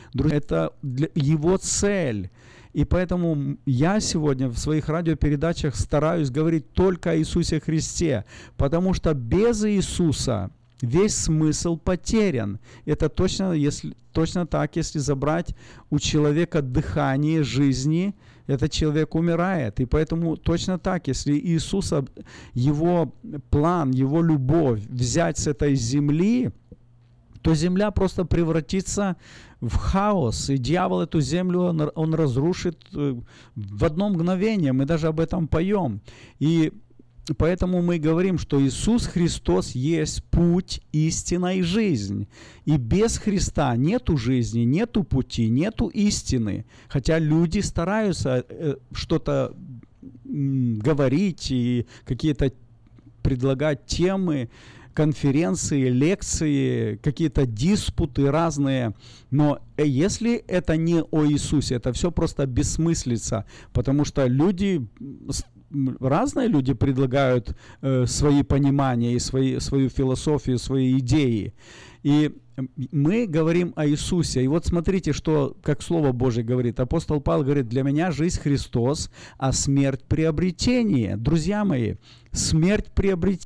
Друзья, это его цель. И поэтому я сегодня в своих радиопередачах стараюсь говорить только о Иисусе Христе, потому что без Иисуса весь смысл потерян. Это точно так, если забрать у человека дыхание жизни, этот человек умирает. И поэтому точно так, если Иисуса, его план, его любовь взять с этой земли, то земля просто превратится в хаос, и дьявол эту землю, он разрушит в одно мгновение. Мы даже об этом поем. И поэтому мы говорим, что Иисус Христос есть путь, истина и жизнь. И без Христа нету жизни, нету пути, нету истины. Хотя люди стараются что-то говорить и какие-то предлагать темы, конференции, лекции, какие-то диспуты разные. Но если это не о Иисусе, это все просто бессмыслица, потому что разные люди предлагают свои понимания и свою философию, свои идеи. И мы говорим о Иисусе. И вот смотрите, что, как Слово Божие говорит. Апостол Павел говорит: для меня жизнь Христос, а смерть приобретение. Друзья мои, смерть приобретение.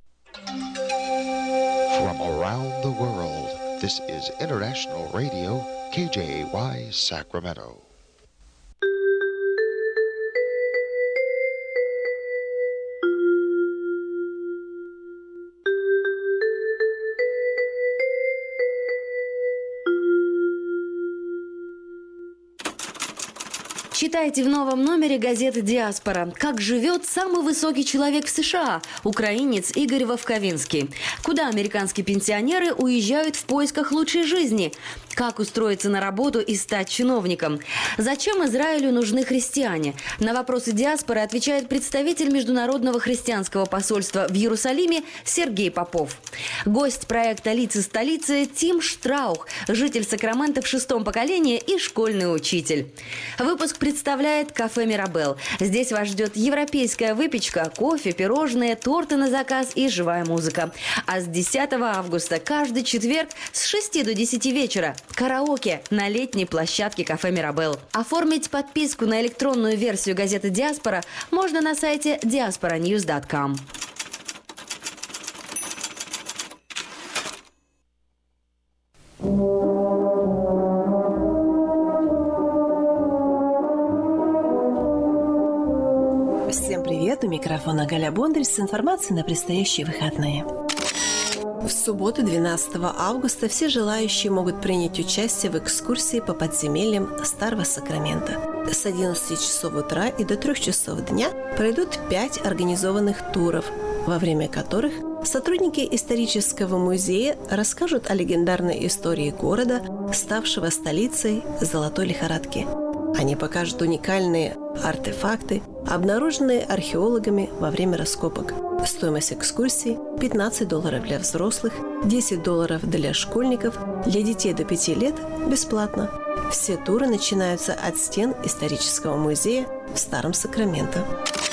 From around the world, this is International Radio, KJY, Sacramento. Читайте в новом номере газеты «Диаспора». Как живет самый высокий человек в США – украинец Игорь Вовковинский. Куда американские пенсионеры уезжают в поисках лучшей жизни? Как устроиться на работу и стать чиновником? Зачем Израилю нужны христиане? На вопросы «Диаспоры» отвечает представитель Международного христианского посольства в Иерусалиме Сергей Попов. Гость проекта «Лица столицы» Тим Штраух, житель Сакрамента в 6-м поколении и школьный учитель. Выпуск представляет кафе «Мирабелл». Здесь вас ждет европейская выпечка, кофе, пирожные, торты на заказ и живая музыка. А с 10 августа каждый четверг с 6 до 10 вечера караоке на летней площадке кафе «Мирабелл». Оформить подписку на электронную версию газеты «Диаспора» можно на сайте diasporanews.com. Всем привет! У микрофона Галя Бондарь с информацией на предстоящие выходные. В субботу, 12 августа, все желающие могут принять участие в экскурсии по подземельям Старого Сакрамента. С 11 часов утра и до 3 часов дня пройдут 5 организованных туров, во время которых сотрудники исторического музея расскажут о легендарной истории города, ставшего столицей Золотой лихорадки. Они покажут уникальные артефакты, обнаруженные археологами во время раскопок. Стоимость экскурсии – $15 для взрослых, $10 для школьников, для детей до 5 лет – бесплатно. Все туры начинаются от стен исторического музея в Старом Сакраменто.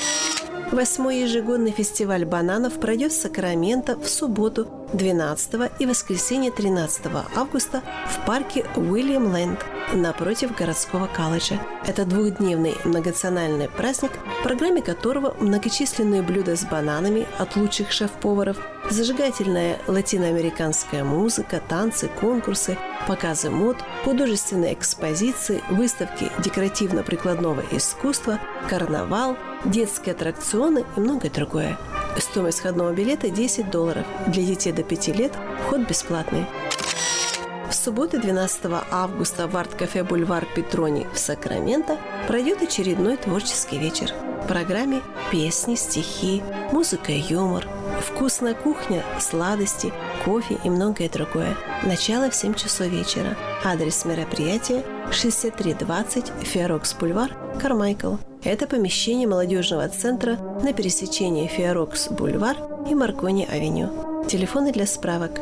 8-й ежегодный фестиваль бананов пройдет в Сакраменто в субботу 12 и воскресенье 13 августа в парке Уильям-Ленд напротив городского колледжа. Это двухдневный многонациональный праздник, в программе которого многочисленные блюда с бананами от лучших шеф-поваров, зажигательная латиноамериканская музыка, танцы, конкурсы, показы мод, художественные экспозиции, выставки декоративно-прикладного искусства, карнавал, детские аттракционы и многое другое. Стоимость входного билета $10. Для детей до 5 лет вход бесплатный. В субботу, 12 августа, в арт-кафе «Бульвар Петрони» в Сакраменто пройдет очередной творческий вечер. В программе песни, стихи, музыка и юмор, вкусная кухня, сладости, кофе и многое другое. Начало в 7 часов вечера. Адрес мероприятия 6320 Фиорокс-Бульвар, Кармайкл. Это помещение молодежного центра на пересечении Фиорокс-Бульвар и Маркони-авеню. Телефоны для справок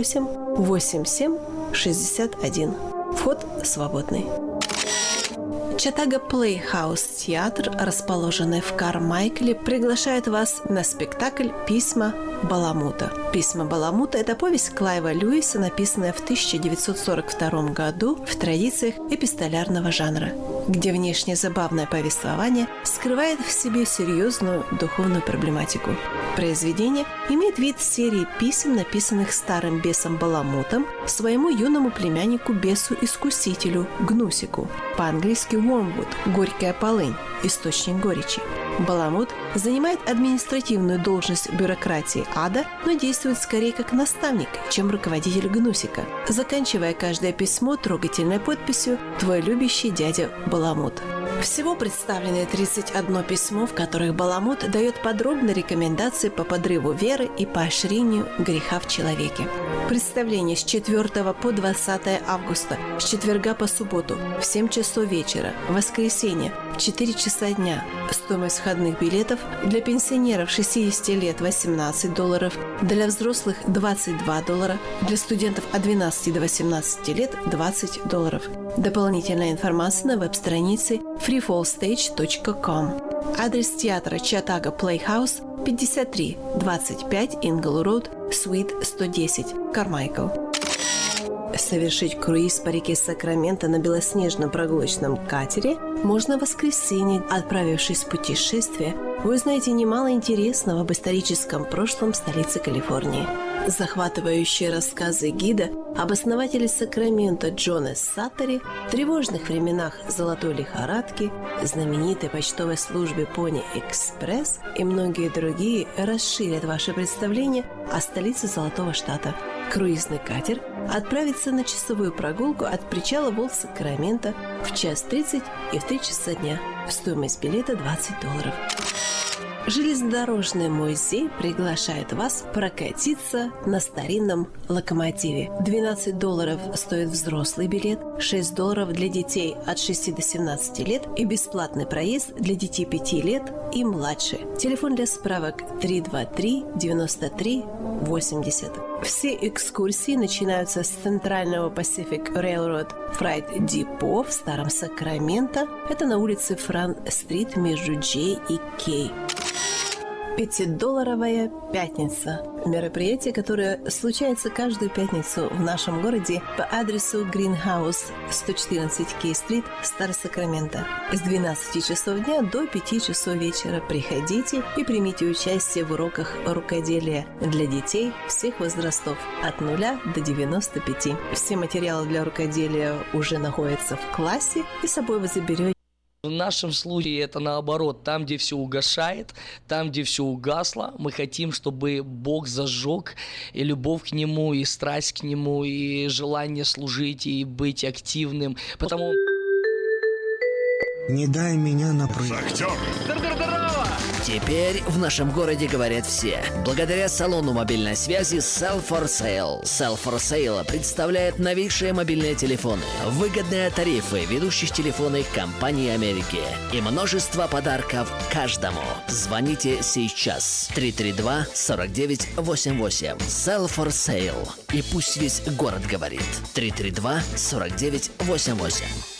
678-87-61. Вход свободный. Чаттага Playhouse театр, расположенный в Кармайкле, приглашает вас на спектакль «Письма Баламута». «Письма Баламута» — это повесть Клайва Льюиса, написанная в 1942 году в традициях эпистолярного жанра, где внешне забавное повествование скрывает в себе серьезную духовную проблематику. Произведение имеет вид серии писем, написанных старым бесом Баламутом своему юному племяннику-бесу-искусителю Гнусику, по-английски Wormwood – горькая полынь, источник горечи. Баламут занимает административную должность бюрократии ада, но действует скорее как наставник, чем руководитель Гнусика, заканчивая каждое письмо трогательной подписью «Твой любящий дядя Баламут». Всего представлены 31 письмо, в которых Баламут дает подробные рекомендации по подрыву веры и поощрению греха в человеке. Представление с 4 по 20 августа, с четверга по субботу в 7 часов вечера, в воскресенье в 4 часа дня. Стоимость входных билетов для пенсионеров 60 лет $18, для взрослых $22, для студентов от 12 до 18 лет $20. Дополнительная информация на веб-странице freefallstage.com. Адрес театра Чаттага Playhouse 5325 Ингл Роуд, Суит 110, Кармайкл. Совершить круиз по реке Сакраменто на белоснежном прогулочном катере можно в воскресенье. Отправившись в путешествие, вы узнаете немало интересного об историческом прошлом столицы Калифорнии. Захватывающие рассказы гида об основателе Сакраменто Джоне Саттери, тревожных временах золотой лихорадки, знаменитой почтовой службе Pony Express и многие другие расширят ваше представление о столице Золотого Штата. Круизный катер отправится на часовую прогулку от причала Волт-Сакраменто в 1:30 и в 3 часа дня. Стоимость билета $20. Железнодорожный музей приглашает вас прокатиться на старинном локомотиве. $12 стоит взрослый билет, $6 для детей от 6 до 17 лет и бесплатный проезд для детей 5 лет и младше. Телефон для справок 323-93-80. Все экскурсии начинаются с центрального Pacific Railroad Freight Depot в Старом Сакраменто. Это на улице Франк-стрит между J и K. $5 пятница. Мероприятие, которое случается каждую пятницу в нашем городе по адресу Greenhouse 114 Кей-стрит, Старый Сакраменто. С 12 часов дня до 5 часов вечера приходите и примите участие в уроках рукоделия для детей всех возрастов от 0 до 95. Все материалы для рукоделия уже находятся в классе, и с собой вы заберете. В нашем случае это наоборот, там, где все угасает, там, где все угасло, мы хотим, чтобы Бог зажег и любовь к Нему, и страсть к Нему, и желание служить, и быть активным, потому... Не дай меня напрыгнуть. Шахтер! Теперь в нашем городе говорят все. Благодаря салону мобильной связи Cell for Sale. Cell for Sale представляет новейшие мобильные телефоны, выгодные тарифы ведущих телефонных компаний Америки и множество подарков каждому. Звоните сейчас. 332-4988. Cell for Sale. И пусть весь город говорит. 332-4988.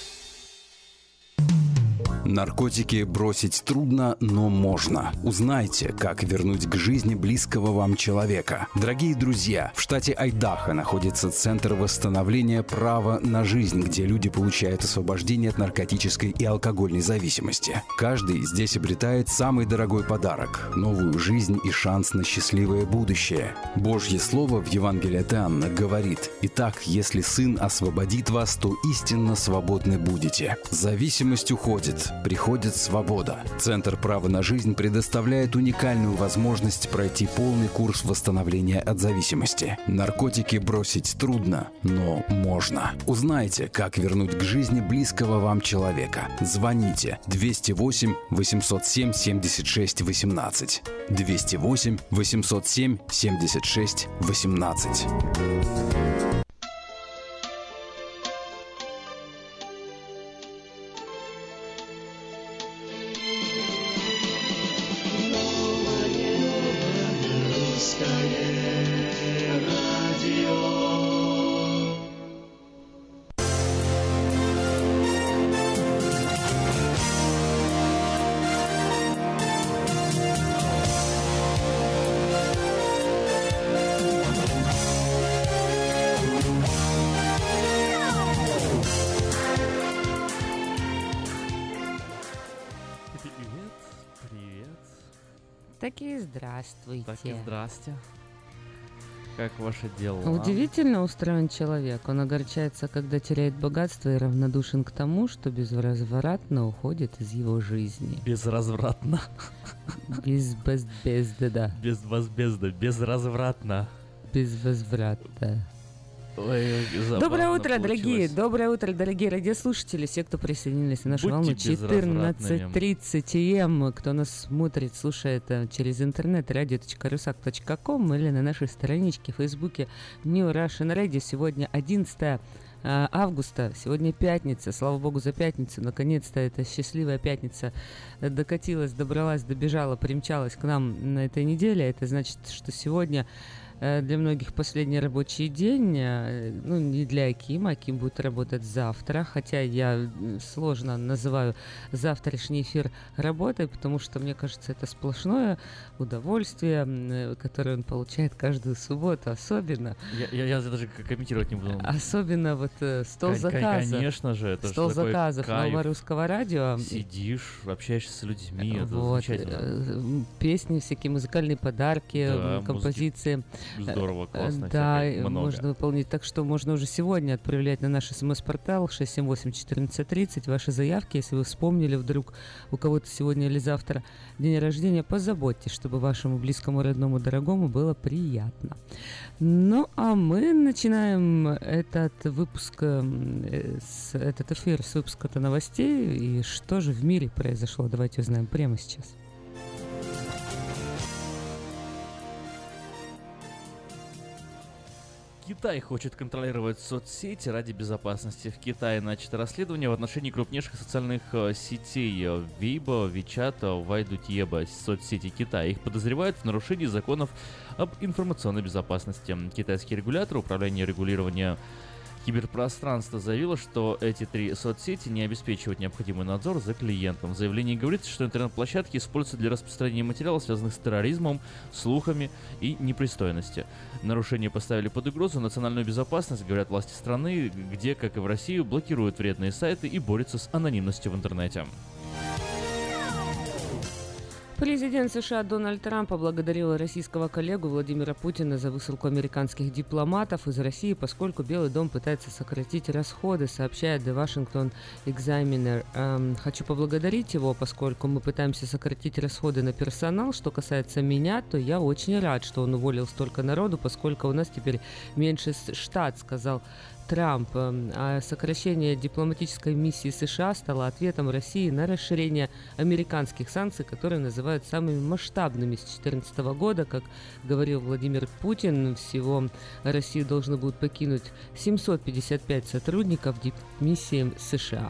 Наркотики бросить трудно, но можно. Узнайте, как вернуть к жизни близкого вам человека. Дорогие друзья, в штате Айдахо находится Центр восстановления права на жизнь, где люди получают освобождение от наркотической и алкогольной зависимости. Каждый здесь обретает самый дорогой подарок – новую жизнь и шанс на счастливое будущее. Божье Слово в Евангелии от Иоанна говорит: «Итак, если Сын освободит вас, то истинно свободны будете». Зависимость уходит. Приходит свобода. Центр права на жизнь предоставляет уникальную возможность пройти полный курс восстановления от зависимости. Наркотики бросить трудно, но можно. Узнайте, как вернуть к жизни близкого вам человека. Звоните 208-807-76-18. 208-807-76-18. Так и здравствуйте. Так и здрасте. Как ваши дела? Удивительно устроен человек. Он огорчается, когда теряет богатство, и равнодушен к тому, что безвозвратно уходит из его жизни. Безразвратно. Да. Безвозмездно, безразвратно. Безвозвратно. Ой, Доброе утро, дорогие радиослушатели, все, кто присоединились на нашу волну 14:30 АМ, кто нас смотрит, слушает через интернет radio.rusak.com или на нашей страничке в Фейсбуке New Russian Radio. Сегодня 11 августа, сегодня пятница, слава богу за пятницу, наконец-то эта счастливая пятница докатилась, добралась, добежала, примчалась к нам на этой неделе. Это значит, что сегодня для многих последний рабочий день, ну, не для Акима. Аким будет работать завтра, хотя я сложно называю завтрашний эфир работой, потому что, мне кажется, это сплошное удовольствие, которое он получает каждую субботу, особенно. Я даже комментировать не буду. Особенно вот стол заказов. Конечно же, это стол же такой заказов Нового Русского радио. Сидишь, общаешься с людьми, это вот, замечательно. Песни, всякие музыкальные подарки, да, композиции. Здорово, классно. Да, можно выполнить. Так что можно уже сегодня отправлять на наш смс-портал 678-1430 ваши заявки. Если вы вспомнили вдруг у кого-то сегодня или завтра день рождения, позаботьтесь, чтобы вашему близкому, родному, дорогому было приятно. Ну, а мы начинаем этот выпуск, этот эфир с выпуска новостей. И что же в мире произошло? Давайте узнаем прямо сейчас. Китай хочет контролировать соцсети ради безопасности. В Китае начато расследование в отношении крупнейших социальных сетей Weibo, WeChat, Вайдутьеба, соцсети Китая. Их подозревают в нарушении законов об информационной безопасности. Китайский регулятор управления регулирования киберпространства заявила, что эти три соцсети не обеспечивают необходимый надзор за клиентом. В заявлении говорится, что интернет-площадки используются для распространения материалов, связанных с терроризмом, слухами и непристойностью. Нарушения поставили под угрозу национальную безопасность, говорят власти страны, где, как и в России, блокируют вредные сайты и борются с анонимностью в интернете. Президент США Дональд Трамп поблагодарил российского коллегу Владимира Путина за высылку американских дипломатов из России, поскольку Белый дом пытается сократить расходы, сообщает The Washington Examiner. Хочу поблагодарить его, поскольку мы пытаемся сократить расходы на персонал. Что касается меня, то я очень рад, что он уволил столько народу, поскольку у нас теперь меньше штат, сказал Трамп. А сокращение дипломатической миссии США стало ответом России на расширение американских санкций, которые называют самыми масштабными с 2014 года. Как говорил Владимир Путин, всего Россию должны будут покинуть 755 сотрудников дипмиссии США.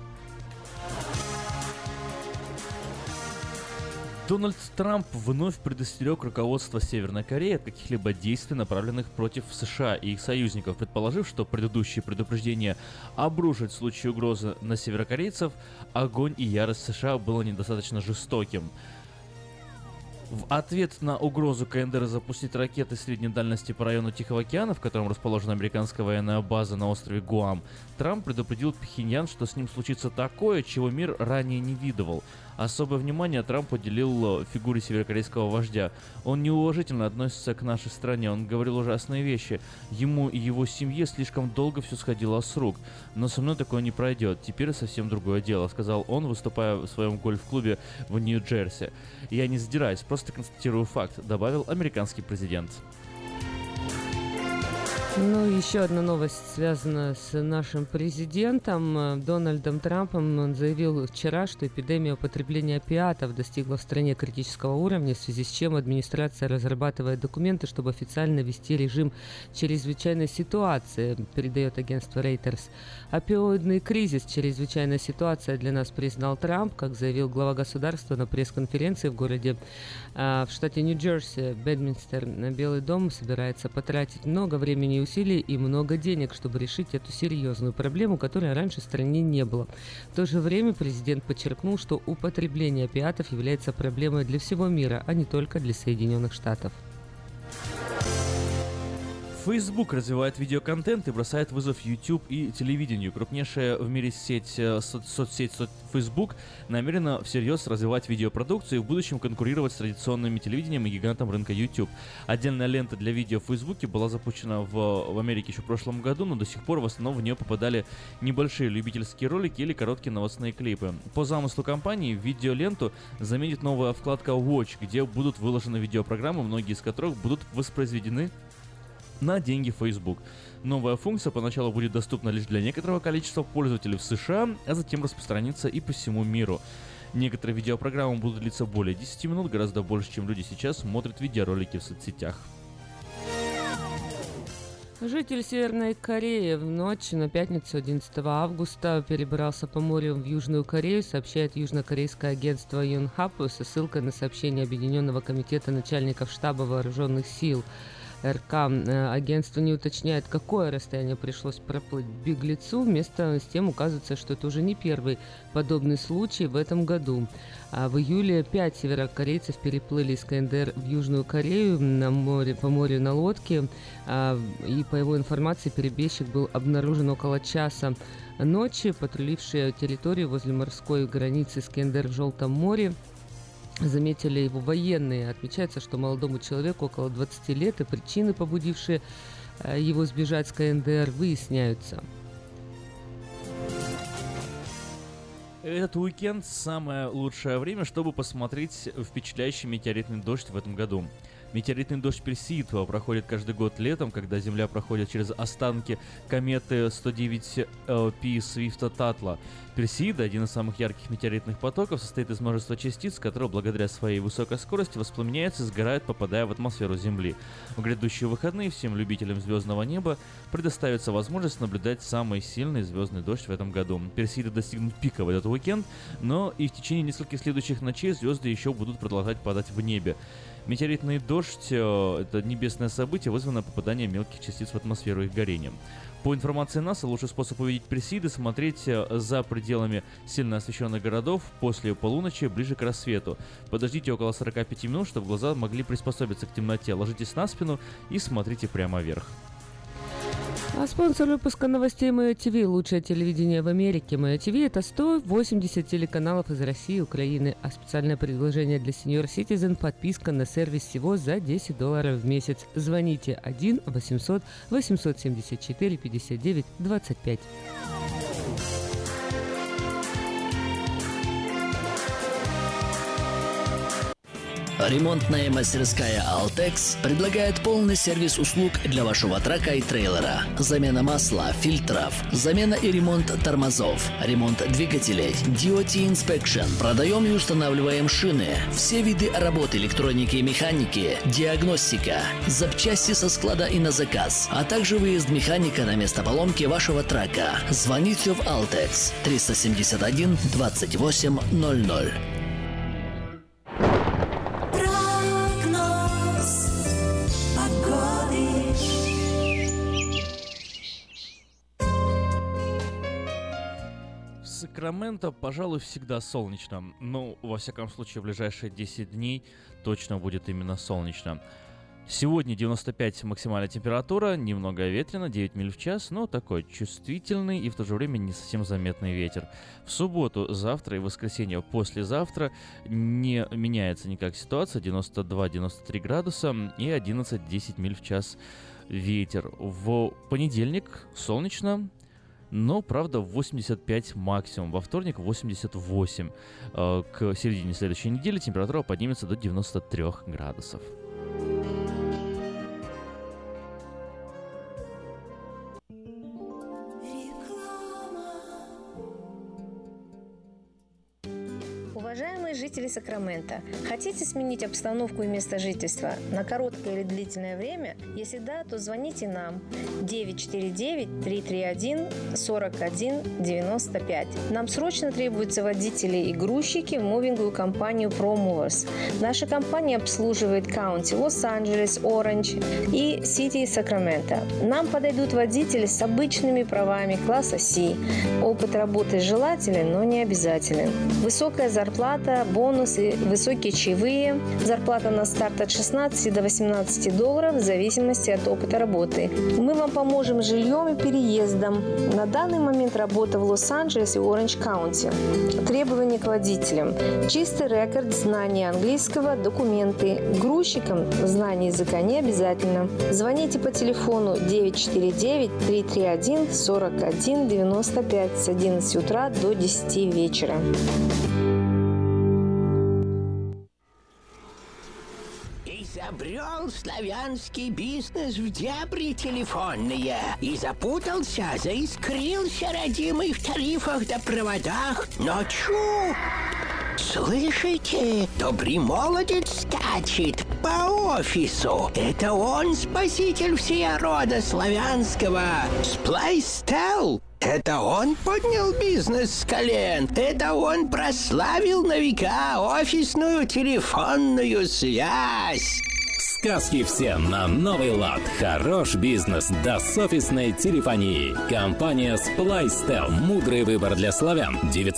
Дональд Трамп вновь предостерег руководство Северной Кореи от каких-либо действий, направленных против США и их союзников, предположив, что предыдущие предупреждения обрушить в случае угрозы на северокорейцев, огонь и ярость США было недостаточно жестоким. В ответ на угрозу КНДР запустить ракеты средней дальности по району Тихого океана, в котором расположена американская военная база на острове Гуам, Трамп предупредил Пхеньян, что с ним случится такое, чего мир ранее не видывал. Особое внимание Трамп уделил фигуре северокорейского вождя. Он неуважительно относится к нашей стране, он говорил ужасные вещи. Ему и его семье слишком долго все сходило с рук. Но со мной такое не пройдет, теперь совсем другое дело, сказал он, выступая в своем гольф-клубе в Нью-Джерси. Я не задираюсь, просто констатирую факт, добавил американский президент. Ну, еще одна новость связана с нашим президентом Дональдом Трампом. Он заявил вчера, что эпидемия употребления опиатов достигла в стране критического уровня, в связи с чем администрация разрабатывает документы, чтобы официально ввести режим чрезвычайной ситуации, передает агентство Reuters. Опиоидный кризис, чрезвычайная ситуация для нас, признал Трамп, как заявил глава государства на пресс-конференции в городе в штате Нью-Джерси, Бэдминстер. Белый дом собирается потратить много времени и усилий и много денег, чтобы решить эту серьезную проблему, которой раньше в стране не было. В то же время президент подчеркнул, что употребление опиатов является проблемой для всего мира, а не только для Соединенных Штатов. Facebook развивает видеоконтент и бросает вызов YouTube и телевидению. Крупнейшая в мире соцсеть Facebook намерена всерьез развивать видеопродукцию и в будущем конкурировать с традиционными телевидением и гигантом рынка YouTube. Отдельная лента для видео в Facebook была запущена в Америке еще в прошлом году, но до сих пор в основном в нее попадали небольшие любительские ролики или короткие новостные клипы. По замыслу компании в видеоленту заменит новая вкладка Watch, где будут выложены видеопрограммы, многие из которых будут воспроизведены на деньги Facebook. Новая функция поначалу будет доступна лишь для некоторого количества пользователей в США, а затем распространится и по всему миру. Некоторые видеопрограммы будут длиться более 10 минут, гораздо больше, чем люди сейчас смотрят видеоролики в соцсетях. Житель Северной Кореи в ночь на пятницу 11 августа перебрался по морю в Южную Корею, сообщает южнокорейское агентство Yonhap со ссылкой на сообщение Объединенного комитета начальников штаба вооруженных сил РК. Агентство не уточняет, какое расстояние пришлось проплыть беглецу. Вместе с тем указывается, что это уже не первый подобный случай в этом году. В июле 5 северокорейцев переплыли из КНДР в Южную Корею по морю на лодке. И по его информации, перебежчик был обнаружен около часа ночи. Патрулившие территорию возле морской границы с КНДР в Желтом море заметили его военные. Отмечается, что молодому человеку около 20 лет, и причины, побудившие его сбежать с КНДР, выясняются. Этот уикенд – самое лучшее время, чтобы посмотреть впечатляющий метеоритный дождь в этом году. Метеоритный дождь Персеид проходит каждый год летом, когда Земля проходит через останки кометы 109P Свифта-Татла. Персеида, один из самых ярких метеоритных потоков, состоит из множества частиц, которые благодаря своей высокой скорости воспламеняются и сгорают, попадая в атмосферу Земли. В грядущие выходные всем любителям звездного неба предоставится возможность наблюдать самый сильный звездный дождь в этом году. Персеиды достигнут пика в этот уикенд, но и в течение нескольких следующих ночей звезды еще будут продолжать падать в небе. Метеоритный дождь – это небесное событие, вызванное попаданием мелких частиц в атмосферу и их горением. По информации НАСА, лучший способ увидеть Персеиды – смотреть за пределами сильно освещенных городов после полуночи, ближе к рассвету. Подождите около 45 минут, чтобы глаза могли приспособиться к темноте. Ложитесь на спину и смотрите прямо вверх. А спонсор выпуска новостей Мое ТВ. Лучшее телевидение в Америке. Мое ТВ – это 180 телеканалов из России и Украины. А специальное предложение для Senior Citizen – подписка на сервис всего за $10 в месяц. Звоните 1-800-874-59-25. Ремонтная мастерская «Алтекс» предлагает полный сервис услуг для вашего трака и трейлера. Замена масла, фильтров, замена и ремонт тормозов, ремонт двигателей, DOT Inspection. Продаем и устанавливаем шины, все виды работы электроники и механики, диагностика, запчасти со склада и на заказ, а также выезд механика на место поломки вашего трака. Звоните в «Алтекс» 371 28 00. Сакраменто, пожалуй, всегда солнечно. Ну, во всяком случае, в ближайшие 10 дней точно будет именно солнечно. Сегодня 95 максимальная температура, немного ветрено, 9 миль в час, но такой чувствительный и в то же время не совсем заметный ветер. В субботу, завтра и воскресенье послезавтра не меняется никак ситуация, 92-93 градуса и 11-10 миль в час ветер. В понедельник солнечно, но, правда, 85 максимум. Во вторник 88. К середине следующей недели температура поднимется до 93 градусов. Уважаемые жители Сакрамента, хотите сменить обстановку и место жительства на короткое или длительное время? Если да, то звоните нам 949-331-4195. Нам срочно требуются водители и грузчики в мувинговую компанию ProMovers. Наша компания обслуживает каунти Лос-Анджелес, Оранж и Сити Сакраменто. Нам подойдут водители с обычными правами класса C. Опыт работы желателен, но не обязателен. Высокая зарплата зарплата, бонусы, высокие чаевые. Зарплата на старт от 16 до 18 долларов в зависимости от опыта работы. Мы вам поможем с жильем и переездом. На данный момент работа в Лос-Анджелесе и Оранж-Каунти. Требования к водителям. Чистый рекорд, знание английского, документы. Грузчикам знание языка не обязательно. Звоните по телефону 949-331-4195 с 11 утра до 10 вечера. Изобрел славянский бизнес в дебри телефонные и запутался, заискрился родимый в тарифах да проводах. Но чу! Слышите? Добрый молодец скачет по офису. Это он спаситель всея рода славянского. Сплайстел. Это он поднял бизнес с колен. Это он прославил на века офисную телефонную связь. Сказки все на новый лад. Хорош бизнес до с офисной телефонии. Компания Splystel. Мудрый выбор для славян.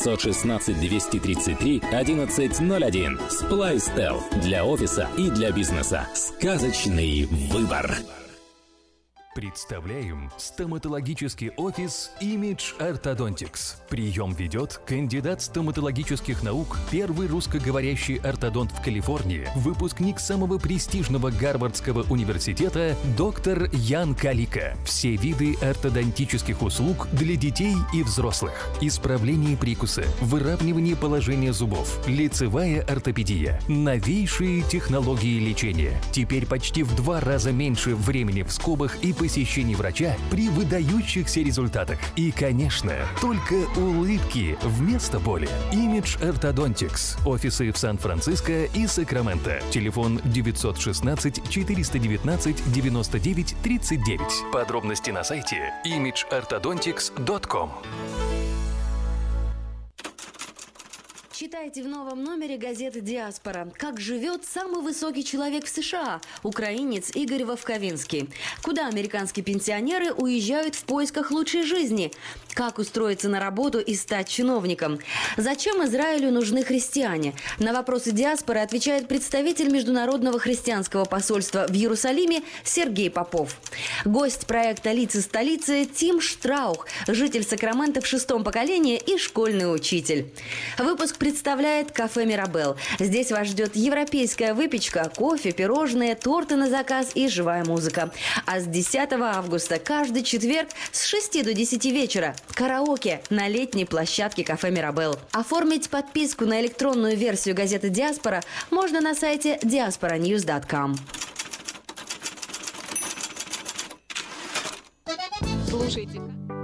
916-233-1101. Splystel. Для офиса и для бизнеса. Сказочный выбор. Представляем стоматологический офис Image Orthodontics. Прием ведет кандидат стоматологических наук, первый русскоговорящий ортодонт в Калифорнии, выпускник самого престижного Гарвардского университета доктор Ян Калика. Все виды ортодонтических услуг для детей и взрослых. Исправление прикуса, выравнивание положения зубов, лицевая ортопедия, новейшие технологии лечения. Теперь почти в 2 раза меньше времени в скобах и посещений врача при выдающихся результатах. И, конечно, только улыбки вместо боли. Image Orthodontics. Офисы в Сан-Франциско и Сакраменто. Телефон 916-419-99-39. Подробности на сайте imageorthodontics.com. Читайте в новом номере газеты «Диаспора». Как живет самый высокий человек в США, украинец Игорь Вовковинский. Куда американские пенсионеры уезжают в поисках лучшей жизни. Как устроиться на работу и стать чиновником. Зачем Израилю нужны христиане? На вопросы «Диаспоры» отвечает представитель Международного христианского посольства в Иерусалиме Сергей Попов. Гость проекта «Лица столицы» Тим Штраух, житель Сакрамента в 6-м поколении и школьный учитель. Выпуск представляет кафе «Мирабелл». Здесь вас ждет европейская выпечка, кофе, пирожные, торты на заказ и живая музыка. А с 10 августа каждый четверг с 6 до 10 вечера караоке на летней площадке кафе «Мирабелл». Оформить подписку на электронную версию газеты «Диаспора» можно на сайте diasporanews.com. Слушайте.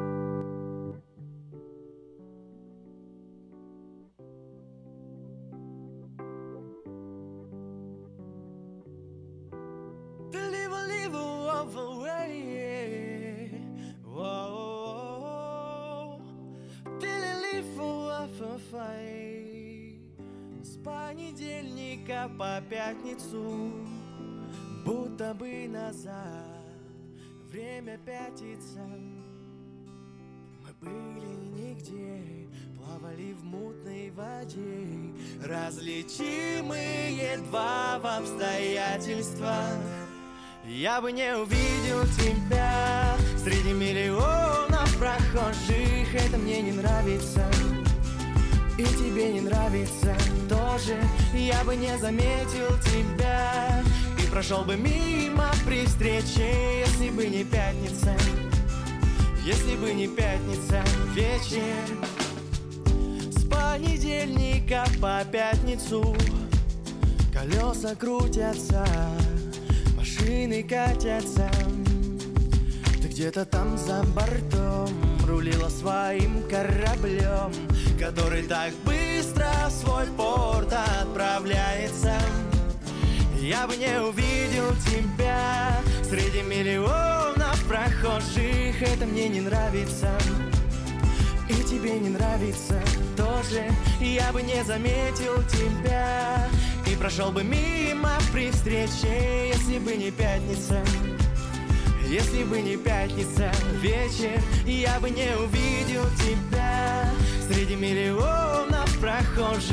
С понедельника по пятницу, будто бы назад, время пятится. Мы были нигде, плавали в мутной воде, различимые два в обстоятельствах. Я бы не увидел тебя среди миллионов прохожих. Это мне не нравится, и тебе не нравится тоже. Я бы не заметил тебя и прошел бы мимо при встрече, если бы не пятница, если бы не пятница вечер. С понедельника по пятницу колеса крутятся, машины катятся. Ты где-то там за бортом рулила своим кораблем, который так быстро в свой порт отправляется. Я бы не увидел тебя среди миллионов прохожих. Это мне не нравится, и тебе не нравится тоже. Я бы не заметил тебя и прошел бы мимо при встрече, если бы не пятница, если бы не пятница вечер. Я бы не увидел тебя среди миллионов прохожих.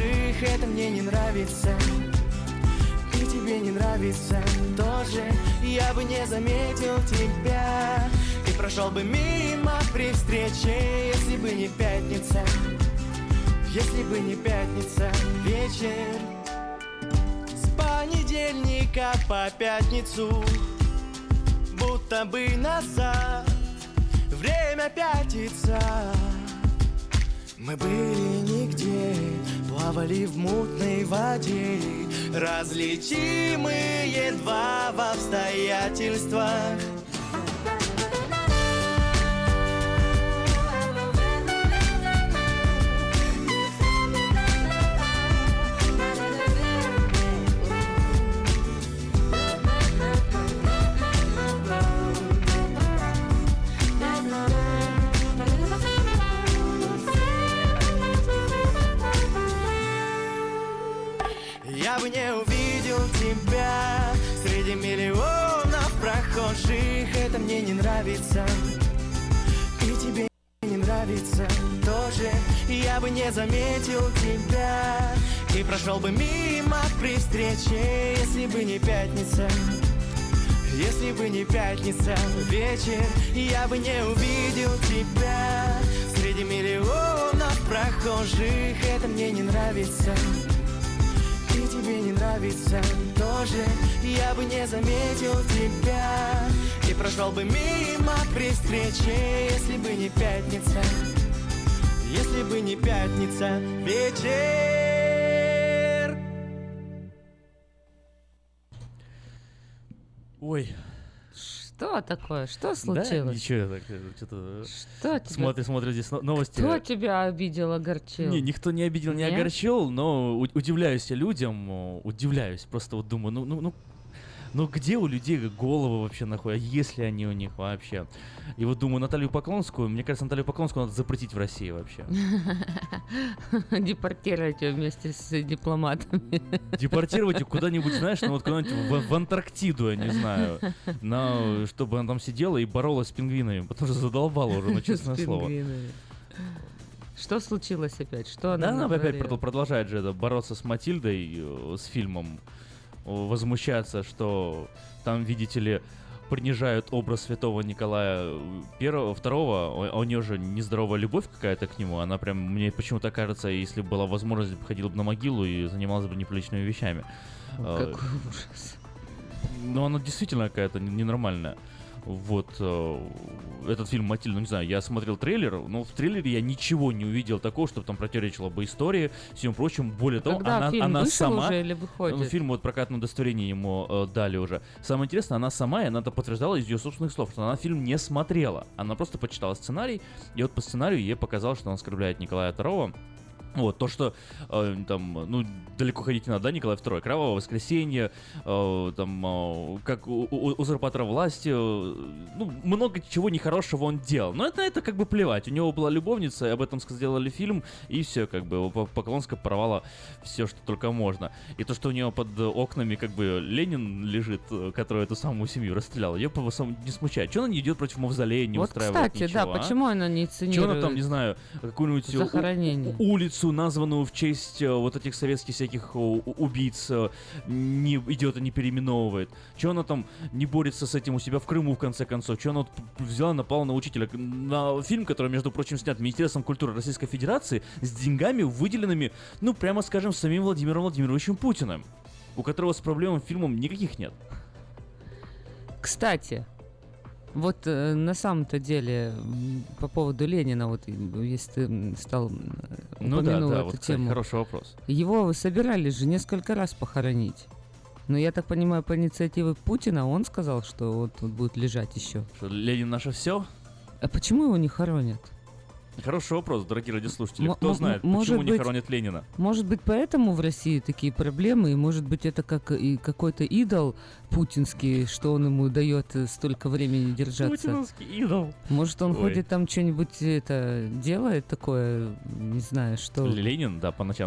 это мне не нравится. И тебе не нравится тоже. Я бы не заметил тебя и прошел бы мимо при встрече, если бы не пятница. Если бы не пятница вечер. С понедельника по пятницу будто бы назад время пятится. Мы были нигде, плавали в мутной воде, различимы едва в обстоятельствах. Я бы не увидел тебя среди миллионов прохожих. Это мне не нравится. И тебе не нравится тоже. Я бы не заметил тебя и прошел бы мимо при встрече, если бы не пятница. Если бы не пятница вечер, я бы не увидел тебя среди миллионов прохожих. Это мне не нравится. И тебе не нравится тоже. Я бы не заметил тебя и прошел бы мимо при встрече, если бы не пятница. Если бы не пятница вечер. Ой. Что такое? Что случилось? Да, ничего, так, что-то... Что тебя... Смотрю здесь новости. Кто тебя обидел, огорчил? Не, никто не обидел, не огорчил, но удивляюсь я людям, удивляюсь, просто вот думаю, ну где у людей головы вообще находятся, если они у них вообще? И вот думаю, Наталью Поклонскую, мне кажется, Наталью Поклонскую надо запретить в России вообще. Депортировать ее вместе с дипломатами. Депортировать ее куда-нибудь, знаешь, ну вот куда-нибудь в Антарктиду, я не знаю, чтобы она там сидела и боролась с пингвинами, потому что задолбала уже, ну честное слово. Что случилось опять? Что она она опять продолжает же бороться с Матильдой, с фильмом, возмущаться, что там, видите ли, принижают образ святого Николая II, а у нее же нездоровая любовь какая-то к нему, она прям, мне почему-то кажется, если бы была возможность, ходила бы на могилу и занималась бы неприличными вещами. Какой ужас. Но она действительно какая-то ненормальная. Вот этот фильм «Матильда», ну не знаю, я смотрел трейлер, но в трейлере я ничего не увидел такого, чтобы там противоречило бы истории, всем прочим. Более того, она сама... Уже или выходит? Фильм вот прокатное удостоверение ему дали уже. Самое интересное, она сама, и она это подтверждала из ее собственных слов, что она фильм не смотрела. Она просто почитала сценарий, и вот по сценарию ей показалось, что он оскорбляет Николая II. Вот, то, что далеко ходить не надо, да, Николай II, Кровавое воскресенье, как узурпатора власти, много чего нехорошего он делал. Но это как бы плевать, у него была любовница, и об этом сделали фильм, и все, как бы, Поклонская порвала все, что только можно. И то, что у него под окнами, как бы, Ленин лежит, который эту самую семью расстрелял, ее не смущает. Чего она не идет против мавзолея, не устраивает ничего? Кстати, да, почему она не инициирует Чего она там, не знаю, какую-нибудь улицу, названную в честь вот этих советских всяких убийц, не идет и не переименовывает? Чего она там не борется с этим у себя в Крыму, в конце концов? Чего она вот взяла, напала на учителя? На фильм, который, между прочим, снят Министерством культуры Российской Федерации с деньгами, выделенными, прямо скажем, самим Владимиром Владимировичем Путиным, у которого с проблемой фильмом никаких нет. Кстати, вот на самом-то деле по поводу Ленина, вот если ты стал упомянул эту вот, тему, хороший вопрос. Его собирались же несколько раз похоронить. Но я так понимаю, по инициативе Путина он сказал, что вот тут будет лежать еще. Что Ленин наше все? А почему его не хоронят? Хороший вопрос, дорогие радиослушатели. Кто знает, почему не хоронят Ленина? Может быть, поэтому в России такие проблемы, и может быть, это как и какой-то идол путинский, что он ему дает столько времени держаться. Путинский идол. Может, он ходит там что-нибудь делает такое, не знаю, что... Ленин, да, по ночам.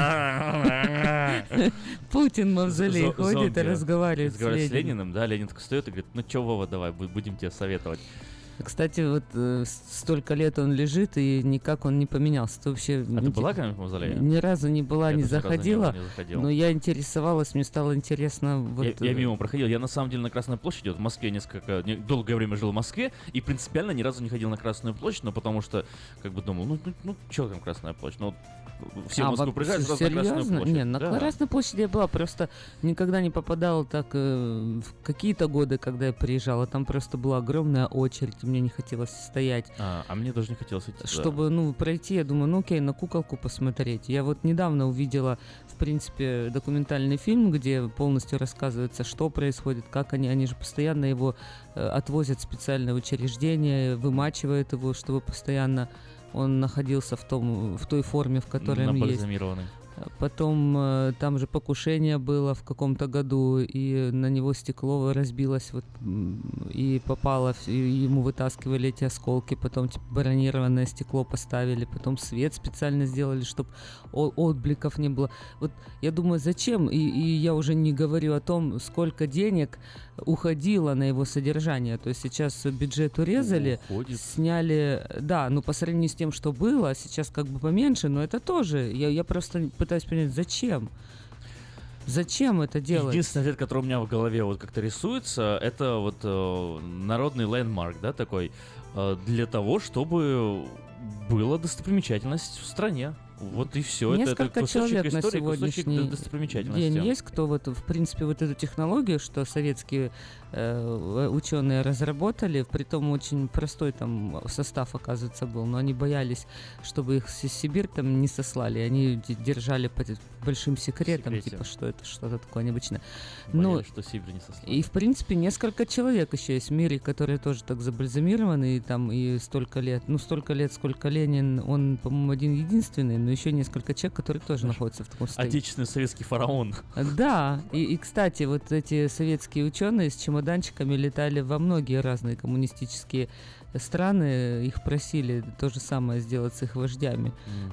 Путин в мавзолей ходит и разговаривает с Лениным. Да, Ленин встает и говорит, ну чё, Вова, давай, будем тебе советовать. Кстати, вот столько лет он лежит, и никак он не поменялся. Ты вообще ты была когда-нибудь в мавзолее? Ни разу не была, не заходила. Не заходил. Но я интересовалась, мне стало интересно. Вот, я мимо проходил. Я на самом деле на Красной площади, вот в Москве долгое время жил в Москве, и принципиально ни разу не ходил на Красную площадь, но потому что, как бы думал, что там Красная площадь? Ну, все в Москву приезжают, сразу на Красную площадь. Не, на Красной площади я была, просто никогда не попадала так в какие-то годы, когда я приезжала. Там просто была огромная очередь, мне не хотелось стоять. А мне даже не хотелось идти. Чтобы, пройти, я думаю, окей, на куколку посмотреть. Я вот недавно увидела, в принципе, документальный фильм, где полностью рассказывается, что происходит, как они же постоянно его отвозят в специальное учреждение, вымачивают его, чтобы постоянно он находился в той форме, в которой он есть. Потом там же покушение было в каком-то году, и на него стекло разбилось, и попало, и ему вытаскивали эти осколки, потом бронированное стекло поставили, потом свет специально сделали, чтобы отбликов не было. Вот я думаю, зачем? И я уже не говорю о том, сколько денег уходило на его содержание. То есть сейчас бюджет урезали, сняли, да, по сравнению с тем, что было, сейчас как бы поменьше, но это тоже, я просто пытаюсь понять, зачем? Зачем это делать? Единственный ответ, который у меня в голове вот как-то рисуется, это вот народный лендмарк, да, такой, для того, чтобы была достопримечательность в стране. Вот и все. Несколько человек на сегодняшний день есть, кто в принципе, эту технологию, что советские ученые разработали, притом очень простой там состав, оказывается, был, но они боялись, чтобы их в Сибирь там не сослали, они держали под большим секретом, типа, что это что-то такое необычное. Боялись, что Сибирь не сослали. И, в принципе, несколько человек еще есть в мире, которые тоже так забальзамированы, и столько лет, сколько Ленин, он, по-моему, один-единственный, но еще несколько человек, которые тоже находятся в таком состоянии. Отечественный советский фараон. Да, и кстати, вот эти советские ученые с чемоданчиками летали во многие разные коммунистические страны, их просили то же самое сделать с их вождями.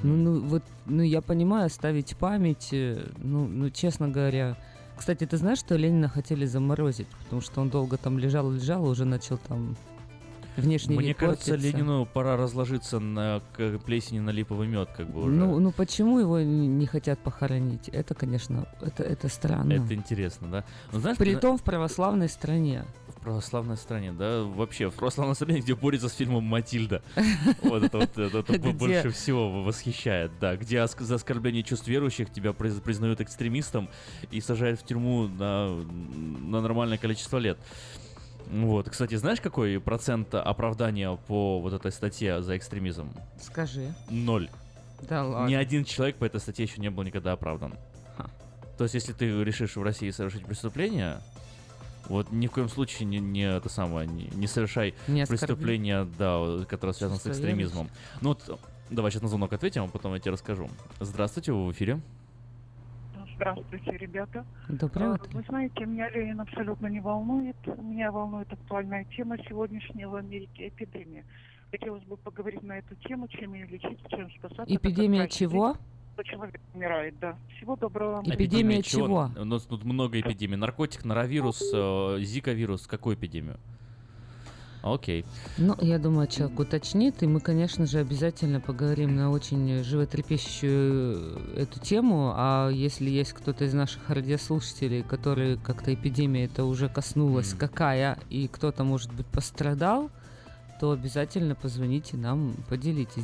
Я понимаю, оставить память, честно говоря. Кстати, ты знаешь, что Ленина хотели заморозить, потому что он долго там лежал, уже начал там внешний вид портиться. Мне кажется, Ленину пора разложиться на плесени на липовый мед, как бы уже. Почему его не хотят похоронить? Это, конечно, это странно. Это интересно, да? Знаешь, Притом в православной стране. В православной стране, да? Вообще, в православной стране, где борется с фильмом «Матильда». Вот это больше всего восхищает, да. Где за оскорбление чувств верующих тебя признают экстремистом и сажают в тюрьму на нормальное количество лет. Вот, кстати, знаешь, какой процент оправдания по вот этой статье за экстремизм? Скажи. 0. Да ладно. Ни один человек по этой статье еще не был никогда оправдан. То есть, если ты решишь в России совершить преступление, вот ни в коем случае не совершай преступления, да, которое связано с экстремизмом. Давай сейчас на звонок ответим, а потом я тебе расскажу. Здравствуйте, вы в эфире. Здравствуйте, ребята. Доброе утро. Вы знаете, меня Ленин абсолютно не волнует. Меня волнует актуальная тема сегодняшняя в Америке — эпидемия. Хотелось бы поговорить на эту тему, чем ее лечить, чем спасаться. Эпидемия чего? Человек умирает, да. Всего доброго. Эпидемия чего? У нас тут много эпидемий. Наркотик, норовирус, зика-вирус. Какую эпидемию? Окей. Я думаю, человек уточнит, и мы, конечно же, обязательно поговорим на очень животрепещущую эту тему, а если есть кто-то из наших радиослушателей, который как-то эпидемия это уже коснулась, какая, и кто-то, может быть, пострадал, то обязательно позвоните нам, поделитесь.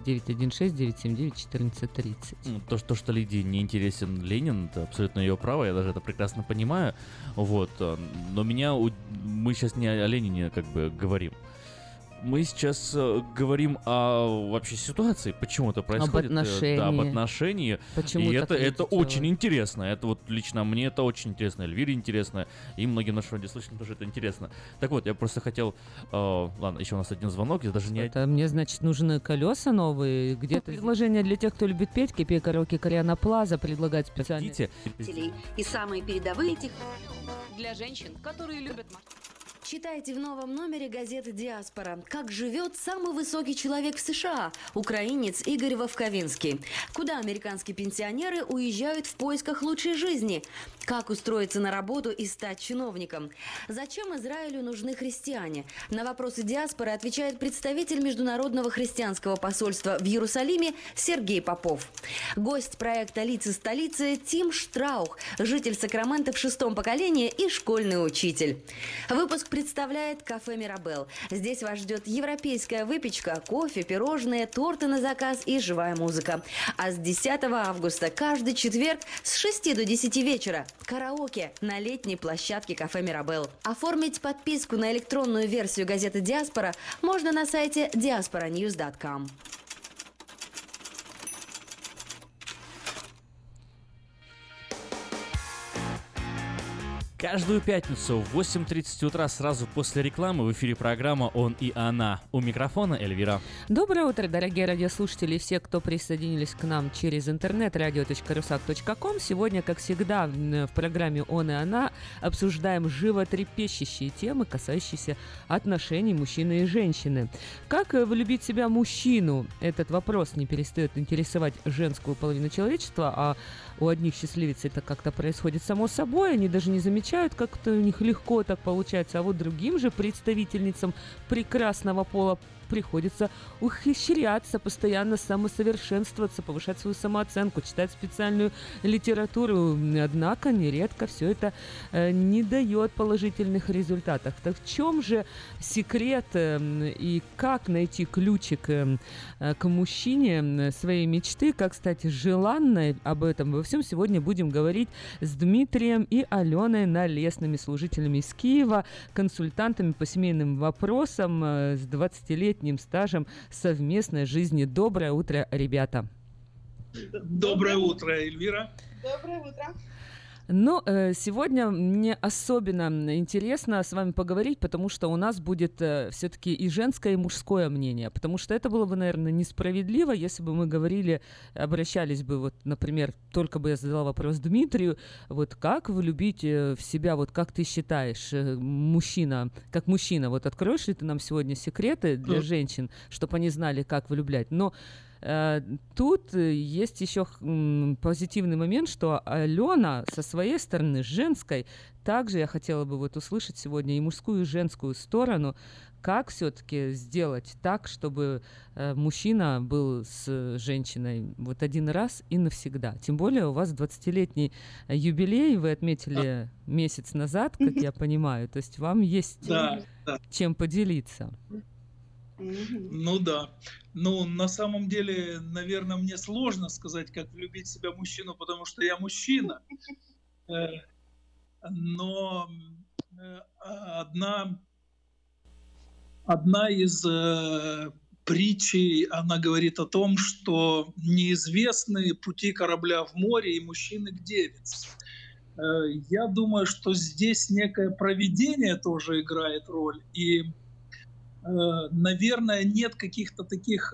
916-979-1430. То, что Лидии не интересен Ленин, это абсолютно ее право, я даже это прекрасно понимаю. Вот. Но мы сейчас не о Ленине как бы говорим. Мы сейчас говорим о вообще ситуации, почему это происходит. Об отношении. Да, об отношении. Почему и это очень интересно. Это вот лично мне это очень интересно, Эльвире интересно, и многим нашим радиослушателям тоже это интересно. Так вот, я просто хотел... ладно, еще у нас один звонок, я даже не... Это мне, значит, нужны колеса новые, где-то... Предложение для тех, кто любит петь, Кипи Караоке Кориана Плаза предлагает специально... И самые передовые для женщин, которые любят... Читайте в новом номере газеты «Диаспора». Как живет самый высокий человек в США, украинец Игорь Вовковинский. Куда американские пенсионеры уезжают в поисках лучшей жизни. Как устроиться на работу и стать чиновником. Зачем Израилю нужны христиане? На вопросы «Диаспоры» отвечает представитель Международного христианского посольства в Иерусалиме Сергей Попов. Гость проекта «Лица столицы» Тим Штраух, житель Сакрамента в 6-м поколении и школьный учитель. Выпуск представляет кафе «Мирабелл». Здесь вас ждет европейская выпечка, кофе, пирожные, торты на заказ и живая музыка. А с 10 августа каждый четверг с 6 до 10 вечера караоке на летней площадке кафе «Мирабелл». Оформить подписку на электронную версию газеты «Диаспора» можно на сайте diasporanews.com. Каждую пятницу в 8:30 утра сразу после рекламы в эфире программа «Он и она». У микрофона Эльвира. Доброе утро, дорогие радиослушатели и все, кто присоединились к нам через интернет radio.rusak.com. Сегодня, как всегда, в программе «Он и она» обсуждаем животрепещущие темы, касающиеся отношений мужчины и женщины. Как влюбить в себя мужчину? Этот вопрос не перестает интересовать женскую половину человечества, а у одних счастливец это как-то происходит само собой, они даже не замечают, как-то у них легко так получается, а вот другим же представительницам прекрасного пола приходится ухищряться, постоянно самосовершенствоваться, повышать свою самооценку, читать специальную литературу. Однако нередко все это не дает положительных результатов. Так в чем же секрет и как найти ключик к мужчине своей мечты, как стать желанной? Об этом во всем сегодня будем говорить с Дмитрием и Аленой Налесными, служителями из Киева, консультантами по семейным вопросам с 20-летним стажем совместной жизни. Доброе утро, ребята. Доброе утро, Эльвира. Доброе утро. Ну, сегодня мне особенно интересно с вами поговорить, потому что у нас будет все-таки и женское, и мужское мнение, потому что это было бы, наверное, несправедливо, если бы мы говорили, обращались бы, вот, например, только бы я задала вопрос Дмитрию, вот как влюбить в себя, вот как ты считаешь, мужчина, как мужчина, вот откроешь ли ты нам сегодня секреты для женщин, чтобы они знали, как влюблять, но тут есть еще позитивный момент, что Алена со своей стороны, женской, также я хотела бы вот услышать сегодня и мужскую, и женскую сторону, как все-таки сделать так, чтобы мужчина был с женщиной вот один раз и навсегда. Тем более у вас 20-летний юбилей, вы отметили месяц назад, как я понимаю, то есть вам есть чем поделиться. Ну да. Ну, на самом деле, наверное, мне сложно сказать, как влюбить в себя мужчину, потому что я мужчина. Но одна из притчей, она говорит о том, что неизвестны пути корабля в море и мужчины к девице. Я думаю, что здесь некое провидение тоже играет роль. И наверное, нет каких-то таких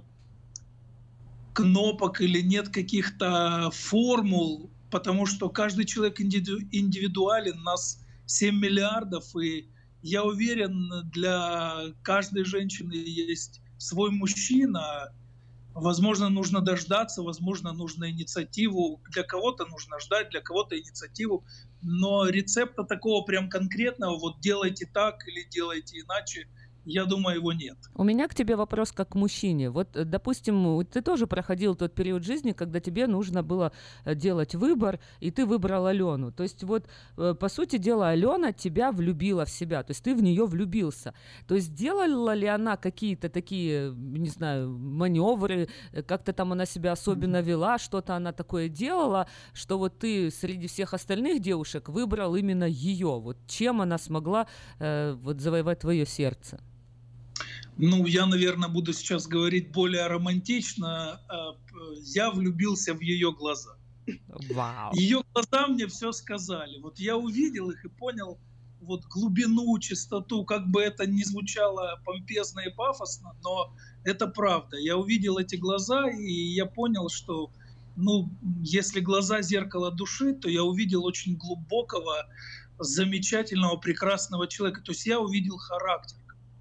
кнопок или нет каких-то формул, потому что каждый человек индивидуален, нас 7 миллиардов, и я уверен, для каждой женщины есть свой мужчина. Возможно, нужно дождаться, возможно, нужно инициативу. Для кого-то нужно ждать, для кого-то инициативу. Но рецепта такого прям конкретного, вот делайте так или делайте иначе, я думаю, его нет. У меня к тебе вопрос как к мужчине. Вот, допустим, ты тоже проходил тот период жизни, когда тебе нужно было делать выбор, и ты выбрал Алену. То есть вот, по сути дела, Алена тебя влюбила в себя, то есть ты в нее влюбился. То есть делала ли она какие-то такие, не знаю, маневры, как-то там она себя особенно вела, что-то она такое делала, что вот ты среди всех остальных девушек выбрал именно ее. Вот чем она смогла вот завоевать твое сердце? Ну, я, наверное, буду сейчас говорить более романтично. Я влюбился в ее глаза. Вау. Ее глаза мне все сказали. Вот я увидел их и понял вот глубину, чистоту, как бы это ни звучало помпезно и пафосно, но это правда. Я увидел эти глаза, и я понял, что, ну, если глаза — зеркало души, то я увидел очень глубокого, замечательного, прекрасного человека. То есть я увидел характер.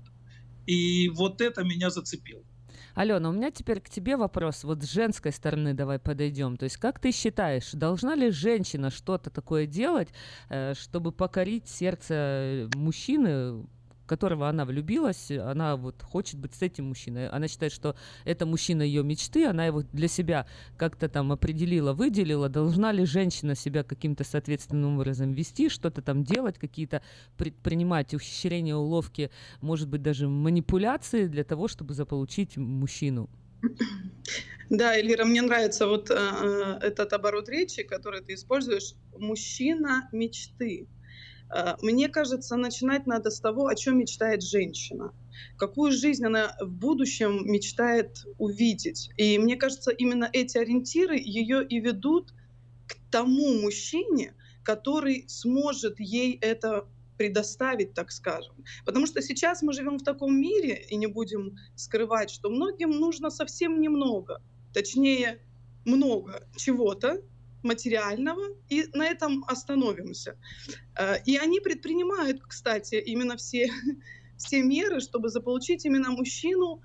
И вот это меня зацепило. Алена, у меня теперь к тебе вопрос. Вот с женской стороны давай подойдем. То есть как ты считаешь, должна ли женщина что-то такое делать, чтобы покорить сердце мужчины, в которого она влюбилась, она вот хочет быть с этим мужчиной. Она считает, что это мужчина ее мечты, она его для себя как-то там определила, выделила. Должна ли женщина себя каким-то соответственным образом вести, что-то там делать, какие-то предпринимать ухищрения, уловки, может быть, даже манипуляции для того, чтобы заполучить мужчину? Да, Эльвира, мне нравится вот этот оборот речи, который ты используешь. Мужчина мечты. Мне кажется, начинать надо с того, о чем мечтает женщина. Какую жизнь она в будущем мечтает увидеть. И мне кажется, именно эти ориентиры ее и ведут к тому мужчине, который сможет ей это предоставить, так скажем. Потому что сейчас мы живем в таком мире, и не будем скрывать, что многим нужно совсем немного. Точнее, много чего-то материального, и на этом остановимся. И они предпринимают, кстати, именно все меры, чтобы заполучить именно мужчину,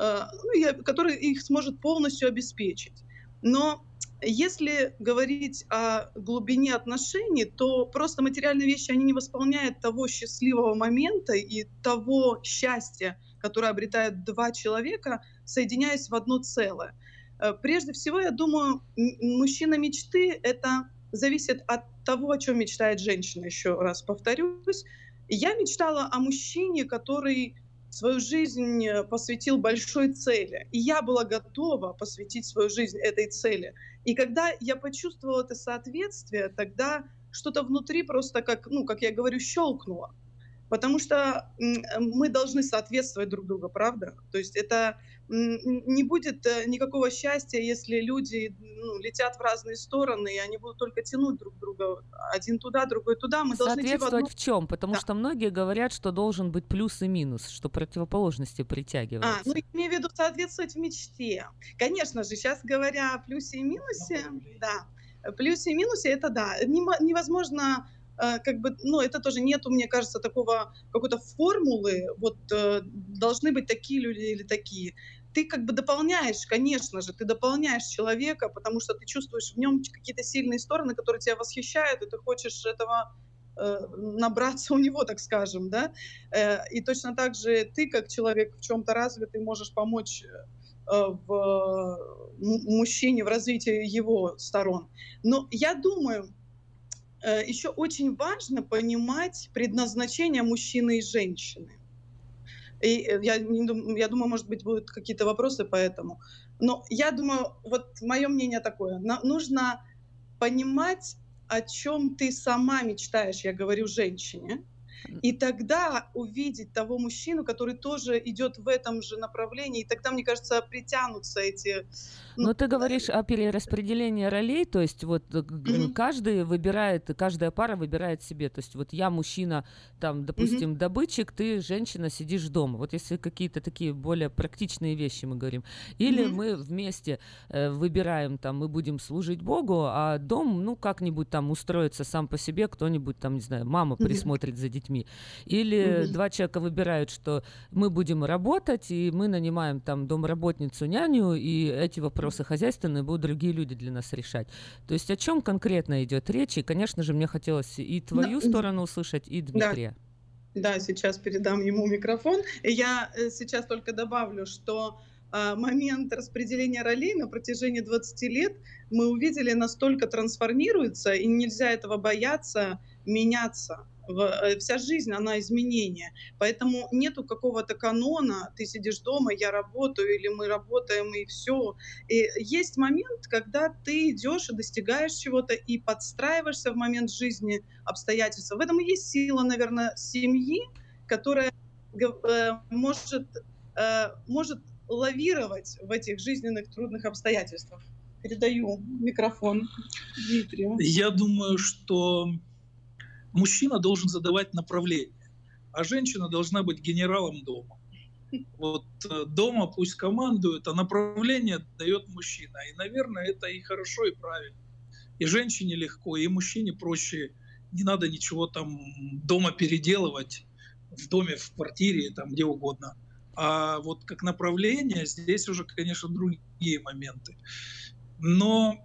который их сможет полностью обеспечить. Но если говорить о глубине отношений, то просто материальные вещи, они не восполняют того счастливого момента и того счастья, которое обретают два человека, соединяясь в одно целое. Прежде всего, я думаю, мужчина мечты — это зависит от того, о чем мечтает женщина, еще раз повторюсь. Я мечтала о мужчине, который свою жизнь посвятил большой цели. И я была готова посвятить свою жизнь этой цели. И когда я почувствовала это соответствие, тогда что-то внутри просто, как я говорю, щелкнуло. Потому что мы должны соответствовать друг другу, правда? То есть это не будет никакого счастья, если люди летят в разные стороны, и они будут только тянуть друг друга. Один туда, другой туда. Мы должны идти в одну... Соответствовать в чем? Потому что многие говорят, что должен быть плюс и минус, что противоположности притягиваются. Я имею в виду соответствовать в мечте. Конечно же, сейчас говоря о плюсе и минусе, да. Плюсе и минусе — это да. Невозможно... это тоже нету, мне кажется, какой-то формулы, должны быть такие люди или такие. Ты дополняешь, конечно же, ты дополняешь человека, потому что ты чувствуешь в нем какие-то сильные стороны, которые тебя восхищают, и ты хочешь этого набраться у него, так скажем, да. И точно так же ты, как человек в чем-то развитый, можешь помочь мужчине в развитии его сторон. Но я думаю, еще очень важно понимать предназначение мужчины и женщины. И я думаю, может быть, будут какие-то вопросы по этому. Но я думаю, мое мнение такое. Нужно понимать, о чем ты сама мечтаешь, я говорю женщине. И тогда увидеть того мужчину, который тоже идет в этом же направлении, и тогда, мне кажется, притянутся эти... Но ты говоришь о перераспределении ролей, то есть каждая пара выбирает себе, то есть я мужчина, там, допустим, добытчик, ты женщина, сидишь дома. Вот если какие-то такие более практичные вещи мы говорим. Или мы вместе выбираем, там, мы будем служить Богу, а дом, как-нибудь там устроится сам по себе, кто-нибудь там, не знаю, мама присмотрит за детьми. Или два человека выбирают, что мы будем работать, и мы нанимаем там домработницу, няню, и эти вопросы хозяйственные будут другие люди для нас решать. То есть о чем конкретно идет речь? И, конечно же, мне хотелось и твою сторону услышать, и Дмитрия. Да, сейчас передам ему микрофон. Я сейчас только добавлю, что момент распределения ролей на протяжении 20 лет мы увидели, настолько трансформируется, и нельзя этого бояться, меняться. Вся жизнь, она изменение. Поэтому нету какого-то канона, ты сидишь дома, я работаю, или мы работаем, и все. И есть момент, когда ты идешь и достигаешь чего-то, и подстраиваешься в момент жизни, обстоятельств. В этом и есть сила, наверное, семьи, которая может лавировать в этих жизненных трудных обстоятельствах. Передаю микрофон Дмитрию. Я думаю, что мужчина должен задавать направление, а женщина должна быть генералом дома. Дома пусть командует, а направление дает мужчина. И, наверное, это и хорошо, и правильно. И женщине легко, и мужчине проще не надо ничего там дома переделывать, в доме, в квартире, там где угодно. А вот как направление здесь уже, конечно, другие моменты. Но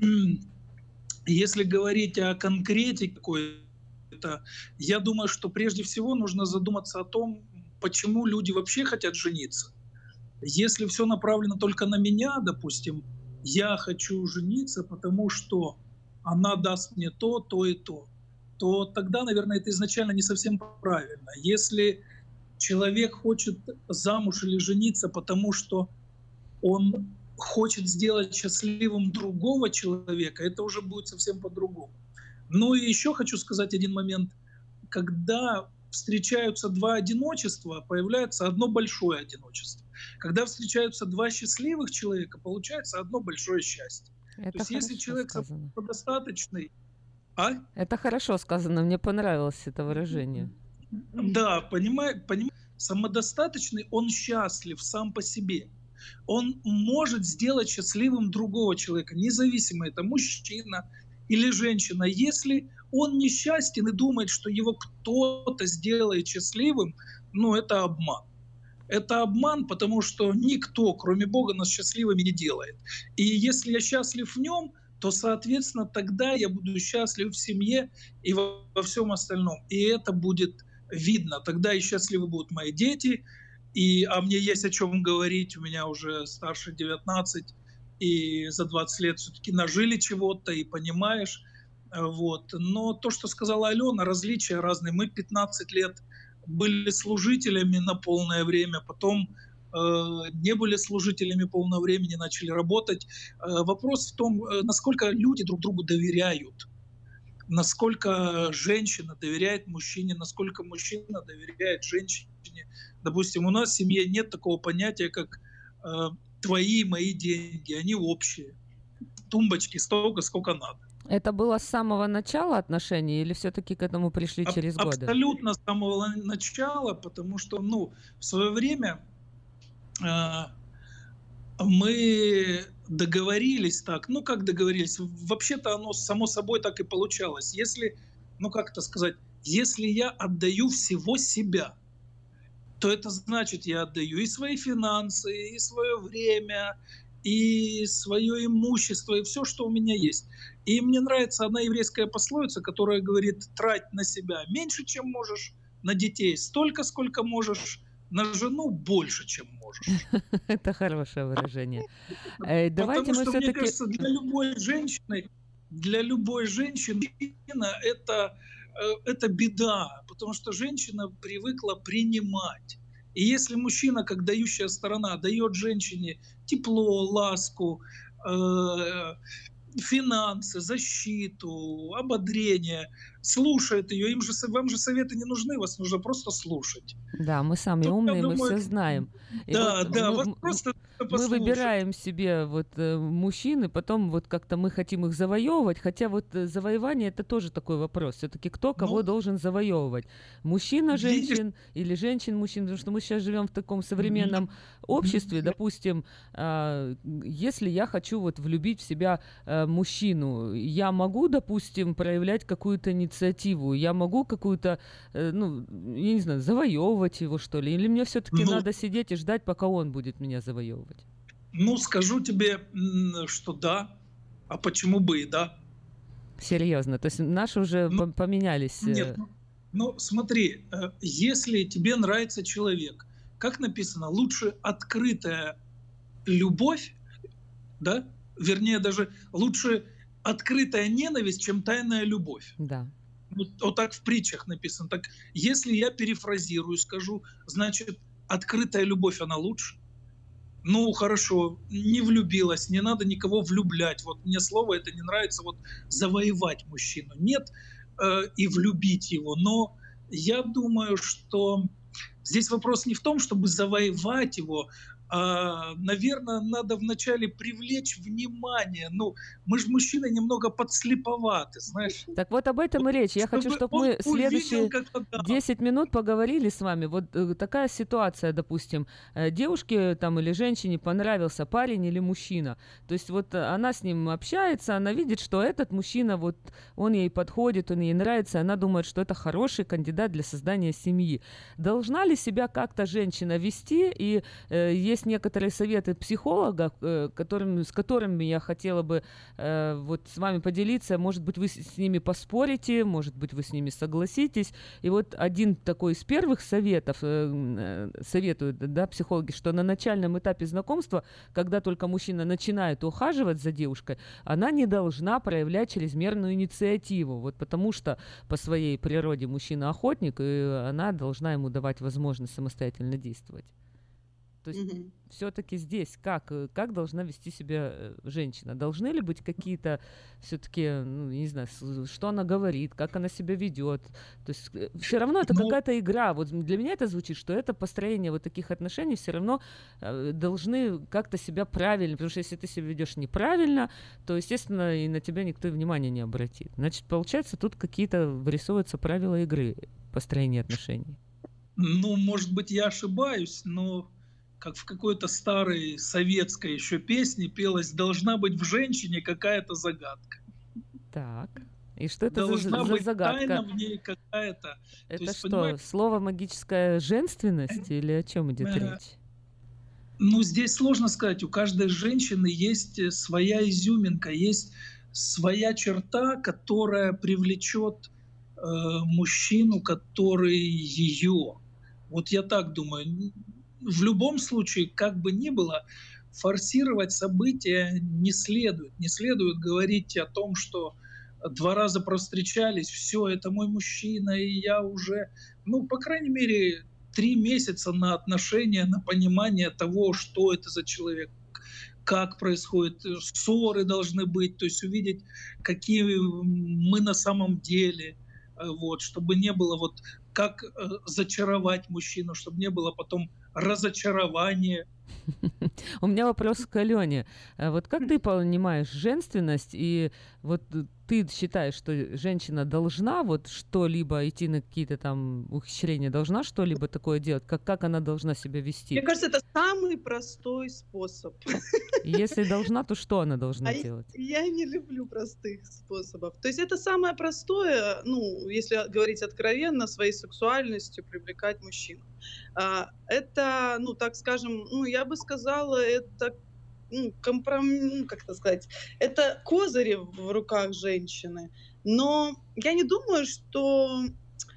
если говорить о конкретике какой-то, я думаю, что прежде всего нужно задуматься о том, почему люди вообще хотят жениться. Если все направлено только на меня, допустим, я хочу жениться, потому что она даст мне то, то и то тогда, наверное, это изначально не совсем правильно. Если человек хочет замуж или жениться, потому что он хочет сделать счастливым другого человека, это уже будет совсем по-другому. Ну и еще хочу сказать один момент. Когда встречаются два одиночества, появляется одно большое одиночество. Когда встречаются два счастливых человека, получается одно большое счастье. Это то есть если человек самодостаточный... Это хорошо сказано, мне понравилось это выражение. Да, понимаешь, самодостаточный, он счастлив сам по себе. Он может сделать счастливым другого человека, независимо, это мужчина или женщина. Если он несчастен и думает, что его кто-то сделает счастливым, это обман. Это обман, потому что никто, кроме Бога, нас счастливыми не делает. И если я счастлив в нем, то, соответственно, тогда я буду счастлив в семье и во всем остальном. И это будет видно. Тогда и счастливы будут мои дети, а мне есть о чем говорить. У меня уже старше 19, и за 20 лет все-таки нажили чего-то, и понимаешь. Вот. Но то, что сказала Алена, различия разные. Мы 15 лет были служителями на полное время, потом не были служителями полного времени, начали работать. Вопрос в том, насколько люди друг другу доверяют, насколько женщина доверяет мужчине, насколько мужчина доверяет женщине. Допустим, у нас в семье нет такого понятия, как твои и мои деньги, они общие. Тумбочки столько, сколько надо. Это было с самого начала отношений или все-таки к этому пришли через годы? Абсолютно с самого начала, потому что в свое время мы договорились так. Как договорились? Вообще-то оно само собой так и получалось. Если, если я отдаю всего себя, то это значит, я отдаю и свои финансы, и свое время, и свое имущество, и все, что у меня есть. И мне нравится одна еврейская пословица, которая говорит: трать на себя меньше, чем можешь, на детей столько, сколько можешь, на жену больше, чем можешь. Это хорошее выражение. Потому что, мне кажется, для любой женщины это беда, потому что женщина привыкла принимать. И если мужчина, как дающая сторона, дает женщине тепло, ласку, финансы, защиту, ободрение, слушает ее, вам же советы не нужны, вас нужно просто слушать. Да, мы сами умные, мы все знаем. Вас просто мы выбираем себе мужчин, и потом как-то мы хотим их завоевывать, хотя завоевание — это тоже такой вопрос. Все-таки кто кого должен завоевывать? Мужчина женщин или женщин мужчин? Потому что мы сейчас живем в таком современном обществе, допустим, если я хочу влюбить в себя мужчину, я могу, допустим, проявлять какую-то инициативу, я могу какую-то, я не знаю, завоевывать его, что ли, или мне все-таки надо сидеть и ждать, пока он будет меня завоевывать? Скажу тебе, что да, а почему бы и да. Серьезно, то есть наши уже поменялись? Нет, смотри, если тебе нравится человек, как написано, лучше открытая любовь, да, вернее, даже лучше открытая ненависть, чем тайная любовь. Да. Вот так в притчах написано. Так если я перефразирую, скажу, значит, открытая любовь, она лучше. Хорошо, не влюбилась, не надо никого влюблять. Мне слово это не нравится, завоевать мужчину. Нет, и влюбить его. Но я думаю, что здесь вопрос не в том, чтобы завоевать его, наверное, надо вначале привлечь внимание. Ну, мы же мужчины немного подслеповаты, знаешь. Так вот об этом и речь. Я хочу, чтобы мы следующие 10 минут поговорили с вами. Вот такая ситуация, допустим, девушке там или женщине понравился парень или мужчина. То есть вот она с ним общается, она видит, что этот мужчина, вот он ей подходит, он ей нравится, она думает, что это хороший кандидат для создания семьи. Должна ли себя как-то женщина вести? И есть некоторые советы психолога, с которыми я хотела бы вот с вами поделиться. Может быть, вы с ними поспорите, может быть, вы с ними согласитесь. И вот один такой из первых советов советуют, да, психологи, что на начальном этапе знакомства, когда только мужчина начинает ухаживать за девушкой, она не должна проявлять чрезмерную инициативу. Вот потому что по своей природе мужчина охотник, и она должна ему давать возможность самостоятельно действовать. То есть все-таки здесь как должна вести себя женщина? Должны ли быть какие-то все-таки, ну, не знаю, что она говорит, как она себя ведет? То есть все равно это какая-то игра. Вот для меня это звучит, что это построение вот таких отношений все равно должны как-то себя правильно, потому что если ты себя ведешь неправильно, то, естественно, и на тебя никто внимания не обратит. Значит, получается, тут какие-то вырисовываются правила игры построения отношений. Ну, может быть, я ошибаюсь, но как в какой-то старой советской еще песне пелось, должна быть в женщине какая-то загадка. Так, и что это должна за быть загадка? Тайна в ней какая-то. Это есть, что, понимаете, слово магическая женственность или о чем идет речь? Ну, здесь сложно сказать. У каждой женщины есть своя изюминка, есть своя черта, которая привлечет мужчину, который ее. Вот я так думаю. В любом случае, как бы ни было, форсировать события не следует. Не следует говорить о том, что 2 раза провстречались, все, это мой мужчина, и я уже, ну, по крайней мере, 3 месяца на отношения, на понимание того, что это за человек, как происходит, ссоры должны быть, то есть увидеть, какие мы на самом деле, вот, чтобы не было вот как зачаровать мужчину, чтобы не было потом разочарования. У меня вопрос к Алене. Вот как ты понимаешь женственность, и вот ты считаешь, что женщина должна вот что-либо идти на какие-то там ухищрения, должна что-либо такое делать? Как она должна себя вести? Мне кажется, это самый простой способ. Если должна, то что она должна делать? Я не люблю простых способов. То есть это самое простое, ну, если говорить откровенно, своей сексуальностью привлекать мужчину. Это, ну, так скажем, ну, я бы сказала, это как это сказать, это козыри в руках женщины. Но я не думаю, что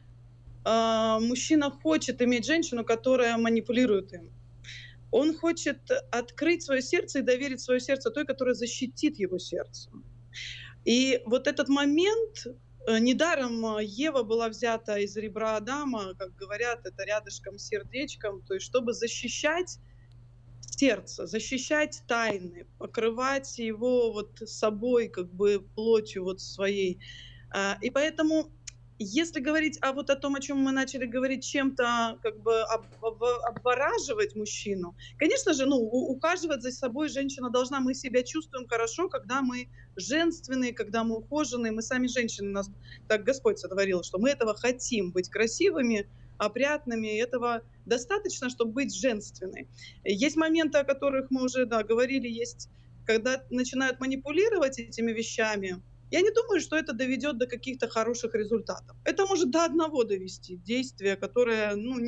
мужчина хочет иметь женщину, которая манипулирует им. Он хочет открыть свое сердце и доверить свое сердце той, которая защитит его сердце. И вот этот момент, недаром Ева была взята из ребра Адама, как говорят, это рядышком с сердечком, то есть чтобы защищать сердце, защищать тайны, покрывать его вот собой, как бы плотью вот своей. И поэтому, если говорить о том, о чем мы начали говорить, чем-то как бы обвораживать мужчину, конечно же, ну, ухаживать за собой женщина должна. Мы себя чувствуем хорошо, когда мы женственные, когда мы ухоженные. Мы сами женщины, нас так Господь сотворил, что мы этого хотим, быть красивыми, опрятными, и этого достаточно, чтобы быть женственной. Есть моменты, о которых мы уже говорили, есть, когда начинают манипулировать этими вещами. Я не думаю, что это доведет до каких-то хороших результатов. Это может до одного довести, действие, которое, ну,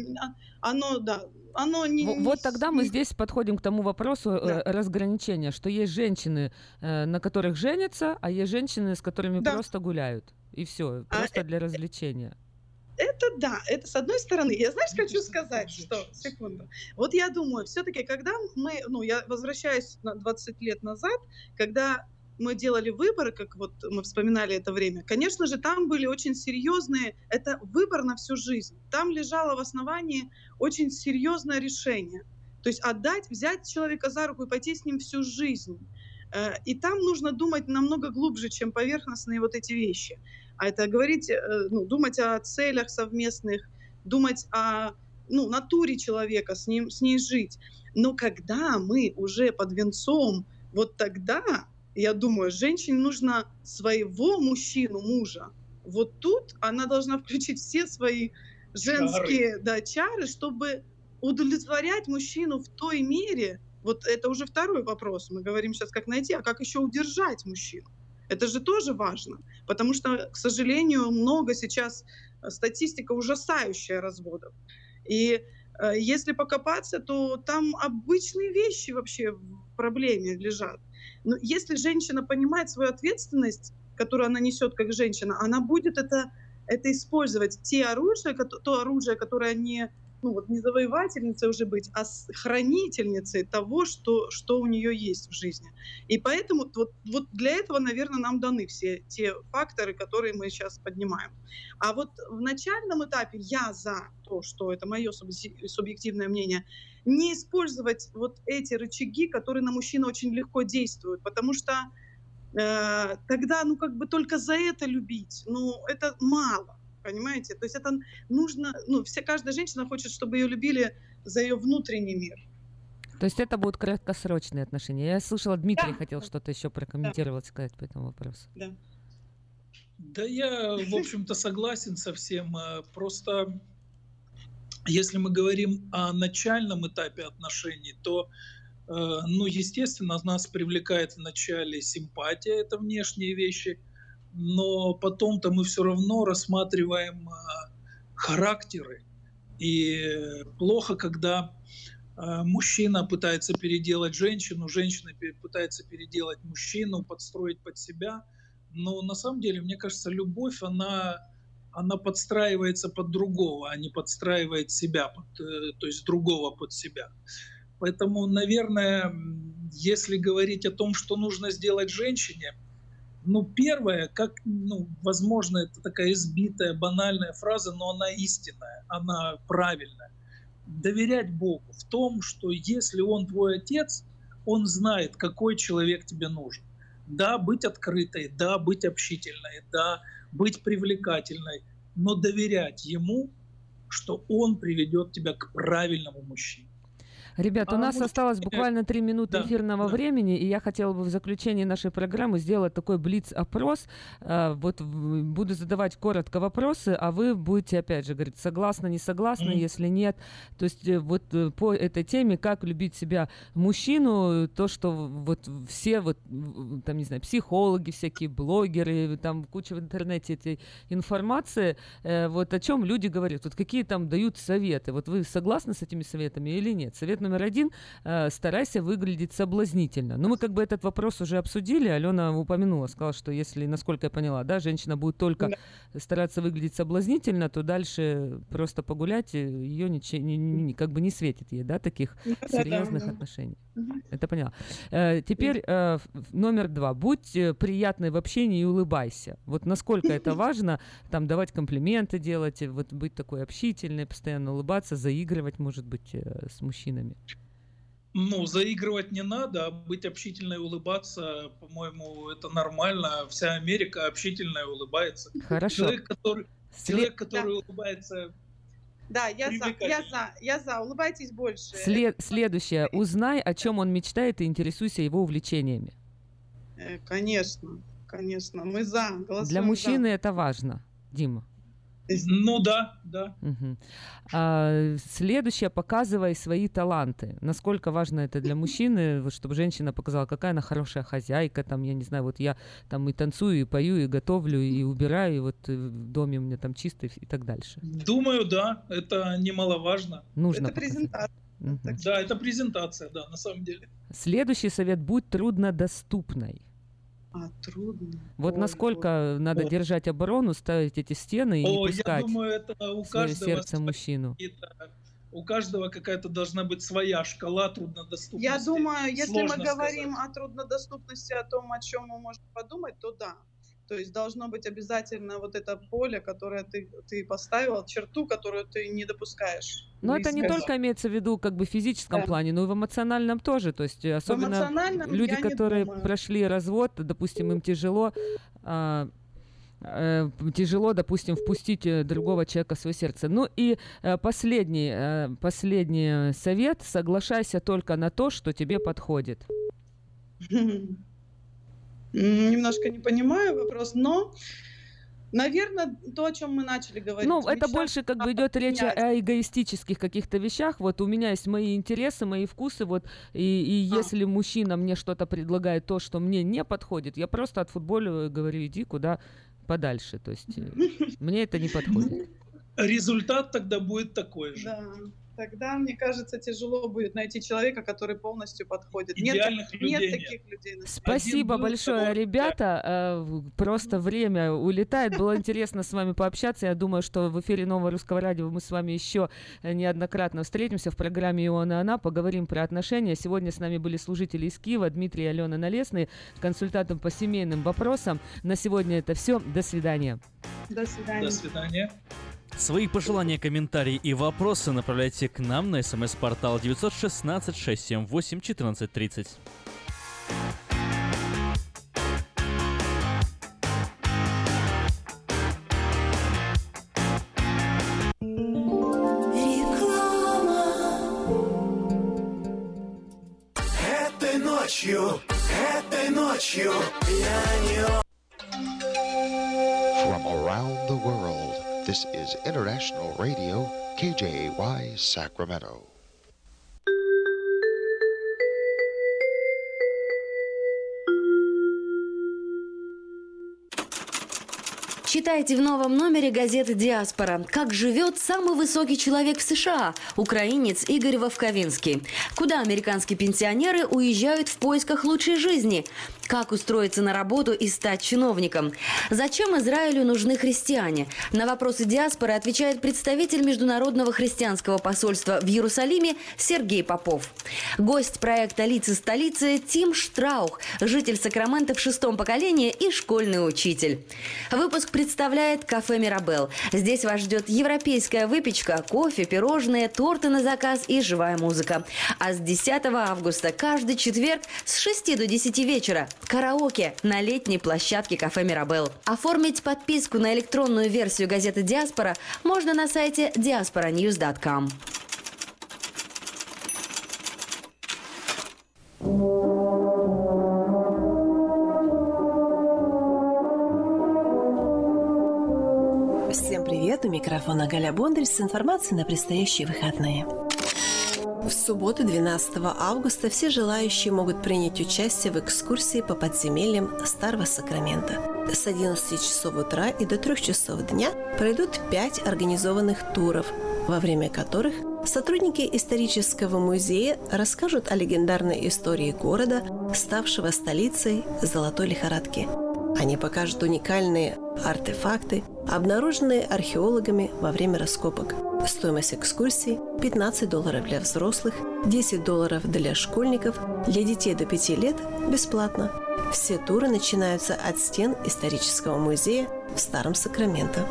оно не... Вот тогда мы здесь подходим к тому вопросу разграничения, что есть женщины, на которых женятся, а есть женщины, с которыми просто гуляют. И все, просто для развлечения. Это с одной стороны. Я, знаешь, хочу сказать, что... Секунду. Вот я думаю, все-таки, когда мы... Ну, я возвращаюсь на 20 лет назад, когда мы делали выборы, как вот мы вспоминали это время, конечно же, там были очень серьезные... Это выбор на всю жизнь. Там лежало в основании очень серьезное решение. То есть взять человека за руку и пойти с ним всю жизнь. И там нужно думать намного глубже, чем поверхностные вот эти вещи. А это говорить, думать о целях совместных, думать о натуре человека, с ней жить. Но когда мы уже под венцом, вот тогда, я думаю, женщине нужно своего мужчину, мужа. Вот тут она должна включить все свои женские чары, чтобы удовлетворять мужчину в той мере. Вот это уже второй вопрос. Мы говорим сейчас, как найти, а как еще удержать мужчину. Это же тоже важно, потому что, к сожалению, много сейчас статистика ужасающая разводов. И если покопаться, то там обычные вещи вообще в проблеме лежат. Но если женщина понимает свою ответственность, которую она несет как женщина, она будет это использовать. То оружие, которое не завоевательницей уже быть, а хранительницей того, что у нее есть в жизни. И поэтому вот для этого, наверное, нам даны все те факторы, которые мы сейчас поднимаем. А вот в начальном этапе я за то, что это мое субъективное мнение, не использовать вот эти рычаги, которые на мужчину очень легко действуют, потому что тогда, только за это любить, это мало. Понимаете? То есть это нужно... каждая женщина хочет, чтобы ее любили за ее внутренний мир. То есть это будут краткосрочные отношения. Я слышала, Дмитрий хотел что-то еще прокомментировать, сказать по этому вопросу. Да, я, в общем-то, согласен со всем. Просто если мы говорим о начальном этапе отношений, то, естественно, нас привлекает вначале симпатия, это внешние вещи, но потом-то мы все равно рассматриваем характеры. И плохо, когда мужчина пытается переделать женщину, женщина пытается переделать мужчину, подстроить под себя. Но на самом деле, мне кажется, любовь, она подстраивается под другого, а не подстраивает себя, то есть другого под себя. Поэтому, наверное, если говорить о том, что нужно сделать женщине, первое, возможно, это такая избитая, банальная фраза, но она истинная, она правильная. Доверять Богу в том, что если Он твой отец, Он знает, какой человек тебе нужен. Да, быть открытой, да, быть общительной, да, быть привлекательной, но доверять Ему, что Он приведет тебя к правильному мужчине. Ребят, у нас осталось буквально 3 минуты эфирного времени, и я хотела бы в заключении нашей программы сделать такой блиц-опрос. Вот буду задавать коротко вопросы, а вы будете, опять же, говорить, согласны, не согласны, если нет. То есть вот по этой теме, как любить себя мужчину, то, что вот все, там, не знаю, психологи, всякие блогеры, там куча в интернете этой информации, вот о чем люди говорят, вот какие там дают советы. Вот вы согласны с этими советами или нет? Совет номер 1 – старайся выглядеть соблазнительно. Мы этот вопрос уже обсудили. Алена упомянула, сказала, что если, насколько я поняла, да, женщина будет только стараться выглядеть соблазнительно, то дальше просто погулять ее не светит ей, да, таких серьезных отношений. Это поняла. Теперь номер 2. Будь приятной в общении и улыбайся. Вот насколько это важно, там, давать комплименты делать, вот быть такой общительной, постоянно улыбаться, заигрывать, может быть, с мужчинами. Заигрывать не надо, а быть общительной и улыбаться, по-моему, это нормально. Вся Америка общительная и улыбается. Хорошо. Человек, который улыбается... Да, я за. Улыбайтесь больше. Следующее. Узнай, о чем он мечтает, и интересуйся его увлечениями. Конечно. Мы за. Голосуем Для мужчины это важно. Дима. Да. Угу. Следующее. Показывай свои таланты. Насколько важно это для мужчины, чтобы женщина показала, какая она хорошая хозяйка, там, я не знаю, вот я там и танцую, и пою, и готовлю, и убираю, и вот в доме у меня там чисто и так дальше. Думаю, да, это немаловажно. Нужно это презентация. Угу. Да, это презентация, да, на самом деле. Следующий совет. Будь труднодоступной. Трудно. Вот насколько надо держать оборону, ставить эти стены и не пускать я думаю, это у свое сердце мужчину. У каждого какая-то должна быть своя шкала труднодоступности. Я думаю, если мы говорим о труднодоступности, о том, о чем мы можем подумать, то да. То есть должно быть обязательно вот это поле, которое ты поставил, черту, которую ты не допускаешь. Но это не только имеется в виду как бы в физическом плане, но и в эмоциональном тоже. То есть особенно люди, которые прошли развод, допустим, им тяжело. тяжело, допустим, впустить другого человека в свое сердце. Ну и последний совет. Соглашайся только на то, что тебе подходит. Немножко не понимаю вопрос, но, наверное, то, о чем мы начали говорить. Ну, это больше как бы идет речь о эгоистических каких-то вещах. Вот у меня есть мои интересы, мои вкусы, вот, и если мужчина мне что-то предлагает, то, что мне не подходит, я просто отфутболиваю и говорю, иди куда подальше. То есть мне это не подходит. Результат тогда будет такой же. Да. Тогда, мне кажется, тяжело будет найти человека, который полностью подходит. Идеальных людей нет таких людей. Спасибо большое, ребята. Просто время улетает. Было интересно с вами пообщаться. Я думаю, что в эфире Нового Русского Радио мы с вами еще неоднократно встретимся в программе «И он, и она». Поговорим про отношения. Сегодня с нами были служители из Киева Дмитрий и Алена Налесные, консультантом по семейным вопросам. На сегодня это все. До свидания. До свидания. До свидания. Свои пожелания, комментарии и вопросы направляйте к нам на смс-портал 916-678-1430. Этой ночью я не... From around the world, this is International Radio, KJY, Sacramento. Читайте в новом номере газеты «Диаспора». Как живет самый высокий человек в США, украинец Игорь Вовковинский. Куда американские пенсионеры уезжают в поисках лучшей жизни? Как устроиться на работу и стать чиновником? Зачем Израилю нужны христиане? На вопросы «Диаспоры» отвечает представитель Международного христианского посольства в Иерусалиме Сергей Попов. Гость проекта «Лица столицы» Тим Штраух, житель Сакрамента в 6-м поколении и школьный учитель. Выпуск представляет кафе «Мирабелл». Здесь вас ждет европейская выпечка, кофе, пирожные, торты на заказ и живая музыка. А с 10 августа каждый четверг с 6 до 10 вечера караоке на летней площадке кафе «Мирабелл». Оформить подписку на электронную версию газеты «Диаспора» можно на сайте diasporanews.com. Всем привет! У микрофона Галя Бондарь с информацией на предстоящие выходные. В субботу, 12 августа, все желающие могут принять участие в экскурсии по подземельям Старого Сакрамента. С 11 часов утра и до 3 часов дня пройдут 5 организованных туров, во время которых сотрудники исторического музея расскажут о легендарной истории города, ставшего столицей Золотой лихорадки. Они покажут уникальные артефакты, обнаруженные археологами во время раскопок. Стоимость экскурсии – $15 для взрослых, $10 для школьников, для детей до 5 лет – бесплатно. Все туры начинаются от стен исторического музея в Старом Сакраменто.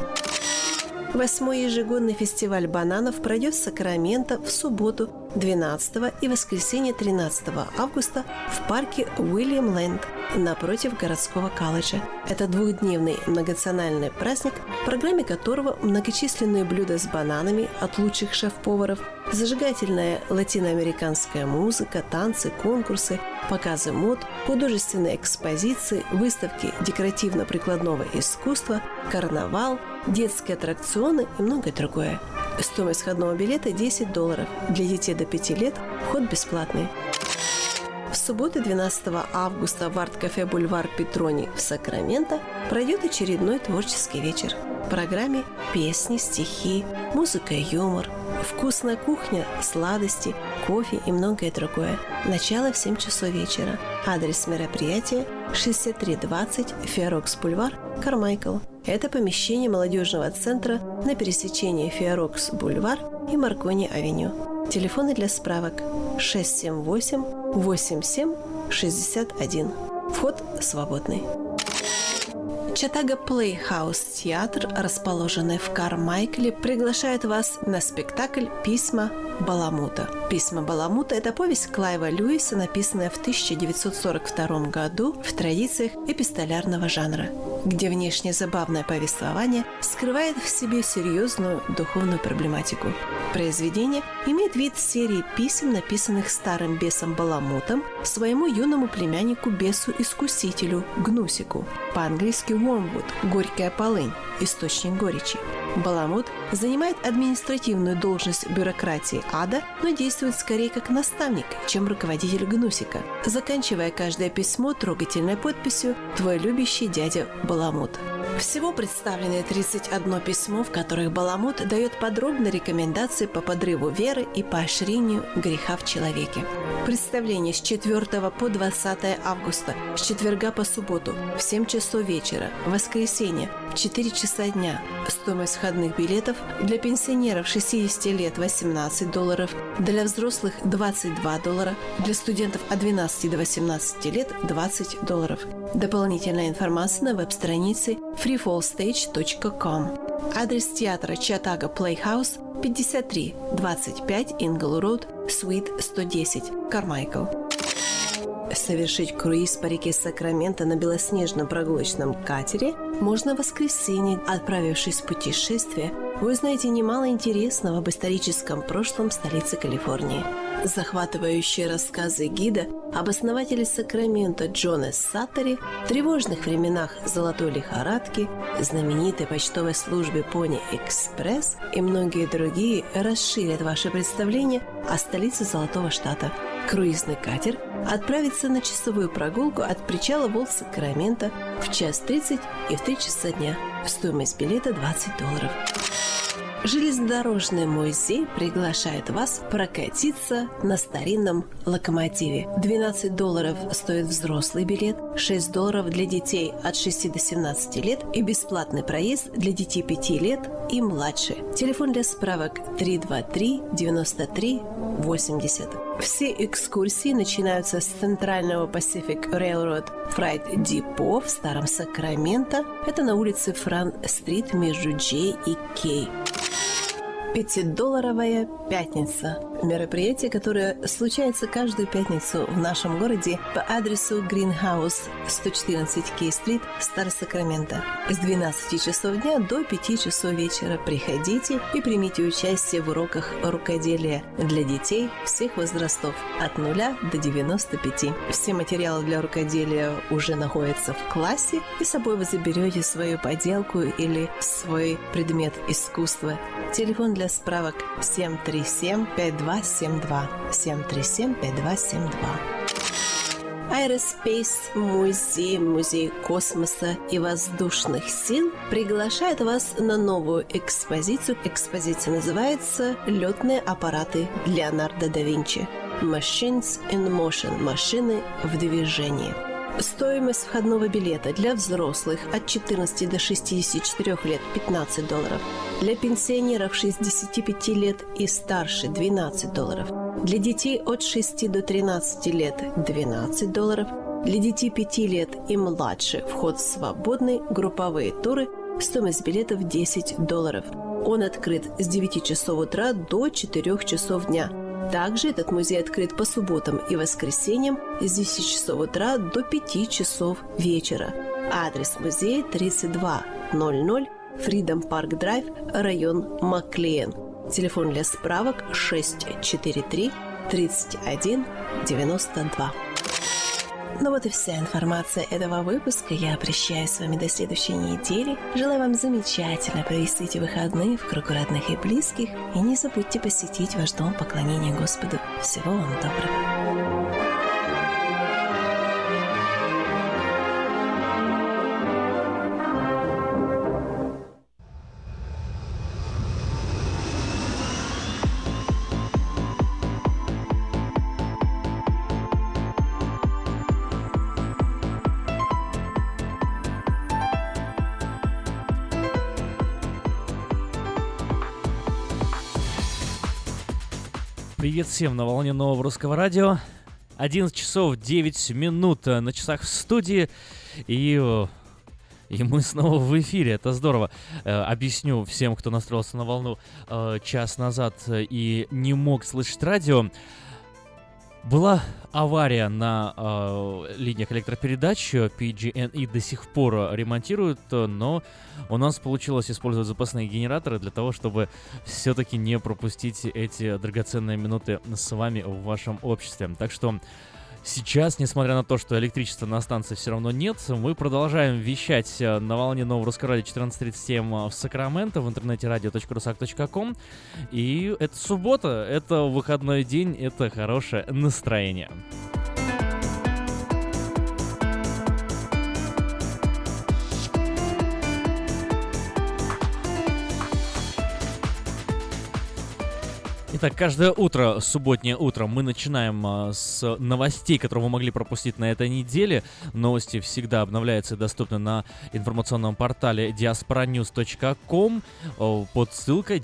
8-й ежегодный фестиваль бананов пройдет в Сакраменто в субботу 12 и воскресенье 13 августа в парке Уильям Лэнд напротив городского колледжа. Это двухдневный многонациональный праздник, в программе которого многочисленные блюда с бананами от лучших шеф-поваров, зажигательная латиноамериканская музыка, танцы, конкурсы, показы мод, художественные экспозиции, выставки декоративно-прикладного искусства, карнавал, детские аттракционы и многое другое. Стоимость входного билета $10. Для детей до 5 лет вход бесплатный. В субботу, 12 августа, в арт-кафе «Бульвар Петрони» в Сакраменто пройдет очередной творческий вечер. В программе песни, стихи, музыка и юмор, вкусная кухня, сладости, кофе и многое другое. Начало в 7 часов вечера. Адрес мероприятия 6320 Фиорокс-Бульвар, Кармайкл. Это помещение молодежного центра на пересечении Фиорокс-Бульвар и Маркони-Авеню. Телефоны для справок 678-87-61. Вход свободный. Чатага Плейхаус театр, расположенный в Кармайкле, приглашает вас на спектакль «Письма Баламута». «Письма Баламута» – это повесть Клайва Льюиса, написанная в 1942 году в традициях эпистолярного жанра. где внешне забавное повествование скрывает в себе серьезную духовную проблематику. Произведение имеет вид серии писем, написанных старым бесом Баламутом своему юному племяннику-бесу-искусителю Гнусику, по-английски Wormwood – горькая полынь, источник горечи. Баламут занимает административную должность бюрократии ада, но действует скорее как наставник, чем руководитель Гнусика, заканчивая каждое письмо трогательной подписью «Твой любящий дядя Баламут». Всего представлены 31 письмо, в которых Баламут дает подробные рекомендации по подрыву веры и поощрению греха в человеке. Представление с 4 по 20 августа, с четверга по субботу в 7 часов вечера, в воскресенье в 4 часа дня. Стоимость входных билетов для пенсионеров 60 лет $18, для взрослых $22, для студентов от 12 до 18 лет $20. Дополнительная информация на веб-странице freefallstage.com. Адрес театра Чаттага Playhouse 5325 Ингл Роуд, Суит 110, Кармайкл. Совершить круиз по реке Сакраменто на белоснежном прогулочном катере можно в воскресенье. Отправившись в путешествие, вы узнаете немало интересного об историческом прошлом столицы Калифорнии. Захватывающие рассказы гида об основателе Сакраменто Джоне Саттери, тревожных временах золотой лихорадки, знаменитой почтовой службе Pony Express и многие другие расширят ваше представление о столице Золотого Штата. Круизный катер отправится на часовую прогулку от причала Волт-Сакраменто в 1:30 и в 3 часа дня. Стоимость билета $20. Железнодорожный музей приглашает вас прокатиться на старинном локомотиве. $12 стоит взрослый билет, $6 для детей от 6 до 17 лет и бесплатный проезд для детей 5 лет и младше. Телефон для справок 323-93-80. Все экскурсии начинаются с центрального Pacific Railroad Freight Depot в Старом Сакраменто. Это на улице Франк-стрит между J и K. $5-долларовая пятница. Мероприятие, которое случается каждую пятницу в нашем городе по адресу Greenhouse 114 Кей-стрит, Старый Сакраменто. С 12 часов дня до 5 часов вечера приходите и примите участие в уроках рукоделия для детей всех возрастов от 0 до 95. Все материалы для рукоделия уже находятся в классе, и с собой вы заберете свою поделку или свой предмет искусства. Телефон для справок 737-5272. 737-5272. Aerospace музей космоса и воздушных сил приглашает вас на новую экспозицию. Экспозиция называется «Летные аппараты Леонардо да Винчи». Machines in Motion. Машины в движении. Стоимость входного билета для взрослых от 14 до 64 лет $15. Для пенсионеров 65 лет и старше $12. Для детей от 6 до 13 лет $12. Для детей 5 лет и младше вход свободный, групповые туры, стоимость билетов $10. Он открыт с 9 часов утра до 4 часов дня. Также этот музей открыт по субботам и воскресеньям с 10 часов утра до 5 часов вечера. Адрес музея 3200 Freedom Park Drive, район Маклиен. Телефон для справок 643-31-92. Ну вот и вся информация этого выпуска. Я прощаюсь с вами до следующей недели. Желаю вам замечательно провести эти выходные в кругу родных и близких. И не забудьте посетить ваш дом поклонения Господу. Всего вам доброго. Привет всем на волне нового русского радио. 11 часов 9 минут на часах в студии. И мы снова в эфире. Это здорово. Объясню всем, кто настроился на волну час назад и не мог слышать радио. Была авария на линиях электропередач, PG&E до сих пор ремонтируют, но у нас получилось использовать запасные генераторы для того, чтобы все-таки не пропустить эти драгоценные минуты с вами в вашем обществе. Так что сейчас, несмотря на то, что электричества на станции все равно нет, мы продолжаем вещать на волне Нового Русского радио 14:37 в Сакраменто, в интернете radio.rusak.com. И это суббота, это выходной день, это хорошее настроение. Итак, каждое утро, субботнее утро, мы начинаем с новостей, которые вы могли пропустить на этой неделе. Новости всегда обновляются и доступны на информационном портале diasporanews.com под ссылкой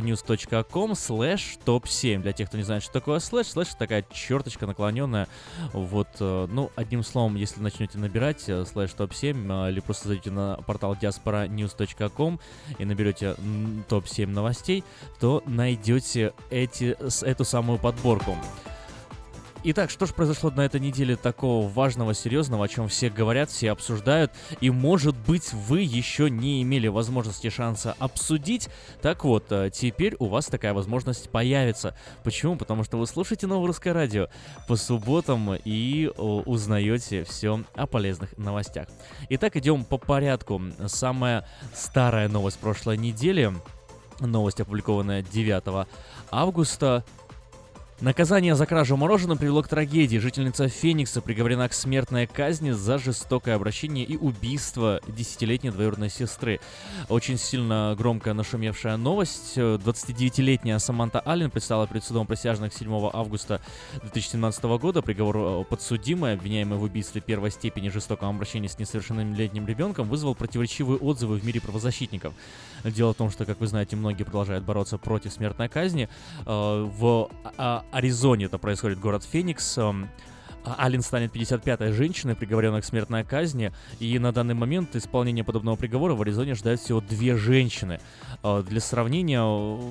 diasporanews.com/top7. Для тех, кто не знает, что такое слэш такая черточка наклоненная. Вот, ну, одним словом, если начнете набирать /top7 или просто зайдете на портал diasporanews.com и наберете топ-7 новостей, то найдете эту самую подборку. Итак, что же произошло на этой неделе такого важного, серьезного, о чем все говорят, все обсуждают, и, может быть, вы еще не имели возможности, шанса обсудить. Так вот, теперь у вас такая возможность появится. Почему? Потому что вы слушаете Новое Русское радио по субботам и узнаете все о полезных новостях. Итак, идем по порядку. Самая старая новость прошлой недели. Новость, опубликованная 9 августа. Наказание за кражу мороженого привело к трагедии. Жительница Феникса приговорена к смертной казни за жестокое обращение и убийство 10-летней двоюродной сестры. Очень сильно громко нашумевшая новость. 29-летняя Саманта Аллен предстала перед судом присяжных 7 августа 2017 года. Приговор подсудимой, обвиняемой в убийстве первой степени, жестоком обращении с несовершеннолетним ребенком, вызвал противоречивые отзывы в мире правозащитников. Дело в том, что, как вы знаете, многие продолжают бороться против смертной казни. В Аризоне это происходит, город Феникс. Аллен станет 55-й женщиной, приговоренной к смертной казни, и на данный момент исполнение подобного приговора в Аризоне ждают всего 2 женщины. Для сравнения,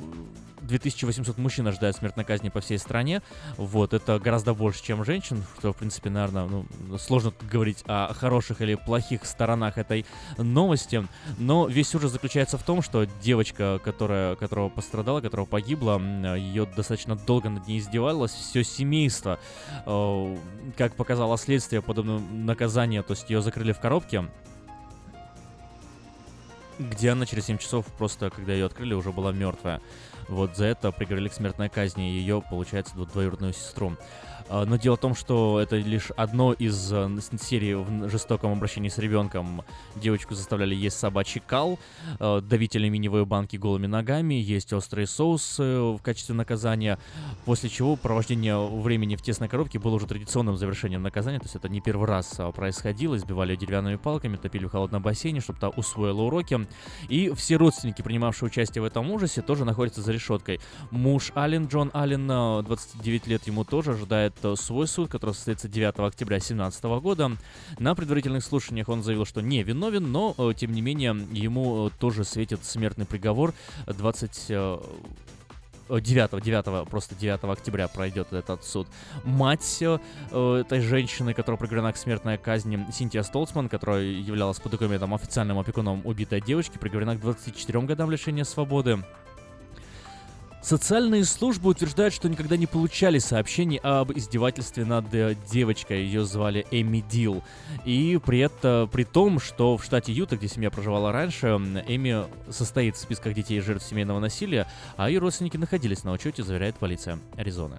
2800 мужчин ожидают смертной казни по всей стране. Вот, это гораздо больше, чем женщин, что, в принципе, наверное, сложно говорить о хороших или плохих сторонах этой новости. Но весь ужас заключается в том, что девочка, которая пострадала, которая погибла, ее достаточно долго над ней издевалось все семейство. Как показало следствие, подобное наказание, то есть ее закрыли в коробке, где она через 7 часов просто, когда ее открыли, уже была мертвая. Вот за это приговорили к смертной казни ее, получается, двоюродную сестру. Но дело в том, что это лишь одно из серий в жестоком обращении с ребенком. Девочку заставляли есть собачий кал, давить алюминиевые банки голыми ногами, есть острые соусы в качестве наказания, после чего провождение времени в тесной коробке было уже традиционным завершением наказания, то есть это не первый раз происходило, избивали ее деревянными палками, топили в холодном бассейне, чтобы та усвоила уроки. И все родственники, принимавшие участие в этом ужасе, тоже находятся за решеткой. Муж Аллен, Джон Аллен, 29 лет, ему тоже ожидает свой суд, который состоится 9 октября 2017 года. На предварительных слушаниях он заявил, что не виновен, но, тем не менее, ему тоже светит смертный приговор. 9 октября пройдет этот суд. Мать этой женщины, которая приговорена к смертной казни, Синтия Столцман, которая являлась по документам официальным опекуном убитой девочки, приговорена к 24 годам лишения свободы. Социальные службы утверждают, что никогда не получали сообщений об издевательстве над девочкой. Ее звали Эми Дил. И при том, что в штате Юта, где семья проживала раньше, Эми состоит в списках детей жертв семейного насилия, а ее родственники находились на учете, заверяет полиция Аризоны.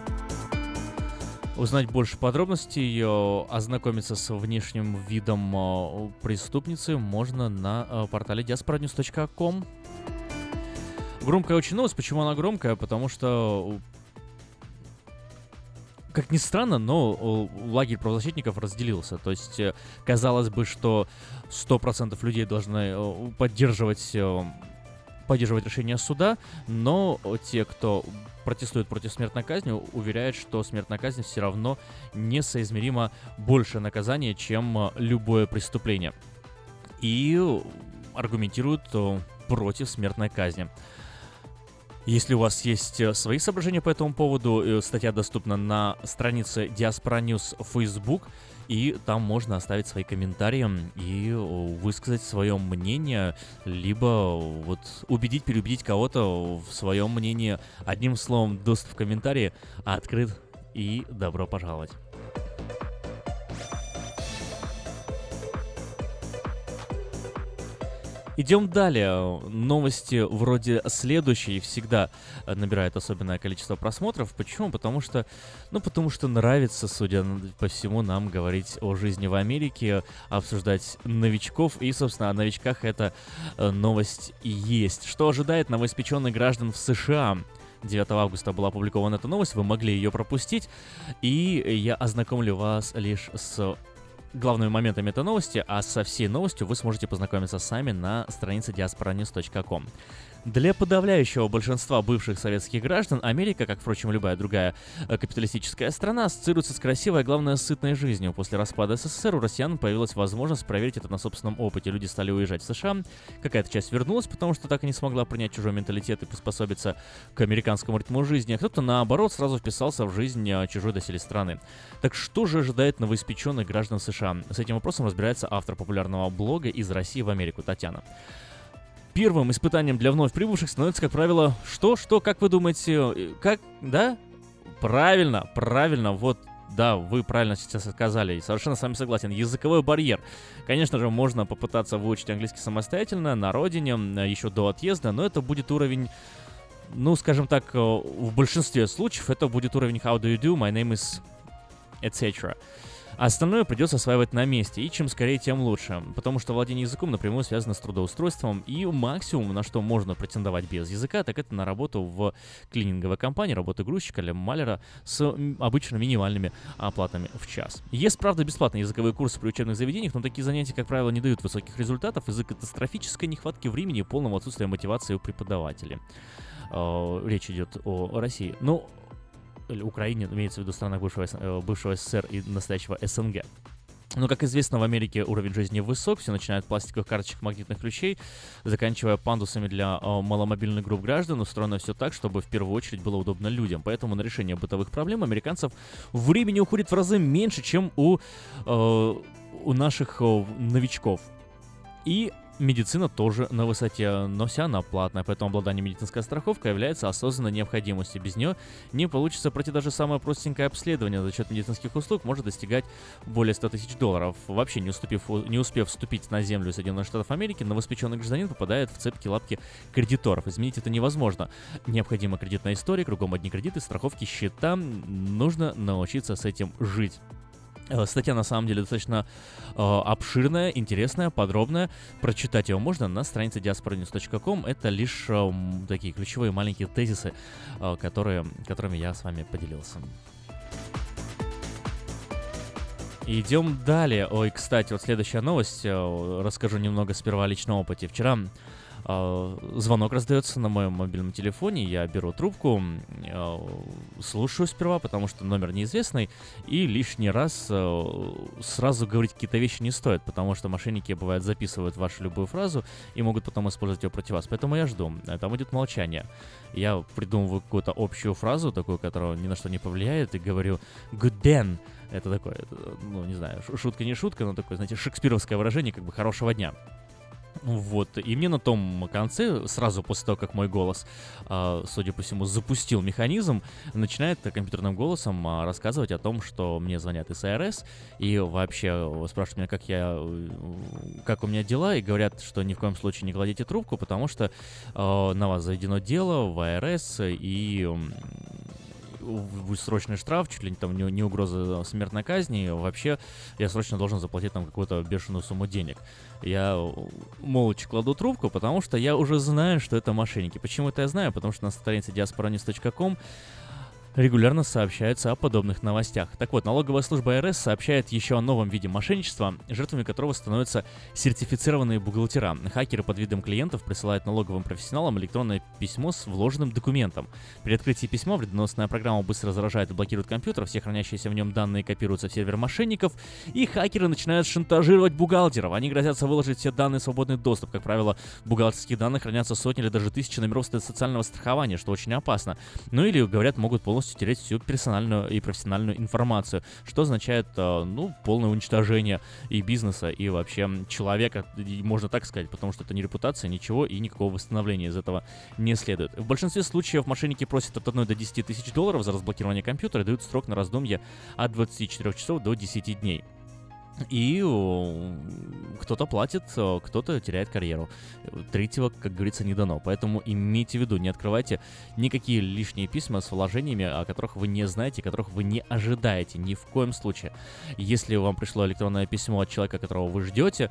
Узнать больше подробностей, ознакомиться с внешним видом преступницы можно на портале diasporanews.com. Громкая очень новость. Почему она громкая? Потому что, как ни странно, но лагерь правозащитников разделился. То есть, казалось бы, что 100% людей должны поддерживать решение суда, но те, кто протестует против смертной казни, уверяют, что смертная казнь все равно несоизмеримо больше наказание, чем любое преступление. И аргументируют против смертной казни. Если у вас есть свои соображения по этому поводу, статья доступна на странице Diaspora News в Facebook, и там можно оставить свои комментарии и высказать свое мнение, либо вот убедить, переубедить кого-то в своем мнении. Одним словом, доступ в комментарии открыт, и добро пожаловать. Идем далее. Новости вроде следующие всегда набирают особенное количество просмотров. Почему? Потому что нравится, судя по всему, нам говорить о жизни в Америке, обсуждать новичков. И, собственно, о новичках эта новость и есть. Что ожидает новоиспеченных граждан в США? 9 августа была опубликована эта новость, вы могли ее пропустить. И я ознакомлю вас лишь с главными моментами этой новости, а со всей новостью вы сможете познакомиться сами на странице diasporanews.com. Для подавляющего большинства бывших советских граждан Америка, как, впрочем, любая другая капиталистическая страна, ассоциируется с красивой, а главное, сытной жизнью. После распада СССР у россиян появилась возможность проверить это на собственном опыте. Люди стали уезжать в США, какая-то часть вернулась, потому что так и не смогла принять чужой менталитет и приспособиться к американскому ритму жизни, а кто-то, наоборот, сразу вписался в жизнь чужой доселе страны. Так что же ожидает новоиспеченных граждан США? С этим вопросом разбирается автор популярного блога «Из России в Америку» Татьяна. Первым испытанием для вновь прибывших становится, как правило, что, как вы думаете, как, да? Правильно, вот, да, вы правильно сейчас сказали, совершенно с вами согласен, языковой барьер. Конечно же, можно попытаться выучить английский самостоятельно, на родине, еще до отъезда, но это будет уровень, скажем так, в большинстве случаев это будет уровень how do you do, my name is, etc. Остальное придется осваивать на месте, и чем скорее, тем лучше, потому что владение языком напрямую связано с трудоустройством, и максимум, на что можно претендовать без языка, так это на работу в клининговой компании, работу грузчика или маляра с обычно минимальными оплатами в час. Есть, правда, бесплатные языковые курсы при учебных заведениях, но такие занятия, как правило, не дают высоких результатов из-за катастрофической нехватки времени и полного отсутствия мотивации у преподавателей. Речь идет о России. Украине, имеется в виду странах бывшего СССР и настоящего СНГ. Но, как известно, в Америке уровень жизни высок, все начиная от пластиковых карточек магнитных ключей, заканчивая пандусами для маломобильных групп граждан, устроено все так, чтобы в первую очередь было удобно людям. Поэтому на решение бытовых проблем американцев времени уходит в разы меньше, чем у наших новичков. И медицина тоже на высоте, но вся она платная, поэтому обладание медицинской страховкой является осознанной необходимостью. Без нее не получится пройти даже самое простенькое обследование. За счет медицинских услуг может достигать более $100 тысяч. Вообще, не успев вступить на землю Соединенных Штатов Америки, новоиспеченный гражданин попадает в цепки-лапки кредиторов. Изменить это невозможно. Необходима кредитная история, кругом одни кредиты, страховки, счета. Нужно научиться с этим жить. Статья на самом деле достаточно обширная, интересная, подробная. Прочитать ее можно на странице diasporanews.com. Это лишь такие ключевые маленькие тезисы, которыми я с вами поделился. Идем далее. Кстати, вот следующая новость. Расскажу немного сперва о личном опыте. Вчера звонок раздается на моем мобильном телефоне, я беру трубку, слушаю сперва, потому что номер неизвестный, и лишний раз сразу говорить какие-то вещи не стоит, потому что мошенники, бывает, записывают вашу любую фразу и могут потом использовать ее против вас, поэтому я жду, там идет молчание. Я придумываю какую-то общую фразу, такую, которая ни на что не повлияет, и говорю «good day». Это такое, не знаю, шутка не шутка, но такое, знаете, шекспировское выражение, как бы «хорошего дня». Вот, и мне на том конце, сразу после того, как мой голос, судя по всему, запустил механизм, начинает компьютерным голосом рассказывать о том, что мне звонят из АРС, и вообще спрашивают меня, как у меня дела, и говорят, что ни в коем случае не кладите трубку, потому что на вас заведено дело в АРС, и будет срочный штраф, чуть ли не там не угроза смертной казни, вообще я срочно должен заплатить там какую-то бешеную сумму денег. Я молча кладу трубку, потому что я уже знаю, что это мошенники. Почему это я знаю? Потому что на странице diasporanews.com регулярно сообщаются о подобных новостях. Так вот, налоговая служба РС сообщает еще о новом виде мошенничества, жертвами которого становятся сертифицированные бухгалтера. Хакеры под видом клиентов присылают налоговым профессионалам электронное письмо с вложенным документом. При открытии письма вредоносная программа быстро заражает и блокирует компьютер, все хранящиеся в нем данные копируются в сервер мошенников, и хакеры начинают шантажировать бухгалтеров. Они грозятся выложить все данные в свободный доступ. Как правило, в бухгалтерских данных хранятся сотни или даже тысячи номеров социального страхования, что очень опасно. Ну или, говорят, могут полностью терять всю персональную и профессиональную информацию, что означает, полное уничтожение и бизнеса, и вообще человека, можно так сказать, потому что это не репутация, ничего, и никакого восстановления из этого не следует. В большинстве случаев мошенники просят от 1 до 10 тысяч долларов за разблокирование компьютера и дают срок на раздумье от 24 часов до 10 дней. И кто-то платит, кто-то теряет карьеру. Третьего, как говорится, не дано. Поэтому имейте в виду, не открывайте никакие лишние письма с вложениями, о которых вы не знаете, которых вы не ожидаете. Ни в коем случае. Если вам пришло электронное письмо от человека, которого вы ждете,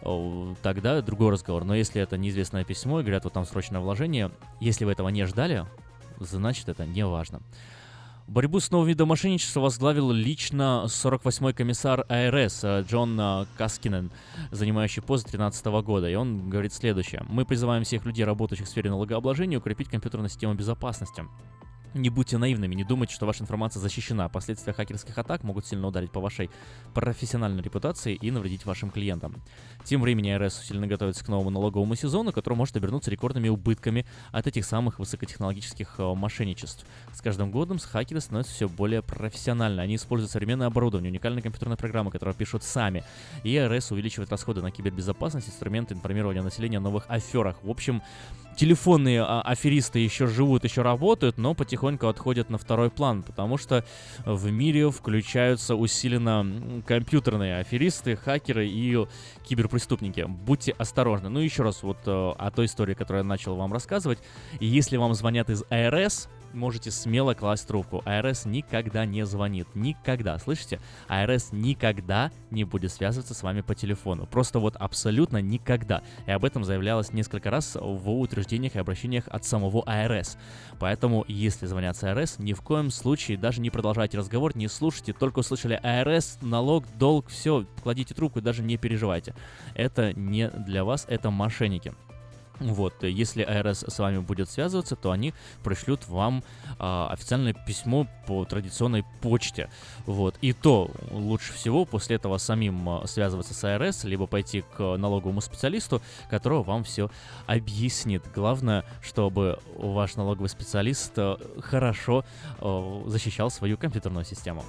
тогда другой разговор. Но если это неизвестное письмо и говорят, вот там срочное вложение, если вы этого не ждали, значит это не важно. Борьбу с новым видом мошенничества возглавил лично 48-й комиссар АРС Джон Каскинен, занимающий пост 2013 года. И он говорит следующее. Мы призываем всех людей, работающих в сфере налогообложения, укрепить компьютерную систему безопасности. Не будьте наивными, не думайте, что ваша информация защищена. Последствия хакерских атак могут сильно ударить по вашей профессиональной репутации и навредить вашим клиентам. Тем временем АРС усиленно готовится к новому налоговому сезону, который может обернуться рекордными убытками от этих самых высокотехнологических мошенничеств. С каждым годом хакеры становятся все более профессиональны. Они используют современное оборудование, уникальные компьютерные программы, которые пишут сами. И АРС увеличивает расходы на кибербезопасность, инструменты информирования населения о новых аферах. В общем, телефонные аферисты еще живут, еще работают, но потихоньку отходят на второй план, потому что в мире включаются усиленно компьютерные аферисты, хакеры и киберпреступники. Будьте осторожны. Ну, еще раз вот о той истории, которую я начал вам рассказывать. Если вам звонят из АРС, можете смело класть трубку. АРС никогда не звонит. Никогда. Слышите? АРС никогда не будет связываться с вами по телефону. Просто вот абсолютно никогда. И об этом заявлялось несколько раз в утверждениях и обращениях от самого АРС. Поэтому, если звонят с АРС, ни в коем случае даже не продолжайте разговор, не слушайте. Только услышали АРС, налог, долг, все, кладите трубку и даже не переживайте. Это не для вас, это мошенники. Вот, если АРС с вами будет связываться, то они пришлют вам официальное письмо по традиционной почте. Вот, и то лучше всего после этого самим связываться с АРС, либо пойти к налоговому специалисту, которого вам все объяснит. Главное, чтобы ваш налоговый специалист хорошо защищал свою компьютерную систему.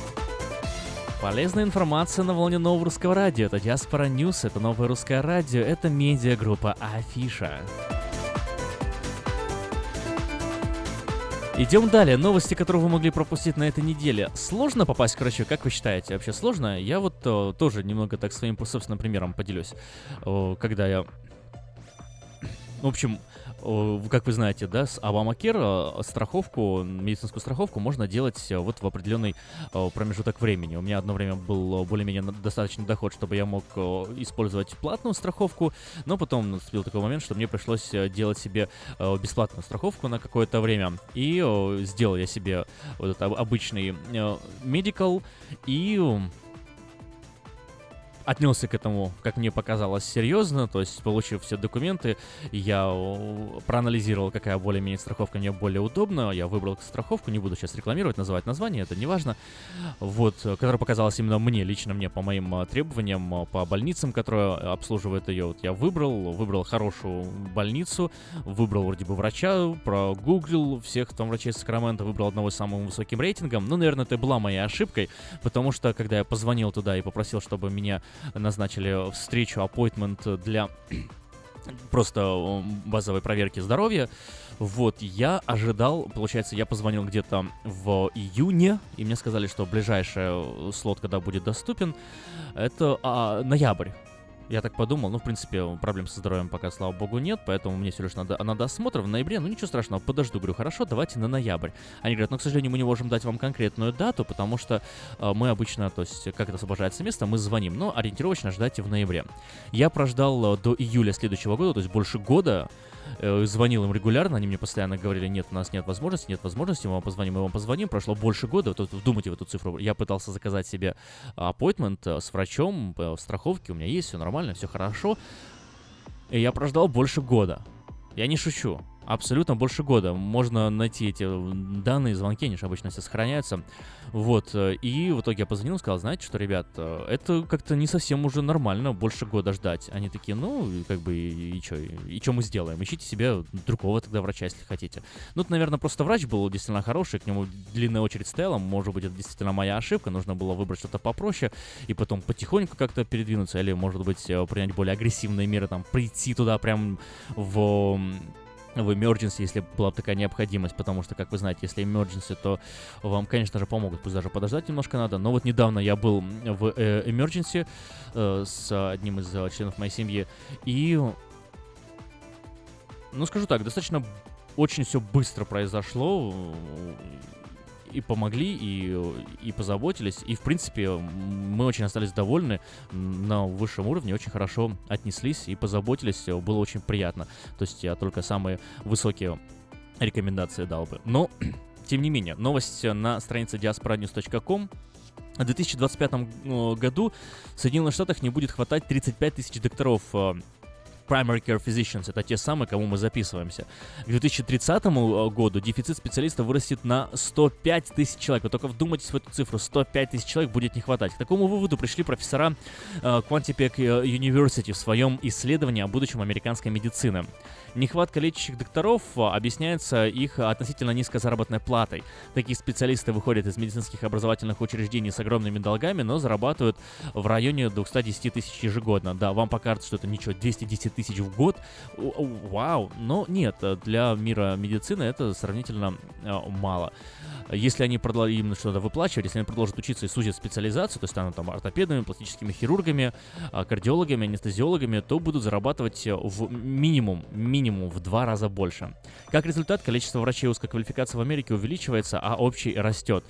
Полезная информация на волне нового русского радио. Это Диаспора Ньюс, это новое русское радио, это медиагруппа Афиша. Идем далее. Новости, которые вы могли пропустить на этой неделе. Сложно попасть к врачу, как вы считаете? Вообще сложно? Я вот тоже немного так своим собственным примером поделюсь. Когда я... В общем... Как вы знаете, да, с Obamacare страховку, медицинскую страховку можно делать вот в определенный промежуток времени. У меня одно время был более-менее достаточный доход, чтобы я мог использовать платную страховку, но потом наступил такой момент, что мне пришлось делать себе бесплатную страховку на какое-то время. И сделал я себе вот этот обычный medical и... отнесся к этому, как мне показалось, серьезно, то есть, получив все документы, я проанализировал, какая более-менее страховка мне более удобна, я выбрал страховку, не буду сейчас рекламировать, называть название, это не важно, вот, которая показалась именно мне, лично мне, по моим требованиям, по больницам, которые обслуживают ее, вот я выбрал хорошую больницу, выбрал вроде бы врача, прогуглил всех там врачей Сакрамента, выбрал одного с самым высоким рейтингом, ну, наверное, это была моей ошибкой, потому что, когда я позвонил туда и попросил, чтобы меня назначили встречу, appointment для просто базовой проверки здоровья. Вот, я ожидал, получается, я позвонил где-то в июне, и мне сказали, что ближайший слот, когда будет доступен, это ноябрь. Я так подумал, ну, в принципе, проблем со здоровьем пока, слава богу, нет, поэтому мне всего лишь надо осмотр в ноябре, ну, ничего страшного, подожду, говорю, хорошо, давайте на ноябрь. Они говорят, ну, к сожалению, мы не можем дать вам конкретную дату, потому что мы обычно, то есть, как это освобождается место, мы звоним, но ориентировочно ждайте в ноябре. Я прождал до июля следующего года, то есть больше года, звонил им регулярно, они мне постоянно говорили, нет, у нас нет возможности, мы вам позвоним. Прошло больше года, вот вдумайте в эту цифру. Я пытался заказать себе appointment с врачом, страховки у меня есть, все нормально, все хорошо. И я прождал больше года. Я не шучу. Абсолютно больше года. Можно найти эти данные, звонки, они же обычно все сохраняются. Вот. И в итоге я позвонил и сказал, знаете что, ребят, это как-то не совсем уже нормально больше года ждать. Они такие, ну, как бы, и что мы сделаем? Ищите себе другого тогда врача, если хотите. Ну, это, наверное, просто врач был действительно хороший, к нему длинная очередь стояла, может быть, это действительно моя ошибка, нужно было выбрать что-то попроще и потом потихоньку как-то передвинуться, или, может быть, принять более агрессивные меры, там, прийти туда прям в emergency, если была бы такая необходимость, потому что, как вы знаете, если emergency, то вам, конечно же, помогут, пусть даже подождать немножко надо, но вот недавно я был в emergency с одним из членов моей семьи, и, ну, скажу так, достаточно очень все быстро произошло, и помогли, и позаботились, и, в принципе, мы очень остались довольны, на высшем уровне очень хорошо отнеслись и позаботились, было очень приятно. То есть я только самые высокие рекомендации дал бы. Но, тем не менее, новость на странице diasporanews.com. В 2025 году в Соединенных Штатах не будет хватать 35 тысяч докторов Primary Care Physicians, это те самые, кому мы записываемся. К 2030 году дефицит специалистов вырастет на 105 тысяч человек. Вы только вдумайтесь в эту цифру, 105 тысяч человек будет не хватать. К такому выводу пришли профессора Quantipec University в своем исследовании о будущем американской медицины. Нехватка лечащих докторов объясняется их относительно низкой заработной платой. Такие специалисты выходят из медицинских образовательных учреждений с огромными долгами, но зарабатывают в районе 210 тысяч ежегодно. Да, вам покажется, что это ничего, 210 тысяч в год. Вау! Но нет, для мира медицины это сравнительно мало. Если они им что-то выплачивать, если они продолжат учиться и сузят специализацию, то есть станут там ортопедами, пластическими хирургами, кардиологами, анестезиологами, то будут зарабатывать в минимум в 2 раза больше. Как результат, количество врачей узкой квалификации в Америке увеличивается, а общий растет.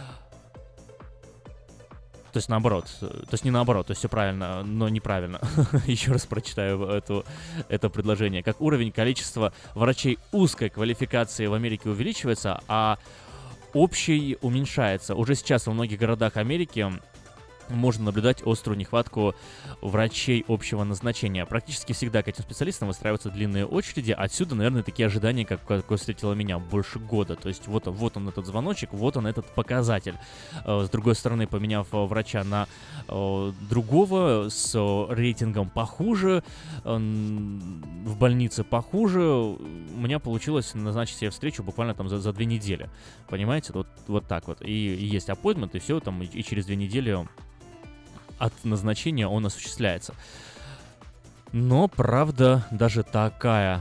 То есть наоборот, то есть не наоборот, то есть все правильно, но неправильно. Еще раз прочитаю это предложение. Как уровень количества врачей узкой квалификации в Америке увеличивается, а общий уменьшается. Уже сейчас во многих городах Америки можно наблюдать острую нехватку врачей общего назначения. Практически всегда к этим специалистам выстраиваются длинные очереди. Отсюда, наверное, такие ожидания, какое встретило меня больше года. То есть вот он этот звоночек, вот он этот показатель. С другой стороны, поменяв врача на другого с рейтингом похуже, в больнице похуже, у меня получилось назначить себе встречу буквально там за 2 недели. Понимаете? Вот так вот. И есть appointment, и все, там, и через 2 недели от назначения он осуществляется. Но, правда, даже такая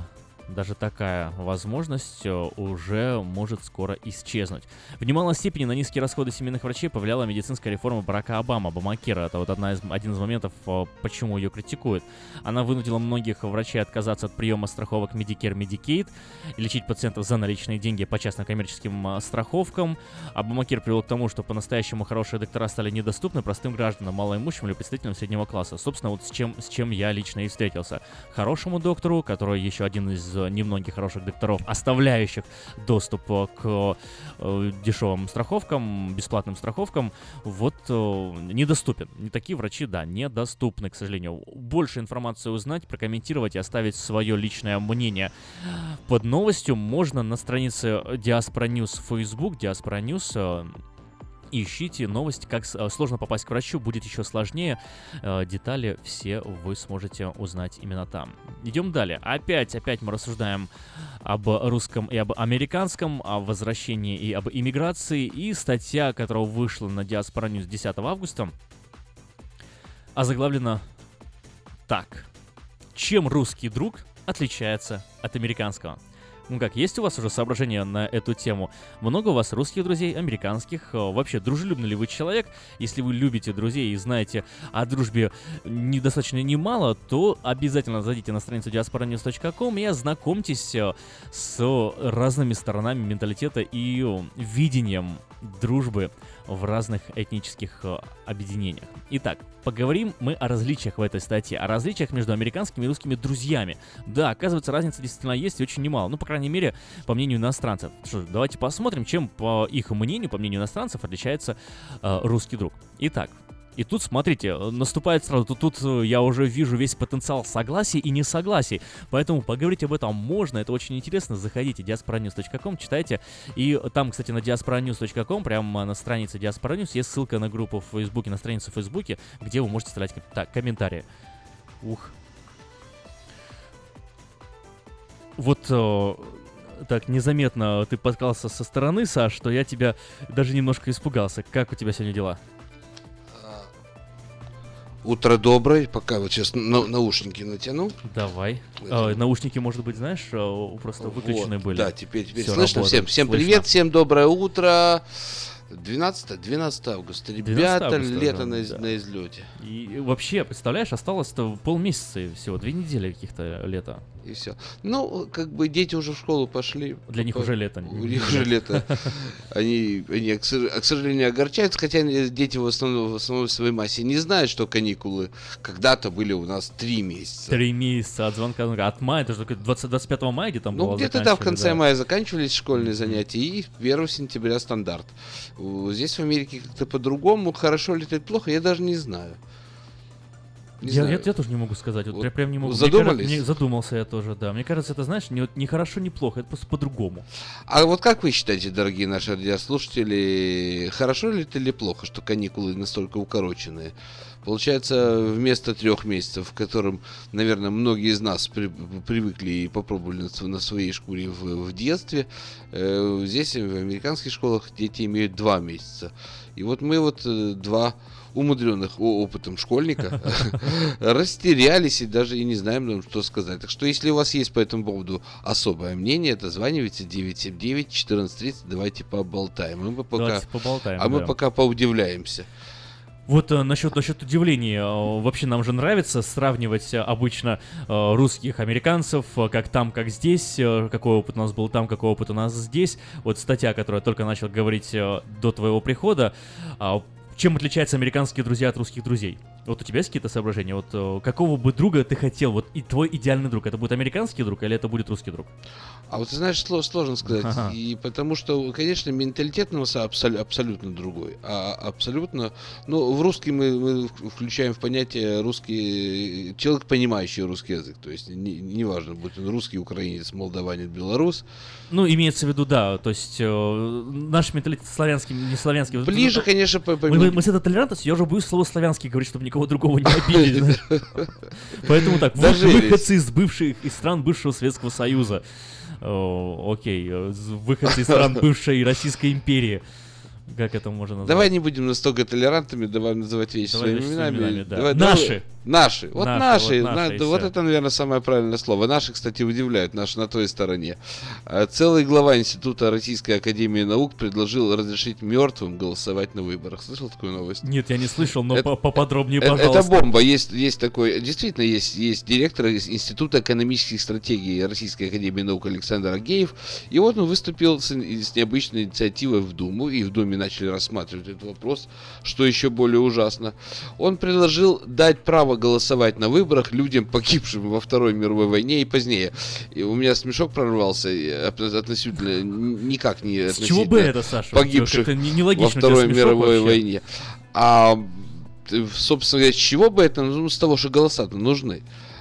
возможность уже может скоро исчезнуть. В немалой степени на низкие расходы семейных врачей повлияла медицинская реформа Барака Обамы, Обамакера. Это вот один из моментов, почему ее критикуют. Она вынудила многих врачей отказаться от приема страховок Medicare, Medicaid, лечить пациентов за наличные деньги по частным коммерческим страховкам. Обамакер привел к тому, что по-настоящему хорошие доктора стали недоступны простым гражданам, малоимущим или представителям среднего класса. Собственно, вот с чем я лично и встретился. Хорошему доктору, который еще один из немногих хороших докторов, оставляющих доступ к дешевым страховкам, бесплатным страховкам, вот недоступен. Такие врачи, да, недоступны, к сожалению. Больше информации узнать, прокомментировать и оставить свое личное мнение под новостью можно на странице Diaspora News в Facebook, Diaspora News. Ищите новость, как сложно попасть к врачу, будет еще сложнее. Детали все вы сможете узнать именно там. Идем далее. Опять мы рассуждаем об русском и об американском, о возвращении и об иммиграции. И статья, которая вышла на Diaspora News 10 августа, озаглавлена так. Чем русский друг отличается от американского? Ну как, есть у вас уже соображения на эту тему? Много у вас русских друзей, американских? Вообще, дружелюбный ли вы человек? Если вы любите друзей и знаете о дружбе недостаточно немало, то обязательно зайдите на страницу diasporanews.com и ознакомьтесь с разными сторонами менталитета и видением дружбы в разных этнических объединениях. Итак, поговорим мы о различиях в этой статье, о различиях между американскими и русскими друзьями. Да, оказывается, разница действительно есть и очень немало, ну, по крайней мере, по мнению иностранцев. Что ж, давайте посмотрим, чем, по их мнению, по мнению иностранцев, отличается русский друг. Итак, и тут, смотрите, наступает сразу, тут я уже вижу весь потенциал согласий и несогласий, поэтому поговорить об этом можно, это очень интересно, заходите, diasporanews.com, читайте, и там, кстати, на diasporanews.com, прямо на странице Diaspora News, есть ссылка на группу в Фейсбуке, на страницу в Фейсбуке, где вы можете оставлять комментарии. Вот так незаметно ты подкрался со стороны, Саш, что я тебя даже немножко испугался. Как у тебя сегодня дела? Утро доброе, пока вот сейчас наушники натяну. Давай. Наушники, может быть, знаешь, просто выключены были. Да, теперь слышно всем. Всем привет, всем доброе утро. 12 августа. Ребята, лето на излете. И вообще, представляешь, осталось-то полмесяца всего, 2 недели каких-то лета. И все. Ну, как бы дети уже в школу пошли. Для них уже лето. У них уже лето. Они, к сожалению, огорчаются, хотя дети в основном в своей массе не знают, что каникулы когда-то были у нас 3 месяца. 3 месяца от звонка. От мая, это же 25 мая где там было. Ну, где-то в конце мая заканчивались школьные занятия, и 1 сентября стандарт. Здесь в Америке как-то по-другому. Хорошо ли это плохо, я даже не знаю. Я тоже не могу сказать. Вот прям не могу. Задумались? Задумался я тоже, да. Мне кажется, это, знаешь, не хорошо, не плохо, это просто по-другому. А вот как вы считаете, дорогие наши радиослушатели, хорошо ли это или плохо, что каникулы настолько укороченные? Получается, вместо 3 месяцев, в котором, наверное, многие из нас привыкли и попробовали на своей шкуре в детстве, здесь в американских школах дети имеют 2 месяца. И вот мы 2 умудренных опытом школьника растерялись и даже и не знаем, что сказать. Так что, если у вас есть по этому поводу особое мнение, дозванивайте 979-1430, давайте поболтаем. Мы пока поудивляемся. Вот насчет удивлений. Вообще нам же нравится сравнивать обычно русских, американцев, как там, как здесь, какой опыт у нас был там, какой опыт у нас здесь. Вот статья, которую я только начал говорить до твоего прихода. Чем отличаются американские друзья от русских друзей? Вот у тебя есть какие-то соображения? Вот какого бы друга ты хотел? Вот и твой идеальный друг, это будет американский друг или это будет русский друг? А вот ты знаешь, сложно сказать. И потому что, конечно, менталитет у нас абсолютно другой. Абсолютно. Ну, в русский мы включаем в понятие русский человек, понимающий русский язык. То есть неважно, будь он русский, украинец, молдаванин, белорус. Ну, имеется в виду, да, то есть наш менталитет славянский, не славянский. Ближе, конечно, мы с этой толерантностью, я уже боюсь слово славянский говорить, чтобы никого другого не обидеть. Поэтому так, выходцы из стран бывшего Советского Союза. Окей, выходцы из стран бывшей Российской империи. Как это можно назвать? Давай не будем настолько толерантными, давай называть вещи своими именами. Да. Наши. Вот наши. Вот это, наверное, самое правильное слово. Наши, кстати, удивляют. Наши на той стороне. Целый глава Института Российской Академии Наук предложил разрешить мертвым голосовать на выборах. Слышал такую новость? Нет, я не слышал, но поподробнее, пожалуйста. Это бомба. Есть такой, действительно, есть директор Института экономических стратегий Российской Академии Наук Александр Агеев. И вот он выступил с необычной инициативой в Думу, и в Думе начали рассматривать этот вопрос, что еще более ужасно. Он предложил дать право голосовать на выборах людям, погибшим во Второй мировой войне и позднее. И у меня смешок прорвался относительно никак не относительно. С чего бы это, Саша? Погибших во Второй мировой войне. А, собственно говоря, с чего бы это? Ну, с того, что голоса-то нужны.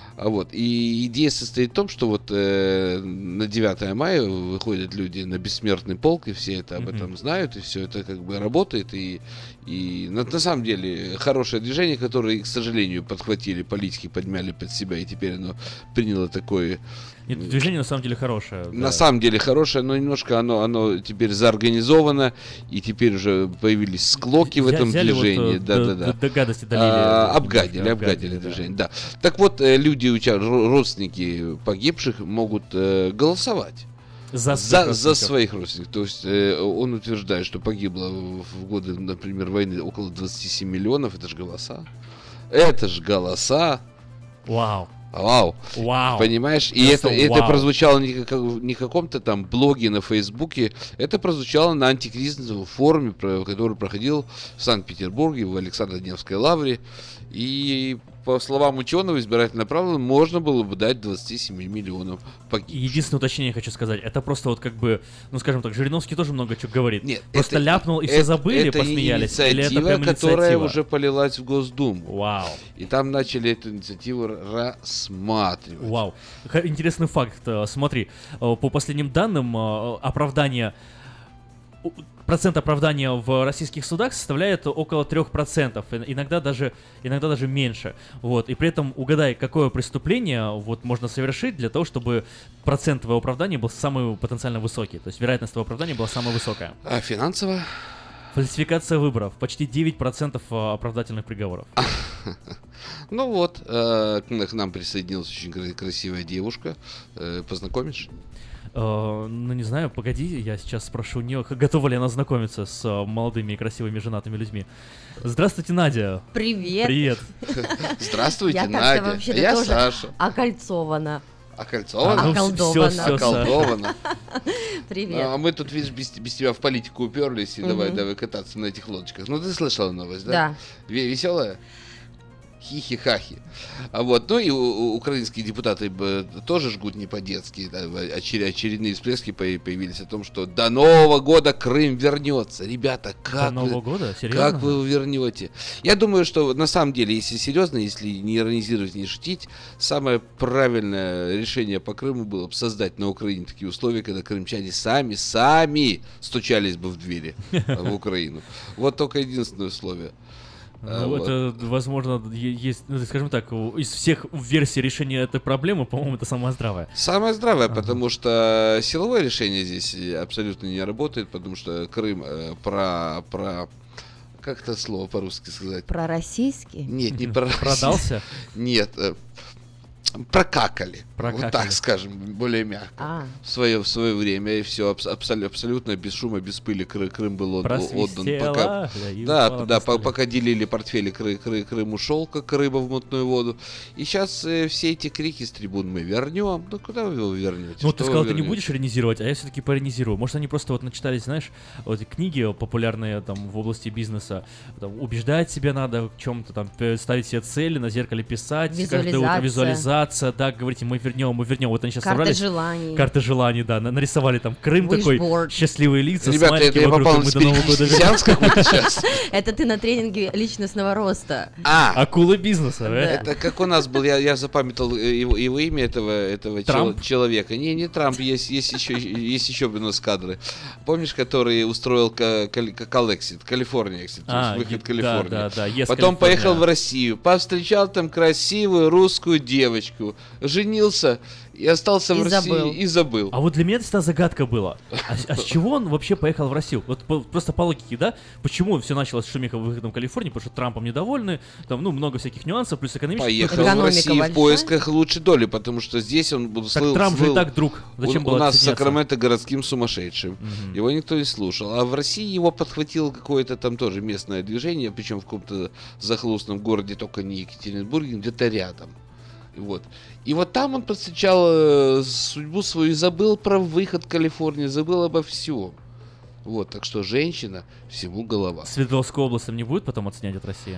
И идея состоит в том, что вот на 9 мая выходят люди на бессмертный полк, и все это об этом знают, и все это как бы работает, и на самом деле хорошее движение, которое, к сожалению, подхватили политики, подмяли под себя, и теперь оно приняло такое... Нет, движение на самом деле хорошее. На самом деле хорошее, но немножко оно теперь заорганизовано, и теперь уже появились склоки в этом движении. До гадости долили. Обгадили движение, да. Так вот, люди, родственники погибших могут голосовать. За своих родственников. То есть он утверждает, что погибло в годы, например, войны около 27 миллионов. Это же голоса. Это же голоса. Вау. Вау. Понимаешь? И это прозвучало не в каком-то там блоге на Фейсбуке, это прозвучало на антикризисном форуме, который проходил в Санкт-Петербурге, в Александро-Невской лавре. И по словам ученого, избирательное право можно было бы дать 27 миллионов погибших. Единственное уточнение хочу сказать, это просто вот как бы, ну скажем так, Жириновский тоже много чего говорит. Нет, просто ляпнул и все забыли, посмеялись. Или это прям инициатива, которая уже полилась в Госдуму. Вау. И там начали эту инициативу рассматривать. Вау. Интересный факт. Смотри, по последним данным, процент оправдания в российских судах составляет около 3%, иногда даже меньше. Вот. И при этом угадай, какое преступление вот можно совершить для того, чтобы процент твоего оправдания был самый потенциально высокий. То есть вероятность твоего оправдания была самая высокая. А финансово? Фальсификация выборов. Почти 9% оправдательных приговоров. Ну вот, к нам присоединилась очень красивая девушка. Познакомишь? Ну, не знаю, погоди, я сейчас спрошу у нее, готова ли она знакомиться с молодыми и красивыми женатыми людьми. Здравствуйте, Надя. Привет. Привет. Здравствуйте, Надя. Я Саша. Окольцована. Окольцована? Околдована. Привет. А мы тут, видишь, без тебя в политику уперлись, и давай кататься на этих лодочках. Ну, ты слышала новость, да? Да. Веселая? Хихи-хахи. А вот, ну и украинские депутаты тоже жгут не по-детски. Да, очередные всплески появились о том, что до Нового года Крым вернется. Ребята, как Нового года? Серьезно? Как вы его вернете? Я думаю, что на самом деле, если серьезно, если не иронизировать, не шутить, самое правильное решение по Крыму было бы создать на Украине такие условия, когда крымчане сами стучались бы в двери в Украину. Вот только единственное условие. Ну, вот. Это, возможно, есть, ну, скажем так, из всех версий решения этой проблемы, по-моему, это самое здравое. Самое здравое, потому что силовое решение здесь абсолютно не работает, потому что Крым как это слово по-русски сказать? Пророссийский? Нет, не про... Продался? Нет, прокакали. Вот так скажем, более мягко. В свое время, и все абсолютно без шума, без пыли Крым был отдан. Пока делили портфели, Крым ушел, как рыба в мутную воду. И сейчас все эти крики с трибун мы вернем. Ну куда вы его вернете? Ну ты сказал, ты не будешь иронизировать, а я все-таки поиронизирую. Может, они просто вот начитались, знаешь, вот книги популярные там в области бизнеса, там, убеждать себя надо в чем-то, там, ставить себе цели, на зеркале писать, каждое утро визуализация. Да, говорите, мы вернем. Вот они сейчас собрались. Карты желаний, да. Нарисовали там Крым такой, счастливые лица. Ребята, это я попал на сеанс какой-то сейчас. Это ты на тренинге личностного роста. Акулы бизнеса, да? Это как у нас был, я запамятовал его имя этого человека. Не Трамп, есть еще у нас кадры. Помнишь, который устроил Калексит, Калифорния, выход Калифорнии. Да. Потом поехал в Россию, повстречал там красивую русскую девочку, женился и остался в России и забыл. А вот для меня это всегда загадка была. А с чего он вообще поехал в Россию? Вот просто по логике, да? Почему все началось с шумиха выходом в Калифорнии? Потому что Трампом недовольны, там, ну, много всяких нюансов, плюс экономических. Поехал в Россию в поисках лучшей доли, потому что здесь он слыл. Трамп же и так друг. Зачем было у нас в Сакраменто городским сумасшедшим. Его никто не слушал. А в России его подхватило какое-то там тоже местное движение, причем в каком-то захолустном городе, только не Екатеринбурге, где-то рядом. Вот. И вот там он повстречал судьбу свою и забыл про выход в Калифорнию, забыл обо всем. Вот, так что женщина всему голова. Свердловскую область не будет потом отснять от России?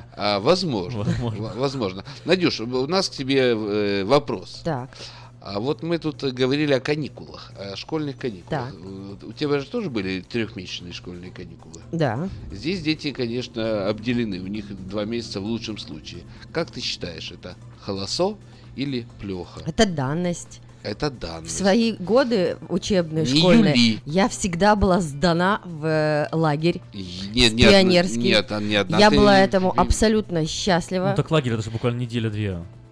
Возможно. Надюш, у нас к тебе вопрос. Так. А вот мы тут говорили о каникулах, о школьных каникулах. Так. У тебя же тоже были трехмесячные школьные каникулы? Да. Здесь дети, конечно, обделены, у них 2 месяца в лучшем случае. Как ты считаешь, это холосо или плохо? Это данность. Это данность. В свои годы учебные, школьные, я всегда была сдана в лагерь пионерский. Нет, я была этому абсолютно счастлива. Ну так лагерь, это же буквально неделя-2.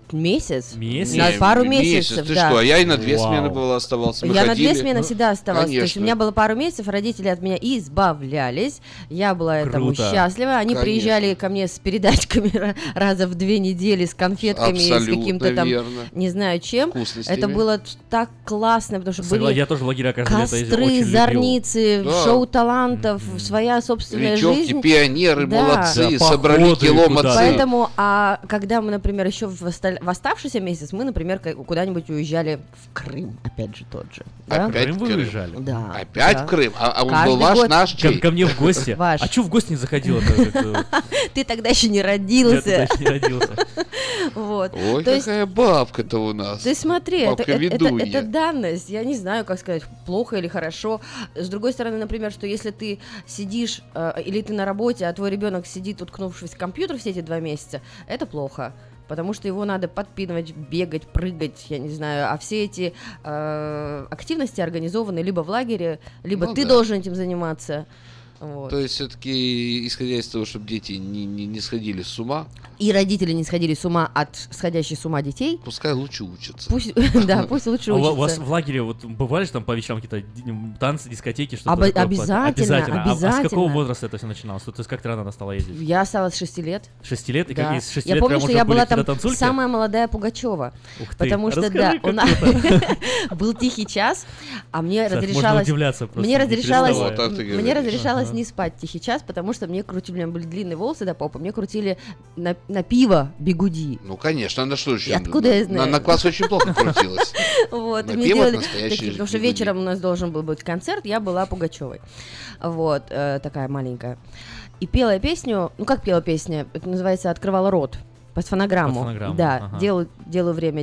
Месяц? Месяц? На пару месяцев, ты да. что? А я и на 2 смены оставался. Я на 2 смены всегда оставалась. Конечно. То есть у меня было пару месяцев, родители от меня избавлялись. Я была этому счастлива. Они приезжали ко мне с передачками раза в 2 недели, с конфетками, с каким-то там, не знаю чем. Это было так классно, потому что были я тоже в лагеря каждое лето ездил, костры, очень зорницы, шоу талантов, своя собственная жизнь. Пионеры, молодцы, собрали километры. Поэтому, когда мы, например, еще в оставшийся месяц, мы, например, куда-нибудь уезжали в Крым, опять же тот же. Да? Опять в Крым вы уезжали? Да. Опять в Крым? А он был ваш, наш, чей? Ко мне в гости. Ваш. А что в гости не заходила? Ты тогда еще не родился. Я тогда еще не родился. Вот. Ой, какая бабка-то у нас. Ты смотри, это данность. Я не знаю, как сказать, плохо или хорошо. С другой стороны, например, что если ты сидишь или ты на работе, а твой ребенок сидит, уткнувшись в компьютер все эти 2 месяца, это плохо. Потому что его надо подпинывать, бегать, прыгать, я не знаю. А все эти активности организованы либо в лагере, либо ты должен этим заниматься. Вот. То есть все-таки, исходя из того, чтобы дети не сходили с ума. И родители не сходили с ума от сходящих с ума детей. Пускай лучше учатся. Пусть лучше учатся. У вас в лагере вот бывали же там по вечерам какие-то танцы, дискотеки, что-то такое? Обязательно. А с какого возраста это все начиналось? То есть как ты рано она стала ездить? Я осталась с 6 лет. 6 лет? И да. как из 6 я лет помню, что я была там танцульки? самая молодая Пугачева. Ух ты. Потому что, расскажи, да, был тихий час, а мне разрешалось не спать тихий час, потому что мне крутили, у меня были длинные волосы до попы, мне крутили на пиво бигуди. Ну, конечно, она что еще? Откуда я знаю? На класс очень плохо крутилась. Вот, мне делали такие, потому что вечером у нас должен был быть концерт, я была Пугачевой. Вот, такая маленькая. И пела песню, это называется «Открывала рот». Под фонограмму. Да, ага. делаю время.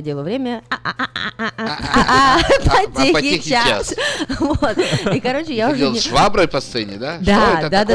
Потихий час. Вот. И, короче, я уже... шваброй по сцене, да? Да, да,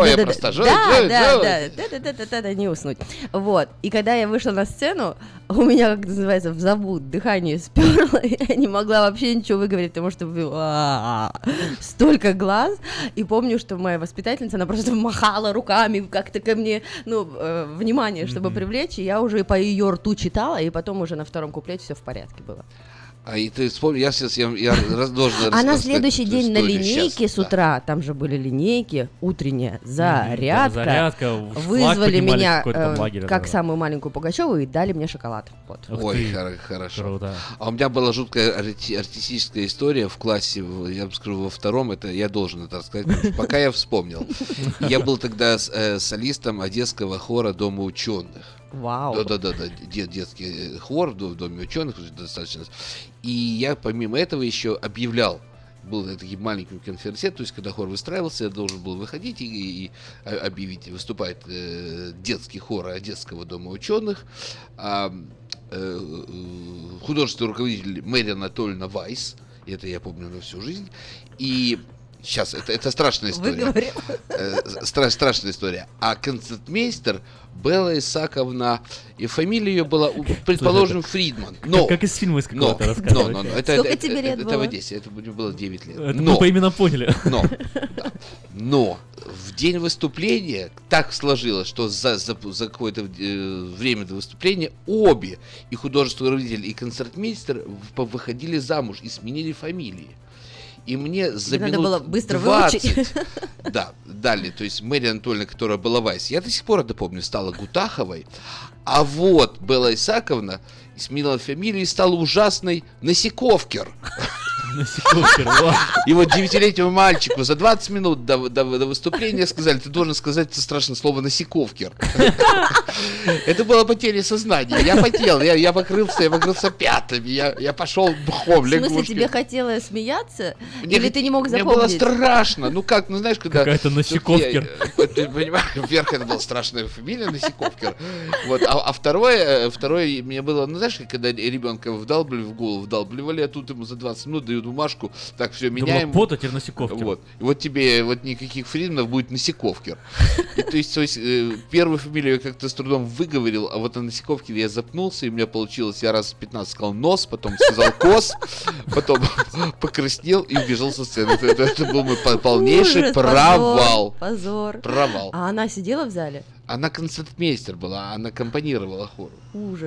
не уснуть. Вот. И когда я вышла на сцену, у меня, как называется, в зовут дыхание сперло, я не могла вообще ничего выговорить, потому что было столько глаз. И помню, что моя воспитательница, она просто махала руками как-то ко мне, внимание, чтобы привлечь, и я уже по ее рту читала, и потом уже на втором куплете все в порядке было. А и ты вспомни, я должен А на следующий день на линейке с утра, там же были линейки, утренняя зарядка, вызвали меня как самую маленькую Пугачеву и дали мне шоколад. Вот. Ой, хорошо. Круто. А у меня была жуткая артистическая история в классе, я бы скажу, во втором, это я должен это рассказать, пока я вспомнил. Я был тогда солистом Одесского хора Дома ученых. Вау. Да, детский хор в Доме ученых достаточно. И я помимо этого еще объявлял, был таким маленьким конференцем, то есть когда хор выстраивался, я должен был выходить и объявить, выступает детский хор Одесского Дома ученых, художественный руководитель Мэри Анатольевна Вайс, это я помню на всю жизнь, и сейчас, это страшная история. Страшная история. А концертмейстер Белла Исаковна, и фамилия ее была, предположим, Фридман. Как из фильма из какого-то рассказывали. Сколько тебе лет было? Это в Одессе, это было 9 лет. Это мы по именам поняли. Но в день выступления так сложилось, что за какое-то время до выступления обе, и художественный руководитель, и концертмейстер, выходили замуж и сменили фамилии. И мне за надо минут было быстро 20 выучить. Да, дали, то есть Мэри Анатольевна, которая была Вайс, я до сих пор это помню, стала Гутаховой, а вот Белла Исаковна сменила фамилию и стала ужасной Насиковкер. И вот 9-летнему мальчику за 20 минут до выступления сказали, ты должен сказать это страшное слово «насиковкер». Это была потеря сознания. Я потел, я покрылся пятами, я пошел бухом. В смысле, тебе хотелось смеяться? Или ты не мог запомнить? Мне было страшно. Знаешь, когда... Какая-то Насиковкер. Ты понимаешь, вверх это была страшная фамилия Насиковкер. А второе, мне было, знаешь, когда ребенка вдалбливали, а тут ему за 20 минут дают бумажку, так, все, меняем. Вот, а теперь Насиковкер. Вот. И вот тебе никаких Фридманов будет Насиковкер. И, то есть первую фамилию я как-то с трудом выговорил, а вот на Насиковкере я запнулся, и у меня получилось, я раз 15 сказал нос, потом сказал кос, потом покраснел и убежал со сцены. Это был мой полнейший провал. Позор. Провал. А она сидела в зале? Она концертмейстер была, она аккомпанировала хору. Ужас.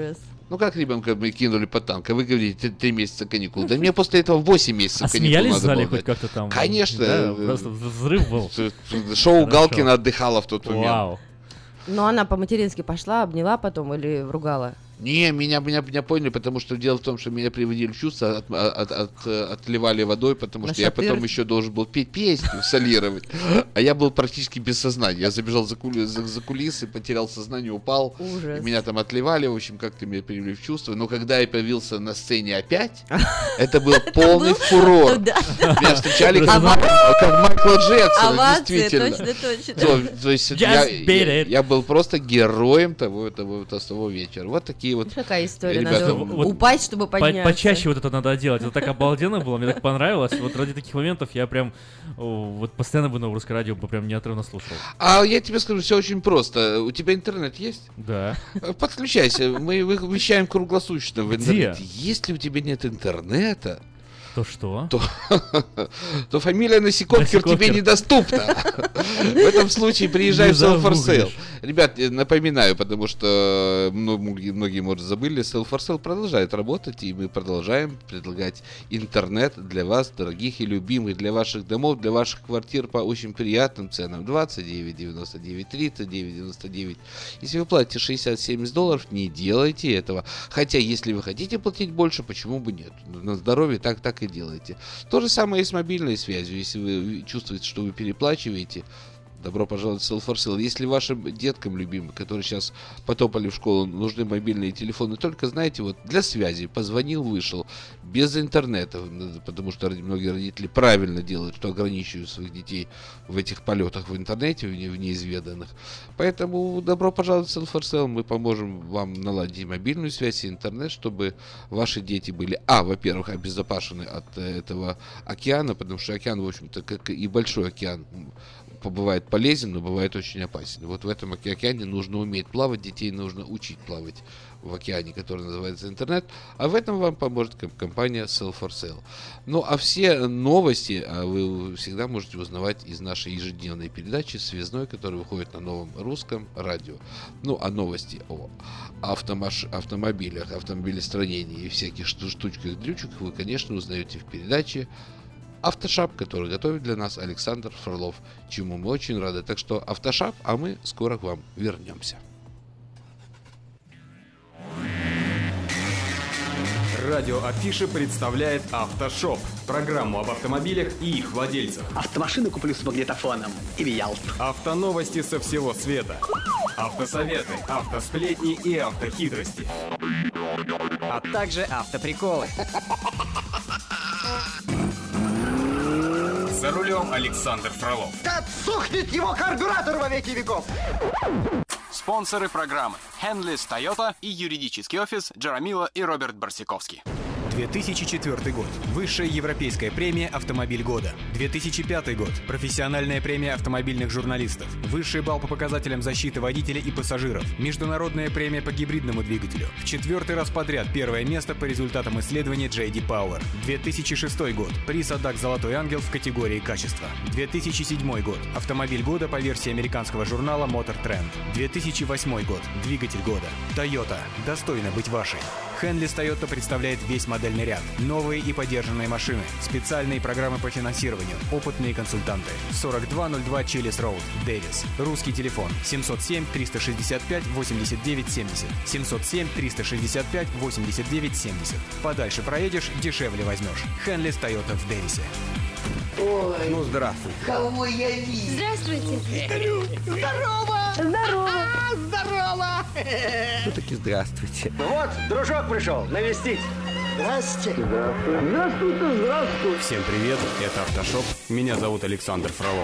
Ну как ребенка мы кинули под танк, а вы говорите 3 месяца каникул. Да мне после этого 8 месяцев каникул надо было. А смеялись в зале хоть как-то там? Конечно. Да, просто взрыв был. Шоу Галкина отдыхала в тот момент. Вау. Но она по-матерински пошла, обняла потом или ругала? Не, меня поняли, потому что дело в том, что меня приводили в чувство, отливали водой, потому что я потом еще должен был петь песню, солировать. А я был практически без сознания. Я забежал за кулисы, потерял сознание, упал. Ужас. И меня там отливали, в общем, как-то меня привели в чувство. Но когда я появился на сцене опять, это был полный фурор. Меня встречали как Майкла Джексона, действительно. Точно. То есть я был просто героем того вечера. Вот такие вот. Какая история, ребята, надо упасть, чтобы подняться. Почаще вот это надо делать, это так обалденно было, мне так понравилось. Вот ради таких моментов я прям вот постоянно бы на Русское радио прям неотрывно слушал. А я тебе скажу, все очень просто. У тебя интернет есть? Да. Подключайся, мы вещаем круглосуточно в интернете. Если у тебя нет интернета, то что? То фамилия Насикоткер тебе недоступна. В этом случае приезжай в Sell for Sale. Ребят, напоминаю, потому что многие, может, забыли, Sell for Sale продолжает работать, и мы продолжаем предлагать интернет для вас, дорогих и любимых, для ваших домов, для ваших квартир по очень приятным ценам. $29.99, $39.99. Если вы платите $60-70, не делайте этого. Хотя, если вы хотите платить больше, почему бы нет? На здоровье так и делайте. То же самое и с мобильной связью. Если вы чувствуете, что вы переплачиваете, добро пожаловать в Sell for Sale. Если вашим деткам любимым, которые сейчас потопали в школу, нужны мобильные телефоны, только знаете, вот для связи позвонил, вышел, без интернета, потому что многие родители правильно делают, что ограничивают своих детей в этих полетах в интернете, в неизведанных. Поэтому добро пожаловать в Sell for Sale. Мы поможем вам наладить мобильную связь и интернет, чтобы ваши дети были, во-первых, обезопасены от этого океана, потому что океан, в общем-то, как и большой океан, бывает полезен, но бывает очень опасен. Вот в этом океане нужно уметь плавать, детей нужно учить плавать в океане, который называется интернет, а в этом вам поможет компания Sell for Sale. Ну, а все новости вы всегда можете узнавать из нашей ежедневной передачи «Связной», которая выходит на Новом Русском радио. Ну, а новости о автомобилях, автомобилестроении и всяких штучках-дрючках вы, конечно, узнаете в передаче «Автошап», который готовит для нас Александр Фролов, чему мы очень рады. Так что «Автошап», а мы скоро к вам вернемся. Радио Афиша представляет «Автошоп» – программу об автомобилях и их владельцах. Автомашины куплю с магнитофоном и виял. Автоновости со всего света. Автосоветы, автосплетни и автохитрости. А также автоприколы. За рулем Александр Фролов. Да сухнет его карбюратор во веки веков! Спонсоры программы Henleys Toyota и юридический офис Джарамила и Роберт Барсиковский. 2004 год. Высшая европейская премия «Автомобиль года». 2005 год. Профессиональная премия автомобильных журналистов. Высший балл по показателям защиты водителя и пассажиров. Международная премия по гибридному двигателю. В 4-й раз подряд первое место по результатам исследования J.D. Power. 2006 год. Приз «Адак Золотой ангел» в категории качества. 2007 год. Автомобиль года по версии американского журнала Motor Trend. 2008 год. Двигатель года. Toyota. Достойно быть вашей. Henleys Toyota представляет весь модельный ряд. Новые и подержанные машины. Специальные программы по финансированию. Опытные консультанты. 4202 Челлис Роуд, Дэвис. Русский телефон 707-365-89-70. 707-365-89-70. Подальше проедешь, дешевле возьмешь. Henleys Toyota в Дэвисе. Ой. Ну, здравствуй. Кого я вижу? Здравствуйте. Здорово. Здорово. Здорово. Ну-таки здравствуйте. Вот, дружок пришел навестить. Здравствуйте. Здравствуйте, здравствуйте. Всем привет, это «Автошоп». Меня зовут Александр Фролов.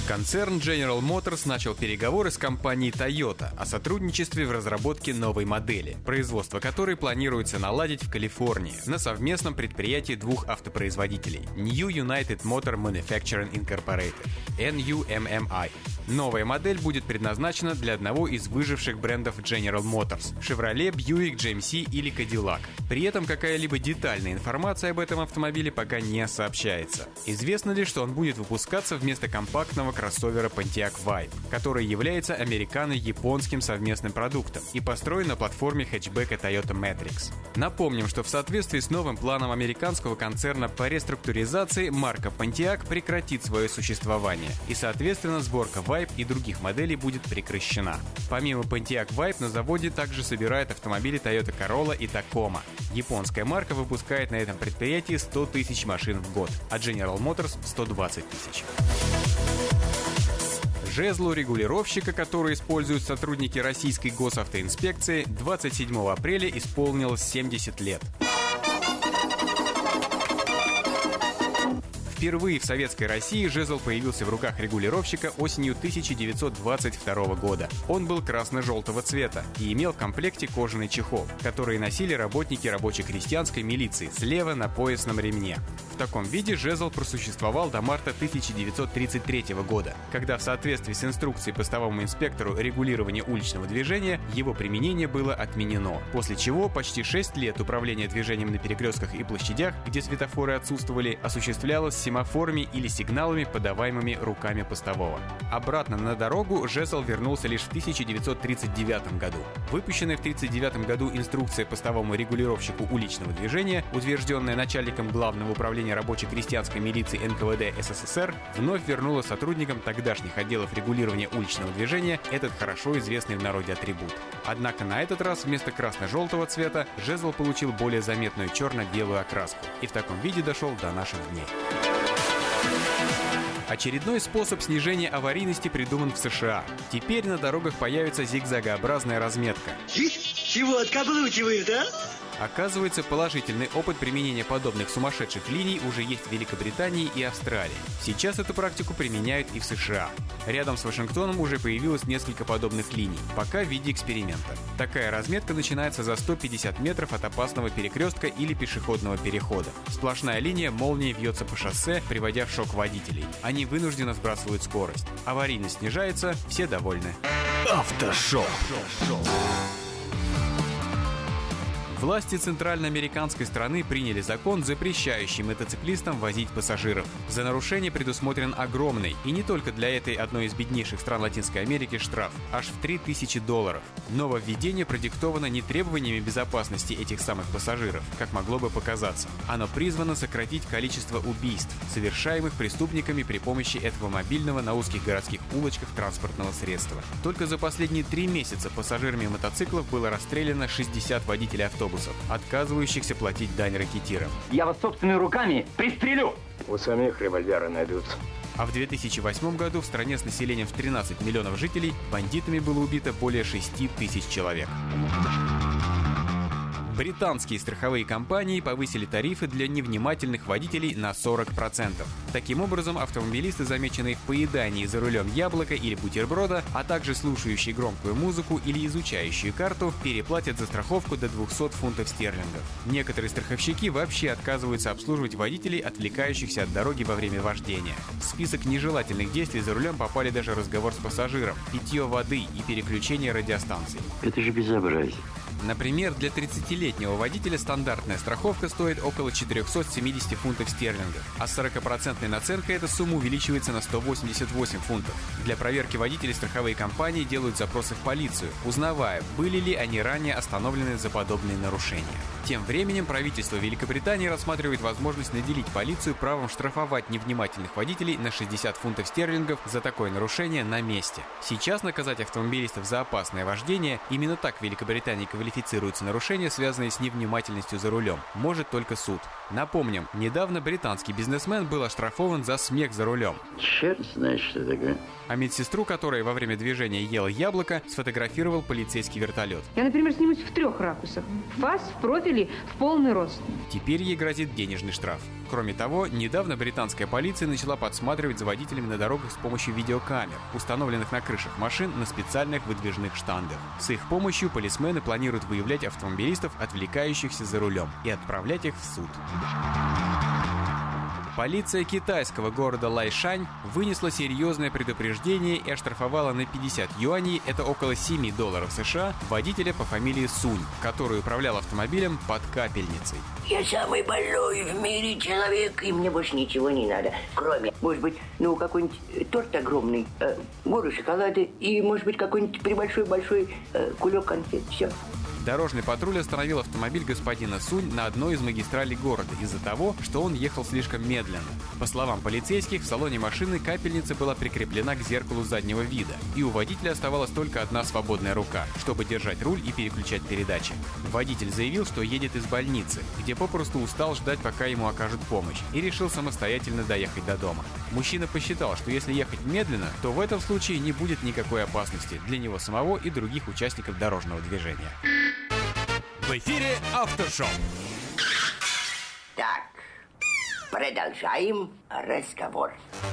Концерн General Motors начал переговоры с компанией Toyota о сотрудничестве в разработке новой модели, производство которой планируется наладить в Калифорнии на совместном предприятии двух автопроизводителей New United Motor Manufacturing Incorporated, NUMMI. Новая модель будет предназначена для одного из выживших брендов General Motors – Chevrolet, Buick, GMC или Cadillac. При этом какая-либо детальная информация об этом автомобиле пока не сообщается. Известно лишь, что он будет выпускаться вместо компактного кроссовера Pontiac Vibe, который является американо-японским совместным продуктом и построен на платформе хэтчбека Toyota Matrix. Напомним, что в соответствии с новым планом американского концерна по реструктуризации марка Pontiac прекратит свое существование, и, соответственно, сборка Vibe и других моделей будет прекращена. Помимо Pontiac Vibe на заводе также собирают автомобили Toyota Corolla и Tacoma. Японская марка выпускает на этом предприятии 100 тысяч машин в год, а General Motors – 120 тысяч. Жезлу регулировщика, который используют сотрудники российской госавтоинспекции, 27 апреля исполнилось 70 лет. Впервые в Советской России жезл появился в руках регулировщика осенью 1922 года. Он был красно-желтого цвета и имел в комплекте кожаный чехол, который носили работники рабоче-крестьянской милиции слева на поясном ремне. В таком виде жезл просуществовал до марта 1933 года, когда в соответствии с инструкцией постовому инспектору регулирования уличного движения его применение было отменено, после чего почти 6 лет управление движением на перекрестках и площадях, где светофоры отсутствовали, осуществлялось семафорами или сигналами, подаваемыми руками постового. Обратно на дорогу жезл вернулся лишь в 1939 году. Выпущенная в 1939 году инструкция постовому регулировщику уличного движения, утвержденная начальником Главного управления рабоче-крестьянской милиции НКВД СССР, вновь вернула сотрудникам тогдашних отделов регулирования уличного движения этот хорошо известный в народе атрибут. Однако на этот раз вместо красно-желтого цвета жезл получил более заметную черно-белую окраску и в таком виде дошел до наших дней. Очередной способ снижения аварийности придуман в США. Теперь на дорогах появится зигзагообразная разметка. Чего откаблучивают, а? Оказывается, положительный опыт применения подобных сумасшедших линий уже есть в Великобритании и Австралии. Сейчас эту практику применяют и в США. Рядом с Вашингтоном уже появилось несколько подобных линий, пока в виде эксперимента. Такая разметка начинается за 150 метров от опасного перекрестка или пешеходного перехода. Сплошная линия молнией вьется по шоссе, приводя в шок водителей. Они вынужденно сбрасывают скорость. Аварийность снижается, все довольны. Автошоу. Власти центральноамериканской страны приняли закон, запрещающий мотоциклистам возить пассажиров. За нарушение предусмотрен огромный, и не только для этой одной из беднейших стран Латинской Америки, штраф аж в $3000. Нововведение продиктовано не требованиями безопасности этих самых пассажиров, как могло бы показаться. Оно призвано сократить количество убийств, совершаемых преступниками при помощи этого мобильного на узких городских улочках транспортного средства. Только за последние 3 месяца пассажирами мотоциклов было расстреляно 60 водителей автобусов, отказывающихся платить дань ракетирам. Я вас собственными руками пристрелю! У самих револьверы найдутся. А в 2008 году в стране с населением в 13 миллионов жителей бандитами было убито более 6000 человек. Британские страховые компании повысили тарифы для невнимательных водителей на 40%. Таким образом, автомобилисты, замеченные в поедании за рулем яблока или бутерброда, а также слушающие громкую музыку или изучающие карту, переплатят за страховку до 200 фунтов стерлингов. Некоторые страховщики вообще отказываются обслуживать водителей, отвлекающихся от дороги во время вождения. В список нежелательных действий за рулем попали даже разговор с пассажиром, питье воды и переключение радиостанций. Это же безобразие. Например, для 30-летнего водителя стандартная страховка стоит около 470 фунтов стерлингов, а с 40% наценкой эта сумма увеличивается на 188 фунтов. Для проверки водителей страховые компании делают запросы в полицию, узнавая, были ли они ранее остановлены за подобные нарушения. Тем временем правительство Великобритании рассматривает возможность наделить полицию правом штрафовать невнимательных водителей на 60 фунтов стерлингов за такое нарушение на месте. Сейчас наказать автомобилистов за опасное вождение, именно так в Великобритании квалифицируются нарушения, связанные с невнимательностью за рулем, может только суд. Напомним, недавно британский бизнесмен был оштрафован за смех за рулем. Черт знает, что такое. А медсестру, которая во время движения ела яблоко, сфотографировал полицейский вертолет. Я, например, снимусь в 3 ракурсах. В фас, в профиль прыгали в полный рост. Теперь ей грозит денежный штраф. Кроме того, недавно британская полиция начала подсматривать за водителями на дорогах с помощью видеокамер, установленных на крышах машин на специальных выдвижных штангах. С их помощью полисмены планируют выявлять автомобилистов, отвлекающихся за рулем, и отправлять их в суд. Полиция китайского города Лайшань вынесла серьезное предупреждение и оштрафовала на 50 юаней, это около $7 США, водителя по фамилии Сунь, который управлял автомобилем под капельницей. Я самый больной в мире человек, и мне больше ничего не надо, кроме, может быть, какой-нибудь торт огромный, гору шоколада и, может быть, какой-нибудь прибольшой-большой кулек конфет. Все. Дорожный патруль остановил автомобиль господина Сунь на одной из магистралей города из-за того, что он ехал слишком медленно. По словам полицейских, в салоне машины капельница была прикреплена к зеркалу заднего вида, и у водителя оставалась только одна свободная рука, чтобы держать руль и переключать передачи. Водитель заявил, что едет из больницы, где попросту устал ждать, пока ему окажут помощь, и решил самостоятельно доехать до дома. Мужчина посчитал, что если ехать медленно, то в этом случае не будет никакой опасности для него самого и других участников дорожного движения. В эфире Автошоп. Так, продолжаем разговор.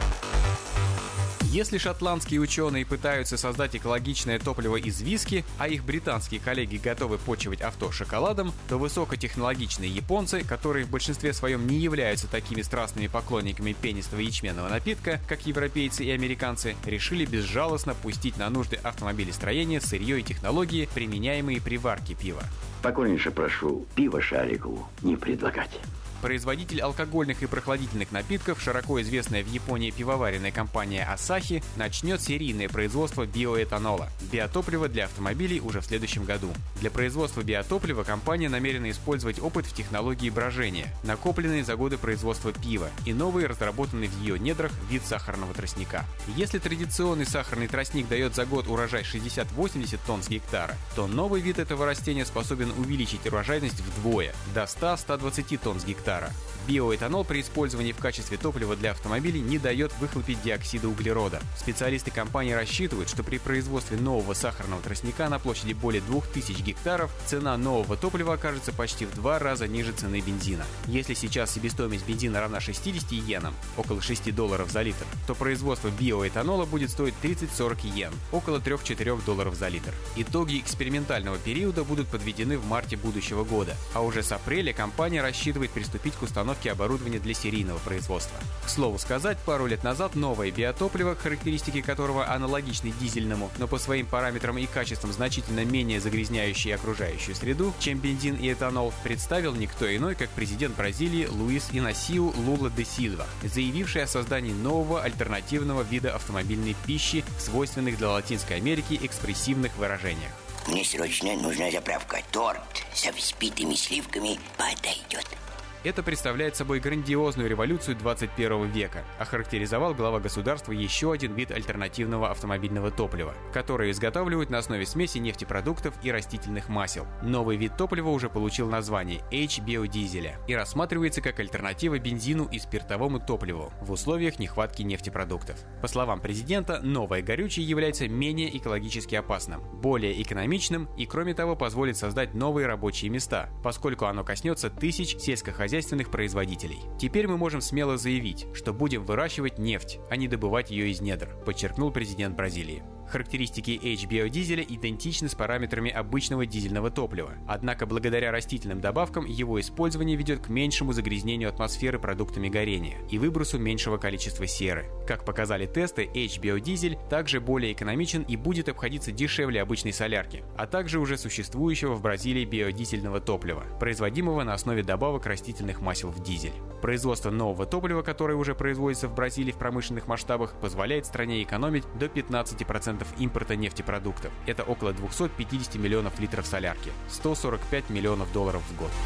Если шотландские ученые пытаются создать экологичное топливо из виски, а их британские коллеги готовы почивать авто шоколадом, то высокотехнологичные японцы, которые в большинстве своем не являются такими страстными поклонниками пенистого ячменного напитка, как европейцы и американцы, решили безжалостно пустить на нужды автомобилестроения сырье и технологии, применяемые при варке пива. Покорнейше прошу, пиво шарикову не предлагать. Производитель алкогольных и прохладительных напитков, широко известная в Японии пивоваренная компания Asahi, начнет серийное производство биоэтанола – биотоплива для автомобилей уже в следующем году. Для производства биотоплива компания намерена использовать опыт в технологии брожения, накопленный за годы производства пива, и новый, разработанный в ее недрах, вид сахарного тростника. Если традиционный сахарный тростник дает за год урожай 60-80 тонн с гектара, то новый вид этого растения способен увеличить урожайность вдвое – до 100-120 тонн с гектара. Биоэтанол при использовании в качестве топлива для автомобилей не дает выхлопить диоксида углерода. Специалисты компании рассчитывают, что при производстве нового сахарного тростника на площади более 2000 гектаров цена нового топлива окажется почти в 2 раза ниже цены бензина. Если сейчас себестоимость бензина равна 60 йенам, около $6 за литр, то производство биоэтанола будет стоить 30-40 йен, около $3-4 за литр. Итоги экспериментального периода будут подведены в марте будущего года, а уже с апреля компания рассчитывает приступить к установке оборудования для серийного производства. К слову сказать, пару лет назад новое биотопливо, характеристики которого аналогичны дизельному, но по своим параметрам и качествам значительно менее загрязняющее окружающую среду, чем бензин и этанол, представил никто иной, как президент Бразилии Луис Инасиу Лула де Сильва, заявивший о создании нового альтернативного вида автомобильной пищи в свойственных для Латинской Америки экспрессивных выражениях. Мне срочно нужна заправка. Торт со взбитыми сливками подойдет. Это представляет собой грандиозную революцию 21 века, охарактеризовал глава государства еще один вид альтернативного автомобильного топлива, которое изготавливают на основе смеси нефтепродуктов и растительных масел. Новый вид топлива уже получил название H-биодизеля и рассматривается как альтернатива бензину и спиртовому топливу в условиях нехватки нефтепродуктов. По словам президента, новое горючее является менее экологически опасным, более экономичным и, кроме того, позволит создать новые рабочие места, поскольку оно коснется тысяч сельскохозяйственных производителей. Теперь мы можем смело заявить, что будем выращивать нефть, а не добывать ее из недр, подчеркнул президент Бразилии. Характеристики H-биодизеля идентичны с параметрами обычного дизельного топлива, однако благодаря растительным добавкам его использование ведет к меньшему загрязнению атмосферы продуктами горения и выбросу меньшего количества серы. Как показали тесты, H-биодизель также более экономичен и будет обходиться дешевле обычной солярки, а также уже существующего в Бразилии биодизельного топлива, производимого на основе добавок растительных масел в дизель. Производство нового топлива, которое уже производится в Бразилии в промышленных масштабах, позволяет стране экономить до 15% импорта нефтепродуктов. Это около 250 миллионов литров солярки, $145 миллионов в год.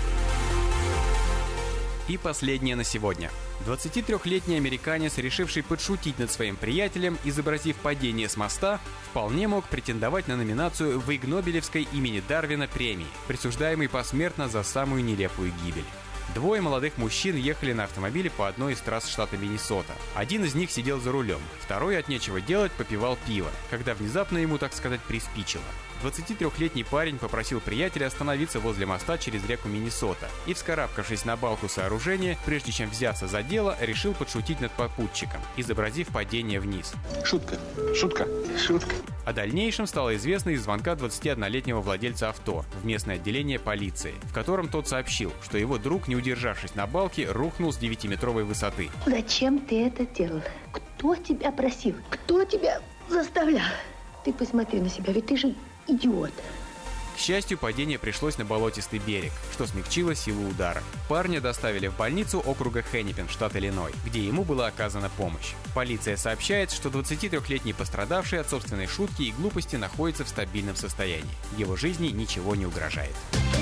И последнее на сегодня. 23-летний американец, решивший подшутить над своим приятелем, изобразив падение с моста, вполне мог претендовать на номинацию в Игнобелевской имени Дарвина премии, присуждаемой посмертно за самую нелепую гибель. Двое молодых мужчин ехали на автомобиле по одной из трасс штата Миннесота. Один из них сидел за рулем, второй от нечего делать попивал пиво, когда внезапно ему, так сказать, приспичило. 23-летний парень попросил приятеля остановиться возле моста через реку Миннесота и, вскарабкавшись на балку сооружения, прежде чем взяться за дело, решил подшутить над попутчиком, изобразив падение вниз. Шутка, шутка, шутка. О дальнейшем стало известно из звонка 21-летнего владельца авто в местное отделение полиции, в котором тот сообщил, что его друг, не удержавшись на балке, рухнул с 9-метровой высоты. Зачем ты это делал? Кто тебя просил? Кто тебя заставлял? Ты посмотри на себя, ведь ты же идиот. К счастью, падение пришлось на болотистый берег, что смягчило силу удара. Парня доставили в больницу округа Хеннипин, штат Иллинойс, где ему была оказана помощь. Полиция сообщает, что 23-летний пострадавший от собственной шутки и глупости находится в стабильном состоянии. Его жизни ничего не угрожает.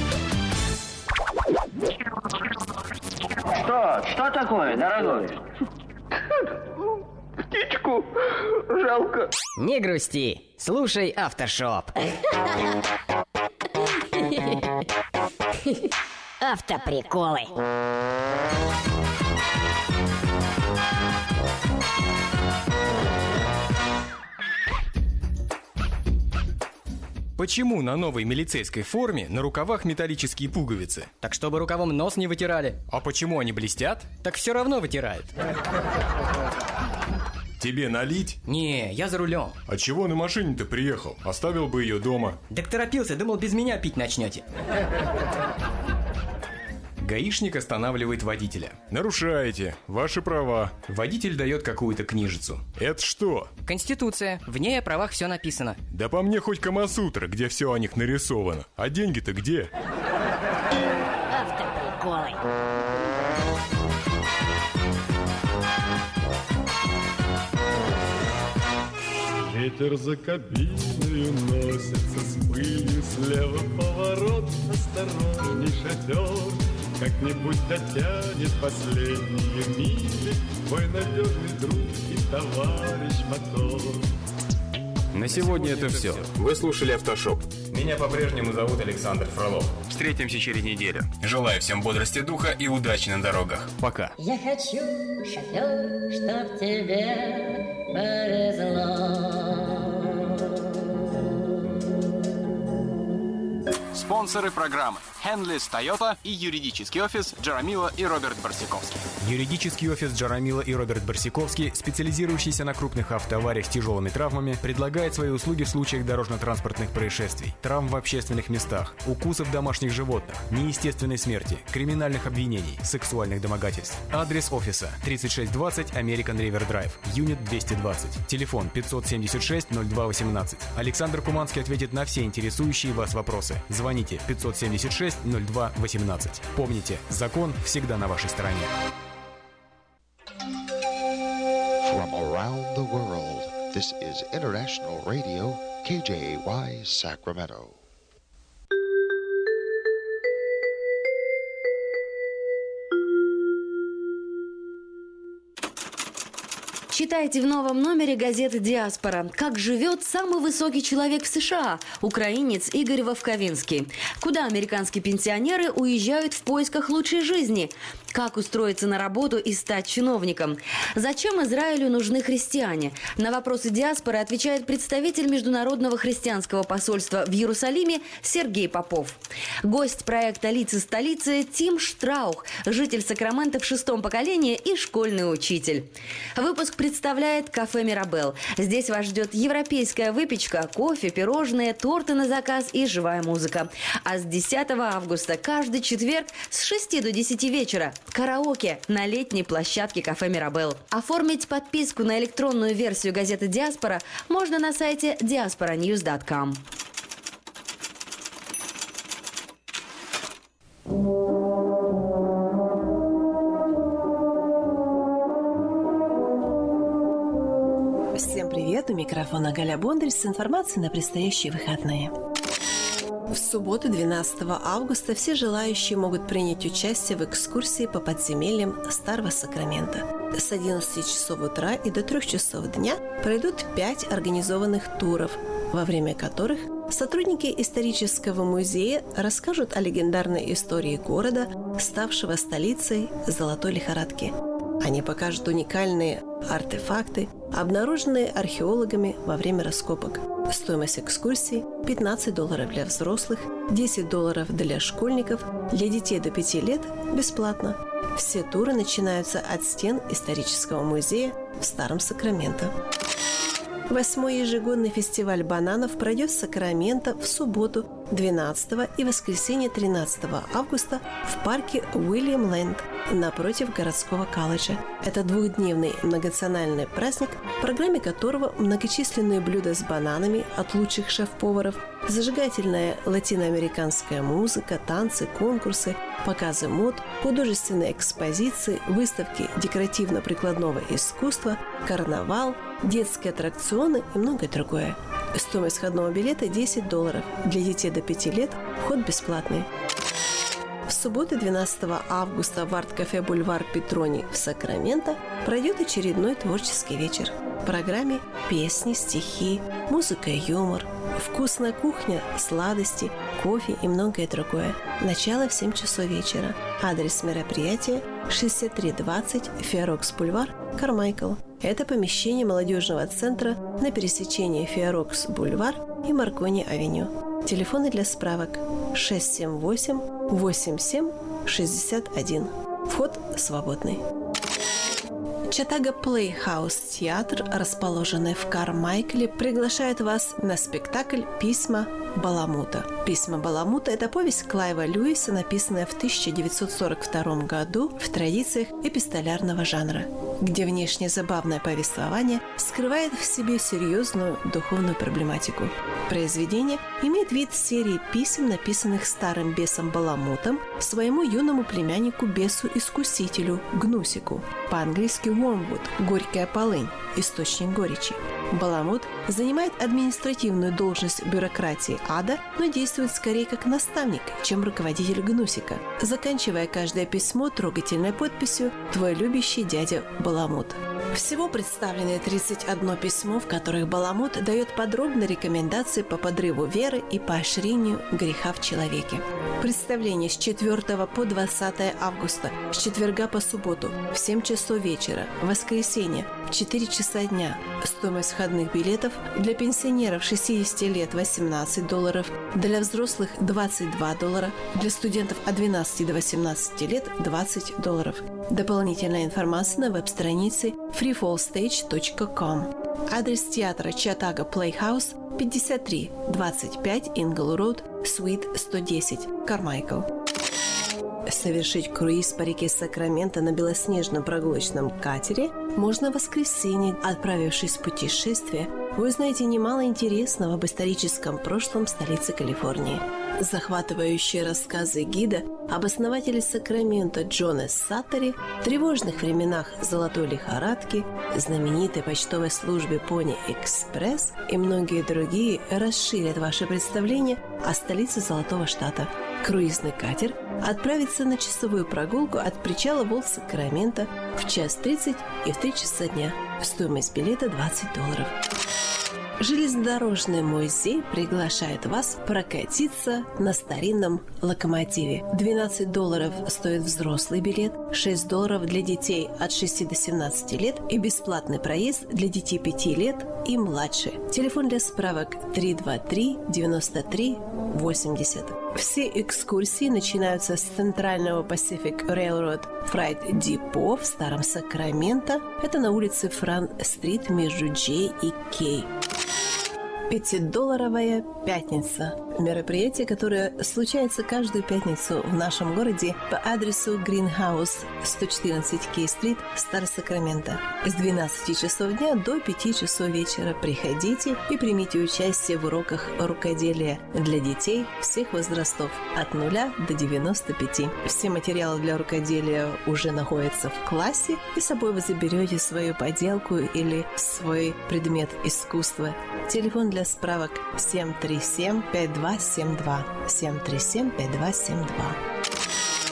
Что такое, дорогой? Птичку жалко. Не грусти, слушай Автошоп. Автоприколы. Почему на новой милицейской форме на рукавах металлические пуговицы? Так чтобы рукавом нос не вытирали. А почему они блестят? Так все равно вытирают. Тебе налить? Не, я за рулем. А чего на машине-то приехал? Оставил бы ее дома. Так торопился, думал, без меня пить начнете. Гаишник останавливает водителя. Нарушаете. Ваши права. Водитель дает какую-то книжицу. Это что? Конституция. В ней о правах все написано. Да по мне хоть Камасутра, где все о них нарисовано. А деньги-то где? Автоприколы. Ветер за кабиною носится с пылью, слева поворот, осторожней шофер. Как-нибудь дотянет последние мили твой надежный друг и товарищ мотор. На сегодня это все. Вы слушали Автошоп. Меня по-прежнему зовут Александр Фролов. Встретимся через неделю. Желаю всем бодрости духа и удачи на дорогах. Пока. Я хочу, шофер, чтоб тебе повезло. Спонсоры программы Henlys Toyota и юридический офис Джарамила и Роберт Барсиковский. Юридический офис Джарамила и Роберт Барсиковский, специализирующийся на крупных автоавариях с тяжелыми травмами, предлагает свои услуги в случаях дорожно-транспортных происшествий, травм в общественных местах, укусов домашних животных, неестественной смерти, криминальных обвинений, сексуальных домогательств. Адрес офиса: 3620 American River Drive, Юнит 220. Телефон 576-0218. Александр Куманский ответит на все интересующие вас вопросы. Звоните 576-0218. Помните, закон всегда на вашей стороне. From around the world, this is International Radio, KJY, Sacramento. Читайте в новом номере газеты «Диаспора». Как живет самый высокий человек в США – украинец Игорь Вовковинский. Куда американские пенсионеры уезжают в поисках лучшей жизни? Как устроиться на работу и стать чиновником? Зачем Израилю нужны христиане? На вопросы «Диаспоры» отвечает представитель Международного христианского посольства в Иерусалиме Сергей Попов. Гость проекта «Лица столицы» Тим Штраух, житель Сакрамента в 6-м поколении и школьный учитель. Выпуск представляет кафе «Мирабелл». Здесь вас ждет европейская выпечка, кофе, пирожные, торты на заказ и живая музыка. А с 10 августа каждый четверг с 6 до 10 вечера караоке на летней площадке кафе «Мирабелл». Оформить подписку на электронную версию газеты «Диаспора» можно на сайте diasporanews.com. Всем привет! У микрофона Галя Бондарь с информацией на предстоящие выходные. В субботу, 12 августа, все желающие могут принять участие в экскурсии по подземельям Старого Сакрамента. С 11 часов утра и до 3 часов дня пройдут 5 организованных туров, во время которых Сотрудники исторического музея расскажут о легендарной истории города, ставшего столицей золотой лихорадки. Они покажут уникальные артефакты, обнаруженные археологами во время раскопок. Стоимость экскурсии – $15 для взрослых, $10 для школьников, для детей до 5 лет – бесплатно. Все туры начинаются от стен исторического музея в Старом Сакраменто. 8-й ежегодный фестиваль бананов пройдет в Сакраменто в субботу 12 и воскресенье 13 августа в парке Уильям Ленд напротив городского колледжа. Это двухдневный многонациональный праздник, в программе которого многочисленные блюда с бананами от лучших шеф-поваров, зажигательная латиноамериканская музыка, танцы, конкурсы, показы мод, художественные экспозиции, выставки декоративно-прикладного искусства, карнавал, детские аттракционы и многое другое. Стоимость входного билета $10. Для детей до 5 лет вход бесплатный. В субботу 12 августа в арт-кафе «Бульвар Петрони» в Сакраменто пройдет очередной творческий вечер. В программе песни, стихи, музыка и юмор, вкусная кухня, сладости, кофе и многое другое. Начало в 7 часов вечера. Адрес мероприятия 6320 Фиорокс Бульвар, Кармайкл. Это помещение молодежного центра на пересечении Фиорокс Бульвар и Маркони-авеню. Телефоны для справок 678-87-61. Вход свободный. Чатага Плейхаус театр, расположенный в Кармайкле, приглашает вас на спектакль «Письма Баламута». «Письма Баламута» – это повесть Клайва Льюиса, написанная в 1942 году в традициях эпистолярного жанра, где внешне забавное повествование скрывает в себе серьезную духовную проблематику. Произведение имеет вид серии писем, написанных старым бесом Баламутом своему юному племяннику-бесу-искусителю Гнусику, по-английски Wormwood – горькая полынь, источник горечи. Баламут занимает административную должность в бюрократии ада, но действует скорее как наставник, чем руководитель Гнусика, заканчивая каждое письмо трогательной подписью «Твой любящий дядя Баламут». Всего представлены 31 письмо, в которых Баламут дает подробные рекомендации по подрыву веры и поощрению греха в человеке. Представление с 4 по 20 августа, с четверга по субботу в 7 часов вечера, воскресенье в 4 часа дня. Стоимость входных билетов для пенсионеров 60 лет $18, для взрослых $22, для студентов от 12 до 18 лет $20. Дополнительная информация на веб-странице freefallstage.com. Адрес театра Чатага Плейхаус 5325 Ингл Роуд, Суит 110, Кармайкл. Совершить круиз по реке Сакраменто на белоснежном прогулочном катере можно в воскресенье. Отправившись в путешествие, вы узнаете немало интересного об историческом прошлом столицы Калифорнии. Захватывающие рассказы гида об основателе Сакраменто Джоне Саттери, тревожных временах золотой лихорадки, знаменитой почтовой службе Пони Экспресс и многие другие расширят ваше представление о столице Золотого Штата. Круизный катер отправится на часовую прогулку от причала Волт-Сакраменто в 1:30 и в 3 часа дня. Стоимость билета $20. Железнодорожный музей приглашает вас прокатиться на старинном локомотиве. $12 стоит взрослый билет, $6 для детей от 6 до 17 лет и бесплатный проезд для детей 5 лет и младше. Телефон для справок 323-93-80. Все экскурсии начинаются с центрального Pacific Railroad Freight Depot в Старом Сакраменто. Это на улице Франк-стрит между Джей и Кей. $5-долларовая пятница. Мероприятие, которое случается каждую пятницу в нашем городе по адресу Greenhouse 114 Кей-стрит, Старый Сакраменто. С 12 часов дня до 5 часов вечера приходите и примите участие в уроках рукоделия для детей всех возрастов от 0 до 95. Все материалы для рукоделия уже находятся в классе, и с собой вы заберете свою поделку или свой предмет искусства. Телефон для справок 737-5272. 737-5272. А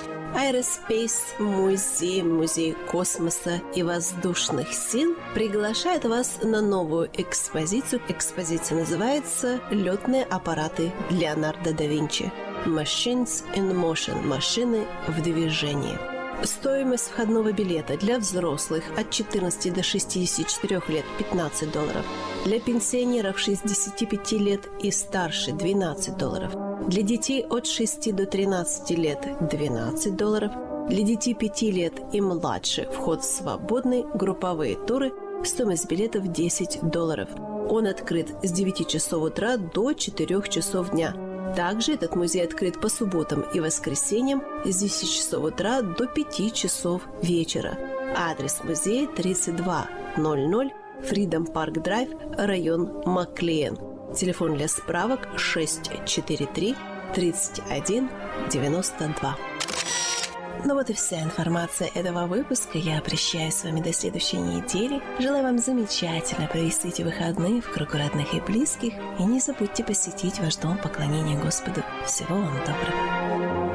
Aerospace музей космоса и воздушных сил приглашает вас на новую экспозицию. Экспозиция называется «Летные аппараты Леонардо да Винчи». Machines in Motion – машины в движении. Стоимость входного билета для взрослых от 14 до 64 лет $15. Для пенсионеров 65 лет и старше $12. Для детей от 6 до 13 лет $12. Для детей 5 лет и младше вход свободный, групповые туры, стоимость билетов $10. Он открыт с 9 часов утра до 4 часов дня. Также этот музей открыт по субботам и воскресеньям с 10 часов утра до 5 часов вечера. Адрес музея 3200 Freedom Park Drive, район Маклеен. Телефон для справок 643 31 92. Ну вот и вся информация этого выпуска. Я прощаюсь с вами до следующей недели. Желаю вам замечательно провести эти выходные в кругу родных и близких. И не забудьте посетить ваш дом поклонения Господу. Всего вам доброго.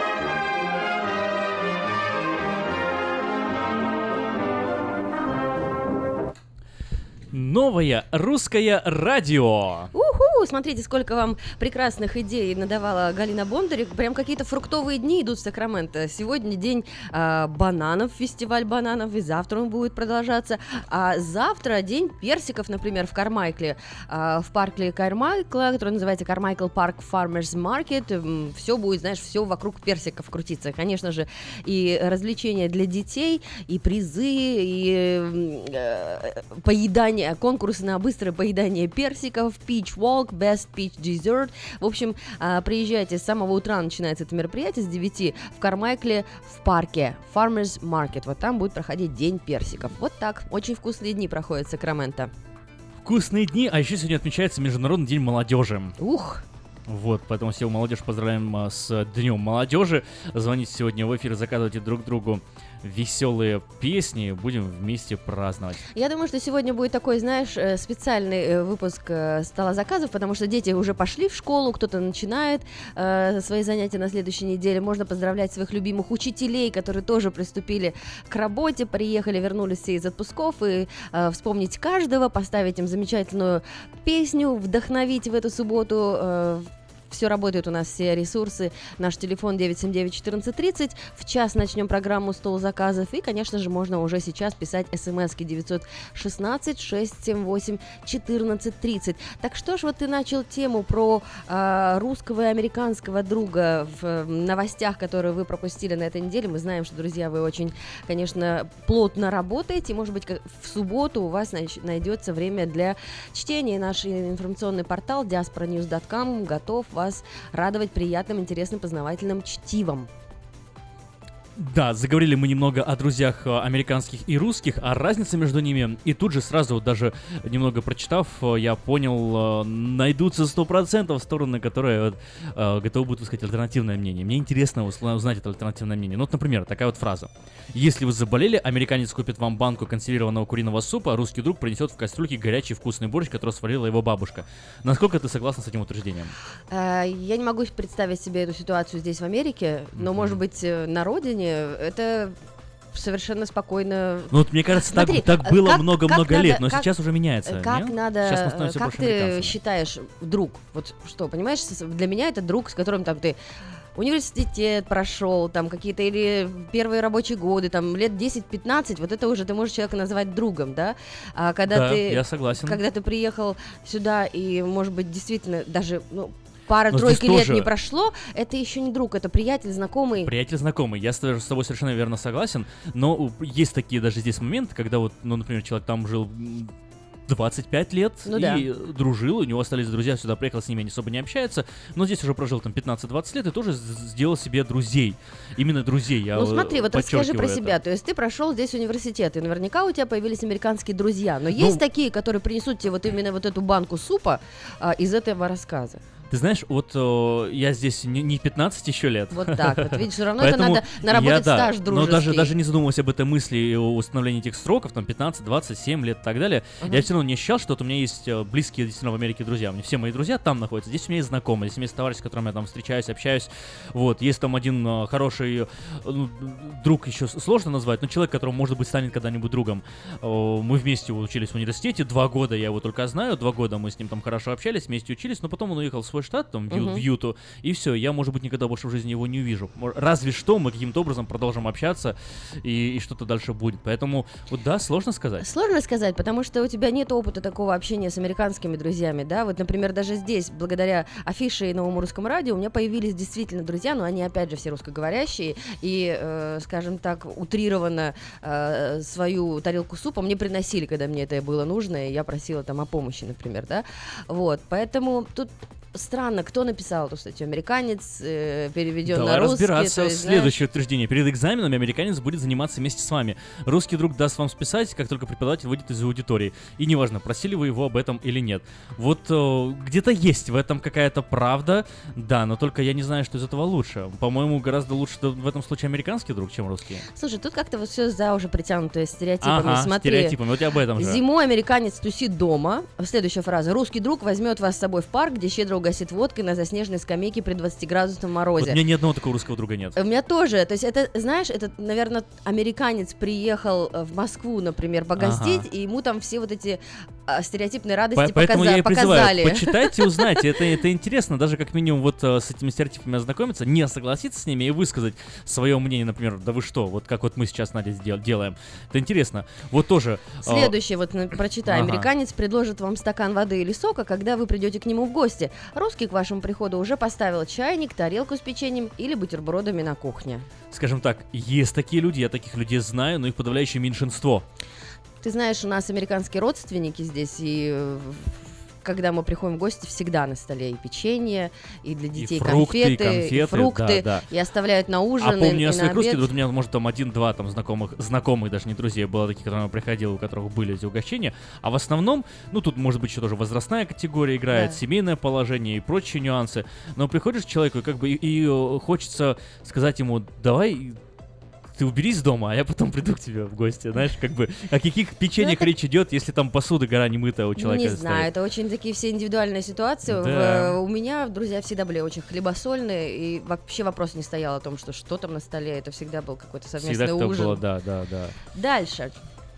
Новое русское радио. Уху! Смотрите, сколько вам прекрасных идей надавала Галина Бондарь. Прям какие-то фруктовые дни идут в Сакраменто. Сегодня день бананов, фестиваль бананов, и завтра он будет продолжаться. А завтра день персиков, например, в Кармайкле. В парке Кармайкла, который называется Кармайкл Парк Farmers Market. Все будет, знаешь, все вокруг персиков крутиться. Конечно же, и развлечения для детей, и призы, и поедание, конкурсы на быстрое поедание персиков, Peach Walk, Best Peach Dessert. В общем, приезжайте, с самого утра начинается это мероприятие, с 9 в Кармайкле, в парке Farmers Market. Вот там будет проходить день персиков. Вот так. Очень вкусные дни проходят в Сакраменто. Вкусные дни, а еще сегодня отмечается Международный день молодежи. Ух! Вот, поэтому всего молодежь поздравляем с Днем молодежи. Звоните сегодня в эфир, заказывайте друг другу веселые песни, будем вместе праздновать. Я думаю, что сегодня будет такой, знаешь, специальный выпуск стола заказов, потому что дети уже пошли в школу, кто-то начинает свои занятия на следующей неделе. Можно поздравлять своих любимых учителей, которые тоже приступили к работе, приехали, вернулись все из отпусков, и вспомнить каждого, поставить им замечательную песню, вдохновить в эту субботу. Все работает у нас, все ресурсы. Наш телефон 979-1430. В час начнем программу «Стол заказов». И, конечно же, можно уже сейчас писать смски 916-678-1430. Так что ж, вот ты начал тему про русского и американского друга в новостях, которые вы пропустили на этой неделе. Мы знаем, что, друзья, вы очень, конечно, плотно работаете. Может быть, в субботу у вас найдется время для чтения. Наш информационный портал diasporanews.com готов вас радовать приятным, интересным, познавательным чтивом. Да, заговорили мы немного о друзьях американских и русских, о разнице между ними. И тут же сразу, даже немного прочитав, я понял, найдутся 100% стороны, которые готовы будут высказать альтернативное мнение. Мне интересно узнать это альтернативное мнение. Ну, вот, например, такая вот фраза. Если вы заболели, американец купит вам банку консервированного куриного супа, а русский друг принесет в кастрюльке горячий вкусный борщ, который сварила его бабушка. Насколько ты согласна с этим утверждением? Я не могу представить себе эту ситуацию здесь, в Америке, но, может быть, на родине это совершенно спокойно. Ну вот мне кажется, смотри, так было много-много лет, но сейчас уже меняется. Как нет? надо, как ты считаешь, друг? Вот что, понимаешь, для меня это друг, с которым там ты университет прошел, там какие-то или первые рабочие годы, там лет 10-15, вот это уже ты можешь человека назвать другом, да? А когда да, я согласен. Когда ты приехал сюда и, может быть, действительно даже, пара-тройки лет не прошло, это еще не друг, это приятель, знакомый. Приятель, знакомый, я с тобой совершенно верно согласен, но есть такие даже здесь моменты, когда вот, например, человек там жил 25 лет и дружил, у него остались друзья, сюда приехал, с ними особо не общается, но здесь уже прожил там 15-20 лет и тоже сделал себе друзей, именно друзей, я смотри, вот расскажи про себя, то есть ты прошел здесь университет, и наверняка у тебя появились американские друзья, но есть такие, которые принесут тебе вот именно вот эту банку супа из этого рассказа? Ты знаешь, вот я здесь не 15 еще лет. Вот так вот, видишь, все равно это надо наработать стаж дружеский. Но даже не задумываясь об этой мысли о установлении этих сроков, там 15, 27 лет и так далее, я все равно не ощущал, что вот у меня есть близкие действительно в Америке друзья. У меня все мои друзья там находятся, здесь у меня есть знакомые, здесь у меня есть товарищи, с которыми я там встречаюсь, общаюсь. Вот, есть там один хороший друг, еще сложно назвать, но человек, которому, может быть, станет когда-нибудь другом. Мы вместе учились в университете, 2 года я его только знаю, 2 года мы с ним там хорошо общались, вместе учились, но потом он уехал в свой штат, там, в Юту, и все, я, может быть, никогда больше в жизни его не увижу. Разве что мы каким-то образом продолжим общаться, и что-то дальше будет. Поэтому, вот да, сложно сказать. Сложно сказать, потому что у тебя нет опыта такого общения с американскими друзьями, да, вот, например, даже здесь, благодаря афише и Новому Русскому Радио, у меня появились действительно друзья, но они, опять же, все русскоговорящие, и, скажем так, утрированно свою тарелку супа мне приносили, когда мне это было нужно, и я просила там о помощи, например, да, вот, поэтому тут странно, кто написал эту статью, американец, переведен на русский. Давай разбираться. Следующее утверждение. Перед экзаменами американец будет заниматься вместе с вами. Русский друг даст вам списать, как только преподаватель выйдет из аудитории. И неважно, просили вы его об этом или нет. Вот где-то есть в этом какая-то правда, да, но только я не знаю, что из этого лучше. По-моему, гораздо лучше в этом случае американский друг, чем русский. Слушай, тут как-то вот все за уже притянутое стереотипами. Ага, смотри, стереотипами, вот я об этом же. Зимой американец тусит дома. Следующая фраза. Русский друг возьмет вас с собой в парк, где щедро угостит водкой на заснеженной скамейке при 20-градусном морозе. Вот у меня ни одного такого русского друга нет. У меня тоже. То есть это, знаешь, это, наверное, американец приехал в Москву, например, погостить, и ему там все вот эти стереотипные радости Поэтому я и призываю, показали. почитайте, узнайте. Это интересно, даже как минимум вот с этими стереотипами ознакомиться, не согласиться с ними и высказать свое мнение, например, да вы что, вот как вот мы сейчас, Надя, делаем. Это интересно. Вот тоже... Следующее, вот прочитай. Американец предложит вам стакан воды или сока, когда вы придете к нему в гости. Русский к вашему приходу уже поставил чайник, тарелку с печеньем или бутербродами на кухне. Скажем так, есть такие люди, я таких людей знаю, но их подавляющее меньшинство. Ты знаешь, у нас американские родственники здесь, и когда мы приходим в гости, всегда на столе и печенье, и для детей и фрукты, конфеты, и фрукты, да. И оставляют на ужин, помню, и я на своих обед. русских, вот у меня, может, там 1-2 там знакомых, даже не друзей, было таких, к которым я приходил, у которых были эти угощения, а в основном, ну, тут, может быть, еще тоже возрастная категория играет, да. Семейное положение и прочие нюансы, но приходишь к человеку, как бы, и хочется сказать ему, давай... Ты уберись дома, а я потом приду к тебе в гости, знаешь, как бы, о каких печеньях речь идет, если там посуда гора немытая у человека Не знаю, это очень такие все индивидуальные ситуации. Да. У меня друзья всегда были очень хлебосольные, и вообще вопрос не стоял о том, что там на столе, это всегда был какой-то совместный ужин. Всегда было, да. Дальше.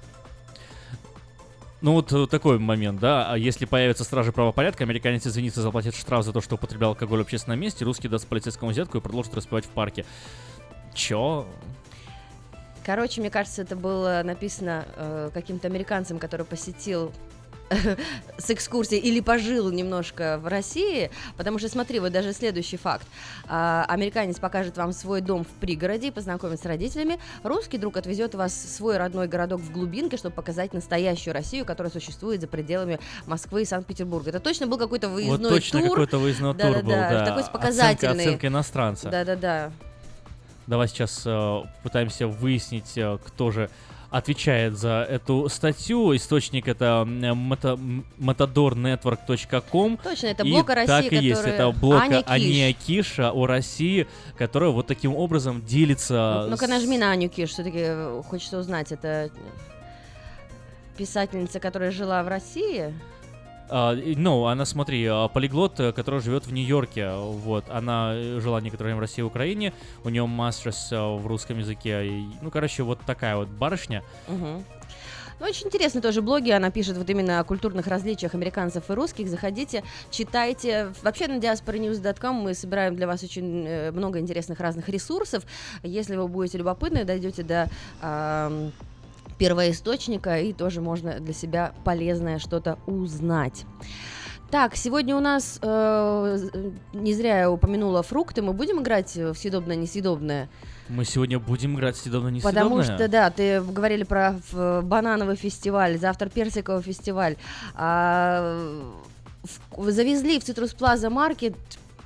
Ну вот такой момент, да, а если появятся стражи правопорядка, американец извинится, заплатит штраф за то, что употреблял алкоголь в общественном месте, русский даст полицейскому взятку и продолжит распивать в парке. Чё? Короче, мне кажется, это было написано каким-то американцем, который посетил с экскурсией или пожил немножко в России, потому что, смотри, вот даже следующий факт. Американец покажет вам свой дом в пригороде, познакомит с родителями. Русский друг отвезет вас в свой родной городок в глубинке, чтобы показать настоящую Россию, которая существует за пределами Москвы и Санкт-Петербурга. Это точно был какой-то выездной тур. Вот точно какой-то выездной тур был, да. Такой показательный. Оценка иностранца. Да. Давай сейчас пытаемся выяснить, кто же отвечает за эту статью. Источник это matadornetwork.com. Точно, это блог о России, так и есть, это блог Аня Киш о России, которая вот таким образом делится... Ну-ка нажми на Аню Киш, все-таки хочется узнать, это писательница, которая жила в России? Она, смотри, полиглот, который живет в Нью-Йорке, вот, она жила некоторое время в России и Украине, у нее мастерс в русском языке, вот такая вот барышня. Ну, очень интересно тоже блоги, она пишет вот именно о культурных различиях американцев и русских, заходите, читайте. Вообще на diasporanews.com мы собираем для вас очень много интересных разных ресурсов, если вы будете любопытны, дойдете до... первоисточника, и тоже можно для себя полезное что-то узнать. Так, сегодня у нас, не зря я упомянула фрукты, мы будем играть в съедобное-несъедобное? Мы сегодня будем играть в съедобное-несъедобное? Потому что, да, ты говорили про банановый фестиваль, завтра персиковый фестиваль. Завезли в Citrus Plaza Market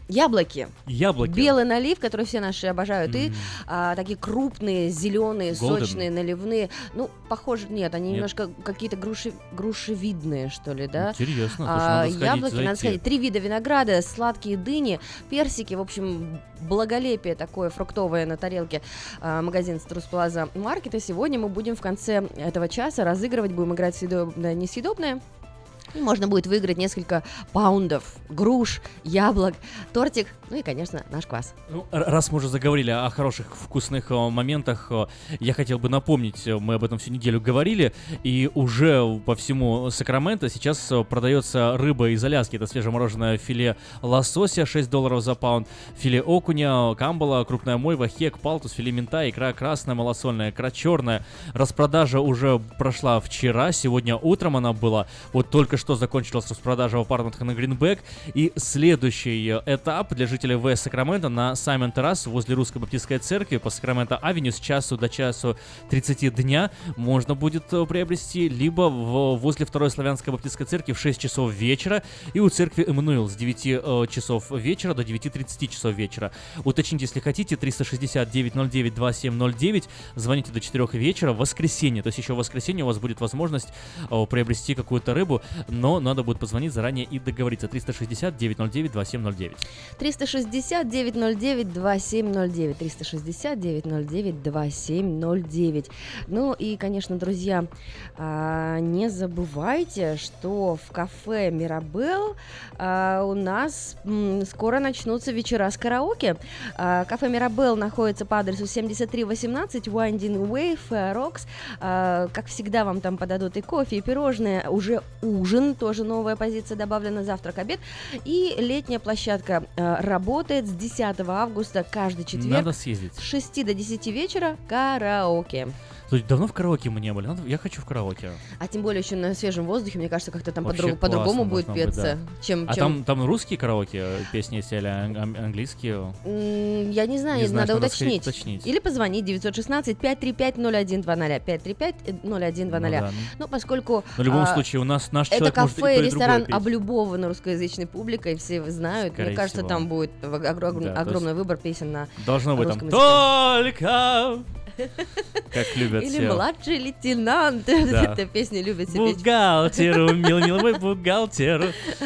Яблоки. Яблоки. Белый налив, который все наши обожают. И такие крупные, зеленые, сочные, наливные. Ну, похоже, нет, они немножко какие-то грушевидные, что ли, да? Интересно. Надо яблоки, надо сходить. 3 вида винограда, сладкие дыни, персики. В общем, благолепие такое фруктовое на тарелке. Магазин Citrus Plaza Market. И сегодня мы будем в конце этого часа разыгрывать, будем играть съедобное, несъедобное. И можно будет выиграть несколько паундов груш, яблок, тортик, ну и, конечно, наш квас. Ну, раз мы уже заговорили о хороших вкусных моментах, я хотел бы напомнить, мы об этом всю неделю говорили, и уже по всему Сакраменто сейчас продается рыба из Аляски. Это свежемороженое филе лосося, $6 за паунд, филе окуня, камбала, крупная мойва, хек, палтус, филе минта, икра красная, малосольная, икра черная. Распродажа уже прошла вчера, сегодня утром она была, вот только что закончилась распродажа в апартаментах на Гринбек. И следующий этап для жителей Вест Сакрамента на Саймон Террас возле Русской Баптистской церкви по Сакраменто-авеню с часу до часу 30 дня можно будет приобрести либо возле Второй Славянской Баптистской церкви в 6 часов вечера и у церкви Эммануил с 9 часов вечера до 9:30 часов вечера. Уточните, если хотите, 369-09-2709, звоните до 4 вечера в воскресенье, то есть еще в воскресенье у вас будет возможность приобрести какую-то рыбу, но надо будет позвонить заранее и договориться. 360-909-2709. 360-909-2709. 360-909-2709. Ну и, конечно, друзья, не забывайте, что в кафе «Мирабелл» у нас скоро начнутся вечера с караоке. Кафе «Мирабелл» находится по адресу 7318 Winding Way, Fair Rocks. Как всегда, вам там подадут и кофе, и пирожные, уже ужин, тоже новая позиция добавлена, завтрак, обед. И летняя площадка работает с 10 августа каждый четверг. Надо съездить. С 6 до 10 вечера караоке. Слушай, давно в караоке мы не были. Я хочу в караоке. А тем более еще на свежем воздухе, мне кажется, как-то там по-другому будет петься. Быть, да. Там русские караоке песни есть или английские? Я не знаю, надо уточнить. Или позвонить 916-535-0120. 535-0120. Ну, поскольку... В любом случае, у нас наш человек это может кафе, ресторан облюбован русскоязычной публикой, все знают. Скорее Мне кажется, всего. Там будет огромный выбор песен на должно быть русском там только... Как любят Или все. «Младший лейтенант». Да. Эта песня любят все петь. Бухгалтеру, милый мой бухгалтеру.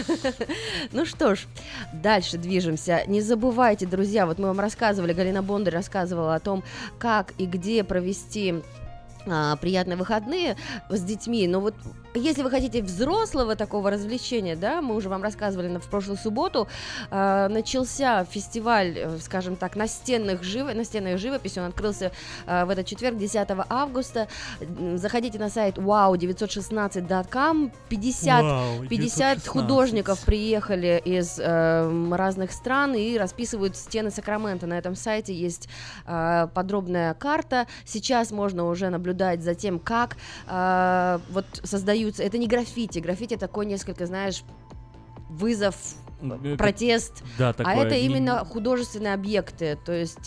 Ну что ж, дальше движемся. Не забывайте, друзья, вот мы вам рассказывали, Галина Бондарь рассказывала о том, как и где провести приятные выходные с детьми. Но вот если вы хотите взрослого такого развлечения, да, мы уже вам рассказывали в прошлую субботу, начался фестиваль, скажем так, настенной живописи. Он открылся в этот четверг, 10 августа. Заходите на сайт wow916.com. 50 художников приехали из разных стран и расписывают стены Сакрамента. На этом сайте есть подробная карта. Сейчас можно уже наблюдать за тем, как вот создаются. Это не граффити. Граффити такой несколько, знаешь, вызов, протест. Да, такое. А это именно художественные объекты, то есть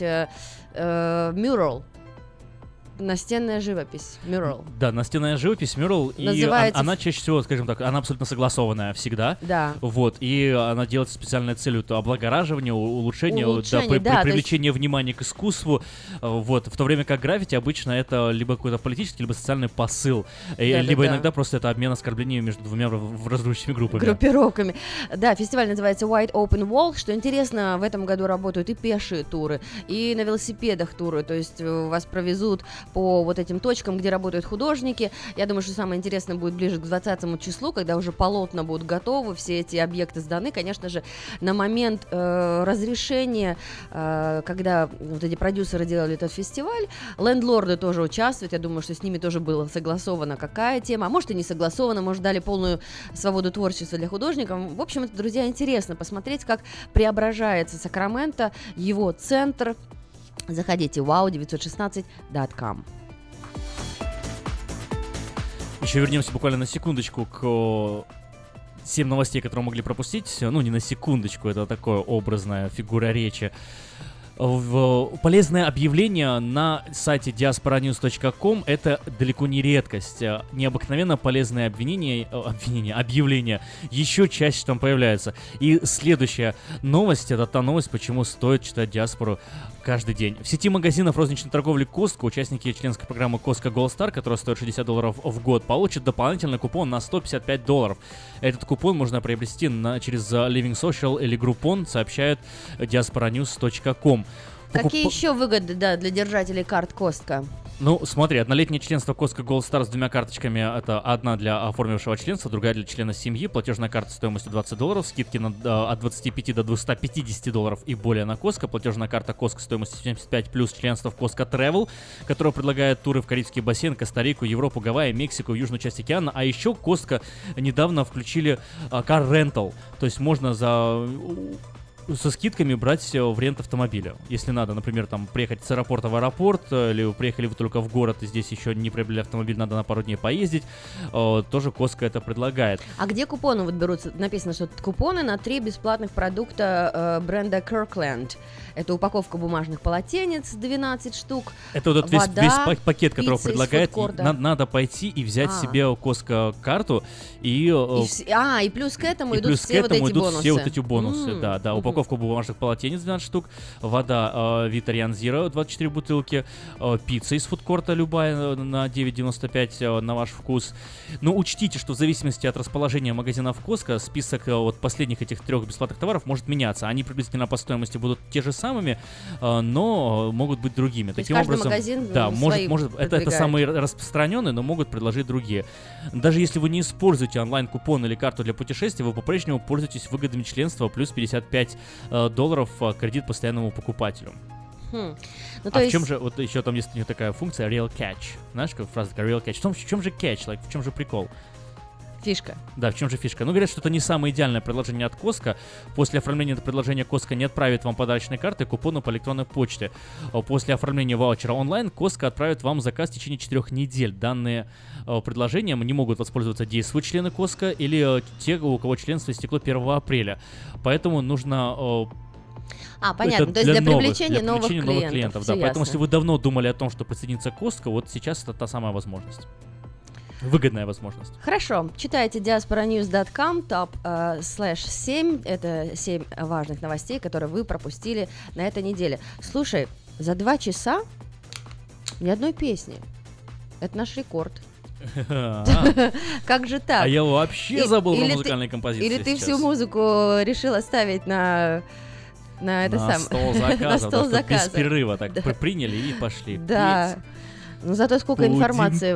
mural. Настенная живопись, mural. Да, настенная живопись, mural, называется... и она чаще всего, скажем так, она абсолютно согласованная всегда. Да. Вот, и она делается специальной целью облагораживания, улучшения, да, привлечения внимания к искусству. Вот, в то время как граффити обычно это либо какой-то политический, либо социальный посыл, либо иногда просто это обмен оскорблениями между двумя враждующими группировками. Да, фестиваль называется Wide Open Wall. Что интересно, в этом году работают и пешие туры, и на велосипедах туры, то есть вас провезут по вот этим точкам, где работают художники. Я думаю, что самое интересное будет ближе к 20 числу, когда уже полотна будут готовы, все эти объекты сданы. Конечно же, на момент разрешения, когда вот эти продюсеры делали этот фестиваль, лендлорды тоже участвуют. Я думаю, что с ними тоже было согласовано, какая тема. А может и не согласовано, может дали полную свободу творчества для художников. В общем, это, друзья, интересно посмотреть, как преображается Сакраменто, его центр. Заходите wow916.com. Еще вернемся буквально на секундочку к 7 новостей, которые мы могли пропустить. Ну, не на секундочку, это такое образная фигура речи. Полезное объявление на сайте diasporanews.com — это далеко не редкость. Необыкновенно полезные объявления еще чаще там появляются. И следующая новость — это та новость, почему стоит читать «Диаспору» каждый день. В сети магазинов розничной торговли Costco участники членской программы Costco Gold Star, которая стоит $60 в год, получат дополнительный купон на $155. Этот купон можно приобрести через Living Social или Groupon, сообщает diasporanews.com. Какие еще выгоды, для держателей карт Costco? Ну, смотри, однолетнее членство Costco Gold Star с 2 карточками — это одна для оформившего членства, другая для члена семьи. Платежная карта стоимостью $20, скидки от $25 до $250 и более на Costco. Платежная карта Costco стоимостью 75 плюс членство в Costco Travel, которая предлагает туры в Карибский бассейн, Коста-Рику, Европу, Гавайи, Мексику, Южную часть океана. А еще Costco недавно включили Car Rental, то есть можно со скидками брать в рент автомобиля. Если надо, например, там приехать с аэропорта в аэропорт, или приехали вы только в город, и здесь еще не приобрели автомобиль, надо на пару дней поездить, тоже Costco это предлагает. А где купоны вот берутся? Написано, что купоны на 3 бесплатных продукта бренда Kirkland. Это упаковка бумажных полотенец, 12 штук. Это вот весь пакет, который предлагает. Надо пойти и взять себе Costco карту. И плюс к этому идут все вот эти бонусы. Да. Упаковка бумажных полотенец 12 штук, вода Витариан Zero 24 бутылки, пицца из фудкорта любая на $9.95 на ваш вкус. Но учтите, что в зависимости от расположения магазинов Costco список вот последних этих 3 бесплатных товаров может меняться. Они приблизительно по стоимости будут те же самыми, но могут быть другими. То Таким образом, магазин может это самые распространенные, но могут предложить другие. Даже если вы не используете онлайн-купон или карту для путешествия, вы по-прежнему пользуетесь выгодами членства плюс $55 кредит постоянному покупателю. В чем же, вот еще там есть у нее такая функция Real Catch. Знаешь, как фраза такая Real Catch? В чем же catch? В чем же прикол? Фишка. Да, в чем же фишка? Ну, говорят, что это не самое идеальное предложение от Costco. После оформления этого предложения Costco не отправит вам подарочные карты и купоны по электронной почте. После оформления ваучера онлайн Costco отправит вам заказ в течение 4 недель. Данные предложения не могут воспользоваться действующие члены Costco или те, у кого членство истекло 1 апреля. Поэтому нужно... понятно, то есть для привлечения новых клиентов. Да. Поэтому, если вы давно думали о том, что присоединиться к Costco, вот сейчас это та самая возможность. Выгодная возможность. Хорошо. Читайте diasporanews.com /7. Это 7 важных новостей, которые вы пропустили на этой неделе. Слушай, за 2 часа ни одной песни. Это наш рекорд. Как же так? А я вообще забыл про музыкальные композиции. Или ты всю музыку решил оставить на стол заказа. Без перерыва так приняли и пошли. Да. Ну зато сколько информации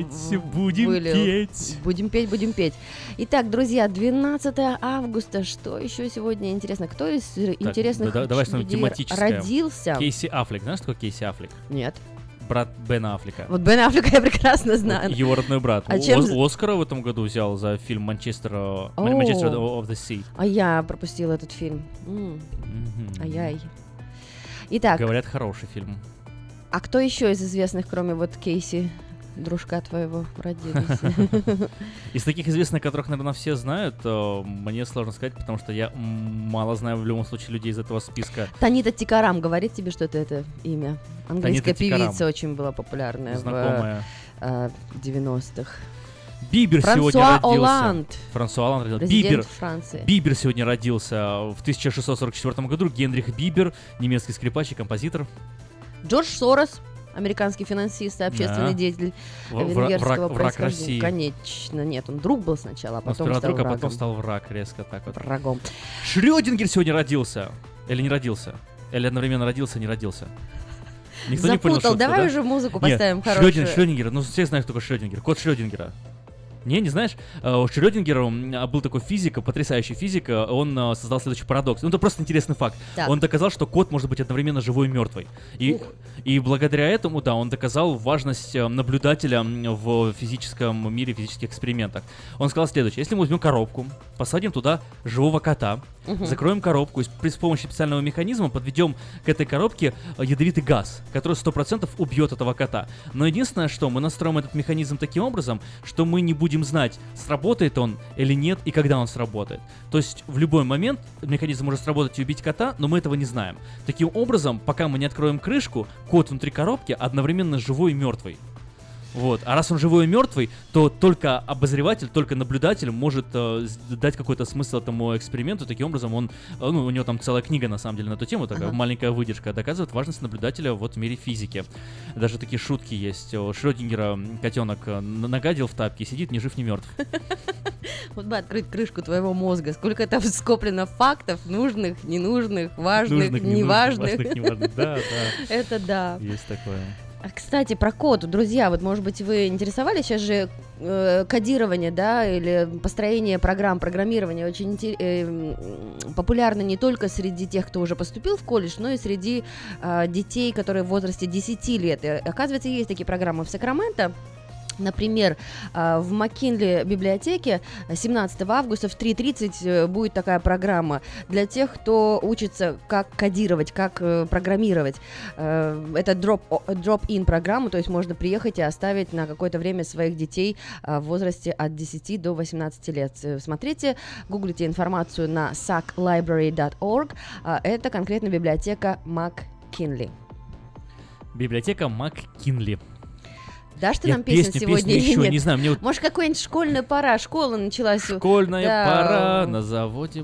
Будем петь. Итак, друзья, 12 августа. Что еще сегодня интересно? Кто из интересных людей родился? Кейси Аффлек. Знаешь, что такое Кейси Аффлек? Нет. Брат Бена Аффлека. Вот Бена Аффлека я прекрасно знаю. Его родной брат. Оскара в этом году взял за фильм «Манчестер of the Sea». А я пропустила этот фильм. Ай-яй. Итак. Говорят, хороший фильм. А кто еще из известных, кроме вот Кейси, дружка твоего, родились? Из таких известных, которых, наверное, все знают, мне сложно сказать, потому что я мало знаю в любом случае людей из этого списка. Танита Тикарам говорит тебе, что это имя? Английская певица очень была популярная знакомая в 90-х. Бибер сегодня родился. Франсуа Олланд родился. Президент Франции. Бибер сегодня родился в 1644 году. Генрих Бибер, немецкий скрипач и композитор. Джордж Сорос, американский финансист и общественный деятель венгерского враг России. Конечно, нет, он друг был сначала, а потом стал врагом. А потом стал враг резко так вот. Врагом. Шрёдингер сегодня родился. Или не родился? Или одновременно родился, не родился? Никто не понял шутку, давай уже музыку поставим хорошую. Шрёдингер, ну все знают, кто такой Шрёдингер. Кот Шрёдингера. Не знаешь? У Шрёдингера был такой физик, потрясающий физик, он создал следующий парадокс. Ну, это просто интересный факт. Так. Он доказал, что кот может быть одновременно живой и мертвый. И благодаря этому, да, он доказал важность наблюдателя в физическом мире, в физических экспериментах. Он сказал следующее. Если мы возьмем коробку, посадим туда живого кота, закроем коробку и с помощью специального механизма подведем к этой коробке ядовитый газ, который 100% убьет этого кота. Но единственное, что мы настроим этот механизм таким образом, что мы не будем будем знать, сработает он или нет, и когда он сработает. То есть в любой момент механизм может сработать и убить кота, но мы этого не знаем. Таким образом, пока мы не откроем крышку, кот внутри коробки одновременно живой и мертвый. Вот. А раз он живой и мертвый, то только обозреватель, только наблюдатель может дать какой-то смысл этому эксперименту. Таким образом, у него там целая книга, на самом деле, на эту тему, такая маленькая выдержка, доказывает важность наблюдателя вот в мире физики. Даже такие шутки есть. У Шрёдингера котенок нагадил в тапке, сидит ни жив, ни мертв. Вот бы открыть крышку твоего мозга. Сколько там скоплено фактов, нужных, ненужных, важных, неважных. Да. Это да. Есть такое. Кстати, про код, друзья, вот, может быть, вы интересовались, сейчас же кодирование, да, или построение программ, программирование очень популярно не только среди тех, кто уже поступил в колледж, но и среди детей, которые в возрасте 10 лет. И, оказывается, есть такие программы в Сакраменто. Например, в Маккинли библиотеке 17 августа в 3:30 будет такая программа для тех, кто учится, как кодировать, как программировать. Это drop-in программа, то есть можно приехать и оставить на какое-то время своих детей в возрасте от 10 до 18 лет. Смотрите, гуглите информацию на saclibrary.org. Это конкретно библиотека Маккинли. Библиотека Маккинли. Дашь ты нам песню сегодня или еще, нет? Не знаю, мне вот... Может, какая-нибудь школьная пора, школа началась. Школьная пора, на заводе...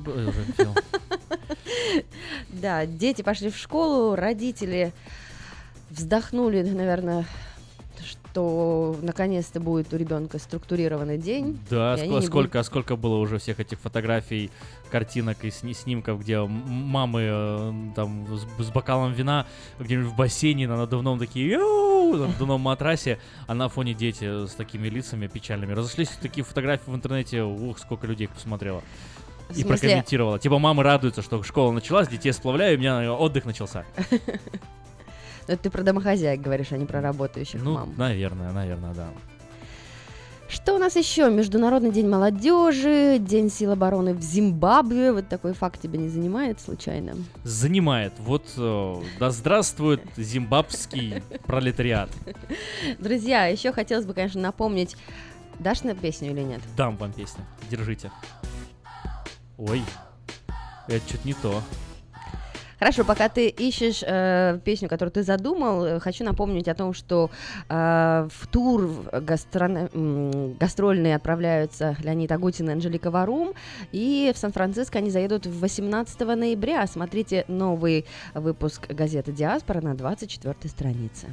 Да, дети пошли в школу, родители вздохнули, наверное, что наконец-то будет у ребенка структурированный день. Да, сколько было уже всех этих фотографий, картинок и снимков, где мамы там с бокалом вина где-нибудь в бассейне на надувном такие, на надувном матрасе, а на фоне дети с такими лицами печальными. Разошлись такие фотографии в интернете, сколько людей посмотрело. И прокомментировала. Типа мамы радуются, что школа началась, детей сплавляю, и у меня отдых начался. Это ты про домохозяек говоришь, а не про работающих мам. Наверное, да. Что у нас еще? Международный день молодежи, День сил обороны в Зимбабве. Вот такой факт тебя не занимает случайно? Занимает. Вот да здравствует зимбабвский пролетариат. Друзья, еще хотелось бы, конечно, напомнить. Дашь на песню или нет? Дам вам песню. Держите. Ой, это что-то не то. Хорошо, пока ты ищешь песню, которую ты задумал, хочу напомнить о том, что в тур гастрольный отправляются Леонид Агутин и Анжелика Варум, и в Сан-Франциско они заедут 18 ноября. Смотрите новый выпуск газеты «Диаспора» на 24-й странице.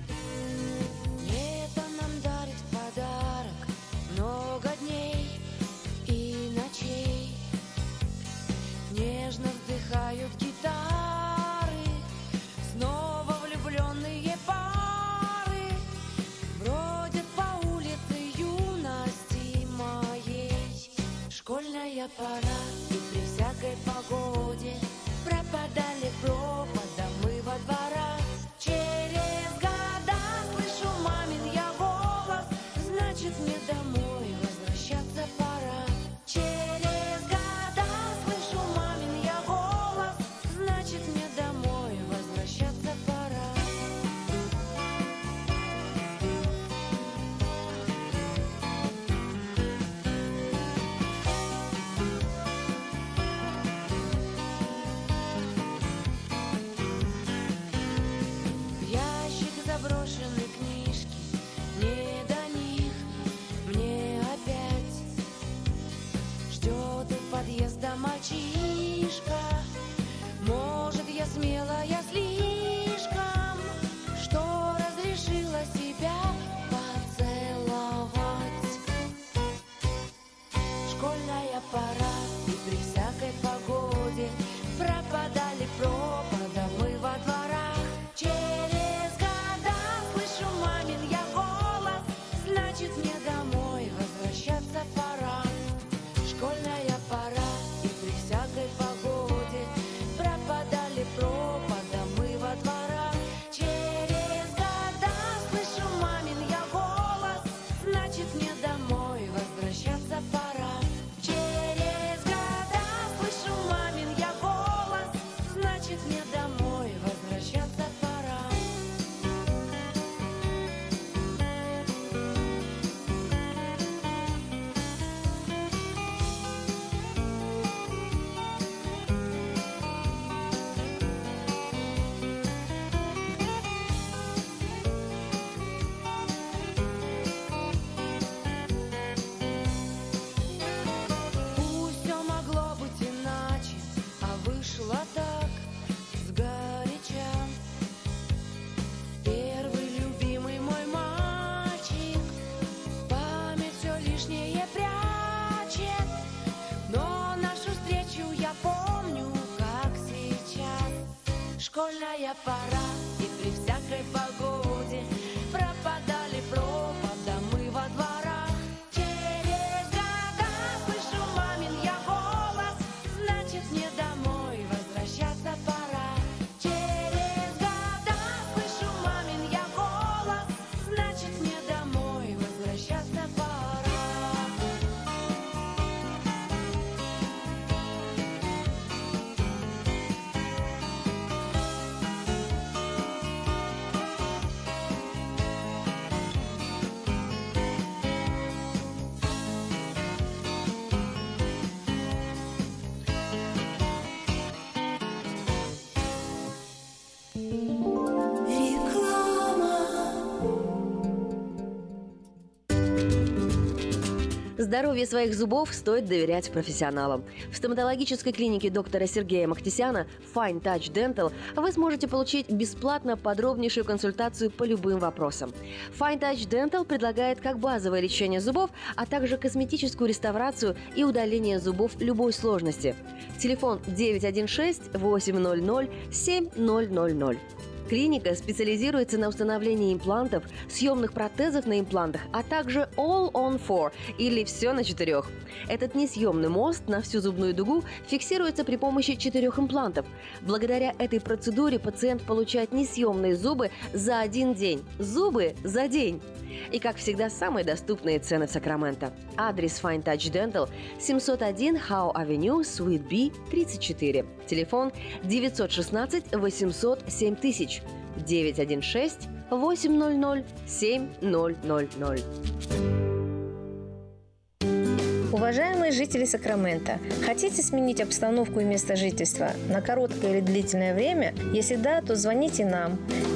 Школьная пора, и при всякой погоде пропадали пропадом мы во дворах. Через года слышу мамин я голос, значит мне домой возвращаться пора. Через года слышу мамин я голос, значит мне домой возвращаться пора. школьная пора, и при всякой погоде пропадали пропада мы во дворах. Через года слышу мамин я голос, значит мне домой возвращаться пора. Через года слышу мамин я голос, значит мне домой возвращаться пора. Здоровье своих зубов стоит доверять профессионалам. В стоматологической клинике доктора Сергея Махтисяна Fine Touch Dental вы сможете получить бесплатно подробнейшую консультацию по любым вопросам. Fine Touch Dental предлагает как базовое лечение зубов, а также косметическую реставрацию и удаление зубов любой сложности. Телефон 916-800-7000. Клиника специализируется на установлении имплантов, съемных протезов на имплантах, а также All on 4 или «Все на 4». Этот несъемный мост на всю зубную дугу фиксируется при помощи 4 имплантов. Благодаря этой процедуре пациент получает несъемные зубы за один день. Зубы за день! И, как всегда, самые доступные цены в Сакраменто. Адрес Fine Touch Dental 701 Howe Avenue, Suite B, 34. Телефон 916-800-7000. 916-800-7000. Уважаемые жители Сакрамента, хотите сменить обстановку и место жительства на короткое или длительное время? Если да, то звоните нам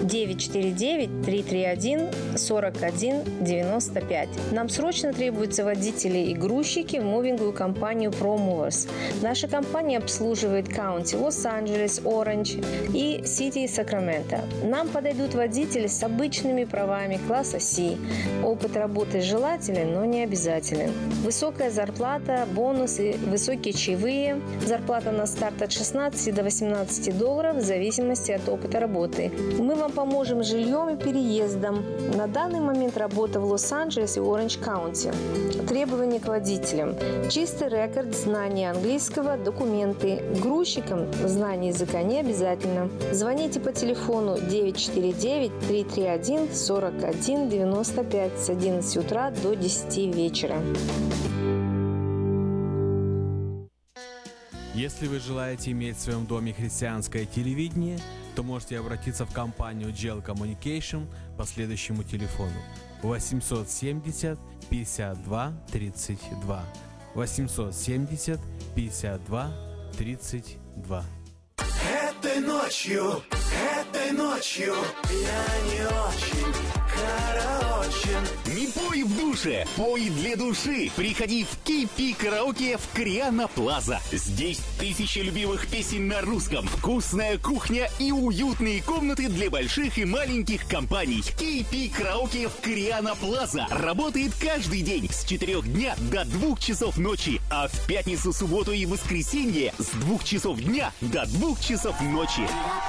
949-331-4195. Нам срочно требуются водители и грузчики в мувинговую компанию ProMovers. Наша компания обслуживает каунти Лос-Анджелес, Оранж и Сити Сакраменто. Нам подойдут водители с обычными правами класса C. Опыт работы желателен, но не обязателен. Высокая зарплата, бонусы, высокие чаевые. Зарплата на старт от $16 до $18 в зависимости от опыта работы. Мы вам поможем с жильем и переездом. На данный момент работа в Лос-Анджелесе и Оранж-Каунти. Требования к водителям. Чистый рекорд, знание английского, документы. Грузчикам знание языка не обязательно. Звоните по телефону 949-331-4195 с 11 утра до 10 вечера. Если вы желаете иметь в своем доме христианское телевидение, то можете обратиться в компанию GL Communication по следующему телефону 870 52 32 870 52 32. Этой ночью я не очень караочен. Не пой в душе, пой для души. Приходи в KP Караоке в Криана Плаза. Здесь тысячи любимых песен на русском, вкусная кухня и уютные комнаты для больших и маленьких компаний. KP Караоке в Криана Плаза работает каждый день с 4 дня до 2 часов ночи, а в пятницу, субботу и воскресенье с 2 часов дня до 2 часов ночи.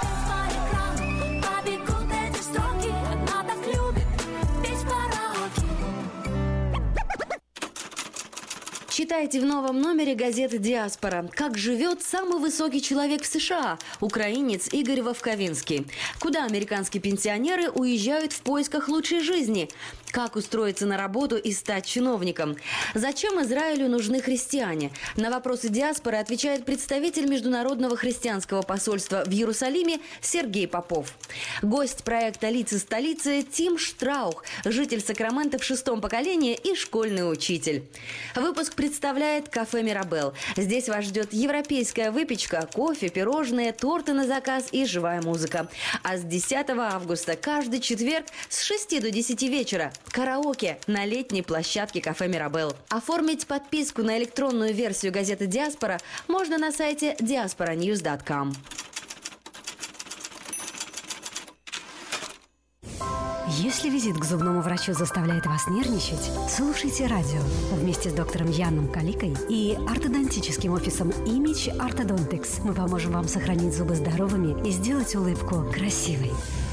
Читайте в новом номере газеты «Диаспора». Как живет самый высокий человек в США – украинец Игорь Вовковинский. Куда американские пенсионеры уезжают в поисках лучшей жизни? Как устроиться на работу и стать чиновником? Зачем Израилю нужны христиане? На вопросы «Диаспоры» отвечает представитель Международного христианского посольства в Иерусалиме Сергей Попов. Гость проекта «Лица столицы» Тим Штраух, житель Сакрамента в 6-м поколении и школьный учитель. Выпуск представляет кафе «Мирабелл». Здесь вас ждет европейская выпечка, кофе, пирожные, торты на заказ и живая музыка. А с 10 августа каждый четверг с 6 до 10 вечера караоке на летней площадке кафе «Мирабелл». Оформить подписку на электронную версию газеты «Диаспора» можно на сайте diasporanews.com. Если визит к зубному врачу заставляет вас нервничать, слушайте радио вместе с доктором Яном Каликой и ортодонтическим офисом Image Orthodontics. Мы поможем вам сохранить зубы здоровыми и сделать улыбку красивой.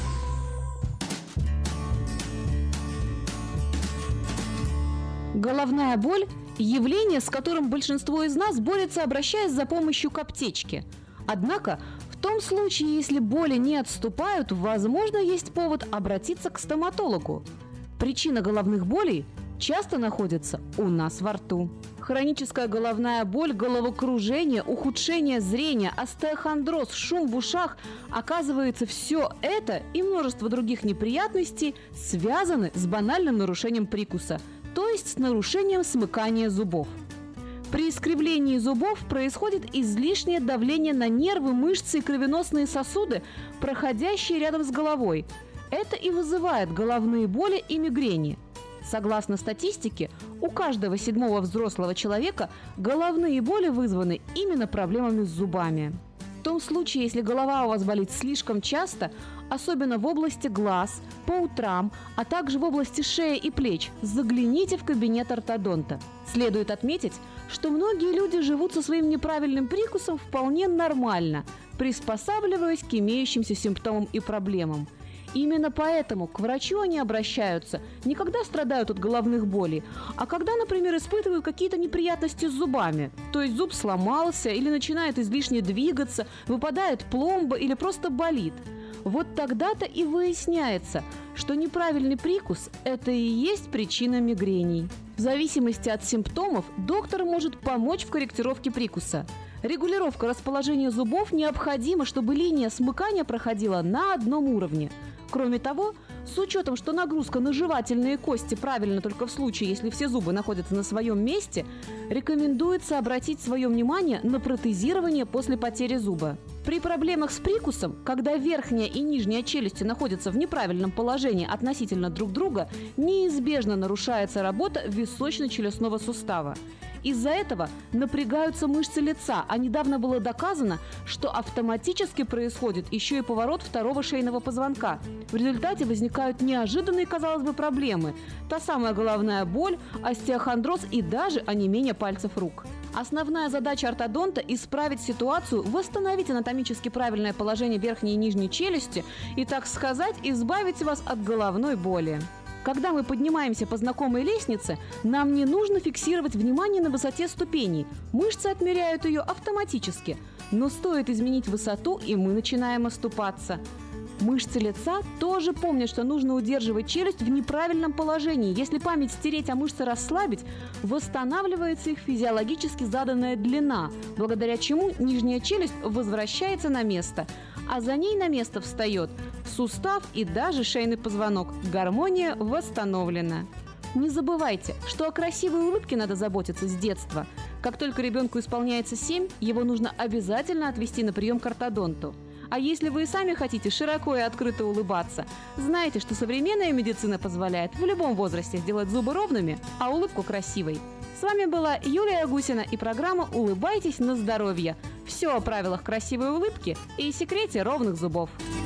Головная боль – явление, с которым большинство из нас борется, обращаясь за помощью к аптечке. Однако, в том случае, если боли не отступают, возможно, есть повод обратиться к стоматологу. Причина головных болей часто находится у нас во рту. Хроническая головная боль, головокружение, ухудшение зрения, остеохондроз, шум в ушах – оказывается, все это и множество других неприятностей связаны с банальным нарушением прикуса, то есть с нарушением смыкания зубов. При искривлении зубов происходит излишнее давление на нервы, мышцы и кровеносные сосуды, проходящие рядом с головой. Это и вызывает головные боли и мигрени. Согласно статистике, у каждого 7-го взрослого человека головные боли вызваны именно проблемами с зубами. В том случае, если голова у вас болит слишком часто, особенно в области глаз, по утрам, а также в области шеи и плеч, загляните в кабинет ортодонта. Следует отметить, что многие люди живут со своим неправильным прикусом вполне нормально, приспосабливаясь к имеющимся симптомам и проблемам. Именно поэтому к врачу они обращаются не когда страдают от головных болей, а когда, например, испытывают какие-то неприятности с зубами. То есть зуб сломался или начинает излишне двигаться, выпадает пломба или просто болит. Вот тогда-то и выясняется, что неправильный прикус – это и есть причина мигрений. В зависимости от симптомов доктор может помочь в корректировке прикуса. Регулировка расположения зубов необходима, чтобы линия смыкания проходила на одном уровне. Кроме того, с учетом, что нагрузка на жевательные кости правильна только в случае, если все зубы находятся на своем месте, рекомендуется обратить свое внимание на протезирование после потери зуба. При проблемах с прикусом, когда верхняя и нижняя челюсти находятся в неправильном положении относительно друг друга, неизбежно нарушается работа височно-челюстного сустава. Из-за этого напрягаются мышцы лица, а недавно было доказано, что автоматически происходит еще и поворот второго шейного позвонка. В результате возникают неожиданные, казалось бы, проблемы. Та самая головная боль, остеохондроз и даже онемение пальцев рук. Основная задача ортодонта – исправить ситуацию, восстановить анатомически правильное положение верхней и нижней челюсти и, так сказать, избавить вас от головной боли. Когда мы поднимаемся по знакомой лестнице, нам не нужно фиксировать внимание на высоте ступеней. Мышцы отмеряют ее автоматически. Но стоит изменить высоту, и мы начинаем оступаться. Мышцы лица тоже помнят, что нужно удерживать челюсть в неправильном положении. Если память стереть, а мышцы расслабить, восстанавливается их физиологически заданная длина, благодаря чему нижняя челюсть возвращается на место, а за ней на место встает сустав и даже шейный позвонок. Гармония восстановлена. Не забывайте, что о красивой улыбке надо заботиться с детства. Как только ребенку исполняется 7, его нужно обязательно отвезти на прием к ортодонту. А если вы и сами хотите широко и открыто улыбаться, знайте, что современная медицина позволяет в любом возрасте сделать зубы ровными, а улыбку красивой. С вами была Юлия Гусина и программа «Улыбайтесь на здоровье». Все о правилах красивой улыбки и секрете ровных зубов.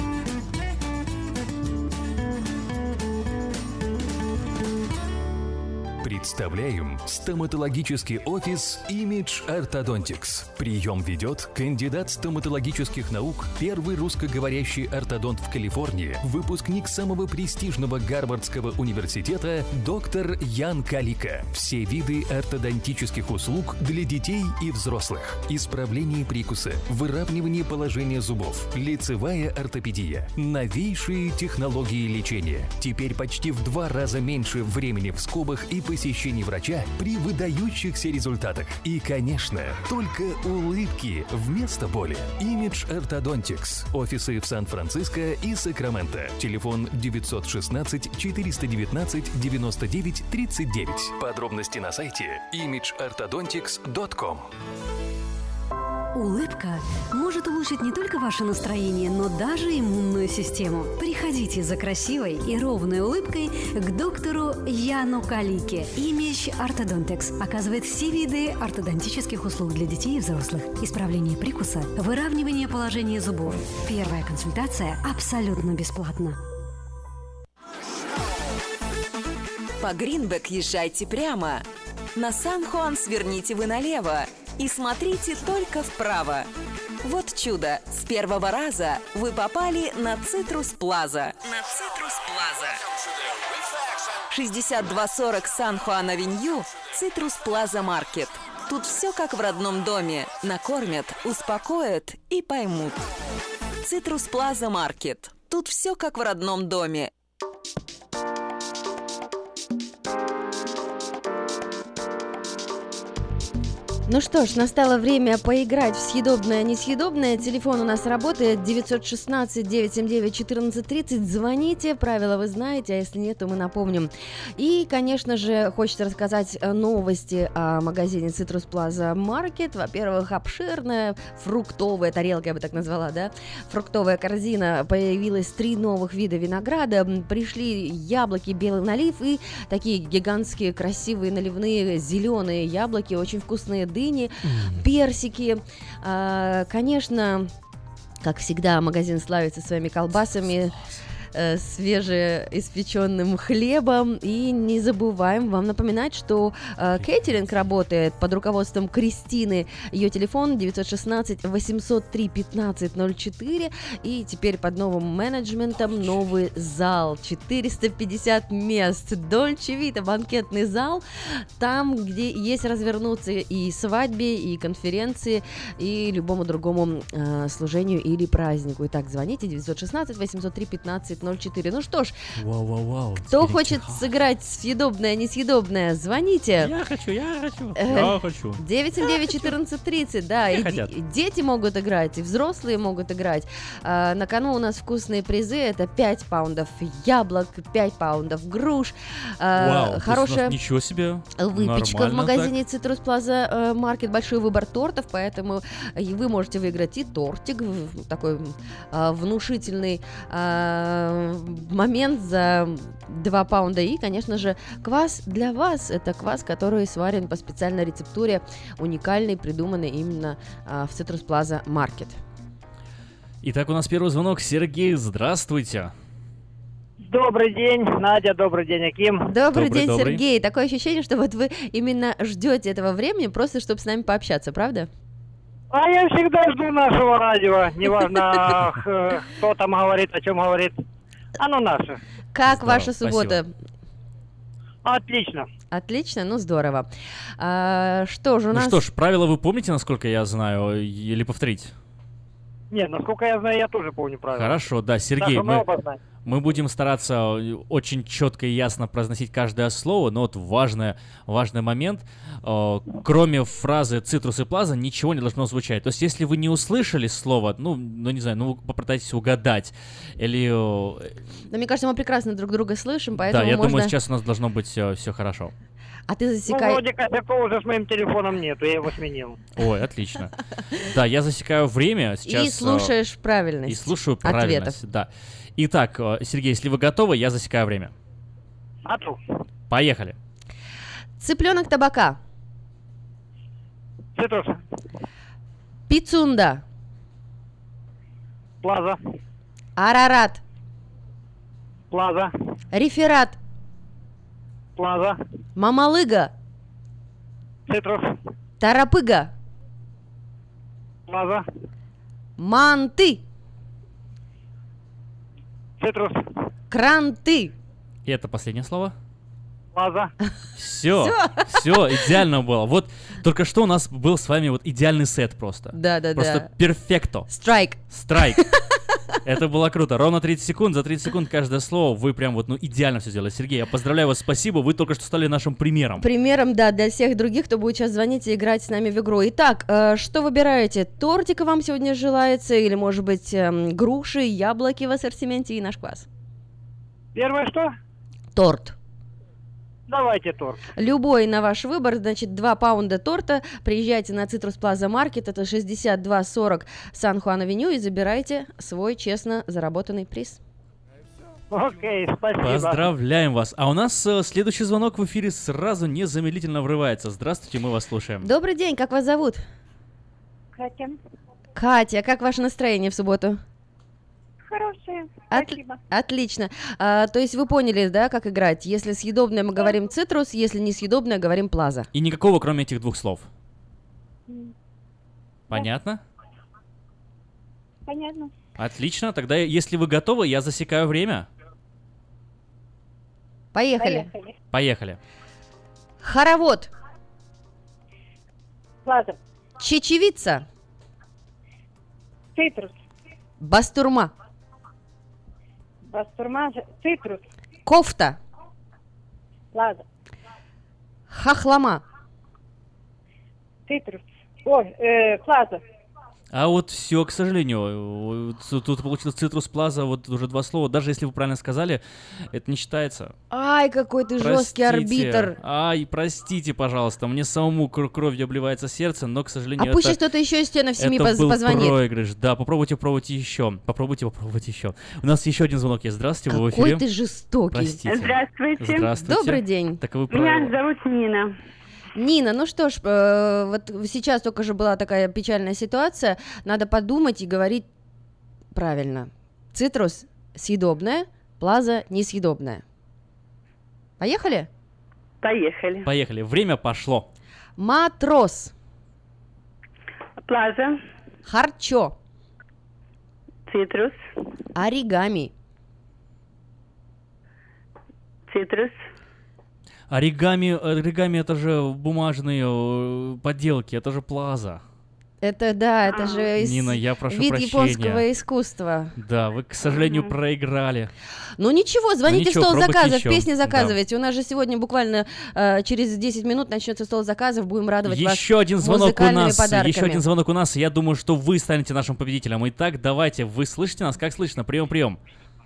Представляем стоматологический офис Image Orthodontics. Прием ведет кандидат стоматологических наук, первый русскоговорящий ортодонт в Калифорнии, выпускник самого престижного Гарвардского университета доктор Ян Калика. Все виды ортодонтических услуг для детей и взрослых. Исправление прикуса, выравнивание положения зубов, лицевая ортопедия, новейшие технологии лечения. Теперь почти в 2 раза меньше времени в скобах и посещений врача при выдающихся результатах. И, конечно, только улыбки вместо боли. Image Orthodontics. Офисы в Сан-Франциско и Сакраменто. Телефон 916-419-99-39. Подробности на сайте imageorthodontics.com. Улыбка может улучшить не только ваше настроение, но даже иммунную систему. Приходите за красивой и ровной улыбкой к доктору Яну Калике. Image Orthodontics оказывает все виды ортодонтических услуг для детей и взрослых. Исправление прикуса, выравнивание положения зубов. Первая консультация абсолютно бесплатна. По Гринбек езжайте прямо. На Сан-Хуан сверните вы налево и смотрите только вправо. Вот чудо! С первого раза вы попали на Цитрус Плаза. На Цитрус Плаза. 6240 Сан-Хуан-Авеню, Цитрус Плаза Маркет. Тут все как в родном доме. Накормят, успокоят и поймут. Цитрус Плаза Маркет. Тут все как в родном доме. Ну что ж, настало время поиграть в съедобное-несъедобное. Телефон у нас работает 916-979-1430. Звоните, правила вы знаете, а если нет, то мы напомним. И, конечно же, хочется рассказать новости о магазине Citrus Plaza Market. Во-первых, обширная фруктовая тарелка, я бы так назвала, да? Фруктовая корзина. Появилось 3 новых вида винограда. Пришли яблоки, белый налив и такие гигантские, красивые, наливные зеленые яблоки, очень вкусные дыни, персики. Конечно, как всегда, магазин славится своими колбасами, свежеиспеченным хлебом. И не забываем вам напоминать, что кейтеринг работает под руководством Кристины. Ее телефон 916-803-1504. И теперь под новым менеджментом новый зал. 450 мест. Дольче Вита, банкетный зал. Там, где есть развернуться и свадьбе, и конференции, и любому другому служению или празднику. Итак, звоните 916-803-1504. Ну что ж, кто хочет сыграть в съедобное-несъедобное, звоните. Я хочу. 979-1430, да, и дети могут играть, и взрослые могут играть. На кону у нас вкусные призы, это 5 паундов яблок, 5 паундов груш. Хорошая ничего себе. Выпечка в магазине Citrus Plaza Market, большой выбор тортов, поэтому вы можете выиграть и тортик, такой внушительный момент за 2 паунда. И, конечно же, квас для вас. Это квас, который сварен по специальной рецептуре, уникальный, придуманный именно в Citrus Plaza Market. Итак, у нас первый звонок. Сергей, здравствуйте. Добрый день, Надя, добрый день, Аким. Добрый день, Сергей. Такое ощущение, что вот вы именно ждете этого времени, просто чтобы с нами пообщаться, правда? А я всегда жду нашего радио, неважно, кто там говорит, о чем говорит. Оно наше. Как ваша суббота? Спасибо. Отлично. Отлично, ну здорово. Что же у нас... Ну что ж, правила вы помните, насколько я знаю, или повторить? Нет, насколько я знаю, я тоже помню правила. Хорошо, да, Сергей, мы будем стараться очень четко и ясно произносить каждое слово, но вот важный момент, кроме фразы «Цитрус и Плаза» ничего не должно звучать. То есть, если вы не услышали слово, ну не знаю, попытайтесь угадать, или... Но мне кажется, мы прекрасно друг друга слышим, поэтому да, я можно... думаю, сейчас у нас должно быть все хорошо. А ты засекай... Ну, вроде косяков уже с моим телефоном нету, я его сменил. Ой, отлично. Да, я засекаю время сейчас. И слушаешь правильность. И слушаю правильность, ответов. Да. Итак, Сергей, если вы готовы, я засекаю время. Готов. Поехали. Цыпленок табака. Цитрус. Пицунда. Плаза. Арарат. Плаза. Реферат. Плаза. Мамалыга. Цитрус. Тарапыга. Плаза. Манты. Цитрус. Кранты. И это последнее слово? Плаза. Все, идеально было. Вот только что у нас был с вами вот идеальный сет просто. Да. Просто перфекто. Страйк. Это было круто. Ровно 30 секунд. За 30 секунд каждое слово вы прям вот, идеально все сделали. Сергей, я поздравляю вас, спасибо. Вы только что стали нашим примером. Примером, да, для всех других, кто будет сейчас звонить и играть с нами в игру. Итак, что выбираете? Тортика вам сегодня желается? Или, может быть, груши, яблоки в ассортименте и наш квас? Первое что? Торт. Давайте торт. Любой на ваш выбор, значит, 2 паунда торта. Приезжайте на Citrus Plaza Market, это 6240 Сан-Хуан-Авеню, и забирайте свой честно заработанный приз. Окей, спасибо. Поздравляем вас. А у нас следующий звонок в эфире сразу незамедлительно врывается. Здравствуйте, мы вас слушаем. Добрый день, как вас зовут? Катя. Катя, как ваше настроение в субботу? Хорошие. Спасибо. Отлично. То есть вы поняли, да, как играть? Если съедобное, мы говорим цитрус, если несъедобное, говорим плаза. И никакого, кроме этих двух слов. Понятно? Понятно. Отлично. Тогда, если вы готовы, я засекаю время. Поехали. Поехали. Хоровод. Плаза. Чечевица. Цитрус. Бастурма. Бастурма. Цитрус. Кофта. Плаза. Хохлома. Цитрус. Ой, плаза. А вот все, к сожалению, тут получилось цитрус плаза, вот уже два слова. Даже если вы правильно сказали, это не считается. Ай, какой ты жесткий арбитр. Ай, простите, пожалуйста, мне самому кровью обливается сердце, но, к сожалению, пусть кто-то еще из членов семьи позвонит. Это был проигрыш. Да, попробуйте еще. Попробуйте еще. У нас еще один звонок есть. Здравствуйте, вы в эфире. Какой ты жестокий. Простите. Здравствуйте. Добрый день. Меня зовут Нина. Нина, ну что ж, вот сейчас только же была такая печальная ситуация, надо подумать и говорить правильно. Цитрус съедобное, плаза несъедобное. Поехали? Поехали. Время пошло. Матрос. Плаза. Харчо. Цитрус. Оригами. Цитрус. Оригами это же бумажные поделки, это же плаза. Это да, это же Нина, я прошу вид прощения. Японского искусства. Да, вы, к сожалению, проиграли. Ну ничего, звоните в стол заказов, песни заказывайте. Да. У нас же сегодня буквально через 10 минут начнется стол заказов, будем радовать вас еще один звонок подарками. Еще один звонок у нас, я думаю, что вы станете нашим победителем. Итак, давайте, вы слышите нас? Как слышно? Прием.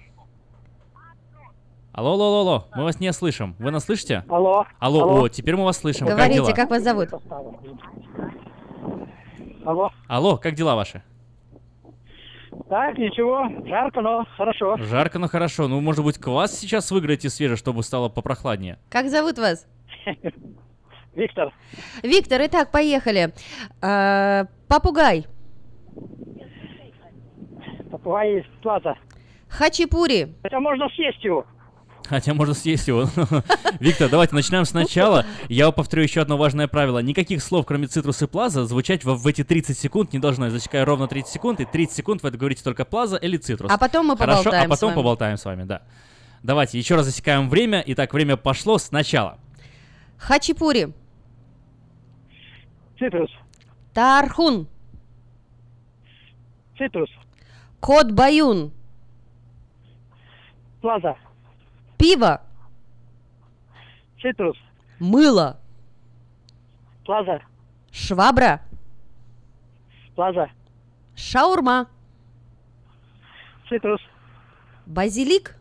Алло, мы вас не слышим. Вы нас слышите? Алло. О, теперь мы вас слышим. Говорите, как дела? Как вас зовут? Алло, как дела ваши? Так, ничего, жарко, но хорошо. Жарко, но хорошо. Ну, может быть, квас сейчас выиграете свежий, чтобы стало попрохладнее? Как зовут вас? Виктор. Виктор, итак, поехали. Попугай. Попугай плаза. Хачапури. Хотя можно съесть его. Виктор, давайте начнем сначала. Я повторю еще одно важное правило. Никаких слов, кроме цитрус и плаза, звучать в эти 30 секунд не должно. Я засекаю ровно 30 секунд, и 30 секунд вы говорите только плаза или цитрус. А потом мы поболтаем. Хорошо, а потом поболтаем с вами, да. Давайте еще раз засекаем время. Итак, время пошло сначала. Хачапури. Цитрус. Тархун. Цитрус. Кот Баюн. Плаза. Пиво. Цитрус. Мыло. Плаза. Швабра. Плаза. Шаурма. Цитрус. Базилик.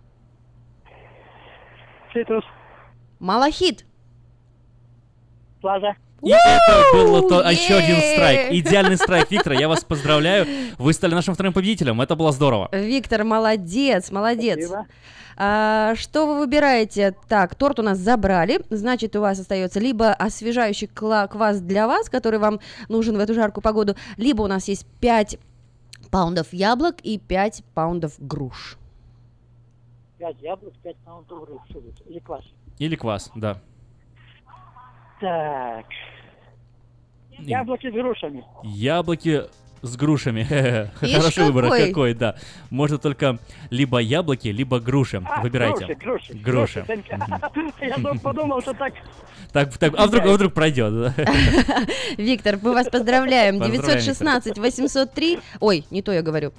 Цитрус. Малахит. Плаза. И это был еще один страйк. Идеальный страйк, Виктор, я вас поздравляю. Вы стали нашим вторым победителем, это было здорово. Виктор, молодец. Спасибо. Что вы выбираете? Так, торт у нас забрали, значит, у вас остается либо освежающий квас для вас, который вам нужен в эту жаркую погоду, либо у нас есть 5 паундов яблок и 5 паундов груш. 5 яблок, 5 паундов груш. Или квас, да. Так. Яблоки с грушами. Яблоки с грушами. Хороший выбор, какой, да. Можно только либо яблоки, либо груши. Выбирайте. Груши. Я подумал, что так... А вдруг пройдет? Виктор, мы вас поздравляем. 916-803... Ой, не то я говорю.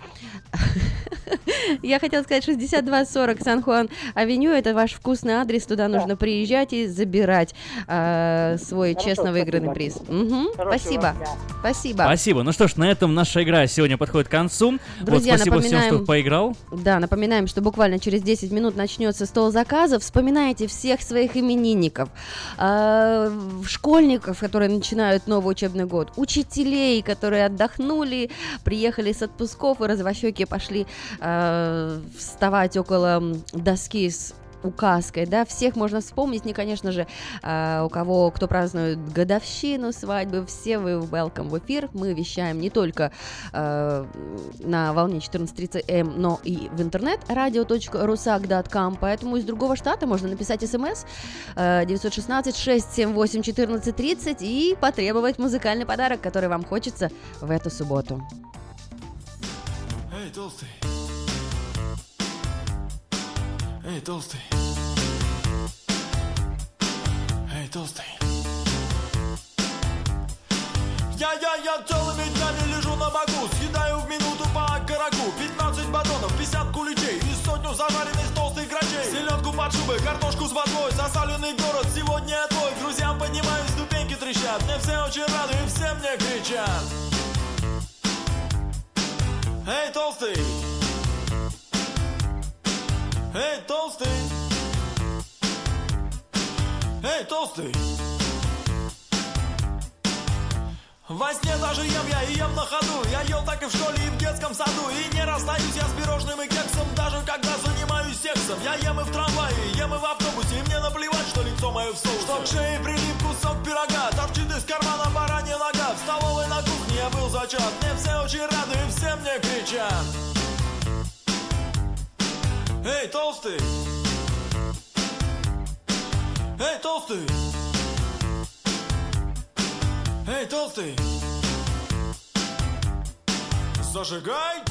Я хотела сказать 6240 Сан-Хуан-Авеню. Это ваш вкусный адрес. Туда нужно приезжать и забирать свой честно выигранный приз. Спасибо. Спасибо. Ну что ж, на этом наша игра сегодня подходит к концу. Друзья, спасибо всем, кто поиграл. Да, напоминаем, что буквально через 10 минут начнется стол заказов. Вспоминайте всех своих именинников, школьников, которые начинают новый учебный год, учителей, которые отдохнули, приехали с отпусков и развощеки пошли вставать около доски с указкой, да, всех можно вспомнить, не, конечно же, кто празднует годовщину свадьбы, все вы welcome в эфир, мы вещаем не только на волне 14:30 М, но и в интернет radio.rusak.com, поэтому из другого штата можно написать смс 916-678-1430 и потребовать музыкальный подарок, который вам хочется в эту субботу. Эй, толстый! Эй, толстый! Эй, толстый! Я целыми днями лежу на боку, съедаю в минуту по окороку, 15 батонов, 50 куличей и 100 зажаренных толстых грачей, селедку под шубой, картошку с водой, засаленный город, сегодня я твой, к друзьям поднимаюсь, ступеньки трещат, мне все очень рады и все мне кричат. Эй, толстый! Эй, толстый! Эй, толстый! Во сне даже ем я и ем на ходу. Я ел так и в школе, и в детском саду. И не расстаюсь я с пирожным и кексом, даже когда занимаюсь сексом. Я ем и в трамвае, ем и в автобусе. И мне наплевать, что лицо мое в соусе. Что к шее прилип кусок пирога, торчит из кармана баранья нога. В столовой на кухне я был зачат. Мне все очень рады и все мне кричат. Эй, толстый! Эй, толстый! Эй, толстый! Зажигай!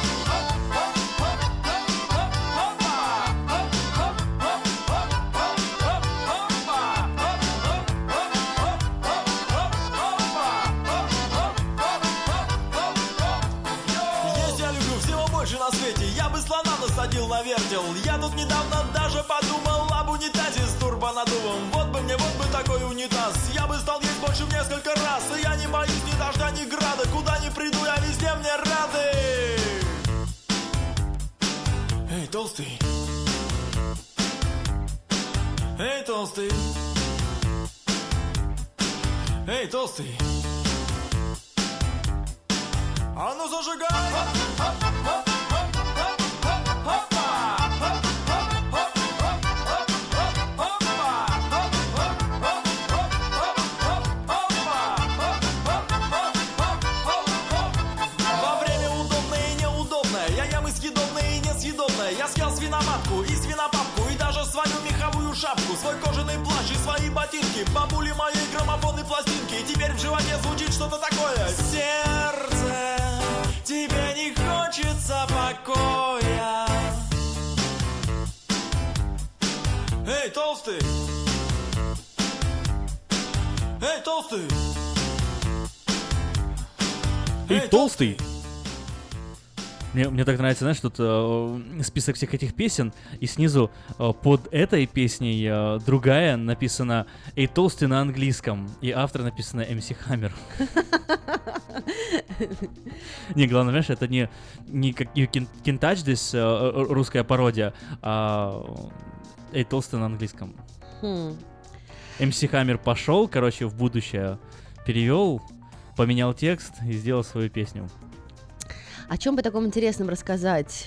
На свете я бы слона насадил на вертел. Я тут недавно даже подумал об унитазе с турбонаддувом. Вот бы такой унитаз. Я бы стал есть больше в несколько раз. И я не боюсь ни дождя, ни града. Куда ни приду, я везде мне рады. Эй, толстый! Эй, толстый! Эй, толстый! А ну зажигай! Я съел свиноматку и свинопапку, и даже свою меховую шапку, свой кожаный плащ и свои ботинки, бабули моей граммофон и пластинки. И теперь в животе звучит что-то такое. Сердце, тебе не хочется покоя. Эй, толстый! Эй, толстый! Эй, толстый! Мне так нравится, знаешь, тут список всех этих песен, и снизу под этой песней другая написана «Эй, толстый» на английском, и автор написано MC Hammer. Не, главное, знаешь, это не как You Can Touch This, русская пародия, а «Эй, толстый» на английском. MC Hammer пошел, короче, в будущее, перевел, поменял текст и сделал свою песню. О чем бы таком интересном рассказать?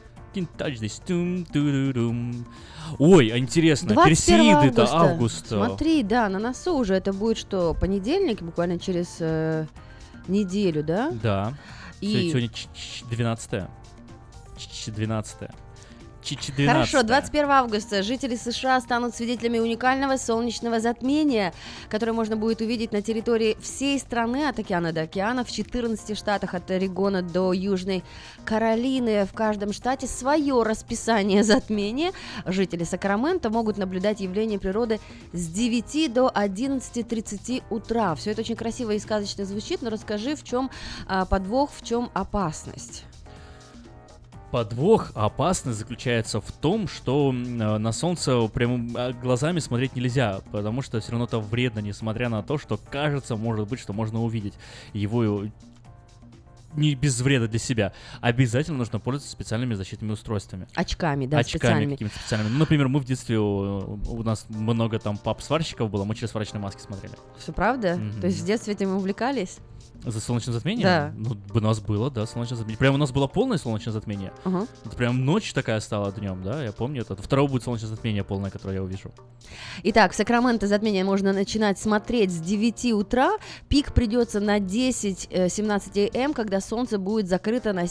Ой, интересно, Персеиды-то август. Смотри, да, на носу уже это будет что, понедельник, буквально через неделю, да? Да. И... Сегодня 12-е. 12-е. Хорошо, 21 августа жители США станут свидетелями уникального солнечного затмения, которое можно будет увидеть на территории всей страны от океана до океана в 14 штатах от Орегона до Южной Каролины. В каждом штате свое расписание затмения. Жители Сакраменто могут наблюдать явление природы с 9 до 11:30 утра. Все это очень красиво и сказочно звучит, но расскажи, в чем подвох, в чем опасность. Подвох, опасность заключается в том, что на солнце прямо глазами смотреть нельзя, потому что все равно это вредно, несмотря на то, что кажется, может быть, что можно увидеть. Его не без вреда для себя, обязательно нужно пользоваться специальными защитными устройствами. Очками, да, Очками специальными. какими-то специальными. Ну, например, мы в детстве, у нас много там пап-сварщиков было, мы через сварочные маски смотрели. Все правда? То есть в детстве этим увлекались? За солнечное затмение? Да. Ну, у нас было, да, солнечное затмение. Прямо у нас было полное солнечное затмение. Это прям ночь такая стала днем, да, я помню это. Второе будет солнечное затмение полное, которое я увижу. Итак, в Сакраменто затмение можно начинать смотреть с 9 утра. Пик придется на 10-17 ам, когда солнце будет закрыто на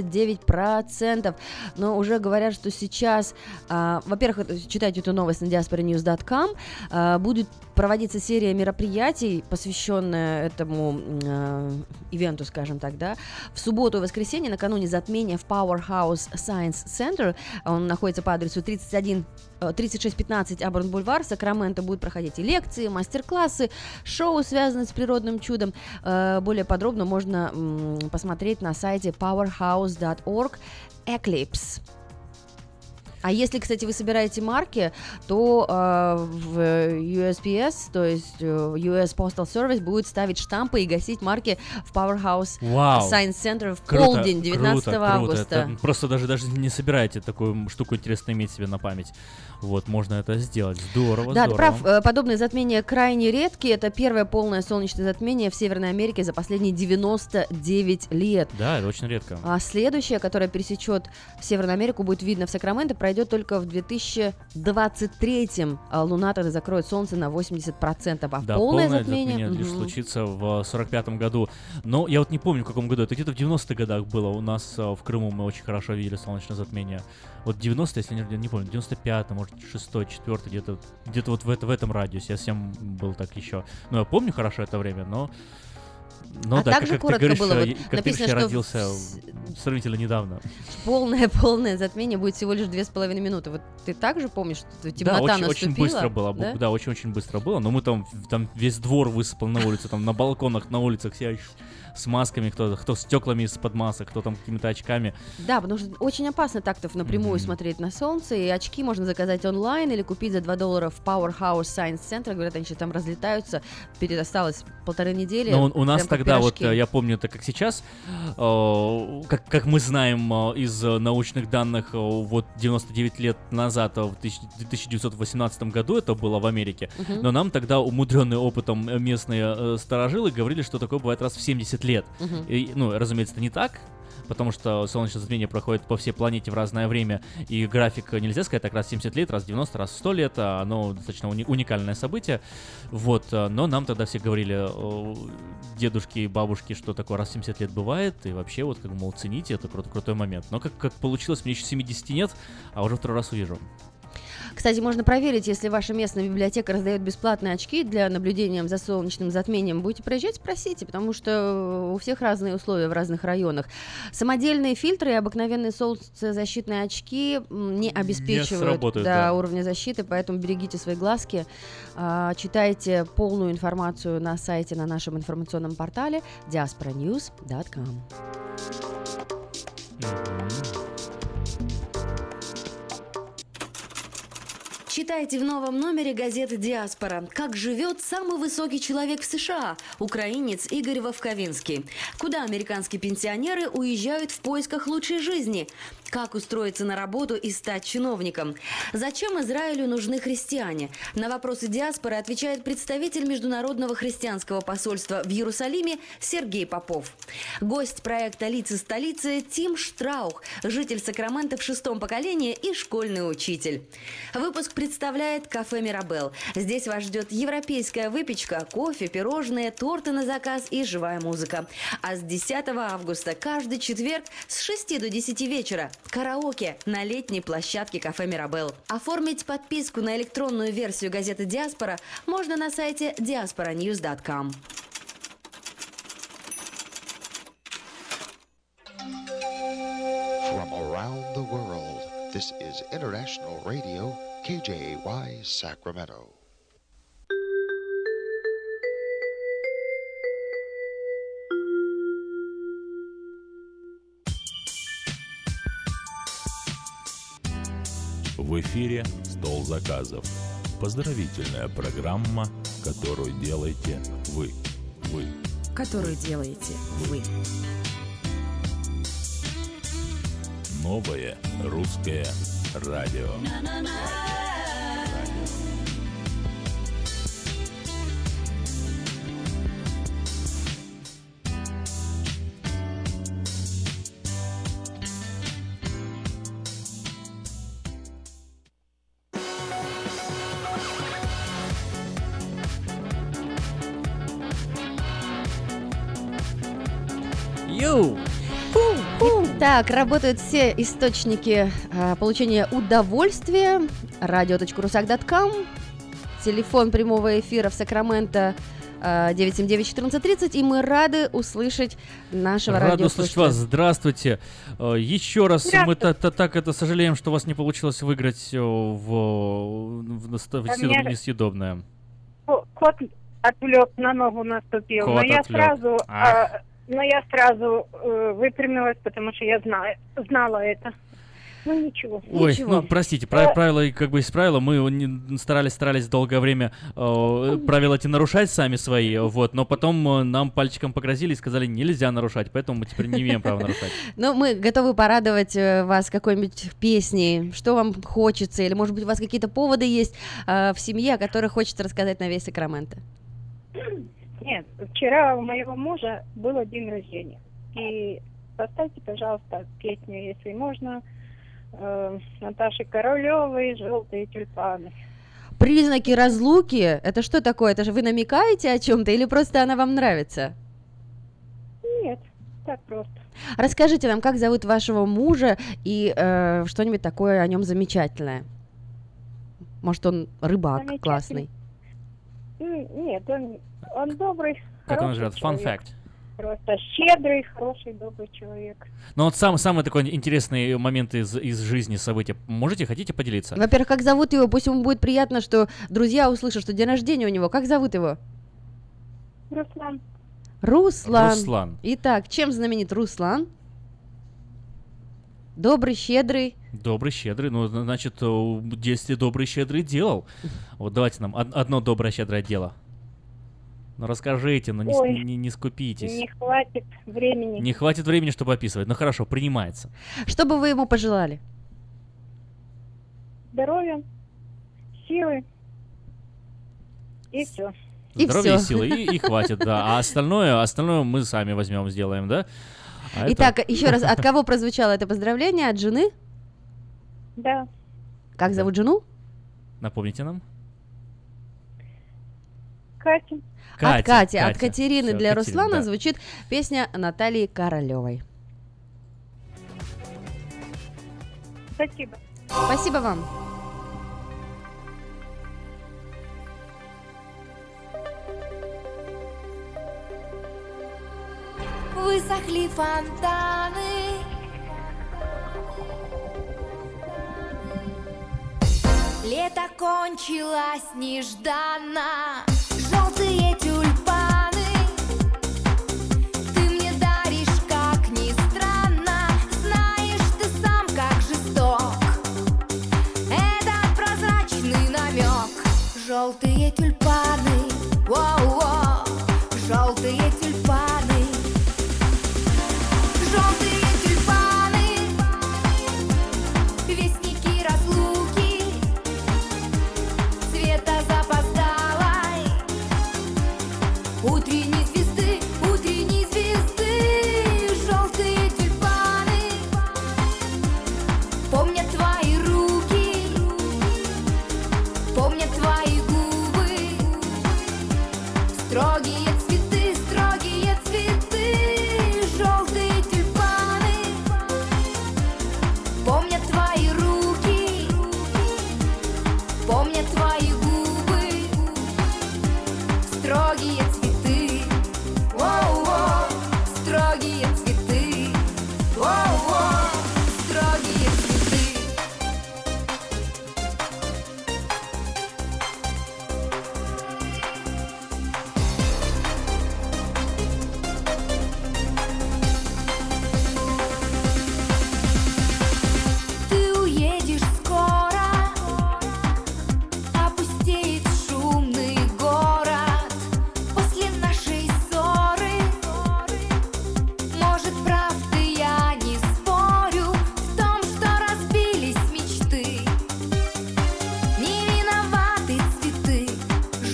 79%. Но уже говорят, что сейчас, во-первых, читайте эту новость на diasporanews.com, будет проводиться серия мероприятий, посвященная этому ивенту, скажем так, да. В субботу и воскресенье, накануне затмения, в Powerhouse Science Center, он находится по адресу 3615 Аберн-Бульвар, Сакраменто, будут проходить и лекции, мастер-классы, шоу, связанные с природным чудом. Более подробно можно посмотреть на сайте powerhouse.org Eclipse. А если, кстати, вы собираете марки, то в USPS, то есть US Postal Service, будет ставить штампы и гасить марки в Powerhouse Science Center в полдень 19 августа. Это просто даже не собираете такую штуку интересно иметь себе на память. Вот, можно это сделать. Здорово, да, здорово. ты прав. Подобные затмения крайне редкие. Это первое полное солнечное затмение в Северной Америке за последние 99 лет. Да, это очень редко. А следующее, которое пересечет Северную Америку, будет видно в Сакраменто, пройдет только в 2023-м. Луна тогда закроет солнце на 80%. А да, полное затмение лишь случится в 45-м году. Но я вот не помню, в каком году. Это где-то в 90-х годах было. У нас в Крыму мы очень хорошо видели солнечное затмение. Вот 90-е, если не помню, 95-й, может, 6-й, 4-й, где-то вот в этом радиусе. Я всем был так еще. Ну, я помню хорошо это время, но да, также коротко ты говоришь, было, вот написано, что родился сравнительно недавно. Полное затмение будет всего лишь 2,5 минуты. Вот ты также помнишь, что темнота наступила? Очень быстро было. Да? Да, очень быстро было. Но мы там весь двор высыпал на улице, там на балконах, на улицах все с масками, кто с стеклами из-под масок, кто там какими-то очками. Да, потому что очень опасно так-то напрямую смотреть на солнце, и очки можно заказать онлайн или купить за $2 в Powerhouse Science Center. Говорят, они еще там разлетаются. Осталось 1,5 недели. Но у нас тогда, вот я помню, это как сейчас, как мы знаем из научных данных, вот 99 лет назад, в 1918 году это было в Америке, но нам тогда умудренные опытом местные старожилы говорили, что такое бывает раз в 70 лет. И, разумеется, это не так, потому что солнечное затмение проходит по всей планете в разное время, и график нельзя сказать так раз в 70 лет, раз в 90, раз в 100 лет, оно достаточно уникальное событие, вот, но нам тогда все говорили, дедушки и бабушки, что такое раз в 70 лет бывает, и вообще, вот, мол, цените, это крутой момент, но как получилось, мне еще 70 нет, а уже второй раз увижу. Кстати, можно проверить, если ваша местная библиотека раздает бесплатные очки для наблюдения за солнечным затмением. Будете проезжать, спросите, потому что у всех разные условия в разных районах. Самодельные фильтры и обыкновенные солнцезащитные очки не обеспечивают уровня защиты, поэтому берегите свои глазки. Читайте полную информацию на сайте, на нашем информационном портале diasporanews.com. Читайте в новом номере газеты «Диаспора». Как живет самый высокий человек в США, украинец Игорь Вовковинский. Куда американские пенсионеры уезжают в поисках лучшей жизни? Как устроиться на работу и стать чиновником? Зачем Израилю нужны христиане? На вопросы диаспоры отвечает представитель Международного христианского посольства в Иерусалиме Сергей Попов. Гость проекта «Лица столицы» Тим Штраух, житель Сакраменто в 6-м поколении и школьный учитель. Выпуск представляет кафе «Мирабелл». Здесь вас ждет европейская выпечка, кофе, пирожные, торты на заказ и живая музыка. А с 10 августа каждый четверг с 6 до 10 вечера караоке на летней площадке кафе «Мирабелл». Оформить подписку на электронную версию газеты «Диаспора» можно на сайте diasporanews.com. From around the world, this is International Radio, KJY, Sacramento. В эфире «Стол заказов». Поздравительная программа, которую делаете вы. Которую делаете вы. Новое русское радио. Йоу! Так, работают все источники получения удовольствия. radio.rusak.com. Телефон прямого эфира в Сакраменто 979-1430. И мы рады услышать нашего радиослушателя. Рады услышать вас. Здравствуйте. Еще раз мы так это сожалеем, что у вас не получилось выиграть в несъедобное. Кот отвлек, на ногу наступил. Кот отвлек. Но я сразу выпрямилась, потому что я знала это. Ну ничего. Ой, ну простите, правила как бы есть правила. Мы старались долгое время правила эти нарушать сами свои, вот, но потом нам пальчиком погрозили и сказали, нельзя нарушать, поэтому мы теперь не имеем права нарушать. Ну, мы готовы порадовать вас какой-нибудь песней, что вам хочется, или, может быть, у вас какие-то поводы есть в семье, о которых хочется рассказать на весь Сакраменто. Нет, вчера у моего мужа был день рождения. И поставьте, пожалуйста, песню, если можно, Наташи Королевой «Желтые тюльпаны». Признаки разлуки? Это что такое? Это же вы намекаете о чем-то или просто она вам нравится? Нет, так просто. Расскажите нам, как зовут вашего мужа и что-нибудь такое о нем замечательное. Может, он рыбак классный? Нет, он добрый, как он хороший называется? Fun человек. fact. Просто щедрый, хороший, добрый человек. Ну вот самый такой интересный момент из жизни, события. Хотите поделиться? Во-первых, как зовут его? Пусть ему будет приятно, что друзья услышат, что день рождения у него. Как зовут его? Руслан. Руслан. Итак, чем знаменит Руслан? Добрый, щедрый. Добрый, щедрый. Ну, значит, в детстве добрый, щедрый делал. Вот давайте нам одно доброе, щедрое дело. Ну, расскажите, не скупитесь. Не хватит времени. Не хватит времени, чтобы описывать. Ну, хорошо, принимается. Что бы вы ему пожелали? Здоровья, силы и все. Здоровья и силы, и хватит, да. А остальное мы сами возьмем, сделаем, да? Итак, еще раз, от кого прозвучало это поздравление? От жены? Да. Как зовут жену? Напомните нам. Катя. От Кати. От Катерины Всё, для Катерина, Руслана да. звучит песня Натальи Королевой. Спасибо. Спасибо вам. Высохли фонтаны, лето кончилось нежданно. Желтые тюльпаны ты мне даришь, как ни странно. Знаешь ты сам, как жесток этот прозрачный намек. Желтые тюльпаны, воу-воу, желтые тюльпаны. Желтые тюльпаны, вестники разлуки, цвета запоздалой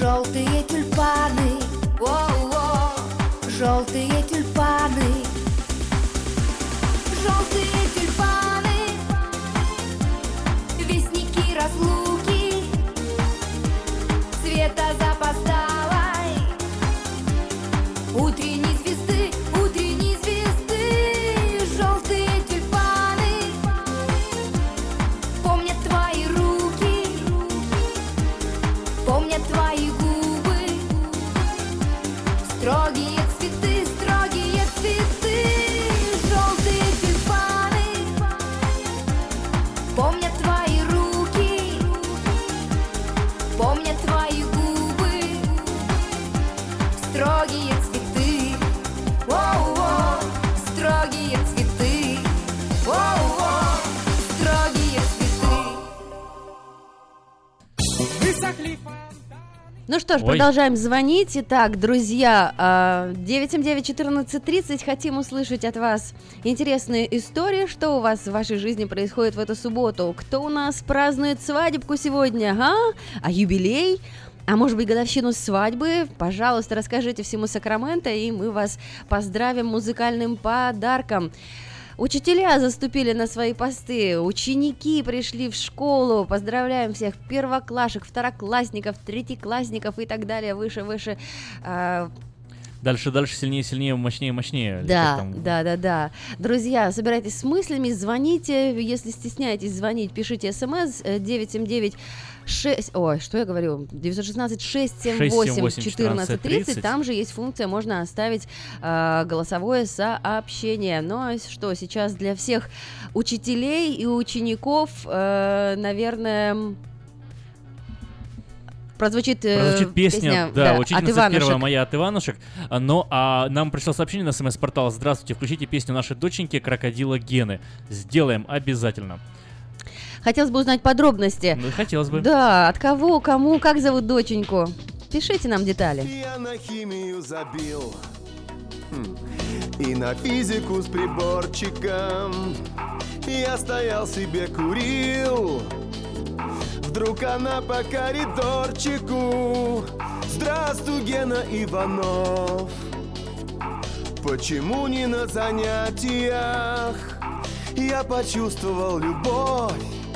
Желтые тюльпаны, о-о, желтые тюльпаны, желтые тюльпаны, вестники разлуки, света запоздалой, утренней звезды, желтые тюльпаны, помнят твои руки, помнят твои губы, строгие цветы, желтые тюльпаны, помнят твои руки, помнят твои губы, строгие цветы, о-о, строгие цветы, о-о, строгие цветы. Ну что ж, продолжаем звонить. Итак, друзья, 979-1430, хотим услышать от вас интересные истории, что у вас в вашей жизни происходит в эту субботу. Кто у нас празднует свадебку сегодня, а юбилей? А может быть, годовщину свадьбы? Пожалуйста, расскажите всему Сакраменто, и мы вас поздравим музыкальным подарком. Учителя заступили на свои посты, ученики пришли в школу, поздравляем всех первоклашек, второклассников, третьеклассников и так далее, выше. Дальше, сильнее, мощнее. Да. Друзья, собирайтесь с мыслями, звоните, если стесняетесь звонить, пишите смс 916-678-1430, там же есть функция, можно оставить голосовое сообщение. Ну а что, сейчас для всех учителей и учеников, наверное... Прозвучит песня «Учительница первая моя» от Иванушек. Но нам пришло сообщение на СМС-портал: «Здравствуйте, включите песню нашей доченьки «Крокодила Гены». Сделаем обязательно». Хотелось бы узнать подробности. Ну, хотелось бы. Да, от кого, кому, как зовут доченьку. Пишите нам детали. Я на химию забил и на физику с приборчиком. Я стоял себе, курил. Вдруг она по коридорчику: «Здравствуй, Гена Иванов, почему не на занятиях?» Я почувствовал любовь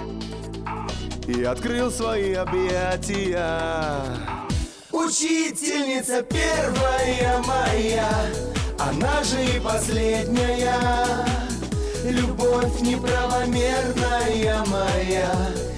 и открыл свои объятия. Учительница первая моя, она же и последняя. Любовь неправомерная моя,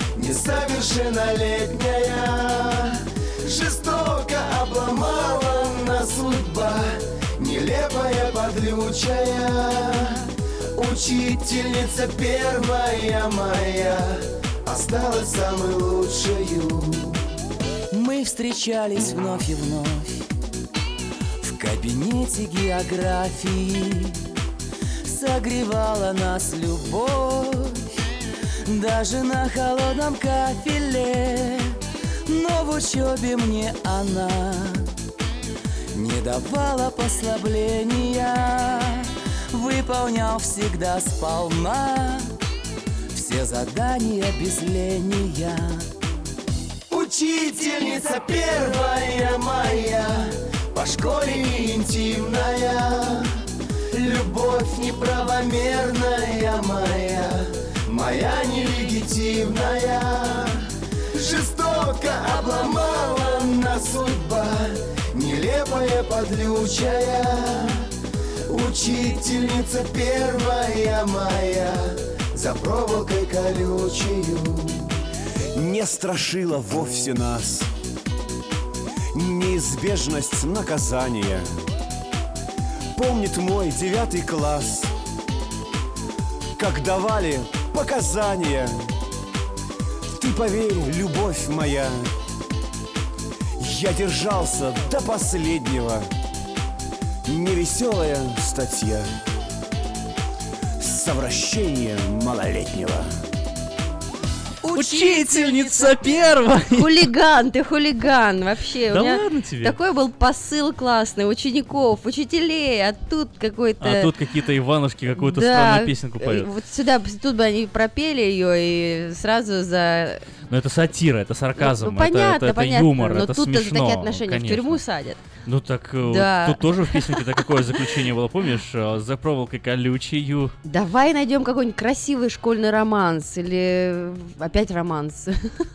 несовершеннолетняя, жестоко обломала нас судьба, нелепая, подлючая. Учительница первая моя осталась самой лучшою. Мы встречались вновь и вновь в кабинете географии. Согревала нас любовь даже на холодном кафеле. Но в учебе мне она не давала послабления. Выполнял всегда сполна все задания без ления. Учительница первая моя, по школе не интимная. Любовь неправомерная моя, моя нелегитимная. Жестоко обломала нас судьба, нелепая, подлючая. Учительница первая моя, за проволокой колючею. Не страшила вовсе нас неизбежность наказания. Помнит мой 9 класс, как давали показания. Ты поверь, любовь моя, я держался до последнего. Невеселая статья, совращение малолетнего. Учительница первая! Хулиган, ты хулиган, вообще. Да у меня ладно тебе. такой был посыл классный, учеников, учителей, а тут какой-то... А тут какие-то Иванушки какую-то Да, странную песенку поют. Вот сюда, тут бы они пропели ее и сразу за... Но это сатира, это сарказм, Ну, понятно, это понятно, юмор, но это тут смешно. за такие отношения конечно. в тюрьму садят. Ну так, Да. тут тоже в песенке-то какое заключение было, помнишь? За проволокой колючею. Давай найдем какой-нибудь красивый школьный романс или опять романс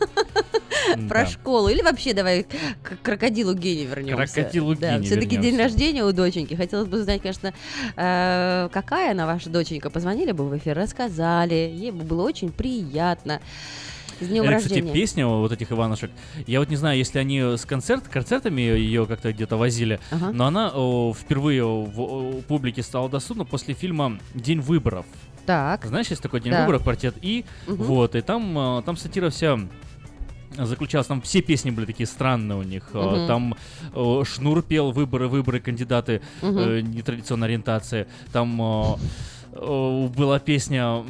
про школу, или вообще давай к крокодилу Гене вернемся. Крокодилу Гене Все-таки день вернемся. рождения у доченьки. Хотелось бы узнать, конечно, какая она ваша доченька. Позвонили бы в эфир, рассказали, ей бы было очень приятно. С днем Это, рождения. кстати, песня вот этих Иванушек. Я вот не знаю, если они с концертами ее как-то где-то возили, но она впервые в публике стала доступна после фильма «День выборов». Так. Знаешь, есть такой «День Да. выборов», «Квартет И». Вот, и там сатира вся заключалась, там все песни были такие странные у них. Там Шнур пел «Выборы, кандидаты нетрадиционной ориентации». Там была песня...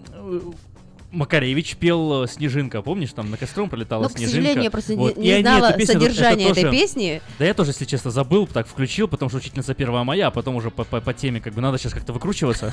Макаревич пел «Снежинка», помнишь, там на Костром пролетала Снежинка. К сожалению, я просто вот. не знала содержание этой песни. Да я тоже, если честно, забыл, так включил, потому что учительница 1 мая, а потом уже по теме, как бы надо сейчас как-то выкручиваться.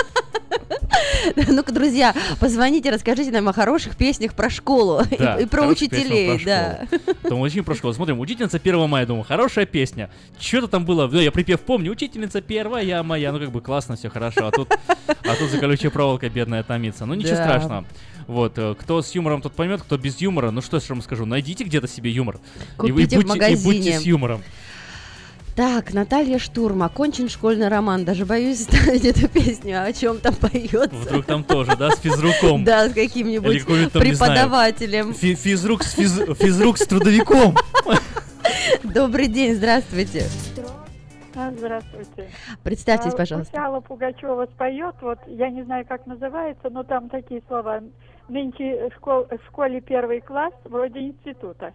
Ну-ка, друзья, позвоните, расскажите нам о хороших песнях про школу и про учителей. Да. Там очень про школу. Смотрим, учительница 1 мая, думаю, хорошая песня. Что-то там было, я припев помню, учительница 1 мая, ну как бы классно, все хорошо, а тут за колючей проволокой бедная томится. Ну ничего страшного. Вот, кто с юмором, тот поймет, кто без юмора, ну что я вам скажу, найдите где-то себе юмор. Купите в магазине. И будьте с юмором. Так, Наталья Штурм, окончен школьный роман. Даже боюсь ставить эту песню, о чем там поется. Вдруг там тоже, да, с физруком. Да, с каким-нибудь преподавателем. Физрук с трудовиком. Добрый день, здравствуйте. Здравствуйте. Представьтесь, пожалуйста. Пусть Алла Пугачева споет, вот я не знаю, как называется, но там такие слова. Нынче в школе 1 класс, вроде института.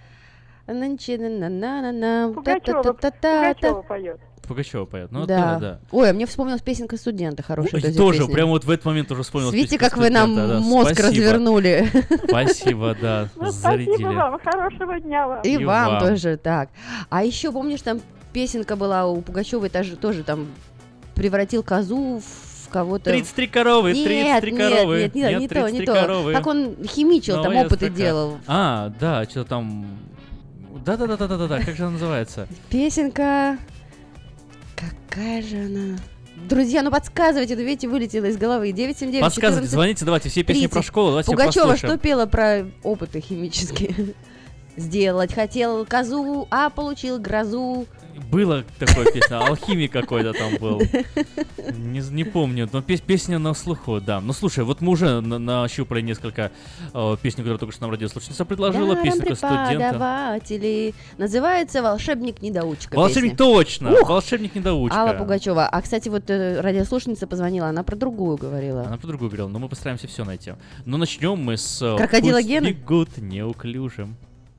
Пугачева поет. Пугачева поет. Ну, да. Да. Ой, а мне вспомнилась песенка «Студента», хорошая тоже, песня. прямо вот в этот момент уже вспомнилась Видите, песенка как вы нам мозг развернули. Спасибо, да, зарядили. Спасибо вам, хорошего дня вам. И вам тоже, так. А еще, помнишь, там песенка была у Пугачевой, тоже там превратил козу в кого-то... 33 коровы, 33 коровы. Нет, не то. Коровы. Как он химичил, там опыты делал. А, да, что-то там... Да, как же она называется? Песенка... Какая же она... Друзья, ну подсказывайте, ну видите, вылетело из головы. 979 Подсказывайте, звоните, давайте, все песни 30. про школу, давайте Пугачева послушаем. что пела про опыты химические? Сделать хотел козу, а получил грозу. Было такое песня, алхимик какой-то там был. Не помню, но песня на слуху, да. Ну слушай, вот мы уже нащупали несколько песен, которые только что нам радиослушательница предложила. Песенка «Студента». Преподаватели. Называется «Волшебник-недоучка». Волшебник, песня. точно! Волшебник-недоучка. Алла Пугачева. А, кстати, вот радиослушательница позвонила, она про другую говорила. Она про другую говорила, но мы постараемся все найти. Но начнем мы с «Крокодила Гены». «Пусть бегут неуклюжим».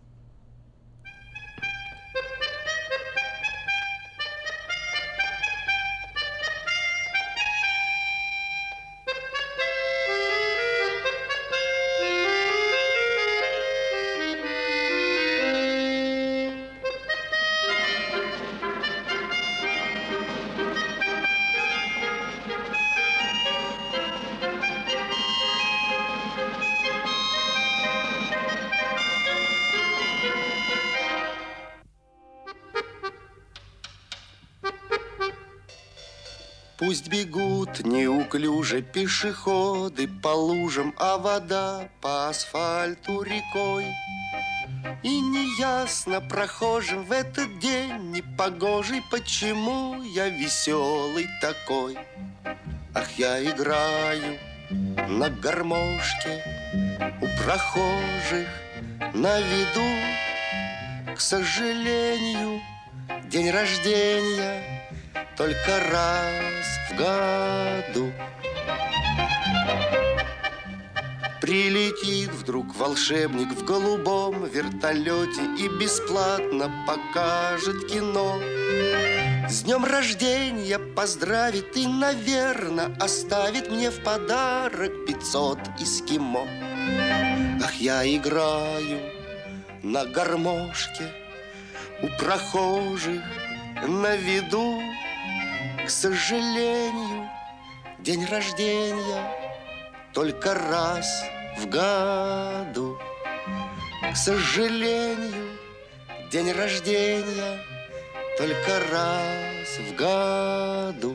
Пусть бегут неуклюже пешеходы по лужам, а вода по асфальту рекой. И неясно прохожим в этот день непогожий, почему я веселый такой. Ах, я играю на гармошке у прохожих на виду. К сожалению, день рождения только раз в году. Прилетит вдруг волшебник в голубом вертолете и бесплатно покажет кино. С днем рождения поздравит и, наверное, оставит мне в подарок 500 эскимо. Ах, я играю на гармошке у прохожих на виду. К сожалению, день рождения только раз в году. К сожалению, день рождения только раз в году.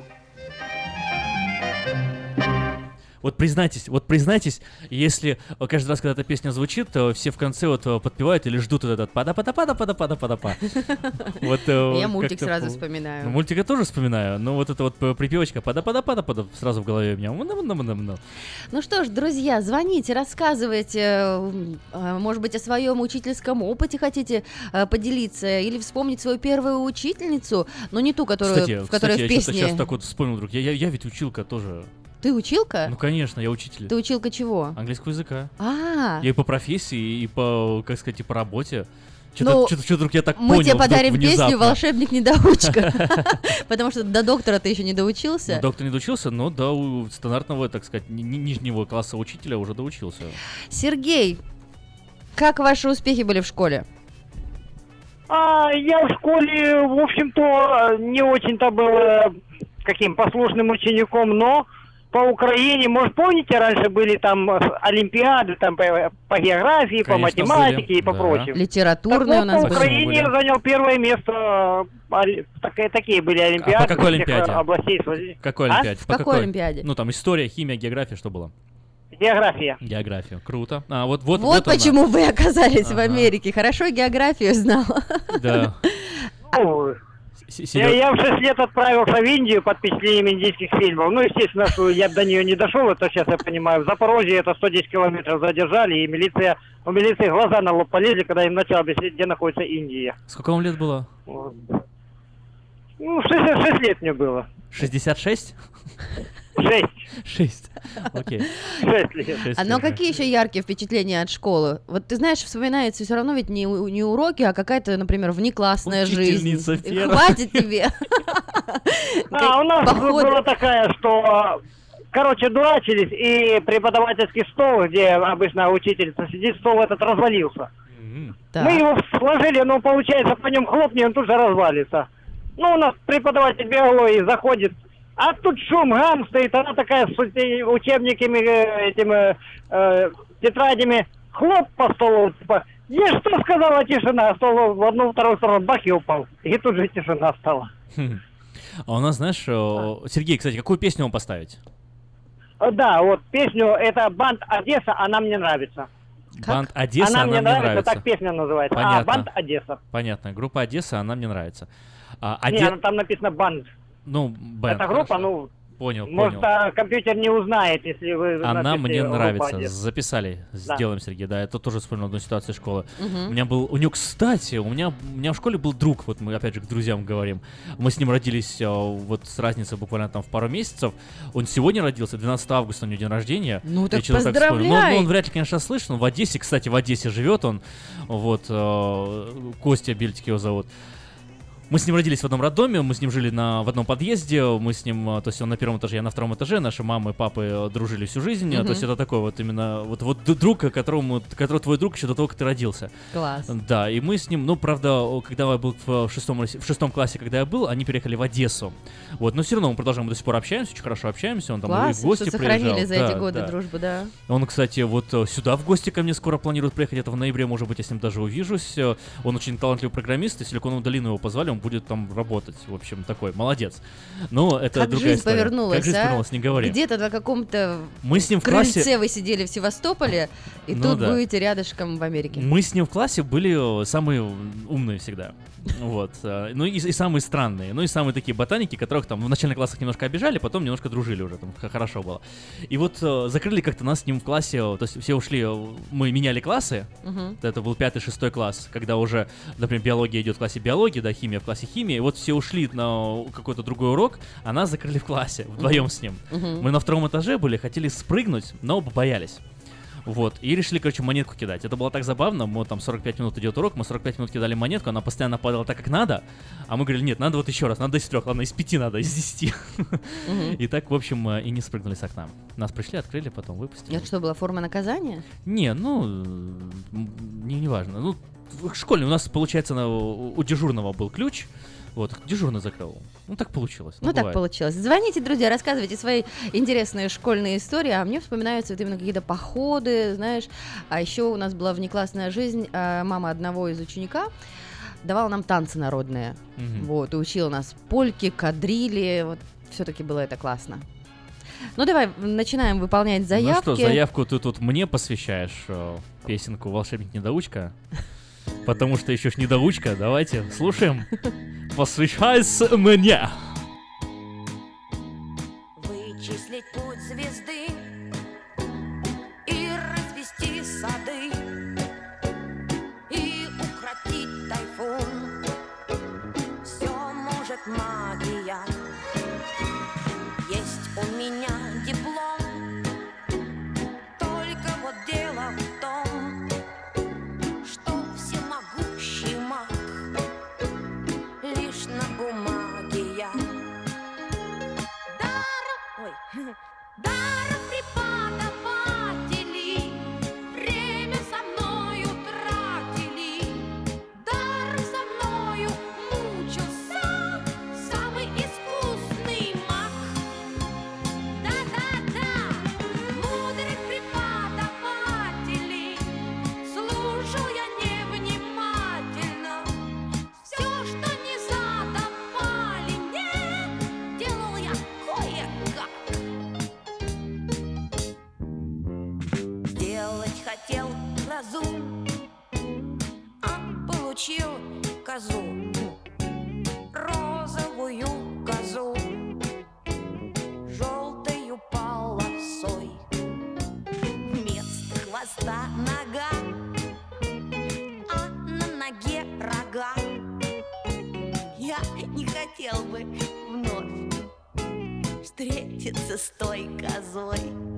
Вот признайтесь, если каждый раз, когда эта песня звучит, то все в конце вот подпевают или ждут вот этот пада-пада-пада-пада-пада-пада. Я мультик сразу вспоминаю. Мультик я тоже вспоминаю, но вот эта вот припевочка пада-пада-пада-пада сразу в голове у меня. Ну что ж, друзья, звоните, рассказывайте, может быть, о своем учительском опыте хотите поделиться или вспомнить свою первую учительницу, но не ту, которая в песне. Я сейчас так вот вспомнил вдруг, я ведь училка тоже. Ты училка? Ну, конечно, я учитель. Ты училка чего? Английского языка. А. Я и по профессии, и по, как сказать, и по работе. Что-то вдруг я так понял. Мы тебе подарим песню «Волшебник-недоучка». Потому что до доктора ты еще не доучился. До доктора не доучился, но до стандартного, так сказать, нижнего класса учителя уже доучился. Сергей, как ваши успехи были в школе? Я в школе, в общем-то, не очень-то был каким послушным учеником, но по Украине, может, помните, раньше были там олимпиады там по географии, конечно, по математике были. И по прочему. Литературные у нас по Украине я занял первое место. Такие были олимпиады. А по какой олимпиаде? Областей. Какой олимпиаде? В какой олимпиаде? Ну, там история, химия, география, что было? География. География, круто. Вот почему вы оказались в Америке. Хорошо географию знал. Да. Я в 6 лет отправился в Индию под впечатлением индийских фильмов. Ну, естественно, что я до нее не дошел, это сейчас я понимаю. В Запорожье это 110 километров задержали, и у милиции глаза на лоб полезли, когда им начал объяснять, где находится Индия. Сколько вам лет было? Ну, 66 лет мне было. 66? 6. Окей. 6 лет. Но какие еще яркие впечатления от школы? Вот ты знаешь, вспоминается все равно ведь не уроки, а какая-то, например, внеклассная жизнь. Хватит тебе. У нас была такая, что, короче, дурачились, и преподавательский стол, где обычно учительница сидит, стол этот развалился. Мы его сложили, но получается, по нем хлопни, он тут же развалится. Ну, у нас преподаватель биологии заходит, а тут шум, гам стоит, она такая с учебниками, тетрадями, хлоп по столу, типа, я что сказала, тишина, а стол в одну, вторую сторону, бах, и упал. И тут же тишина стала. А у нас, знаешь, Сергей, кстати, какую песню вам поставить? Да, вот песню, это «Банд Одесса», она мне нравится. Банд Одесса, она мне нравится, так песня называется. Понятно. Банд Одесса. Понятно, группа Одесса, она мне нравится. Нет, там написано «Банд». Ну, бэнд. Это группа, ну... Понял. Может, компьютер не узнает, если вы... Она мне нравится. Записали. Сделаем, Сергей. Да, я тоже вспомнил одну ситуацию школы. У меня, кстати, у меня в школе был друг, вот мы опять же к друзьям говорим. Мы с ним родились вот с разницей буквально там в пару месяцев. Он сегодня родился, 12 августа у него день рождения. Ну так поздравляй! Но он вряд ли, конечно, слышал. Он в Одессе, кстати, в Одессе живет он. Вот, Костя Бельтик его зовут. Мы с ним родились в одном роддоме, мы с ним жили в одном подъезде, мы с ним, то есть он на первом этаже, я на втором этаже, наши мамы и папы дружили всю жизнь, то есть это такой вот именно, вот друг, который твой друг еще до того, как ты родился. Класс. Да, и мы с ним, ну, правда, когда я был в шестом классе, когда я был, они переехали в Одессу, вот, но все равно мы продолжаем, до сих пор общаемся, очень хорошо общаемся, он там класс, в гости что приезжал. Сохранили за эти годы дружбу, да. Он, кстати, вот сюда в гости ко мне скоро планирует приехать, это в ноябре, может быть, я с ним даже увижусь, он очень талантливый программист, и Силиконовую долину его позвали, он будет там работать. В общем, такой, молодец. Но это как другая жизнь история. Повернулась, как жизнь повернулась, не говори. Где-то на каком-то мы с ним в крыльце классе... вы сидели в Севастополе, и тут будете рядышком в Америке. Мы с ним в классе были самые умные всегда. Вот. Ну и самые странные. Ну и самые такие ботаники, которых там в начальных классах немножко обижали, потом немножко дружили уже, там хорошо было. И вот закрыли как-то нас с ним в классе, то есть все ушли, мы меняли классы, это был 5-6 класс, когда уже, например, биология идет в классе биологии, да, химия в классе химии, и вот все ушли на какой-то другой урок, а нас закрыли в классе, вдвоем с ним. Мы на втором этаже были, хотели спрыгнуть, но боялись. Вот, и решили, короче, монетку кидать. Это было так забавно, мы там 45 минут идет урок, мы 45 минут кидали монетку, она постоянно падала так, как надо, а мы говорили, нет, надо вот еще раз, надо из 3, ладно, из 5 надо, из 10. И так, в общем, и не спрыгнули с окна. Нас пришли, открыли, потом выпустили. Это что, была форма наказания? Не, ну, не важно. Ну, школьный, у нас, получается, у дежурного был ключ, вот, дежурный закрыл. Ну, так получилось. Ну, так получилось. Звоните, друзья, рассказывайте свои интересные школьные истории, а мне вспоминаются вот именно какие-то походы, знаешь. А еще у нас была внеклассная жизнь. Мама одного из ученика давала нам танцы народные. Вот, и учила нас польки, кадрили. Вот, все-таки было это классно. Ну, давай, начинаем выполнять заявки. Ну что, заявку ты тут мне посвящаешь, песенку «Волшебник-недоучка». Потому что еще ж недоучка. Давайте слушаем. Посвящайся мне. Вычислить путь звезды и развести сады, и укротить тайфун. Все может магия. Есть у меня диплом. Только вот дело в том, что всемогущий маг лишь на бумаге я. Даром преподаватели время со мною тратили, даром со мною мучился самый искусный маг. Да-да-да, мудрых преподавателей слушал я невнимательно. Все, что не задавали мне, делал я кое-как. Сделать хотел грозу, а получил козу, розовую козу, желтою полосой. Вместо хвоста нога, а на ноге рога. Я не хотел бы вновь встретиться с той козой.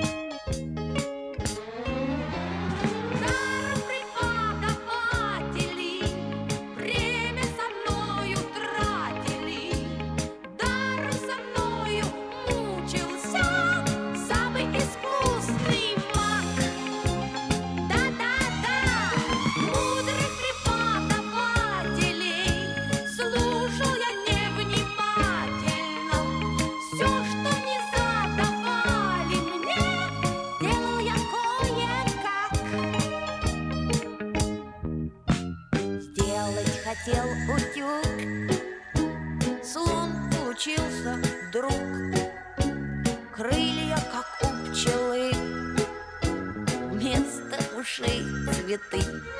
Даром преподаватели время со мною тратили, даром со мною мучился самый искусный маг. Да-да-да, мудрых преподавателей слушал я невнимательно. Все, что не задавали мне, делал я кое-как. Сделать хотел утюг, слон получился вдруг. Крылья, как у пчелы, вместо ушей цветы.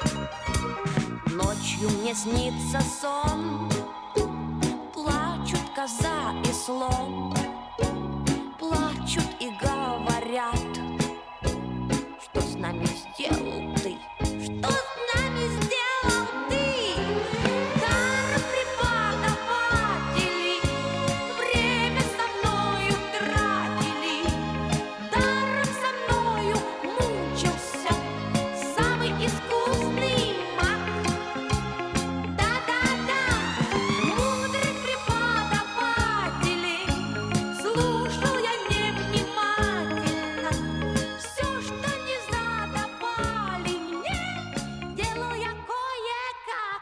Ночью мне снится сон, плачут коза и слон, плачут и говорят, что с нами сделал ты, что с нами сделал ты. Даром преподаватели время со мною тратили, даром со мною мучился самый искусный маг. Да-да-да, мудрых преподавателей слушал я невнимательно. Все, что не задавали мне, делал я кое-как.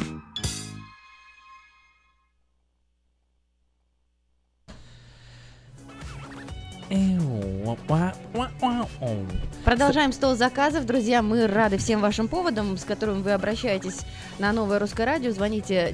Продолжаем стол заказов, друзья. Мы рады всем вашим поводам, с которыми вы обращаетесь на Новое Русское Радио. Звоните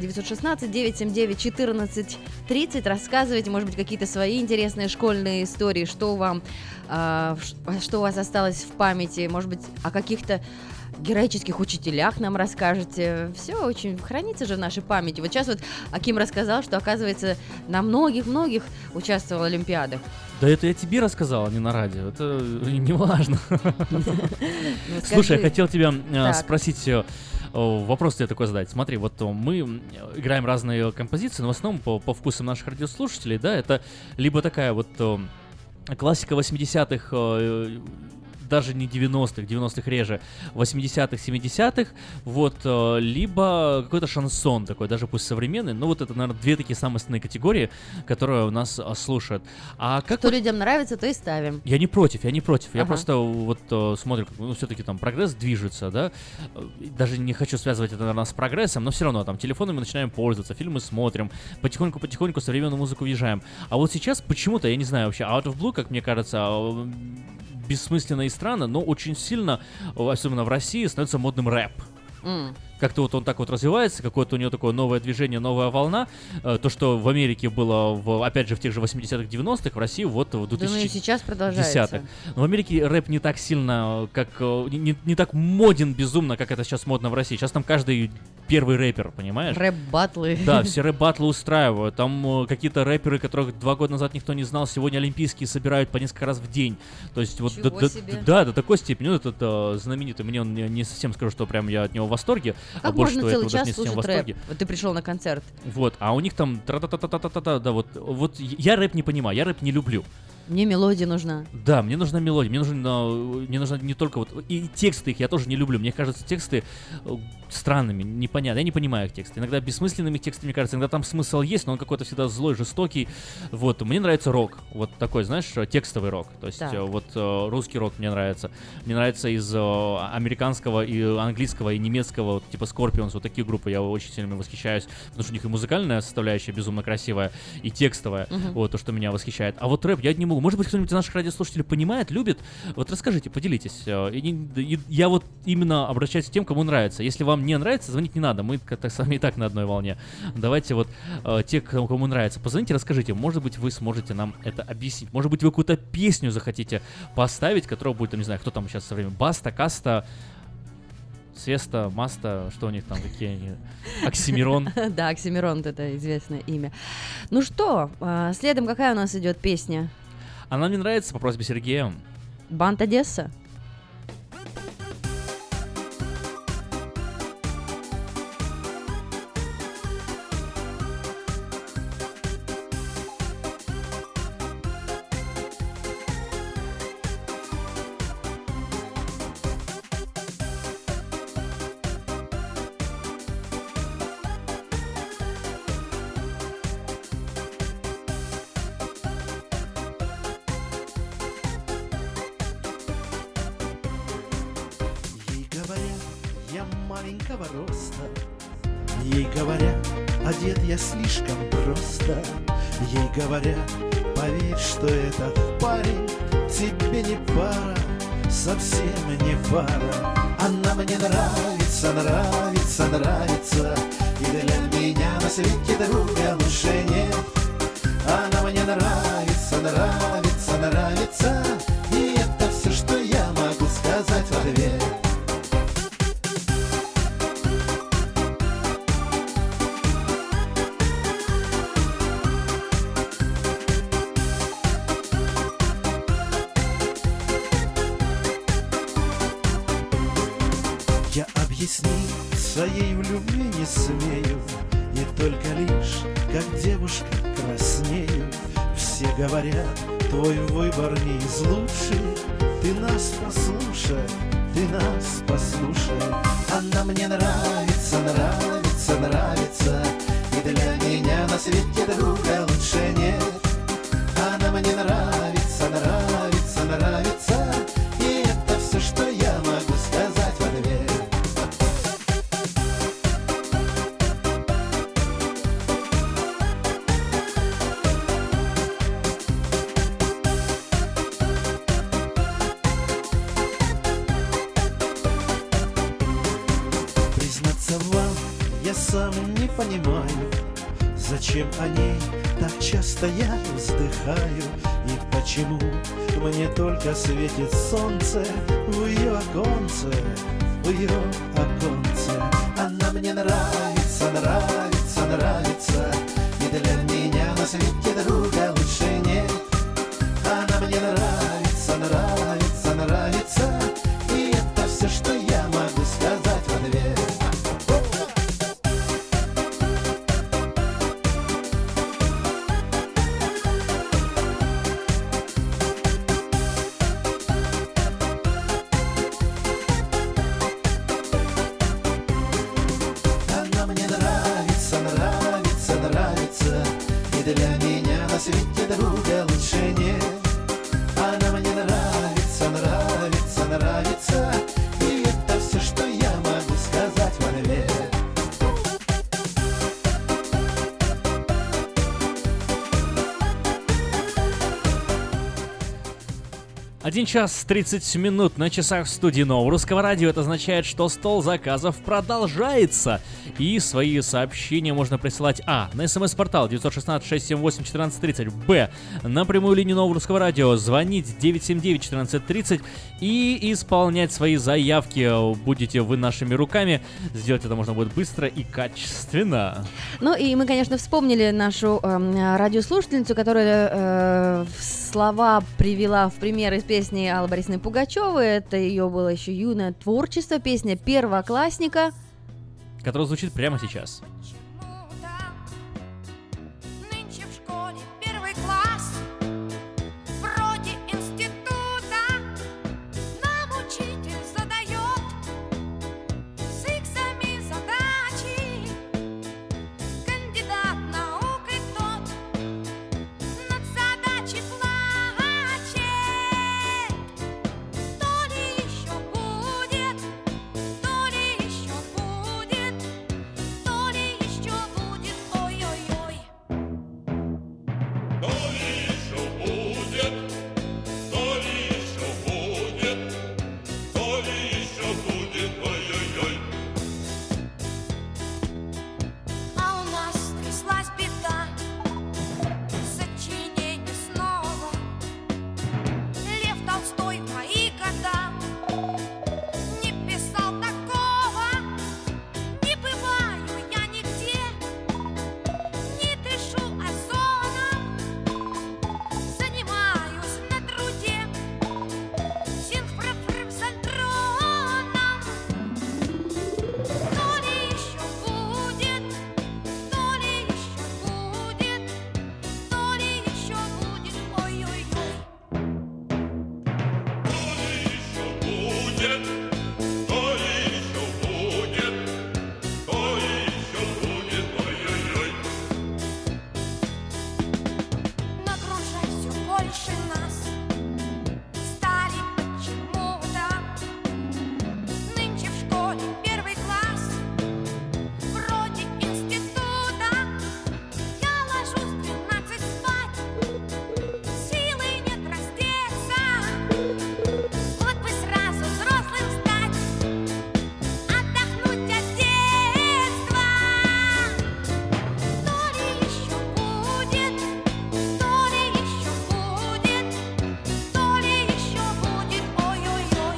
916-979-1430. Рассказывайте, может быть, какие-то свои интересные школьные истории, что вам, что у вас осталось в памяти, может быть, о каких-то героических учителях нам расскажете. Все очень хранится же в нашей памяти. Вот сейчас вот Аким рассказал, что, оказывается, на многих-многих участвовал в Олимпиадах. Да это я тебе рассказал, а не на радио. Это не важно. Слушай, я хотел тебя спросить, вопрос тебе такой задать. Смотри, вот мы играем разные композиции, но в основном по вкусам наших радиослушателей, да, это либо такая вот классика 80-х, даже не 90-х реже, 80-х, 70-х, вот, либо какой-то шансон такой, даже пусть современный, ну вот это, наверное, две такие самые основные категории, которые у нас слушают. А как что людям нравится, то и ставим. Я не против, я просто вот смотрю, ну все-таки там прогресс движется, да, даже не хочу связывать это, наверное, с прогрессом, но все равно там телефонами начинаем пользоваться, фильмы смотрим, потихоньку современную музыку въезжаем. А вот сейчас почему-то, я не знаю вообще, Out of Blue, как мне кажется, бессмысленно и странно, но очень сильно, особенно в России, становится модным рэп. Как-то вот он так вот развивается, какое-то у него такое новое движение, новая волна. То, что в Америке было, опять же, в тех же 80-х, 90-х, в России вот в 2010-х. Сейчас продолжается. Но в Америке рэп не так сильно, как не так моден безумно, как это сейчас модно в России. Сейчас там каждый первый рэпер, понимаешь? Рэп-баттлы. Да, все рэп-баттлы устраивают. Там какие-то рэперы, которых 2 года назад никто не знал, сегодня олимпийские собирают по несколько раз в день. То есть вот до такой степени. Ну, этот знаменитый, мне он не совсем скажу, что прям я от него в восторге. Как больше можно целый час слушать рэп? Вот ты пришел на концерт. Вот, а у них там тра-та-та-та-та-та-та, да, вот я рэп не понимаю, я рэп не люблю. Мне мелодия нужна. Да, мне нужна мелодия, мне нужно не только вот... И тексты их я тоже не люблю, мне кажется, тексты странными, непонятными, я не понимаю их тексты. Иногда бессмысленными текстами, мне кажется, иногда там смысл есть, но он какой-то всегда злой, жестокий. Вот, мне нравится рок, вот такой, знаешь, текстовый рок. То есть вот русский рок мне нравится. Мне нравится из американского, и английского, и немецкого, вот, типа Scorpions, вот такие группы я очень сильно восхищаюсь, потому что у них и музыкальная составляющая безумно красивая, и текстовая, вот то, что меня восхищает. А вот рэп я не могу. Может быть, кто-нибудь из наших радиослушателей понимает, любит? Вот расскажите, поделитесь. Я вот именно обращаюсь к тем, кому нравится. Если вам не нравится, звонить не надо. Мы с вами и так на одной волне. Давайте вот те, кому нравится, позвоните, расскажите. Может быть, вы сможете нам это объяснить. Может быть, вы какую-то песню захотите поставить, которая будет, там, не знаю, кто там сейчас со временем. Баста, Каста, Свеста, Маста, что у них там, какие они? Оксимирон. Да, Оксимирон, это известное имя. Ну что, следом какая у нас идет песня? Она мне нравится по просьбе Сергея. Банд Одесса. Маленького роста, ей говорят, одет я слишком просто. Ей говорят, поверь, что этот парень тебе не пара, совсем не пара. Она мне нравится, нравится, нравится, и для меня на свете друга лучше нет. Она мне нравится, нравится, нравится, и это все, что я могу сказать в ответ. Объясниться ей в любви не смею, и только лишь, как девушка, краснею. Все говорят, твой выбор не из лучших, ты нас послушай, ты нас послушай. Она мне нравится, нравится, нравится, и для меня на свете друга лучше нет. Она мне нравится, нравится, нравится, и это все, что я могу сказать в ответ. Сам не понимаю, зачем о ней так часто я вздыхаю, и почему мне только светит солнце в ее оконце, в ее оконце. Она мне нравится, нравится, нравится, и для меня на свете друга лучше нет. Она мне нравится, нравится, нравится, и это все, что я могу сказать в ответ. нравится, и для меня на свете друга лучше нет. Она мне нравится, нравится, нравится, и это все, что я могу сказать в ответ. 1 час 30 минут на часах в студии Нового Русского Радио. Это означает, что стол заказов продолжается. И свои сообщения можно присылать на смс-портал 916-678-1430, на прямую линию Нового Русского Радио звонить 979-1430 и исполнять свои заявки. Будете вы нашими руками. Сделать это можно будет быстро и качественно. Ну и мы, конечно, вспомнили нашу радиослушательницу, которая слова привела в пример из песни Аллы Борисовны Пугачевой. Это ее было еще юное творчество, песня первоклассника, которая звучит прямо сейчас. Нынче в школе первый класс, вроде института, нам учитель задает с иксами задачи. Кандидат наук и тот над задачей плачет. То ли еще будет, то ли еще будет, то ли еще будет, ой-ой-ой. То ли еще будет, то ли еще будет, то ли еще будет, ой-ой-ой. А у нас стряслась беда, сочинение снова. Лев Толстой в мои года не писал такого. Не бываю я нигде, не дышу озоном, занимаюсь на труде синхрофрем-синдромом. То ли еще будет, то ли еще будет, то ли еще будет, ой-ой-ой. Будет, то ли еще будет, то ли еще будет, ой-ой-ой. Нагружай все больше нас, стали почему-то. Нынче в школе первый класс, вроде института. Я ложусь в 12 спать, силы нет раздеться. Вот бы сразу взрослым стать, отдохнуть от детства. То ли еще будет, то ли еще будет, то ли еще будет, ой-ой-ой.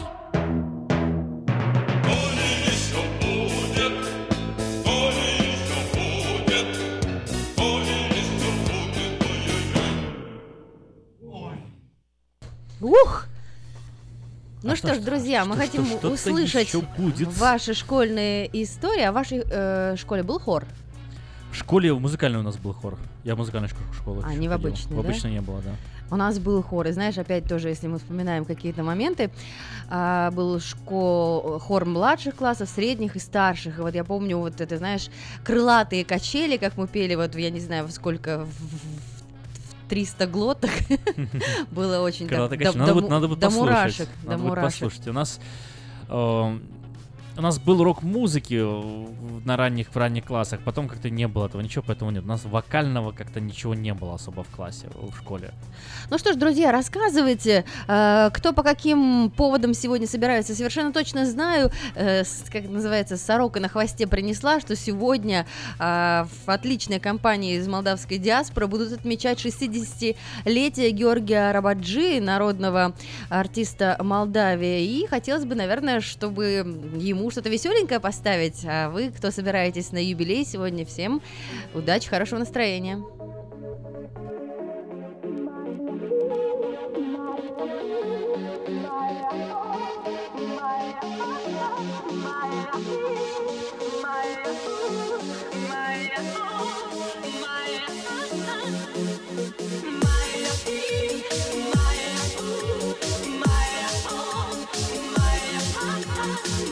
То ли еще будет, то ли еще будет, то ли еще будет, ой-ой-ой. Ух! Ну А что ж, друзья, мы хотим что-то услышать еще будет. ваши школьные истории. А в вашей школе был хор? В школе музыкальный у нас был хор. Я в музыкальной школе А, не в ходил. обычной, В да? обычной не было, да. У нас был хор, и знаешь, опять тоже, если мы вспоминаем какие-то моменты, был хор младших классов, средних и старших. И вот я помню, вот это, знаешь, крылатые качели, как мы пели, вот я не знаю, сколько, в 300 глоток. Было очень Крылатые качели. Надо будет до послушать. мурашек. Надо будет послушать. У нас был урок музыки в ранних классах, потом как-то не было этого ничего, поэтому нет. У нас вокального как-то ничего не было особо в классе, в школе. Ну что ж, друзья, рассказывайте, кто по каким поводам сегодня собирается. Совершенно точно знаю, как это называется, сорока на хвосте принесла, что сегодня в отличной компании из молдавской диаспоры будут отмечать 60-летие Георгия Арабаджи, народного артиста Молдавии. И хотелось бы, наверное, чтобы ему что-то веселенькое поставить. А вы, кто собираетесь на юбилей сегодня, всем удачи, хорошего настроения.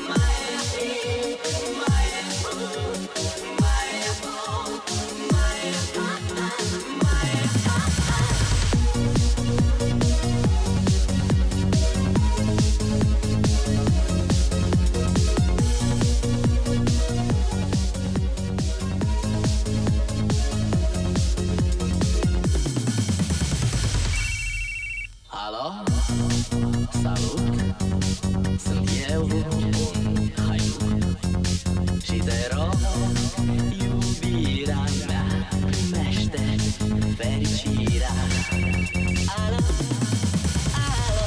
Моя fericirà. Alo, alo,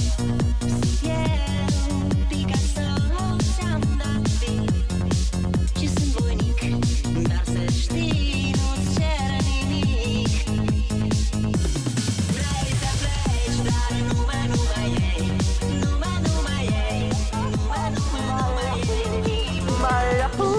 suntem Picasso, ți-am dat vin. Și sunt voinic, dar să știi, nu-ți cer nimic. Vrei să pleci, dar numai ei, numai ei, numai ei. Mai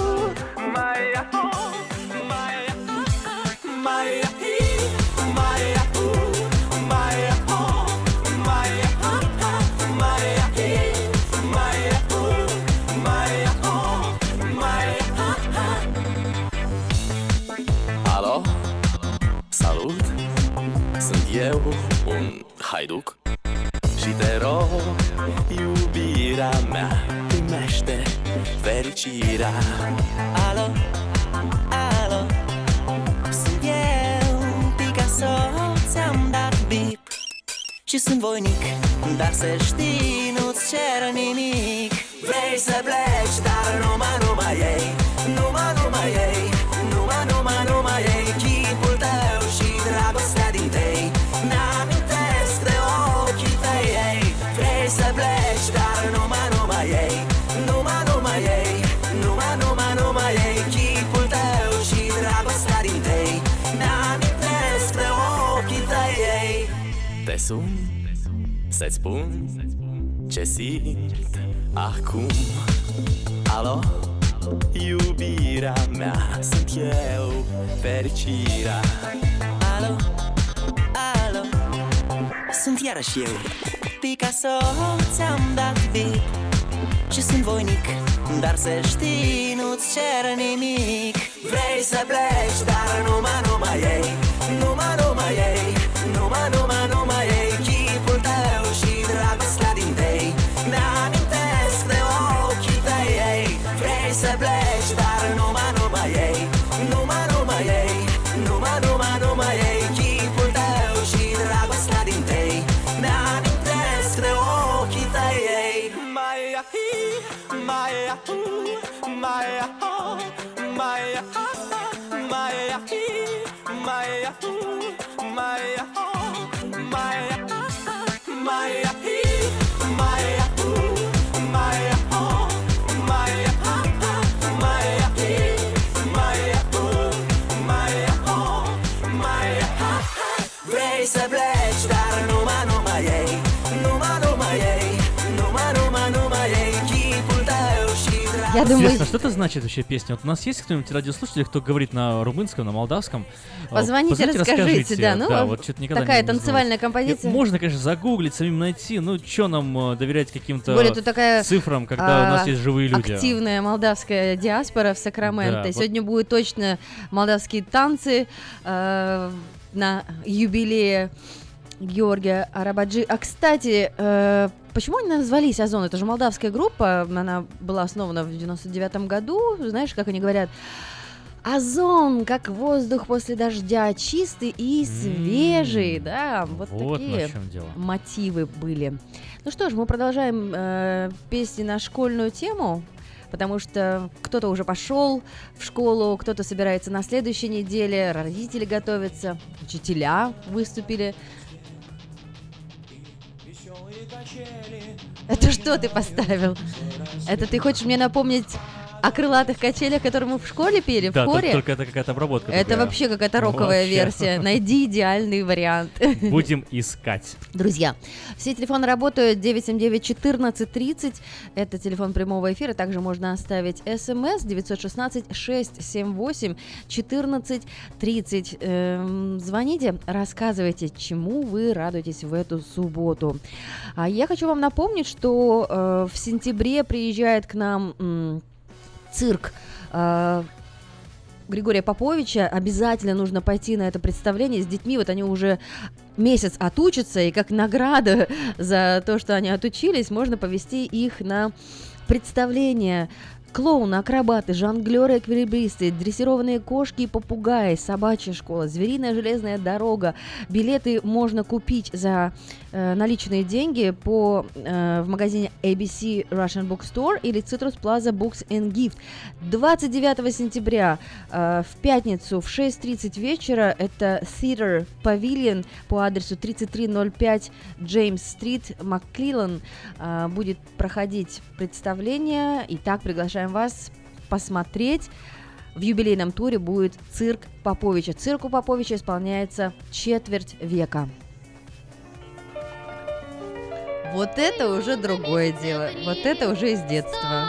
Alo, salut, sunt eu, un haiduc și te rog, iubirea mea, primește fericirea. alo, alo, sunt eu, Picasso, ți-am dat bip. Și sunt voinic, dar să știi, nu-ți cer nimic. Vrei să pleci, dar numai ei, numai ei, numai ei. Chipul tău și dragostea din tei n-amintesc de ochii tăi, ei. Vrei să pleci, dar numai ei, numai ei, numai ei. Chipul tău și dragostea din tei n-amintesc de ochii tăi, ei. Te sun să-ți spun ce simt acum. Alo, iubirea mea, sunt eu, fericirea. Alo, alo, sunt iarăși eu, Picasso, ți-am dat bip. Și sunt voinic, dar să știi, nu-ți cer nimic. Vrei să pleci, dar numai ei, numai ei, numai ei. Chipul tău și dragostea din tei ne-amintesc de ochii tăi, ei. Vrei să pleci, dar numai ei, numai ei, numai ei. Chipul tău și dragostea din tei ne-amintesc de ochii tăi, ei. Vrei să pleci, dar numai ei, numai ei, numai ei. Chipul tău și Я думаю... Интересно, что это значит вообще песня? Вот у нас есть кто-нибудь радиослушатель, кто говорит на румынском, на молдавском? Позвоните, расскажите, да. Ну, да, вот что-то никогда такая не танцевальная композиция. Можно, конечно, загуглить, самим найти, ну, что нам доверять каким-то такая, цифрам, когда у нас есть живые люди? Активная молдавская диаспора в Сакраменто. Да, сегодня будут точно молдавские танцы на юбилее Георгия Арабаджи. А, кстати, почему они назвались Озон? Это же молдавская группа, она была основана в 99-м году. Знаешь, как они говорят? Озон, как воздух после дождя, чистый и свежий, да, вот такие мотивы были. Ну что ж, мы продолжаем песни на школьную тему, потому что кто-то уже пошел в школу, кто-то собирается на следующей неделе, родители готовятся, учителя выступили. Это что ты поставил? Это ты хочешь мне напомнить о крылатых качелях, которые мы в школе пели, да, в хоре? Да, только это какая-то обработка. Это такая. Вообще какая-то роковая версия. Найди идеальный вариант. Будем искать. Друзья, все телефоны работают 979-1430. Это телефон прямого эфира. Также можно оставить смс 916-678-1430. Звоните, рассказывайте, чему вы радуетесь в эту субботу. А я хочу вам напомнить, что в сентябре приезжает к нам цирк Григория Поповича. Обязательно нужно пойти на это представление с детьми. Вот они уже месяц отучатся, и как награда за то, что они отучились, можно повести их на представление Клоуны, акробаты, жонглеры, эквилибристы, дрессированные кошки и попугаи, собачья школа, звериная железная дорога. Билеты можно купить за наличные деньги в магазине ABC Russian Bookstore или Citrus Plaza Books and Gift. 29 сентября в пятницу в 6:30 вечера это Theater Pavilion по адресу 3305 Джеймс Стрит, Макклеллан будет проходить представление. Итак, приглашаем вас посмотреть. В юбилейном туре будет цирк Поповича. Цирку Поповича исполняется четверть века. Вот это уже другое дело. Вот это уже из детства.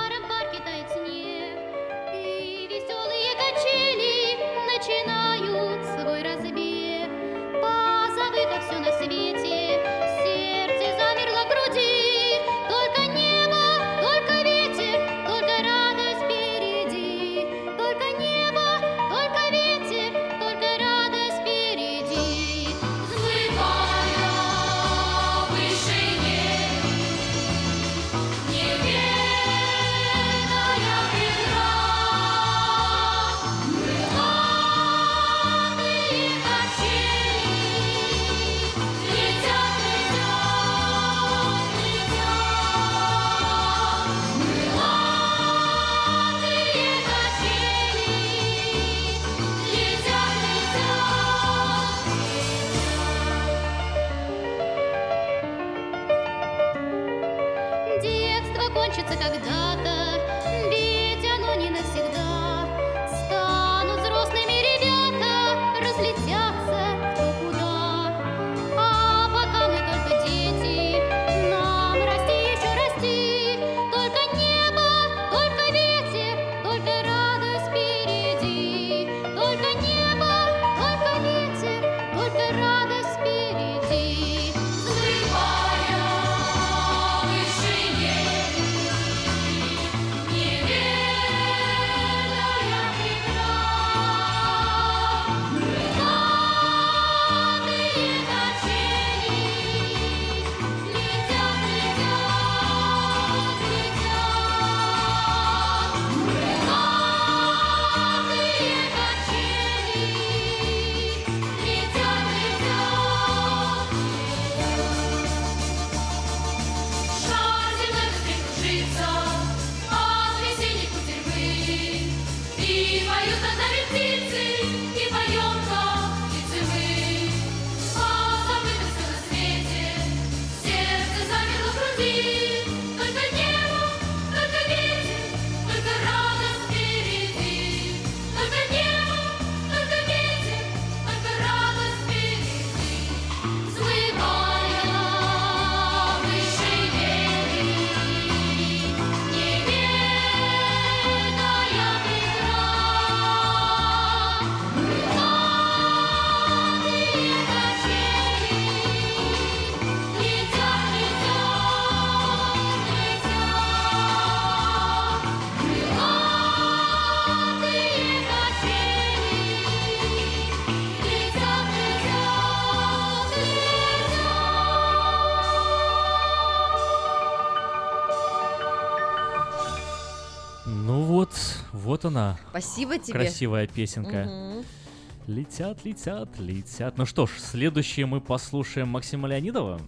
Вот она. Спасибо тебе. Красивая песенка. Угу. Летят, летят, летят. Ну что ж, следующее мы послушаем Максима Леонидова.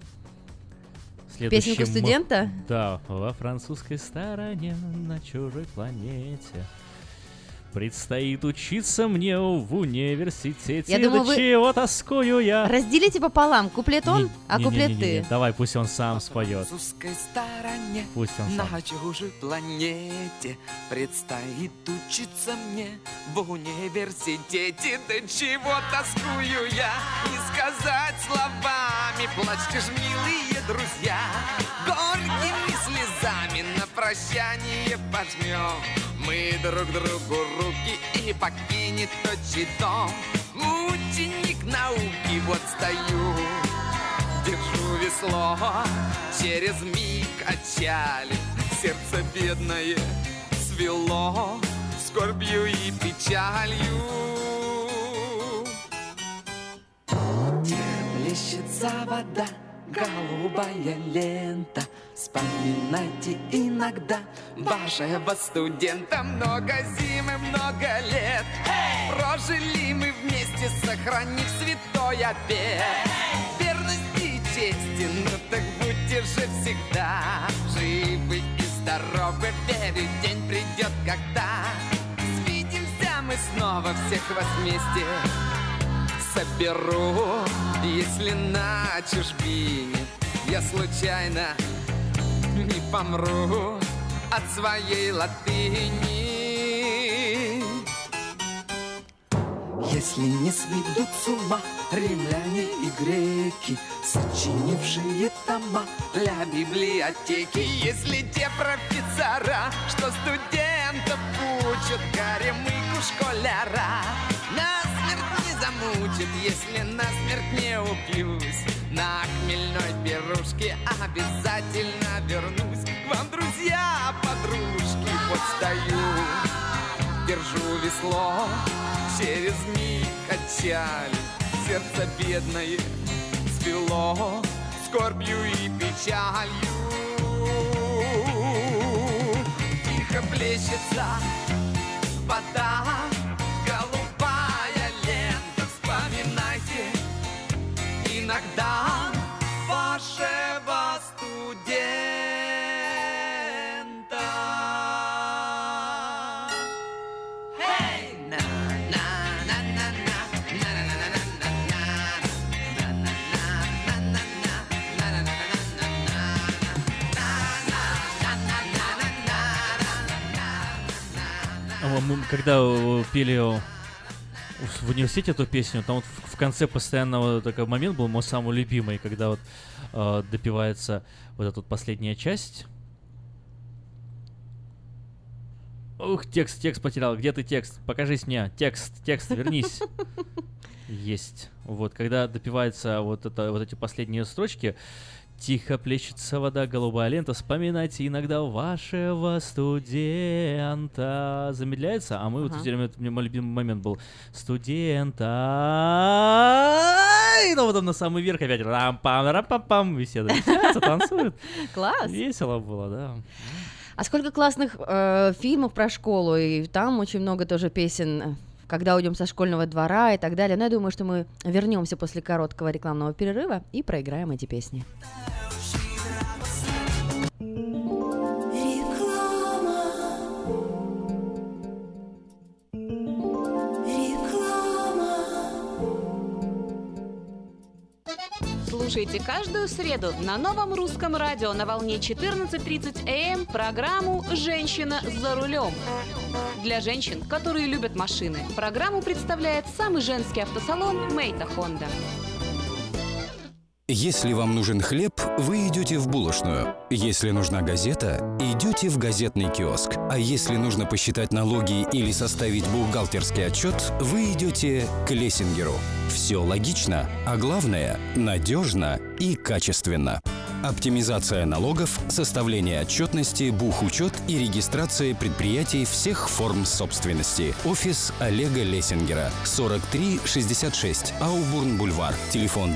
Песенку студента? Да, во французской стороне, на чужой планете. Предстоит учиться мне в университете. Я думаю, до чего тоскую я. Разделите пополам. Куплет он, куплет ты. Давай, пусть он сам споет. Пусть он сам. На чужой планете предстоит учиться мне в университете. До чего тоскую я, не сказать словами. Плачьте ж, милые друзья, горькими слезами на прощание пожмем мы друг другу руки, и покинет отчий дом ученик науки. Вот стою, держу весло, через миг отчалит, сердце бедное свело скорбью и печалью. Плещется вода, голубая лента, Вспоминайте иногда вашего студента. Много зим и много лет прожили мы вместе, сохранив святой обет. Верность и честь, ну так будьте же всегда живы и здоровы. Верю, день придет, когда свидимся мы снова, всех вас вместе соберу. Если на чужбине я случайно не помру от своей латыни. Если не сведут с ума римляне и греки, сочинившие тома для библиотеки. Если те профессора, что студентов учат, горемыку школяра насмерть не замучат. Если насмерть не упьюсь, на хмельной пирушке обязательно вернусь к вам, друзья, подружки. Вот стою, держу весло, через миг отчали, сердце бедное свело скорбью и печалью. Тихо плещется вода, голубая лента. Вспоминайте иногда вашего студента. Мы когда пели в университете эту песню, там вот в конце постоянно вот такой момент был мой самый любимый, когда вот допивается вот эта вот последняя часть. Ух, текст потерял. Где ты, текст? Покажись мне. Текст, вернись. Есть. Вот, когда допивается вот эти последние строчки. Тихо плещется вода, голубая лента. Вспоминайте иногда вашего студента. Замедляется, а мы вот все время, мой любимый момент был студента. И ну вот он на самый верх опять рам-пам, беседа. Веселятся, танцуют. Класс. Весело было, да. А сколько классных фильмов про школу, и там очень много тоже песен, когда уйдем со школьного двора и так далее. Но я думаю, что мы вернемся после короткого рекламного перерыва и проиграем эти песни. Слушайте каждую среду на Новом Русском радио на волне 14:30 АМ программу «Женщина за рулем». Для женщин, которые любят машины, программу представляет самый женский автосалон «Мейта Хонда». Если вам нужен хлеб, вы идете в булочную. Если нужна газета, идете в газетный киоск. А если нужно посчитать налоги или составить бухгалтерский отчет, вы идете к Лессингеру. Все логично, а главное – надежно и качественно. Оптимизация налогов, составление отчетности, бухучет и регистрация предприятий всех форм собственности. Офис Олега Лессингера. 4366 Аубурн-Бульвар. Телефон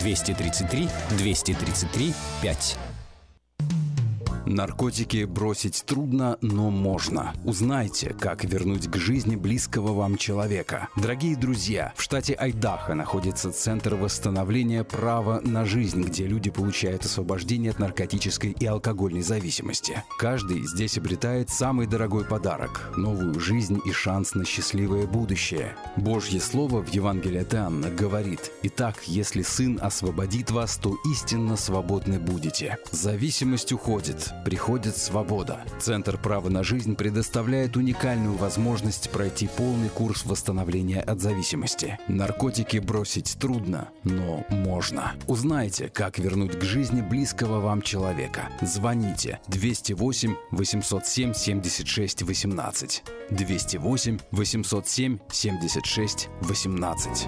233-233-5. Наркотики бросить трудно, но можно. Узнайте, как вернуть к жизни близкого вам человека. Дорогие друзья, в штате Айдахо находится Центр восстановления права на жизнь, где люди получают освобождение от наркотической и алкогольной зависимости. Каждый здесь обретает самый дорогой подарок – новую жизнь и шанс на счастливое будущее. Божье Слово в Евангелии от Иоанна говорит: «Итак, если Сын освободит вас, то истинно свободны будете». Зависимость уходит. Приходит свобода. Центр права на жизнь предоставляет уникальную возможность пройти полный курс восстановления от зависимости. Наркотики бросить трудно, но можно. Узнайте, как вернуть к жизни близкого вам человека. Звоните 208 807 76 18. 208 807 76 18.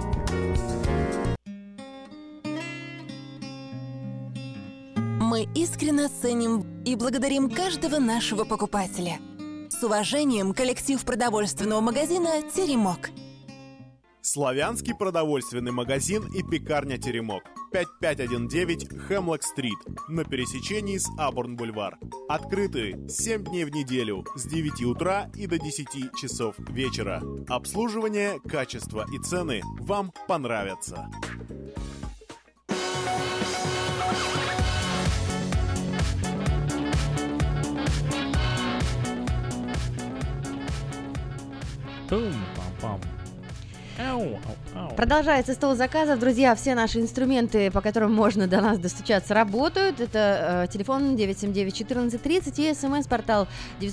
Мы искренне ценим и благодарим каждого нашего покупателя. С уважением, коллектив продовольственного магазина «Теремок». Славянский продовольственный магазин и пекарня «Теремок». 5519 Хемлок-стрит на пересечении с Абурн-бульвар. Открыты 7 дней в неделю с 9 утра и до 10 часов вечера. Обслуживание, качество и цены вам понравятся. Продолжается стол заказов. Друзья, все наши инструменты, по которым можно до нас достучаться, работают. Это телефон 979-1430 и смс-портал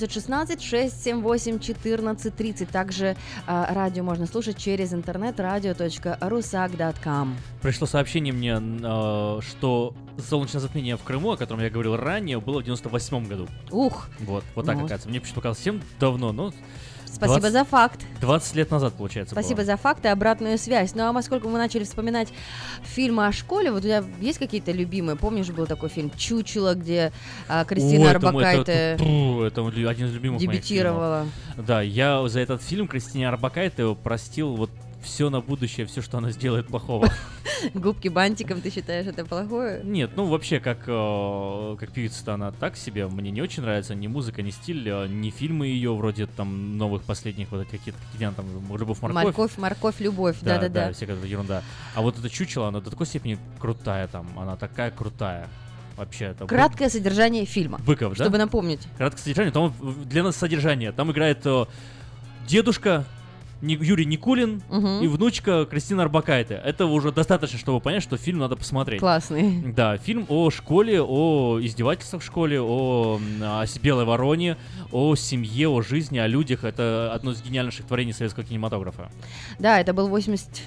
916-678-1430. Также радио можно слушать через интернет radio.rusak.com. Пришло сообщение мне, что солнечное затмение в Крыму, о котором я говорил ранее, было в 98 году. Ух! Вот так, оказывается. Мне почему-то казалось всем давно, но... Спасибо за факт. 20 лет назад, получается, Спасибо было. за факт и обратную связь. Ну, а поскольку мы начали вспоминать фильмы о школе, вот у тебя есть какие-то любимые? Помнишь, был такой фильм «Чучело», где Кристина Орбакайте это один из любимых дебютировала? Моих фильмов. Да, я за этот фильм Кристине Орбакайте простил вот все на будущее, все, что она сделает плохого. Губки бантиком, ты считаешь, это плохое? Нет, ну вообще, как певица-то она так себе, мне не очень нравится ни музыка, ни стиль, ни фильмы ее, вроде там новых последних, вот какие-то там «Любовь-морковь». «Любовь», да-да-да. Всякая ерунда. А вот это «Чучело», она до такой степени крутая там, она такая крутая. Вообще, это краткое содержание фильма. Быков, да? Чтобы напомнить. Краткое содержание, там для нас содержание. Там играет дедушка Юрий Никулин и внучка Кристина Орбакайте. Этого уже достаточно, чтобы понять, что фильм надо посмотреть. Классный. Да, фильм о школе, о издевательствах в школе, о белой вороне, о семье, о жизни, о людях. Это одно из гениальнейших творений советского кинематографа. Да, это был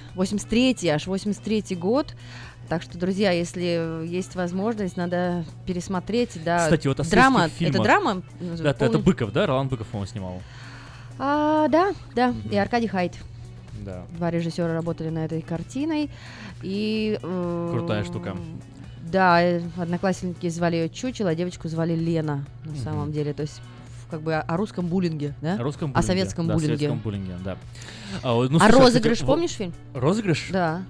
83-й год. Так что, друзья, если есть возможность, надо пересмотреть. Да. Кстати, вот о драма. фильмах. Это драма? Да, это Быков, да? Ролан Быков, по-моему, снимал. Да, и Аркадий Хайт. Да. Два режиссера работали над этой картиной. И, крутая штука. Да, одноклассники звали ее Чучело, а девочку звали Лена, на самом деле. То есть как бы о русском буллинге, да? О советском буллинге. Советском буллинге, да. «Розыгрыш», помнишь фильм? «Розыгрыш»? Да.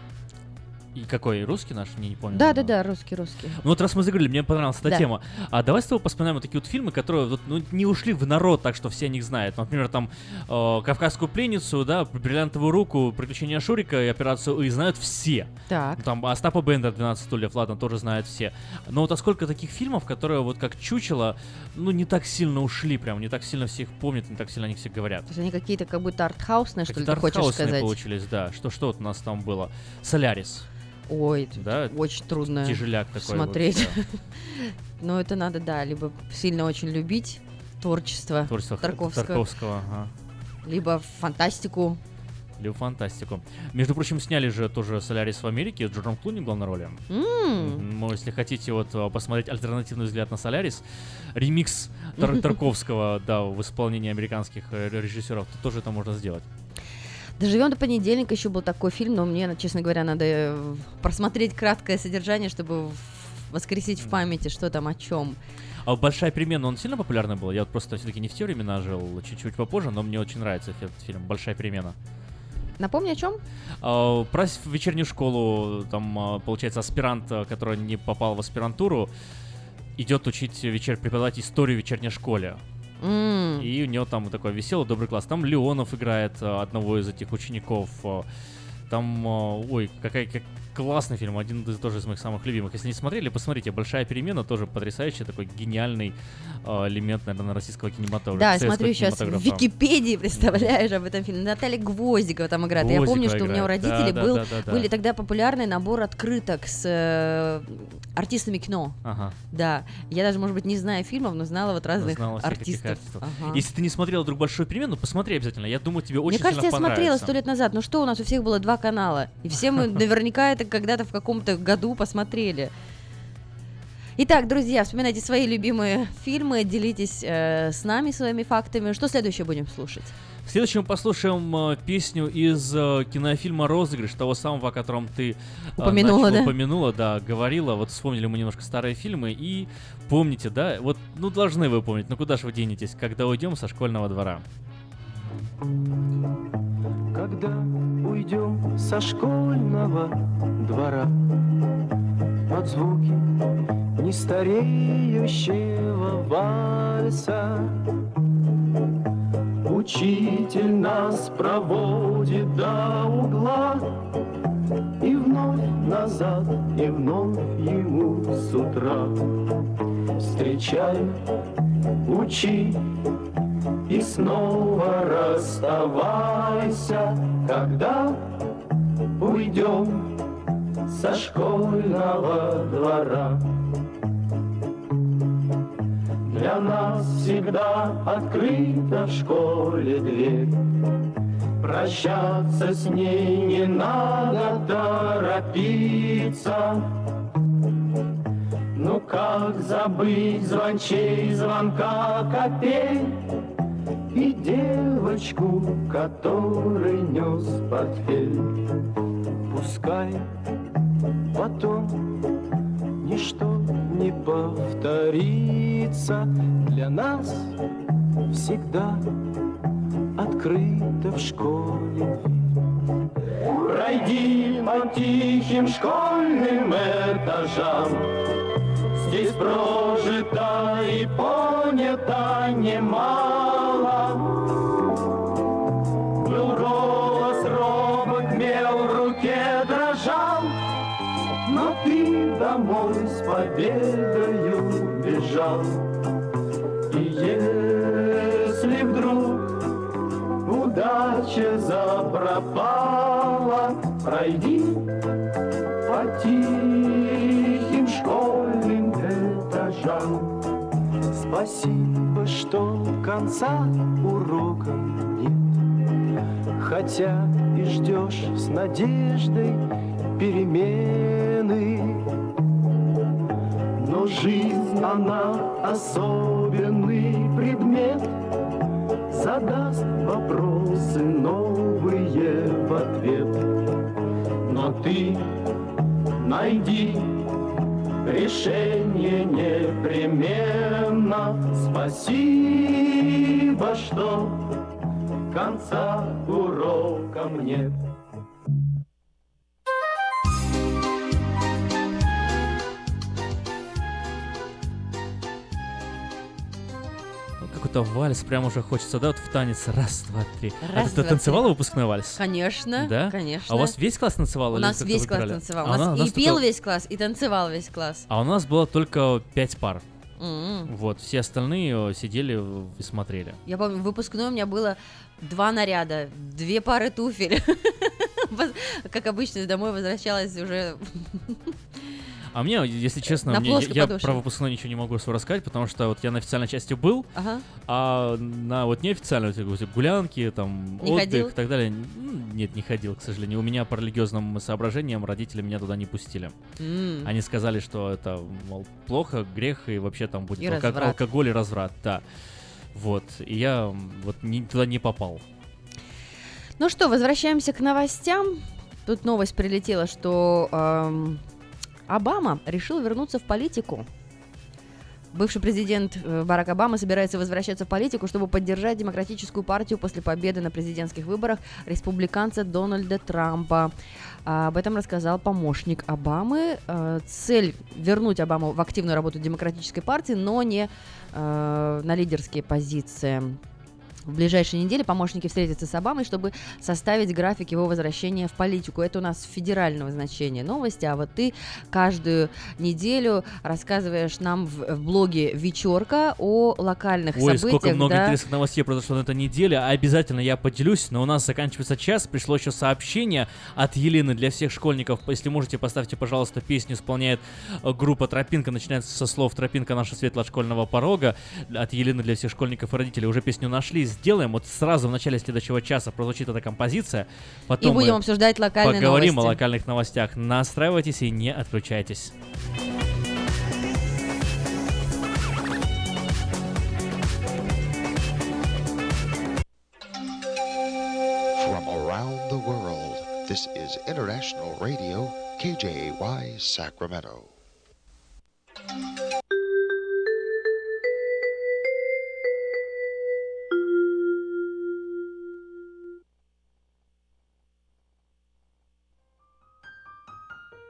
И какой? Русский наш? Не помню. Да, русский. Ну вот раз мы заговорили, мне понравилась эта тема. А давай с тобой вспоминаем вот такие вот фильмы, которые вот, не ушли в народ, так что все о них знают. Например, там «Кавказскую пленницу», да, «Бриллиантовую руку», «Приключения Шурика» и «Операцию И» знают все. Так. Там Остапа Бендера «12 стульев», ладно, тоже знают все. Но вот сколько таких фильмов, которые вот как «Чучело», не так сильно ушли, прям не так сильно все их помнят, не так сильно о них все говорят. То есть они какие-то как будто артхаусные, что ли, ты хочешь сказать? Получились, да. Что вот у нас там было? «Солярис». Ой, да, очень трудно тяжеляк такой смотреть. Вот, да. Но это надо, да, либо сильно очень любить творчество Тарковского, либо фантастику. Между прочим, сняли же тоже «Солярис» в Америке с Джорджем Клуни в главной роли. Если хотите вот посмотреть альтернативный взгляд на «Солярис», ремикс Тарковского, да, в исполнении американских режиссеров, то тоже это можно сделать. «Доживем до понедельника» еще был такой фильм, но мне, честно говоря, надо просмотреть краткое содержание, чтобы воскресить в памяти, что там, о чем. А «Большая перемена», он сильно популярный был? Я вот просто все-таки не в те времена жил, чуть-чуть попозже, но мне очень нравится этот фильм «Большая перемена». Напомни, о чем? Про вечернюю школу, там, получается, аспирант, который не попал в аспирантуру, идет учить преподавать историю в вечерней школе. И у него там такой веселый, добрый класс. Там Леонов играет одного из этих учеников. Там, какой классный фильм, один тоже из моих самых любимых. Если не смотрели, посмотрите. «Большая перемена» тоже потрясающий, такой гениальный элемент, наверное, российского кинематографа. Да, смотрю сейчас в Википедии, представляешь, об этом фильме. Наталья Гвоздикова там играет. Я помню, что у меня у родителей были тогда популярный набор открыток с артистами кино. Да, я даже, может быть, не знаю фильмов, но знала вот разных артистов. Если ты не смотрела «Вдруг большую перемену», посмотри обязательно. Я думаю, тебе очень сильно понравится. Мне кажется, я смотрела 100 лет назад. Ну что, у нас у всех было 2 канала. И все мы наверняка это когда-то в каком-то году посмотрели. Итак, друзья, вспоминайте свои любимые фильмы, делитесь с нами своими фактами. Что следующее будем слушать? Следующим мы послушаем песню из кинофильма «Розыгрыш», того самого, о котором ты упомянула, да, говорила. Вот вспомнили мы немножко старые фильмы и помните, да, вот, должны вы помнить, куда же вы денетесь, когда уйдем со школьного двора. Когда уйдем со школьного двора под звуки нестареющего вальса. Учитель нас проводит до угла, и вновь назад, и вновь ему с утра. Встречай, учи, и снова расставайся, когда уйдем со школьного двора. Для нас всегда открыта в школе дверь, прощаться с ней не надо торопиться. Ну как забыть звончей звонка копей и девочку, которой нес портфель? Пускай потом ничто не повторится, для нас всегда открыто в школе. Пройди по тихим школьным этажам, здесь прожито и понято немало. Был голос робок, мел в руке дрожал, но ты домой с победою бежал. И если вдруг удача запропала, пройди по тихим школьным этажам. Спасибо, что конца урока нет, хотя и ждешь с надеждой перемены. Но жизнь, она особенный предмет, задаст вопросы новые в ответ. Но ты найди решение непременно. Спасибо, что конца урокам нет. Какой-то вальс, прям уже хочется, да, вот в танец. Раз, два, три. Раз, Ты два, танцевала три. выпускной вальс? Конечно, да? конечно. А у вас весь класс танцевал? У нас весь класс танцевал. У нас и пел весь класс, и танцевал весь класс. А у нас было только 5 пар. Mm-hmm. Вот, все остальные сидели и смотрели. Я помню, в выпускной у меня было 2 наряда, 2 пары туфель. Как обычно, домой возвращалась уже... А мне, если честно, я про выпускной ничего не могу рассказать, потому что вот я на официальной части был, а на вот неофициальной гулянки, там, не отдых ходил? И так далее, нет, не ходил, к сожалению. У меня по религиозным соображениям родители меня туда не пустили. Они сказали, что это, мол, плохо, грех, и вообще там будет алкоголь и разврат, да. Вот, и я вот туда не попал. Ну что, возвращаемся к новостям. Тут новость прилетела, что... Обама решил вернуться в политику. Бывший президент Барак Обама собирается возвращаться в политику, чтобы поддержать демократическую партию после победы на президентских выборах республиканца Дональда Трампа. Об этом рассказал помощник Обамы. Цель вернуть Обаму в активную работу демократической партии, но не на лидерские позиции. В ближайшие недели помощники встретятся с Обамой, чтобы составить график его возвращения в политику. Это у нас федерального значения новости, а вот ты каждую неделю рассказываешь нам в блоге «Вечерка» о локальных событиях. Ой, сколько много интересных новостей произошло на этой неделе. Обязательно я поделюсь, но у нас заканчивается час. Пришло еще сообщение от Елены для всех школьников. Если можете, поставьте, пожалуйста, песню. Исполняет группа «Тропинка». Начинается со слов «Тропинка наша светлая от школьного порога». От Елены для всех школьников и родителей. Уже песню нашли. Сделаем, вот сразу в начале следующего часа прозвучит эта композиция, потом и будем обсуждать локальные поговорим новости. О локальных новостях. Настраивайтесь и не отключайтесь. From around the world, this is International Radio, KJY, Sacramento.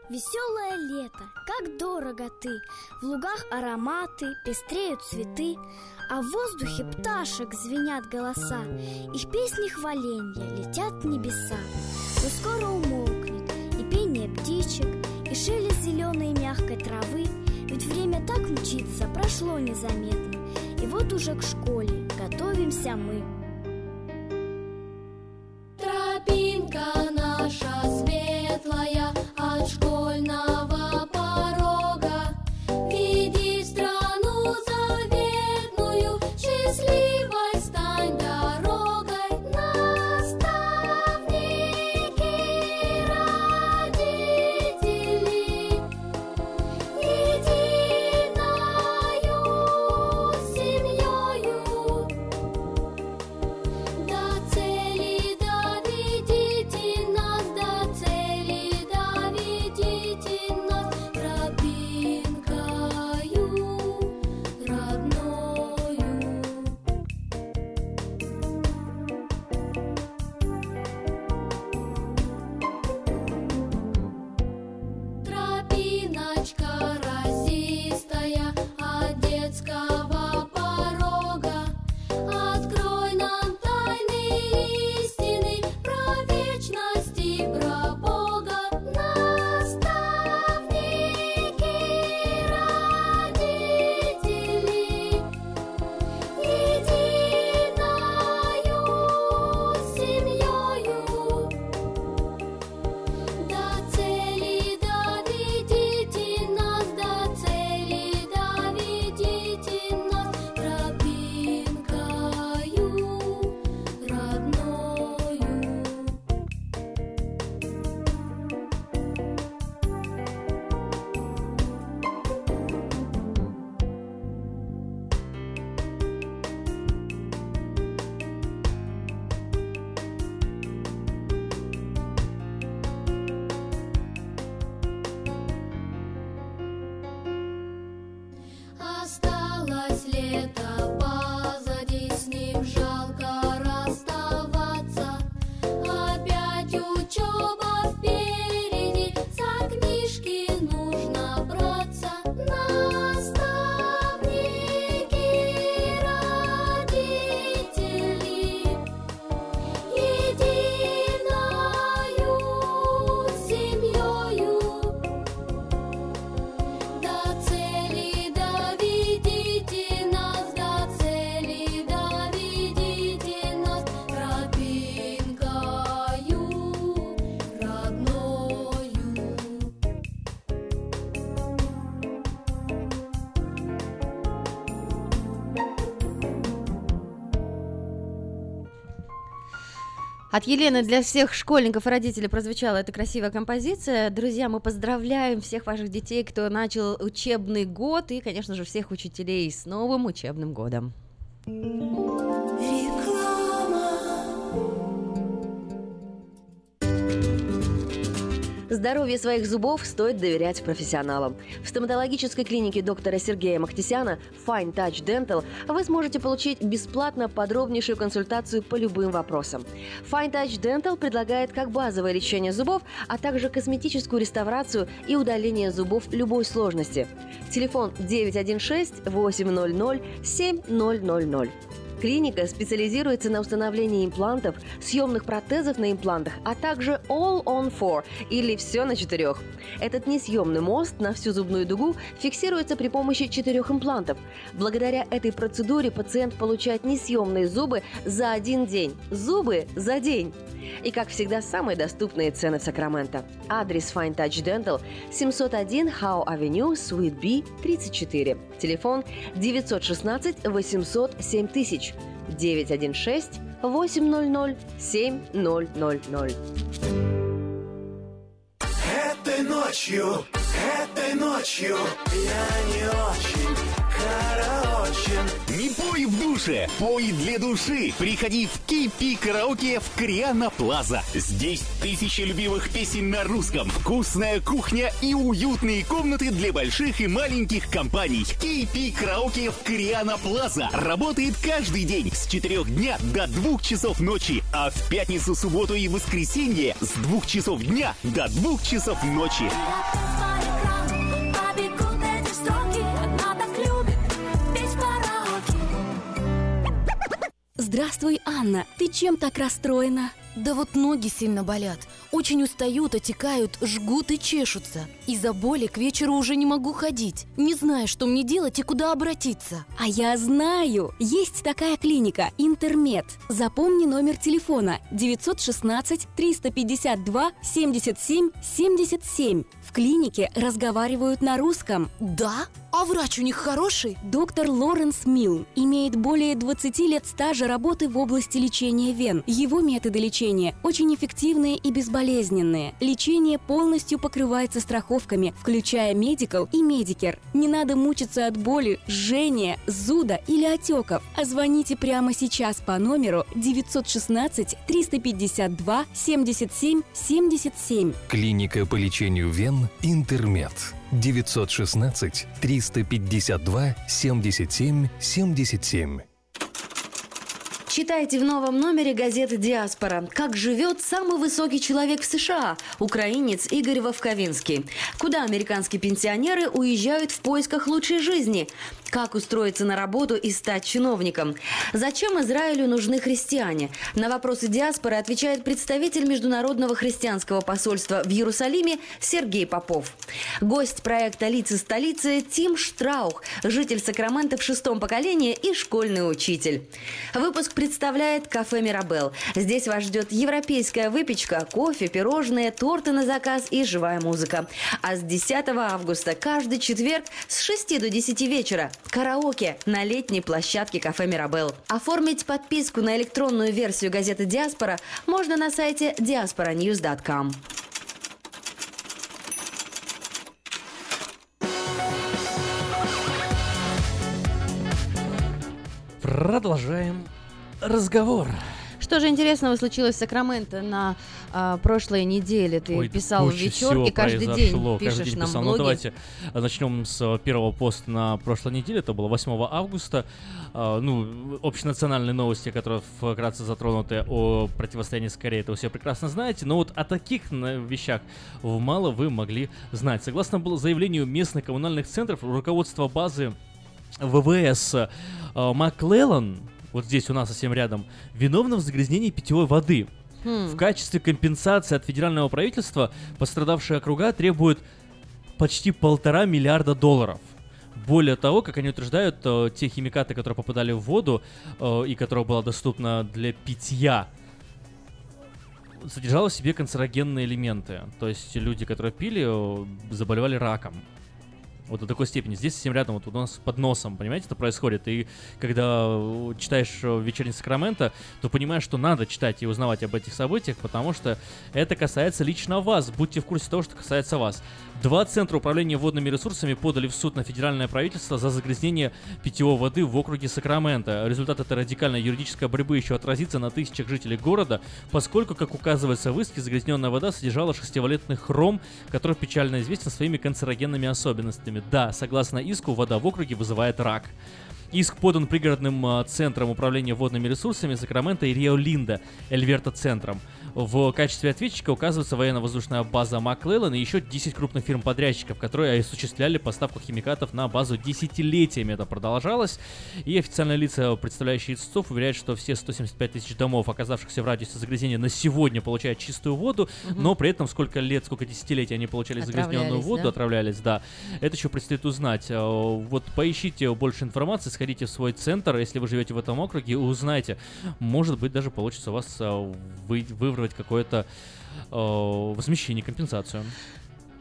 Веселое лето, как дорого ты. В лугах ароматы, пестреют цветы, а в воздухе пташек звенят голоса. Их песни хваленья летят в небеса. Но скоро умолкнет и пение птичек, и шелест зеленой мягкой травы. Ведь время так мчится, прошло незаметно, и вот уже к школе готовимся мы. Тропинка наша светлая от школьного порога веди в страну заветную, счастливой стань дорогой. Наставники, родители, единою семьёю до цели доведите нас, до цели доведите нас тропинкою родною. Тропиночка разистая от детского порога, открой нам тайны истины про вечность и про Бога. Наставники, родители, единою семьёю до цели доведите нас, до цели доведите нас тропинкою родною. Осталось лето позади, с ним жалко расставаться. Опять учеба впереди, за книжки нужно браться. Наставники, родители, единою семьёю до цели доведите нас, до цели доведите нас тропинкою родною. От Елены для всех школьников и родителей прозвучала эта красивая композиция. Друзья, мы поздравляем всех ваших детей, кто начал учебный год, и, конечно же, всех учителей с новым учебным годом. Здоровье своих зубов стоит доверять профессионалам. В стоматологической клинике доктора Сергея Махтисяна Fine Touch Dental вы сможете получить бесплатно подробнейшую консультацию по любым вопросам. Fine Touch Dental предлагает как базовое лечение зубов, а также косметическую реставрацию и удаление зубов любой сложности. Телефон 916-800-7000. Клиника специализируется на установлении имплантов, съемных протезов на имплантах, а также All on 4 или все на 4. Этот несъемный мост на всю зубную дугу фиксируется при помощи 4 имплантов. Благодаря этой процедуре пациент получает несъемные зубы за один день. Зубы за день. И, как всегда, самые доступные цены в Сакраменто. Адрес Fine Touch Dental 701 Howe Avenue, Suite B, 34. Телефон 916-800-7000. 916-800-7000. Этой ночью я не очень Не пой в душе, пой для души. Приходи в KP Караоке в Кориана Плаза. Здесь тысячи любимых песен на русском, вкусная кухня и уютные комнаты для больших и маленьких компаний. KP Караоке в Кориана Плаза работает каждый день с 4 дня до 2 часов ночи, а в пятницу, субботу и воскресенье с 2 часов дня до 2 часов ночи. Здравствуй, Анна. Ты чем так расстроена? Да вот ноги сильно болят. Очень устают, отекают, жгут и чешутся. Из-за боли к вечеру уже не могу ходить. Не знаю, что мне делать и куда обратиться. А я знаю! Есть такая клиника «Интермед». Запомни номер телефона 916-352-77-77. В клинике разговаривают на русском. Да? А врач у них хороший? Доктор Лоренс Милн имеет более 20 лет стажа работы в области лечения вен. Его методы лечения очень эффективные и безболезненные. Лечение полностью покрывается страховками, включая Medical и Medicare. Не надо мучиться от боли, жжения, зуда или отеков. А звоните прямо сейчас по номеру 916-352-77-77. Клиника по лечению вен «Интермед». 916-352-77-77. Читайте в новом номере газеты «Диаспора». Как живет самый высокий человек в США – украинец Игорь Вовковинский. Куда американские пенсионеры уезжают в поисках лучшей жизни? Как устроиться на работу и стать чиновником? Зачем Израилю нужны христиане? На вопросы «Диаспоры» отвечает представитель Международного христианского посольства в Иерусалиме Сергей Попов. Гость проекта «Лица столицы» Тим Штраух, житель Сакрамента в 6-м поколении и школьный учитель. Выпуск представляет кафе «Мирабелл». Здесь вас ждет европейская выпечка, кофе, пирожные, торты на заказ и живая музыка. А с 10 августа каждый четверг с 6 до 10 вечера караоке на летней площадке кафе «Мирабелл». Оформить подписку на электронную версию газеты «Диаспора» можно на сайте diasporanews.com. Продолжаем разговор. Что же интересного случилось в Сакраменто на прошлой неделе? Ты писал в вечерке, каждый день пишешь нам блоги. Ну, давайте начнем с первого поста на прошлой неделе. Это было 8 августа. Общенациональные новости, которые вкратце затронуты о противостоянии с Кореей, это вы все прекрасно знаете. Но вот о таких вещах мало вы могли знать. Согласно заявлению местных коммунальных центров, руководство базы ВВС Маклеллан, вот здесь у нас совсем рядом, виновна в загрязнении питьевой воды. В качестве компенсации от федерального правительства пострадавшие округа требуют почти $1,5 миллиарда. Более того, как они утверждают, те химикаты, которые попадали в воду и которая была доступна для питья, содержала в себе канцерогенные элементы. То есть люди, которые пили, заболевали раком. Вот до такой степени. Здесь совсем рядом, вот у нас под носом, понимаете, это происходит. И когда читаешь «Вечерний Сакраменто», то понимаешь, что надо читать и узнавать об этих событиях, потому что это касается лично вас. Будьте в курсе того, что касается вас. 2 центра управления водными ресурсами подали в суд на федеральное правительство за загрязнение питьевой воды в округе Сакраменто. Результат этой радикальной юридической борьбы еще отразится на тысячах жителей города, поскольку, как указывается в иске, загрязненная вода содержала 6-валентный хром, который печально известен своими канцерогенными особенностями. Да, согласно иску, вода в округе вызывает рак. Иск подан пригородным центром управления водными ресурсами Сакраменто и Рио-Линда, Эльверта-центром. В качестве ответчика указывается военно-воздушная база Маклеллан и еще 10 крупных фирм-подрядчиков, которые осуществляли поставку химикатов на базу десятилетиями. Это продолжалось. И официальные лица, представляющие истцов, уверяют, что все 175 тысяч домов, оказавшихся в радиусе загрязнения, на сегодня получают чистую воду, но при этом сколько десятилетий они получали загрязненную воду, отравлялись, да. Это еще предстоит узнать. Вот поищите больше информации, сходите в свой центр, если вы живете в этом округе, узнайте. Может быть, даже получится у вас выбрать какое-то возмещение, компенсацию.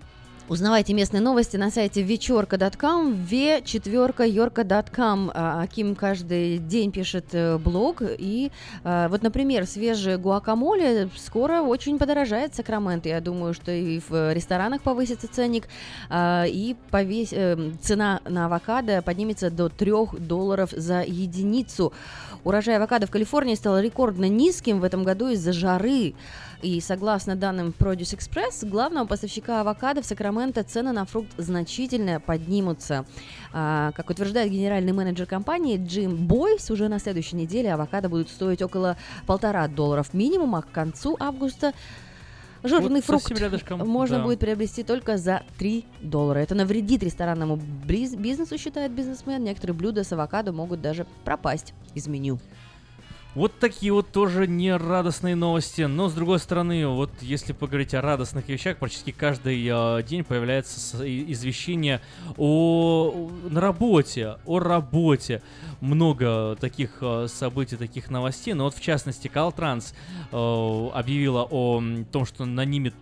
Узнавайте местные новости на сайте вечерка.com, v4yorka.com. Аким каждый день пишет блог. И вот, например, свежий гуакамоле скоро очень подорожает в Сакраменто. Я думаю, что и в ресторанах повысится ценник, и цена на авокадо поднимется до $3 за единицу. Урожай авокадо в Калифорнии стал рекордно низким в этом году из-за жары. И согласно данным Produce Express, главного поставщика авокадо в Сакраменто, цены на фрукт значительно поднимутся. Как утверждает генеральный менеджер компании Джим Бойс, уже на следующей неделе авокадо будут стоить около $1,5 минимум, а к концу августа жирный фрукт можно будет приобрести только за $3. Это навредит ресторанному бизнесу, считает бизнесмен. Некоторые блюда с авокадо могут даже пропасть из меню. Вот такие вот тоже нерадостные новости. Но, с другой стороны, вот если поговорить о радостных вещах, практически каждый день появляется извещение о работе. Много таких событий, таких новостей. Но вот, в частности, Caltrans объявила о том, что наймет,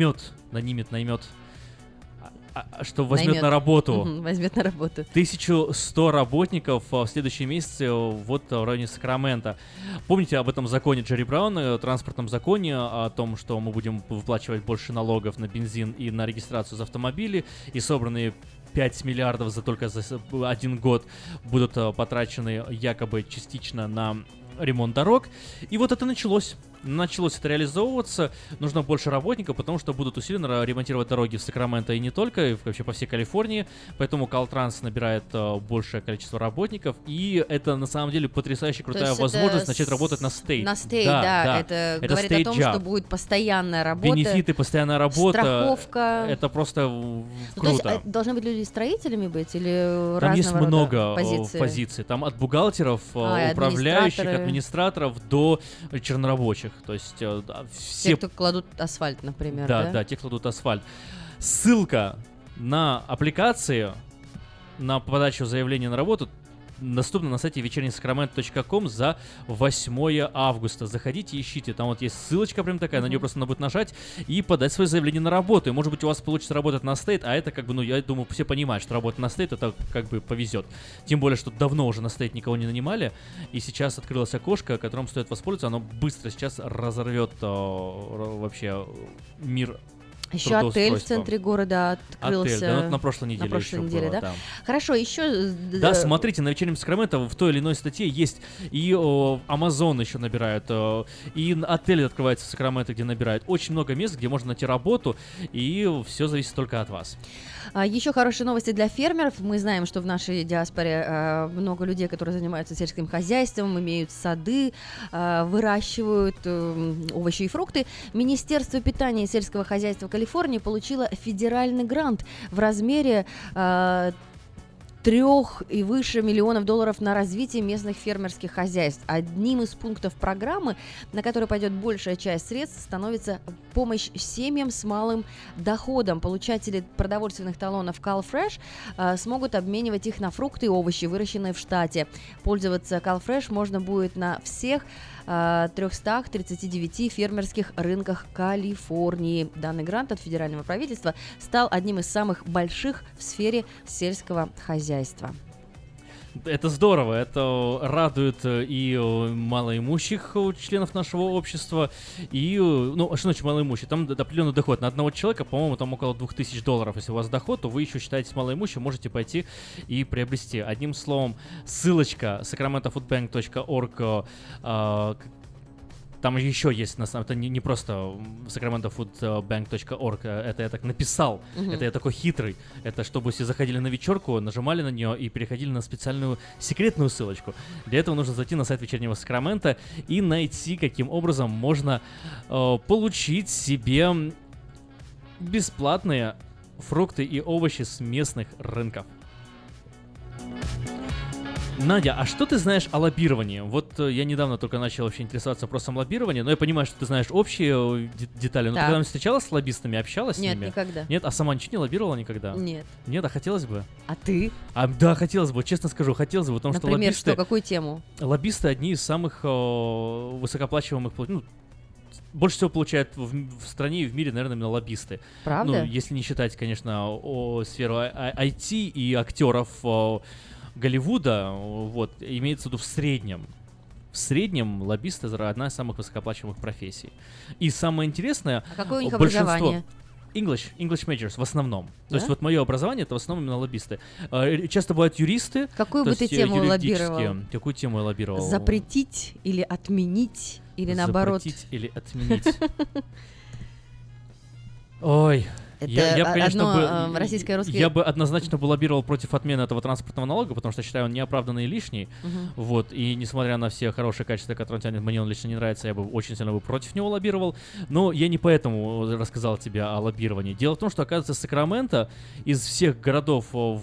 что возьмет на работу. Возьмет на работу. 1100 работников в следующем месяце вот в районе Сакрамента. Помните об этом законе Джерри Брауна, транспортном законе, о том, что мы будем выплачивать больше налогов на бензин и на регистрацию за автомобили, и собранные 5 миллиардов только за один год будут потрачены якобы частично на ремонт дорог. И вот это началось это реализовываться. Нужно больше работников, потому что будут усиленно ремонтировать дороги в Сакраменто и не только, и вообще по всей Калифорнии. Поэтому Caltrans набирает большее количество работников. И это на самом деле потрясающая крутая возможность начать работать на стейт. На стейт, да. Это говорит о том, что будет постоянная работа. Бенефиты, постоянная работа. Страховка. Это просто круто. То есть должны быть люди строителями быть или там есть много позиций? Там от бухгалтеров, управляющих, администраторов до чернорабочих. То есть все... Те, кто кладут асфальт, например, да? Да, те, кто кладут асфальт. Ссылка на аппликации, на подачу заявления на работу доступна на сайте вечернесакрамento.com за 8 августа. Заходите, ищите. Там вот есть ссылочка прям такая, на нее просто надо будет нажать и подать свое заявление на работу. И, может быть, у вас получится работать на стейт, а это как бы, я думаю, все понимают, что работать на стейт это как бы повезет. Тем более, что давно уже на стейт никого не нанимали, и сейчас открылось окошко, которым стоит воспользоваться. Оно быстро сейчас разорвет вообще мир. Еще отель в центре города открылся. Отель, да, на прошлой неделе. Да? Да. Хорошо, еще... Да, смотрите, на вечернем Сакраменто в той или иной статье есть и Amazon еще набирают, и отель открывается в Сакраменто, где набирают. Очень много мест, где можно найти работу, и все зависит только от вас. Еще хорошие новости для фермеров. Мы знаем, что в нашей диаспоре много людей, которые занимаются сельским хозяйством, имеют сады, выращивают овощи и фрукты. Министерство питания и сельского хозяйства Калифорнии получило федеральный грант в размере 3 и выше миллионов долларов на развитие местных фермерских хозяйств. Одним из пунктов программы, на который пойдет большая часть средств, становится помощь семьям с малым доходом. Получатели продовольственных талонов CalFresh смогут обменивать их на фрукты и овощи, выращенные в штате. Пользоваться CalFresh можно будет на всех 339 фермерских рынках Калифорнии. Данный грант от федерального правительства стал одним из самых больших в сфере сельского хозяйства. Это здорово, это радует и малоимущих членов нашего общества, и, что значит малоимущие? Там определенный доход на одного человека, по-моему, там около $2000. Если у вас доход, то вы еще считаетесь малоимущим, можете пойти и приобрести. Одним словом, ссылочка sacramentofoodbank.org, там еще есть, это не просто sacramentofoodbank.org, это я так написал, это я такой хитрый, это чтобы все заходили на вечерку, нажимали на нее и переходили на специальную секретную ссылочку. Для этого нужно зайти на сайт вечернего Сакрамента и найти, каким образом можно получить себе бесплатные фрукты и овощи с местных рынков. Надя, а что ты знаешь о лоббировании? Вот я недавно только начал вообще интересоваться вопросом лоббирования, но я понимаю, что ты знаешь общие детали. Но ты когда встречалась с лоббистами, общалась с ними? Нет, никогда. Нет, а сама ничего не лоббировала никогда? Нет. Нет, а хотелось бы? А ты? Да, хотелось бы, честно скажу, хотелось бы, потому что лоббисты... Например, какую тему? Лоббисты одни из самых высокооплачиваемых, больше всего получают в стране и в мире, наверное, именно лоббисты. Правда? Ну, если не считать, конечно, сферу IT и актеров Голливуда, вот, имеется в виду в среднем. В среднем лоббисты — это одна из самых высокооплачиваемых профессий. И самое интересное... А какое у них образование? English majors в основном. Да? То есть вот мое образование — это в основном именно лоббисты. Часто бывают юристы. Какую бы ты тему лоббировал? Какую тему я лоббировал? Запретить или отменить? Или наоборот? Запретить или отменить? Ой... Это я, конечно, российское и русское... Я бы однозначно бы лоббировал против отмены этого транспортного налога, потому что считаю, он неоправданный и лишний. Вот, и несмотря на все хорошие качества, которые он тянет, мне он лично не нравится, я бы очень сильно бы против него лоббировал. Но я не поэтому рассказал тебе о лоббировании. Дело в том, что, оказывается, Сакраменто из всех городов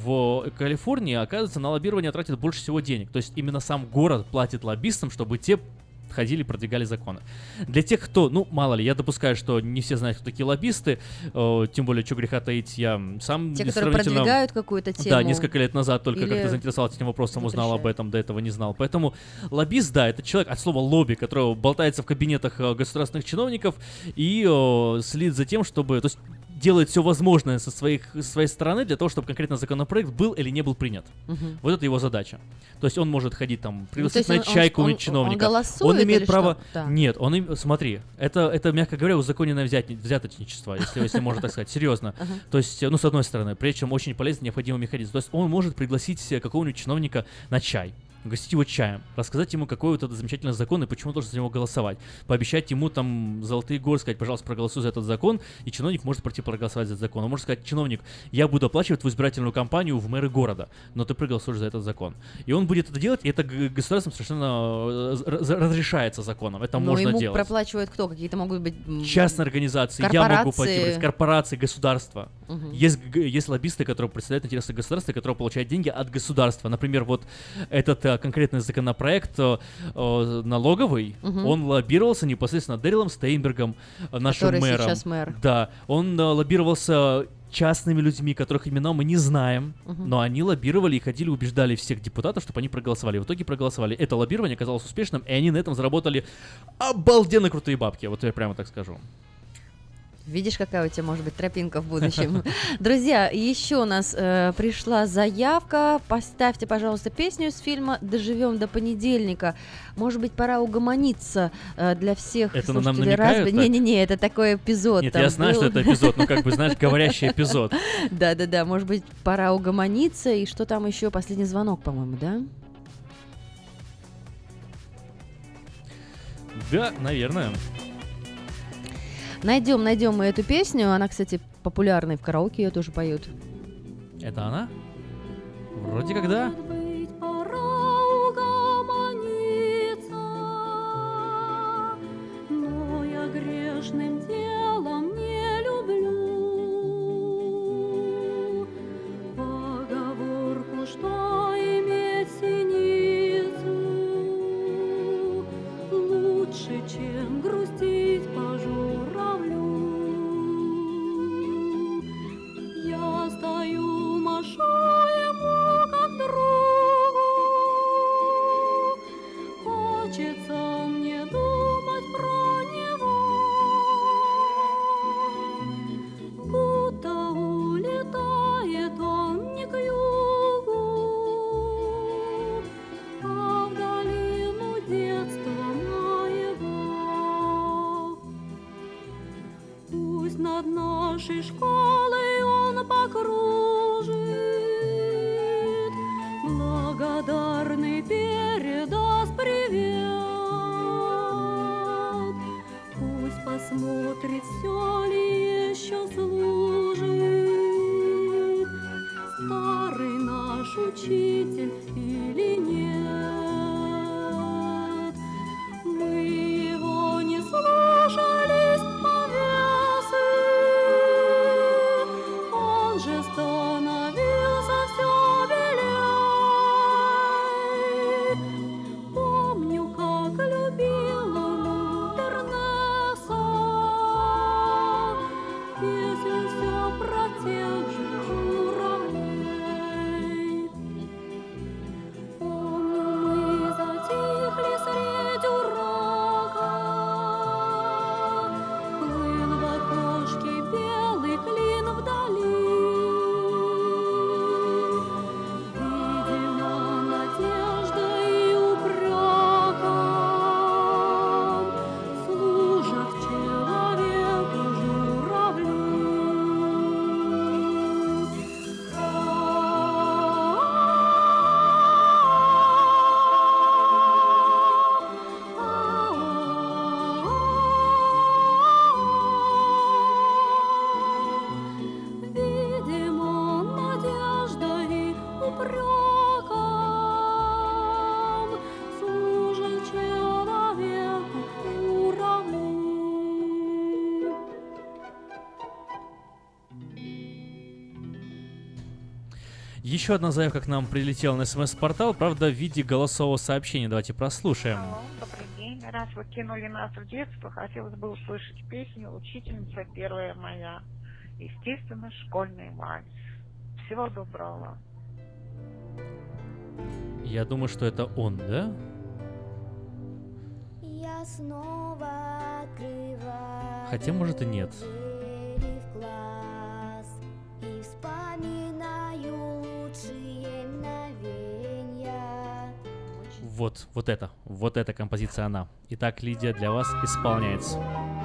в Калифорнии, оказывается, на лоббирование тратит больше всего денег. То есть именно сам город платит лоббистам, чтобы те ходили, продвигали законы. Для тех, кто, ну, мало ли, я допускаю, что не все знают, кто такие лоббисты, тем более, что греха таить, я сам те, которые продвигают какую-то тему. Да, несколько лет назад только как-то заинтересовался этим вопросом, узнал об этом, до этого не знал. Поэтому лоббист, да, это человек от слова лобби, который болтается в кабинетах государственных чиновников и следит за тем, чтобы... То есть делает все возможное со своей стороны для того, чтобы конкретно законопроект был или не был принят. Вот это его задача. То есть он может ходить там, пригласить на чайку чиновника. Он голосует, он имеет право... Да. Нет, смотри, это, мягко говоря, узаконенное взяточничество, если можно так сказать, серьезно. То есть, ну, с одной стороны, прежде чем очень полезный необходимый механизм. То есть он может пригласить какого-нибудь чиновника на чай, угостить его чаем, рассказать ему, какой вот этот замечательный закон и почему должен за него голосовать, пообещать ему там золотые горы, сказать, пожалуйста, проголосуй за этот закон, и чиновник может пройти проголосовать за этот закон. Он может сказать, чиновник, я буду оплачивать твою избирательную кампанию в мэры города, но ты проголосуешь за этот закон. И он будет это делать, и это государством совершенно разрешается законом, это можно ему делать. Проплачивают кто? Какие-то могут быть... Частные организации, я могу платить, корпорации, государства. Есть лоббисты, которые представляют интересы государства, которые получают деньги от государства. Например, вот этот конкретный законопроект налоговый, он лоббировался непосредственно Дэрилом Стейнбергом, нашим который мэром. Сейчас мэр. Да, он лоббировался частными людьми, которых имена мы не знаем, но они лоббировали и ходили, убеждали всех депутатов, чтобы они проголосовали. В итоге проголосовали. Это лоббирование оказалось успешным, и они на этом заработали обалденно крутые бабки. Вот я прямо так скажу. Видишь, какая у тебя может быть тропинка в будущем. Друзья, еще у нас пришла заявка. Поставьте, пожалуйста, песню из фильма «Доживем до понедельника». Может быть, пора угомониться для всех это слушателей Разбы. Не-не-не, это такой эпизод. Нет, я знаю, что это эпизод, но как бы, знаешь, говорящий эпизод. Да-да-да, может быть, пора угомониться. И что там еще? Последний звонок, по-моему, да? Да, наверное. Найдем мы эту песню. Она, кстати, популярная в караоке, ее тоже поют. Это она? Вроде как да. Но я грешным делом не люблю поговорку, что иметь синицу лучше, чем грустить по журавлю. Я стою, машу ему как другу. Хочется мне думать про него, будто улетает он не к югу, а в долину детства моего. Пусть над нашей школой он покружит, благодарный передаст привет. Пусть посмотрит, все ли еще служит старый наш учитель или нет. Мы его не слушались повесы, он же становился все белей. Помню, как любил он Лутернеса, песню все про тех же журавлей. Помню, мы затихли средь урагана, Еще одна заявка к нам прилетела на СМС-портал, правда, в виде голосового сообщения. Давайте прослушаем. Алло, добрый день. Раз вы кинули нас в детство, хотелось бы услышать песню «Учительница 1 моя». Естественно, школьный вальс. Всего доброго. Я думаю, что это он, да? Я снова открываю Хотя, может, и нет. двери в класс и вспоминаю лучшие мгновенья. Вот эта композиция она. Итак, Лидия, для вас исполняется.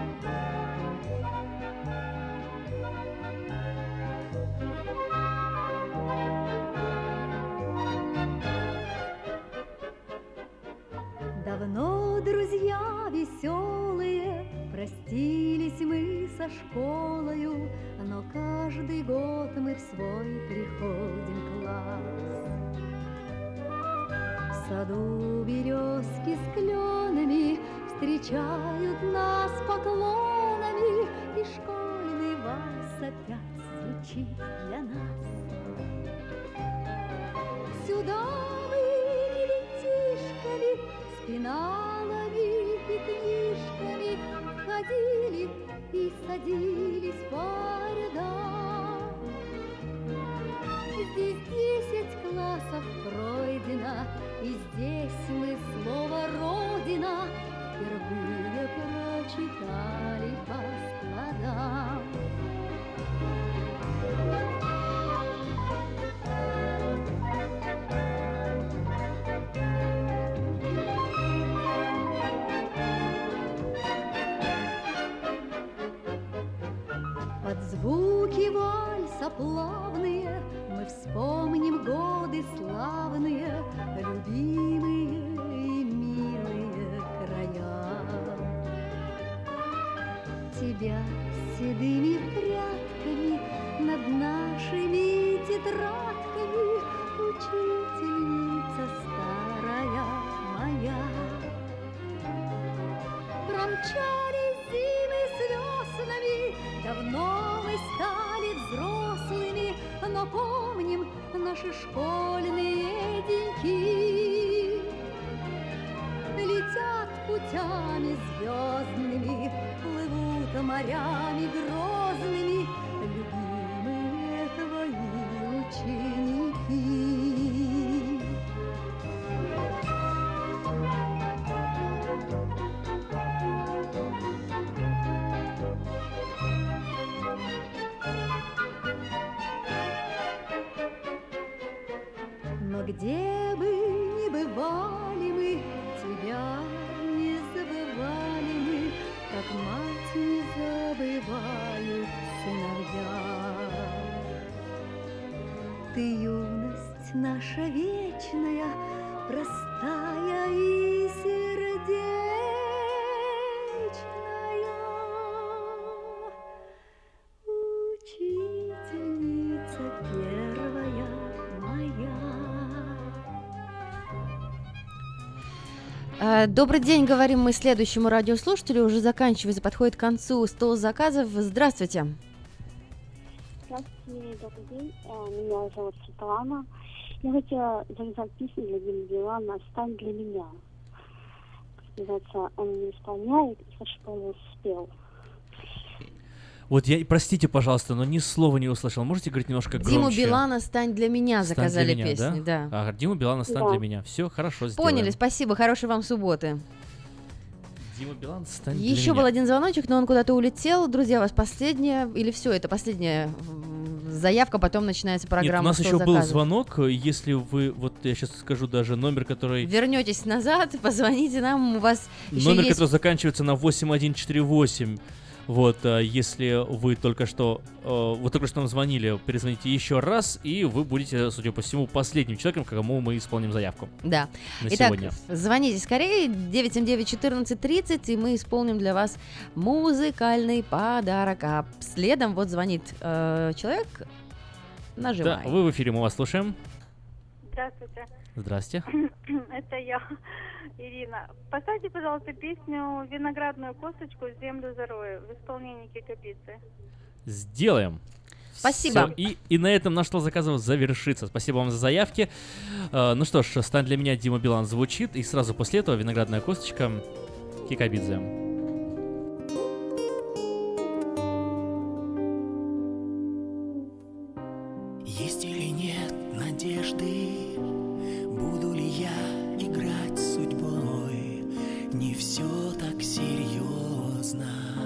Давно, друзья веселые, простились мы со школою, но каждый год мы в свой приходим класс. В саду березки с кленами встречают нас поклонами, и школьный вальс опять звучит для нас. Сюда мы ребятишками, с пеналами и книжками ходили и садились по рядам. Здесь 10 классов пройдено, и здесь мы слово «Родина» впервые прочитали по складам. Под звуки вальса плавные мы вспомним годы славные, любимые и милые края. Тебя седыми прядками над нашими тетрадками, учительница старая моя. Промчались зимы с веснами, давно мы стали взрослыми, но помним наши школьные деньки. Летят путями звездными, плывут морями грозными, любимые твои ученики. Но где бы ни бывали мы, тебя не забывали мы, как мать не забывают сыновья. Ты юность наша вечная, простая и сердечная, учительница 1 моя. Добрый день, говорим мы следующему радиослушателю. Уже заканчивается, подходит к концу стол заказов. Здравствуйте. Здравствуйте, добрый день. Меня зовут Светлана. Я хотела записать песню для Димы Билана «Стань для меня». Называется, он не исполняет, и хочу, чтобы он спел. Вот простите, пожалуйста, но ни слова не услышал. Можете говорить немножко громче? Диму Билана «Стань для меня» заказали для меня, песню. Да? Ага, Диму Билана «Стань для меня». Все, хорошо, сделаем. Поняли, спасибо, хорошей вам субботы. Дима Билан «Стань для Еще меня». был один звоночек, но он куда-то улетел. Друзья, у вас последняя, или все, это последняя заявка, потом начинается программа. Нет, у нас еще заказов. был звонок. Если вы, вот я сейчас скажу даже номер, который... Вернетесь назад, позвоните нам, у вас еще Номер, есть... который заканчивается на 8148. Вот, если вы только что нам звонили, перезвоните еще раз, и вы будете, судя по всему, последним человеком, кому мы исполним заявку. Да. На Итак, сегодня. звоните скорее, 979-1430, и мы исполним для вас музыкальный подарок. А следом вот звонит человек, нажимай. Да, вы в эфире, мы вас слушаем. Здравствуйте. Здрасте. Это я, Ирина. Поставьте, пожалуйста, песню «Виноградную косточку, землю зарою» в исполнении Кикабидзе. Сделаем. Спасибо. Всё, и на этом наш стол заказов завершится. Спасибо вам за заявки. Ну что ж, «Стань для меня» Дима Билан звучит, и сразу после этого «Виноградная косточка» Кикабидзе. Есть или нет надежды, буду ли я играть с судьбой, не все так серьезно.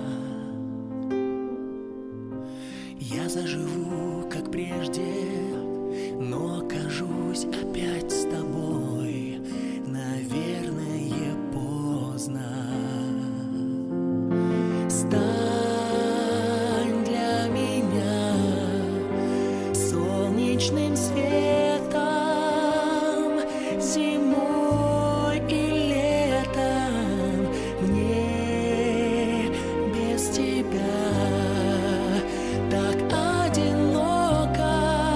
Я заживу, как прежде, но окажусь опять с тобой, наверное, поздно. Стань для меня солнечным светом зимой и летом. Мне без тебя так одиноко.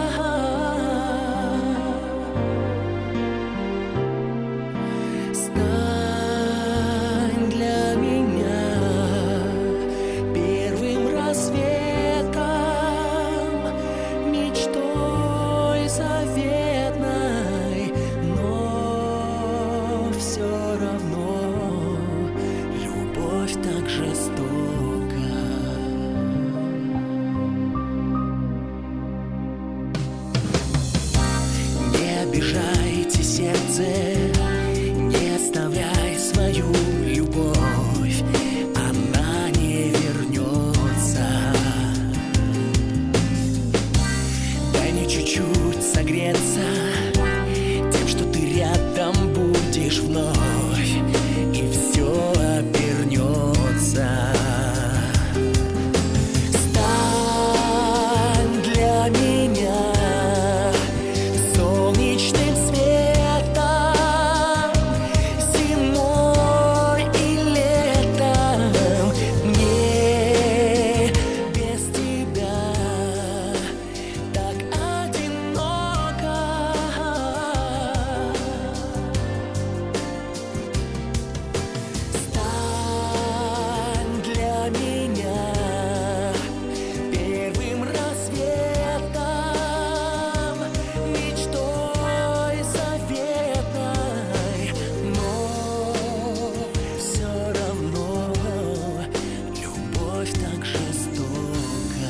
Стань для меня первым рассветом, мечтой заветной, но все равно любовь так жестока. Не обижайте сердце, не оставляй свою любовь, она не вернется. Дай мне чуть-чуть согреться тем, что ты рядом будешь вновь, и все обернется. Стань для меня солнечным светом зимой и летом. Мне без тебя так одиноко. Стань для меня первым рассветом, мечтой заветной, но все равно любовь так жестока.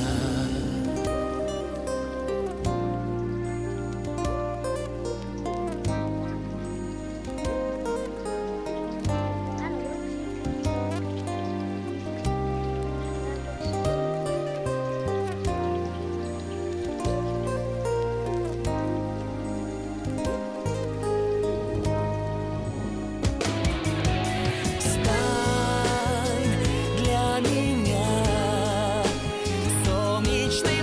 Стань для меня солнечным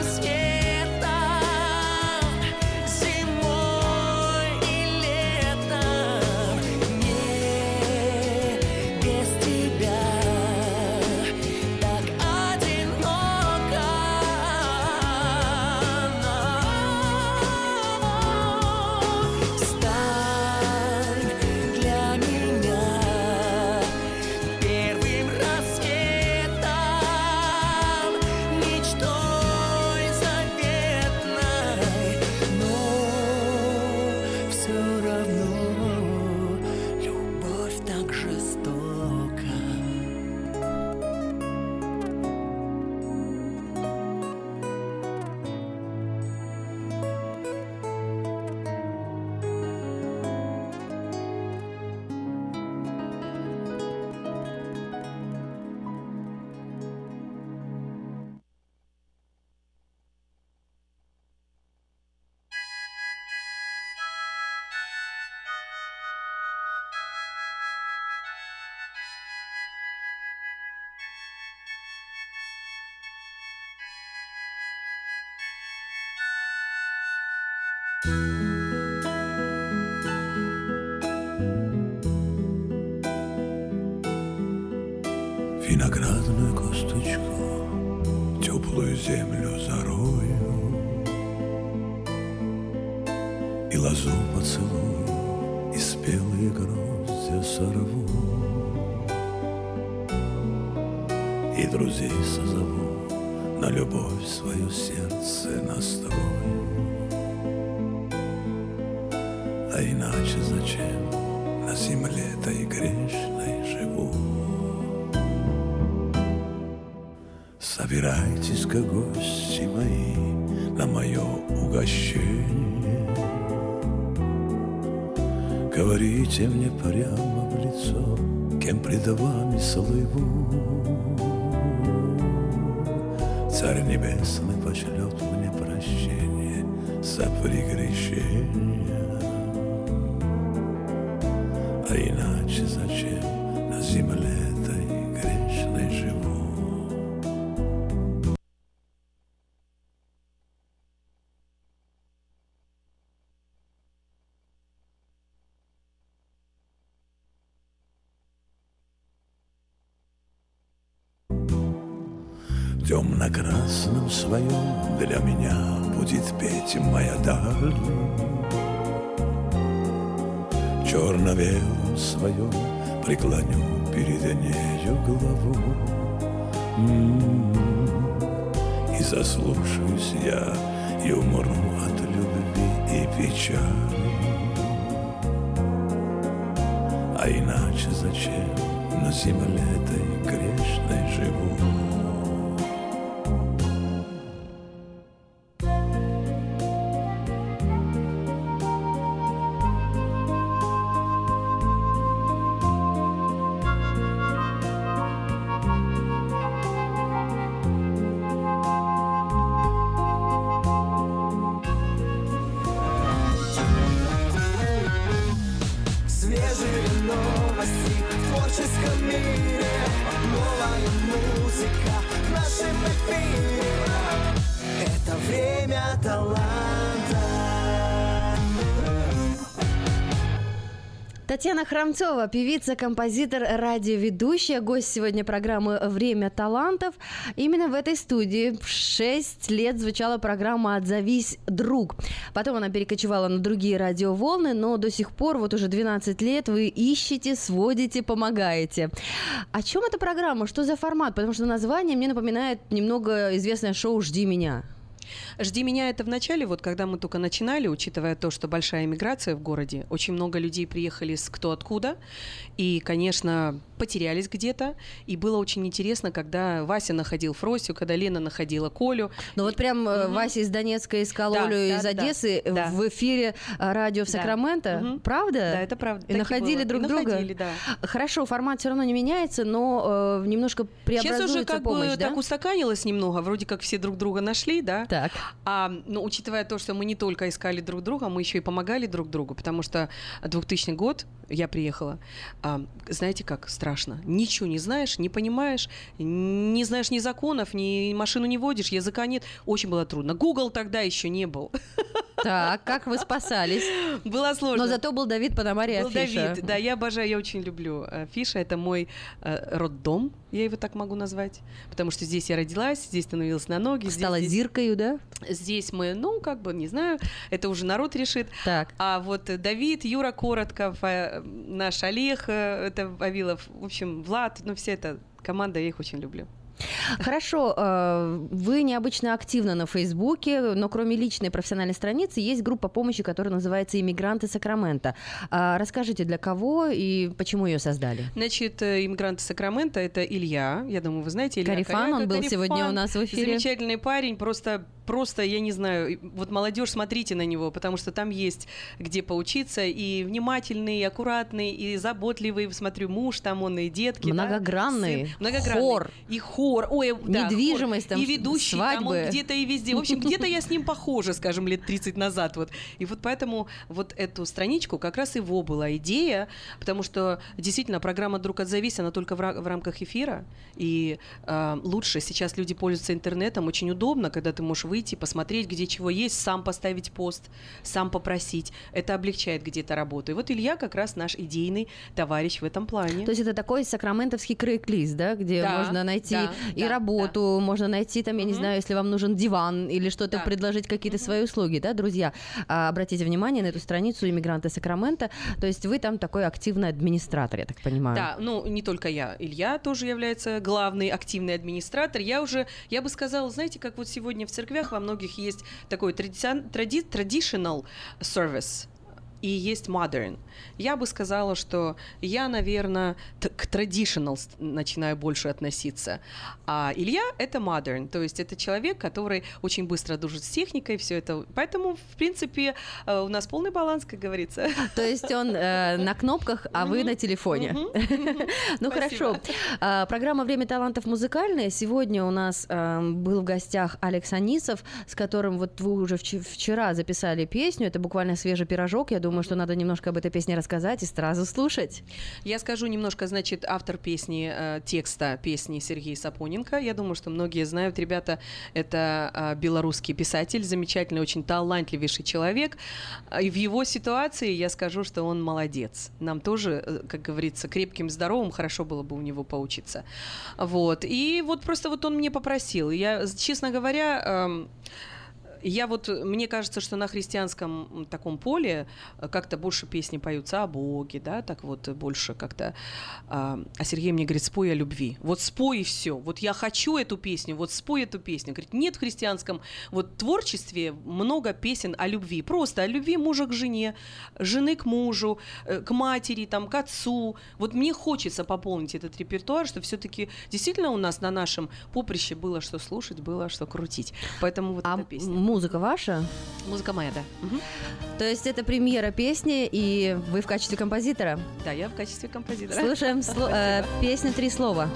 светом зимой и летом. Мне без тебя так одиноко. Стань для меня первым рассветом, мечтой заветной, но все равно любовь так жестока. Виноградную косточку, теплую землю зарою, и лозу поцелую, и спелые гроздья сорву, и друзей созову на любовь свое сердце настрою. А иначе зачем на земле-то грешной живу? Собирайтесь-ка, гости мои, на мое угощение. Говорите мне прямо в лицо, кем пред вами слыву. Царь Небесный пошлет мне прощение за прегрешение. А иначе зачем на земле-то грешной живу? В темно-красном своем для меня будет петь моя даль. В черно-белом своем преклоню перед нею голову. И заслушаюсь я, и умру от любви и печали. А иначе зачем на земле-то грешной живу? Татьяна Храмцова, певица, композитор, радиоведущая, гость сегодня программы «Время талантов». Именно в этой студии 6 лет звучала программа «Отзовись, друг». Потом она перекочевала на другие радиоволны, но до сих пор, вот уже 12 лет, вы ищете, сводите, помогаете. О чем эта программа? Что за формат? Потому что название мне напоминает немного известное шоу «Жди меня». «Жди меня» — это в начале, вот когда мы только начинали, учитывая то, что большая эмиграция в городе, очень много людей приехали с кто откуда, и, конечно, потерялись где-то, и было очень интересно, когда Вася находил Фросю, когда Лена находила Колю. Ну вот прям Вася из Донецка искал Олю из Одессы в эфире радио в Сакраменто, правда? Да, это правда. И находили друг друга? Находили, да. Хорошо, формат все равно не меняется, но немножко преобразуется помощь, сейчас уже помощь, бы да? так устаканилось немного, вроде как все друг друга нашли, да? Так. Но учитывая то, что мы не только искали друг друга, мы еще и помогали друг другу, потому что 2000 год я приехала, знаете как, страшно. Ничего не знаешь, не понимаешь, не знаешь ни законов, ни машину не водишь, языка нет. Очень было трудно. Google тогда еще не был. Так, как вы спасались? Было сложно. Но зато был Давид Пономарь Был Афиша. Давид, да, я обожаю, я очень люблю Афиша. Это мой роддом, я его так могу назвать, потому что здесь я родилась, здесь становилась на ноги. Стала зиркою, да? Здесь мы, не знаю, это уже народ решит. Так. А вот Давид, Юра Коротков, наш Олег, это Вавилов, в общем, Влад, вся эта команда, я их очень люблю. Хорошо, вы необычно активны на Фейсбуке, но кроме личной профессиональной страницы есть группа помощи, которая называется «Иммигранты Сакрамента». Расскажите, для кого и почему ее создали? Значит, «Иммигранты Сакрамента» — это Илья, я думаю, вы знаете, Илья Карифан, он был сегодня у нас в эфире. Замечательный парень, просто, я не знаю, вот молодежь, смотрите на него, потому что там есть где поучиться, и внимательный, и аккуратный, и заботливый, смотрю, муж там, он и детки. Многогранный, сын, многогранный. Хор. И хор, недвижимость, хор. там, И ведущий, свадьбы. там он где-то и везде. В общем, где-то я с ним похожа, скажем, лет 30 назад. Вот. И вот поэтому вот эту страничку как раз его была идея, потому что действительно программа «Друг отзовись», она только в рамках эфира, и лучше сейчас люди пользуются интернетом, очень удобно, когда ты можешь выйти, посмотреть, где чего есть, сам поставить пост, сам попросить. Это облегчает где-то работу. И вот Илья как раз наш идейный товарищ в этом плане. То есть это такой сакраментовский крейг-лист, да, где можно найти работу, можно найти там, я не знаю, если вам нужен диван или что-то предложить, какие-то свои услуги, да, друзья. Обратите внимание на эту страницу «Иммигранты Сакрамента». То есть вы там такой активный администратор, я так понимаю. Да, ну не только я. Илья тоже является главный активный администратор. Я бы сказала, знаете, как вот сегодня в церквях во многих есть такой traditional service и есть modern. Я бы сказала, что я, наверное, к traditional начинаю больше относиться. А Илья — это modern, то есть это человек, который очень быстро дружит с техникой, все это. Поэтому, в принципе, у нас полный баланс, как говорится. То есть он на кнопках, а вы на телефоне. Ну хорошо. Программа «Время талантов» музыкальная. Сегодня у нас был в гостях Алекс Анисов, с которым вот вы уже вчера записали песню. Это буквально свежий пирожок. Я думаю, что надо немножко об этой песне рассказать и сразу слушать. Я скажу немножко, значит, автор песни, текста песни Сергей Сапоненко. Я думаю, что многие знают, ребята, это белорусский писатель, замечательный, очень талантливейший человек. И в его ситуации я скажу, что он молодец. Нам тоже, как говорится, крепким, здоровым хорошо было бы у него поучиться. Вот. И вот просто вот он мне попросил. Я, честно говоря, мне кажется, что на христианском таком поле как-то больше песни поются о Боге, да, так вот больше как-то. А Сергей мне говорит: спой о любви. Вот спой и все. Вот я хочу эту песню, вот спой эту песню. Говорит, нет в христианском вот творчестве много песен о любви. Просто о любви мужа к жене, жены к мужу, к матери, там, к отцу. Вот мне хочется пополнить этот репертуар, чтобы все-таки действительно у нас на нашем поприще было что слушать, было что крутить. Поэтому вот эта песня. Музыка ваша? Музыка моя, да. Угу. То есть это премьера песни, и вы в качестве композитора? Да, я в качестве композитора. Слушаем песню «Три слова».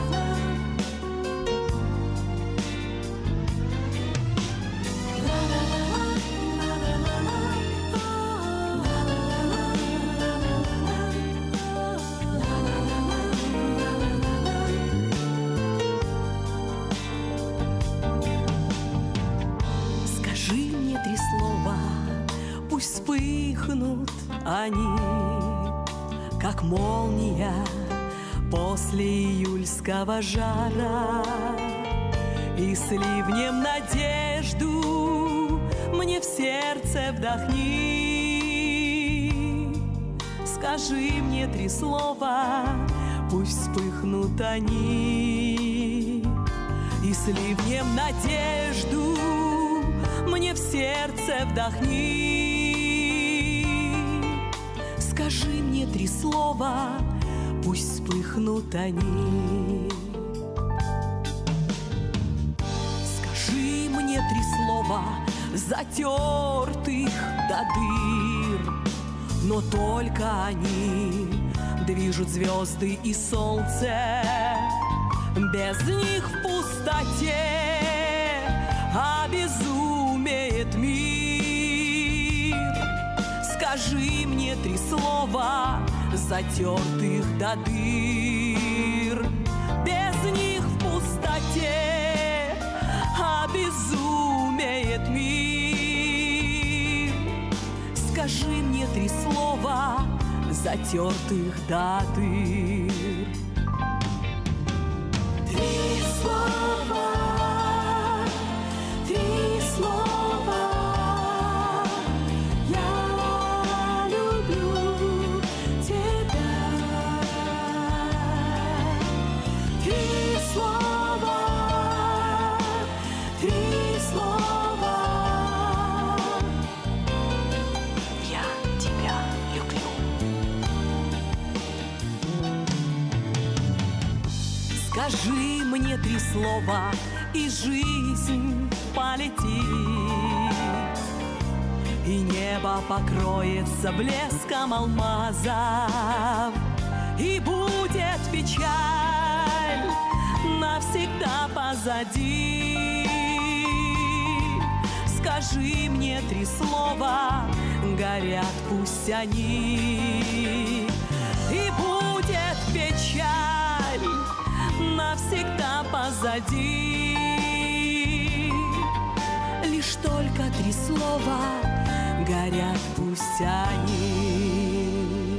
Они, как молния после июльского жара, и с ливнем надежду мне в сердце вдохни. Скажи мне три слова, пусть вспыхнут они, и с ливнем надежду мне в сердце вдохни. Скажи мне три слова, пусть вспыхнут они. Скажи мне три слова, затертых до дыр, но только они движут звезды и солнце. Без них в пустоте обезумеет мир. Скажи мне три слова, затертых до дыр. Без них в пустоте обезумеет мир. Скажи мне три слова, затертых до дыр. Три слова, три слова. Скажи мне три слова, и жизнь полетит, и небо покроется блеском алмазов, и будет печаль навсегда позади. Скажи мне три слова, горят пусть они, и будет печаль навсегда позади. только 3 слова, горят пусть они.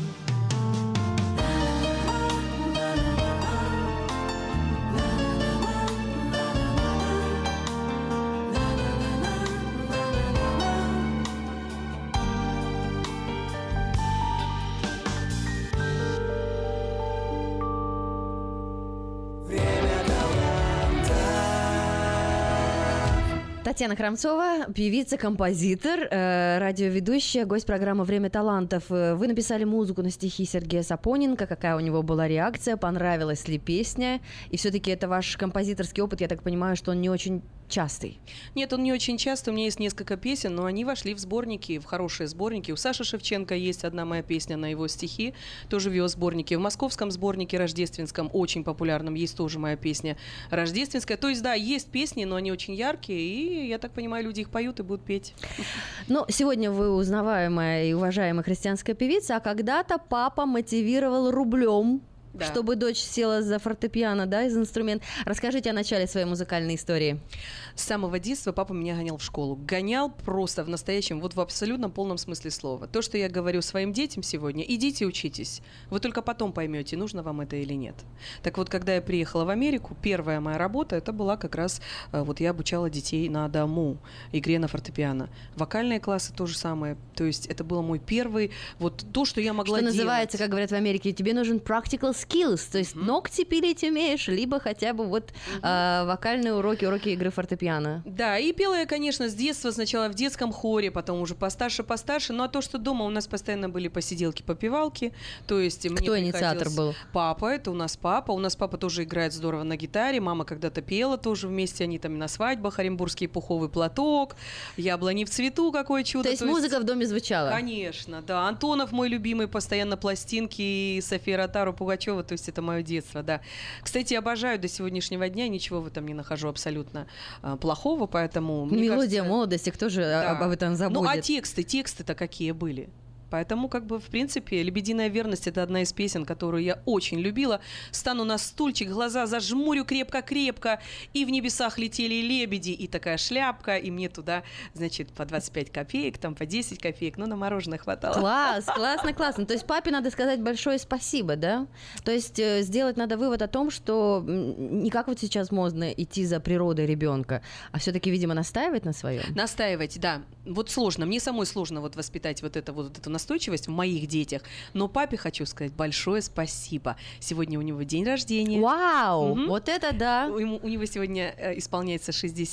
Татьяна Храмцова, певица, композитор, радиоведущая, гость программы «Время талантов». Вы написали музыку на стихи Сергея Сапоненко. Какая у него была реакция? Понравилась ли песня? И все-таки это ваш композиторский опыт, я так понимаю, что он не очень частый. Нет, он не очень частый. У меня есть несколько песен, но они вошли в сборники, в хорошие сборники. У Саши Шевченко есть одна моя песня на его стихи, тоже в его сборнике. В московском сборнике рождественском, очень популярном, есть тоже моя песня рождественская. То есть, да, есть песни, но они очень яркие, и, я так понимаю, люди их поют и будут петь. Ну, сегодня вы узнаваемая и уважаемая христианская певица, а когда-то папа мотивировал рублем, да, чтобы дочь села за фортепиано, да, из инструмента. Расскажите о начале своей музыкальной истории. С самого детства папа меня гонял в школу. Гонял просто в настоящем, вот в абсолютно полном смысле слова. То, что я говорю своим детям сегодня: идите учитесь. Вы только потом поймете, нужно вам это или нет. Так вот, когда я приехала в Америку, первая моя работа, это была как раз, вот я обучала детей на дому, игре на фортепиано. Вокальные классы то же самое. То есть это был мой первый, вот то, что я могла делать. Что называется, как говорят в Америке, тебе нужен practical skills, то есть ногти пилить умеешь, либо хотя бы вот вокальные уроки игры фортепиано. Да, и пела я, конечно, с детства, сначала в детском хоре, потом уже постарше, ну а то, что дома у нас постоянно были посиделки, попивалки, то есть мне Кто инициатор был? Папа, это у нас папа тоже играет здорово на гитаре, мама когда-то пела тоже вместе, они там на свадьбах, Оренбургский пуховый платок, яблони в цвету, какое чудо. То есть музыка в доме звучала? Конечно, да, Антонов мой любимый, постоянно пластинки, и София Ротару, Пугачева, то есть это мое детство, да. Кстати, обожаю до сегодняшнего дня, ничего в этом не нахожу абсолютно плохого, поэтому... Мелодия молодости, кто же об этом забудет? Ну, а тексты-то какие были? Поэтому, как бы, в принципе, «Лебединая верность» — это одна из песен, которую я очень любила. Стану на стульчик, глаза зажмурю крепко-крепко, и в небесах летели лебеди, и такая шляпка, и мне туда, значит, по 25 копеек, там по 10 копеек, ну, на мороженое хватало. Класс. То есть папе надо сказать большое спасибо, да? То есть сделать надо вывод о том, что не как вот сейчас модно идти за природой ребенка, а все-таки, видимо, настаивать на своем. Настаивать, да. Вот сложно, мне самой сложно вот воспитать вот эту настойчивость в моих детях, но папе хочу сказать большое спасибо. Сегодня у него день рождения. Вау, вот это да! У него сегодня исполняется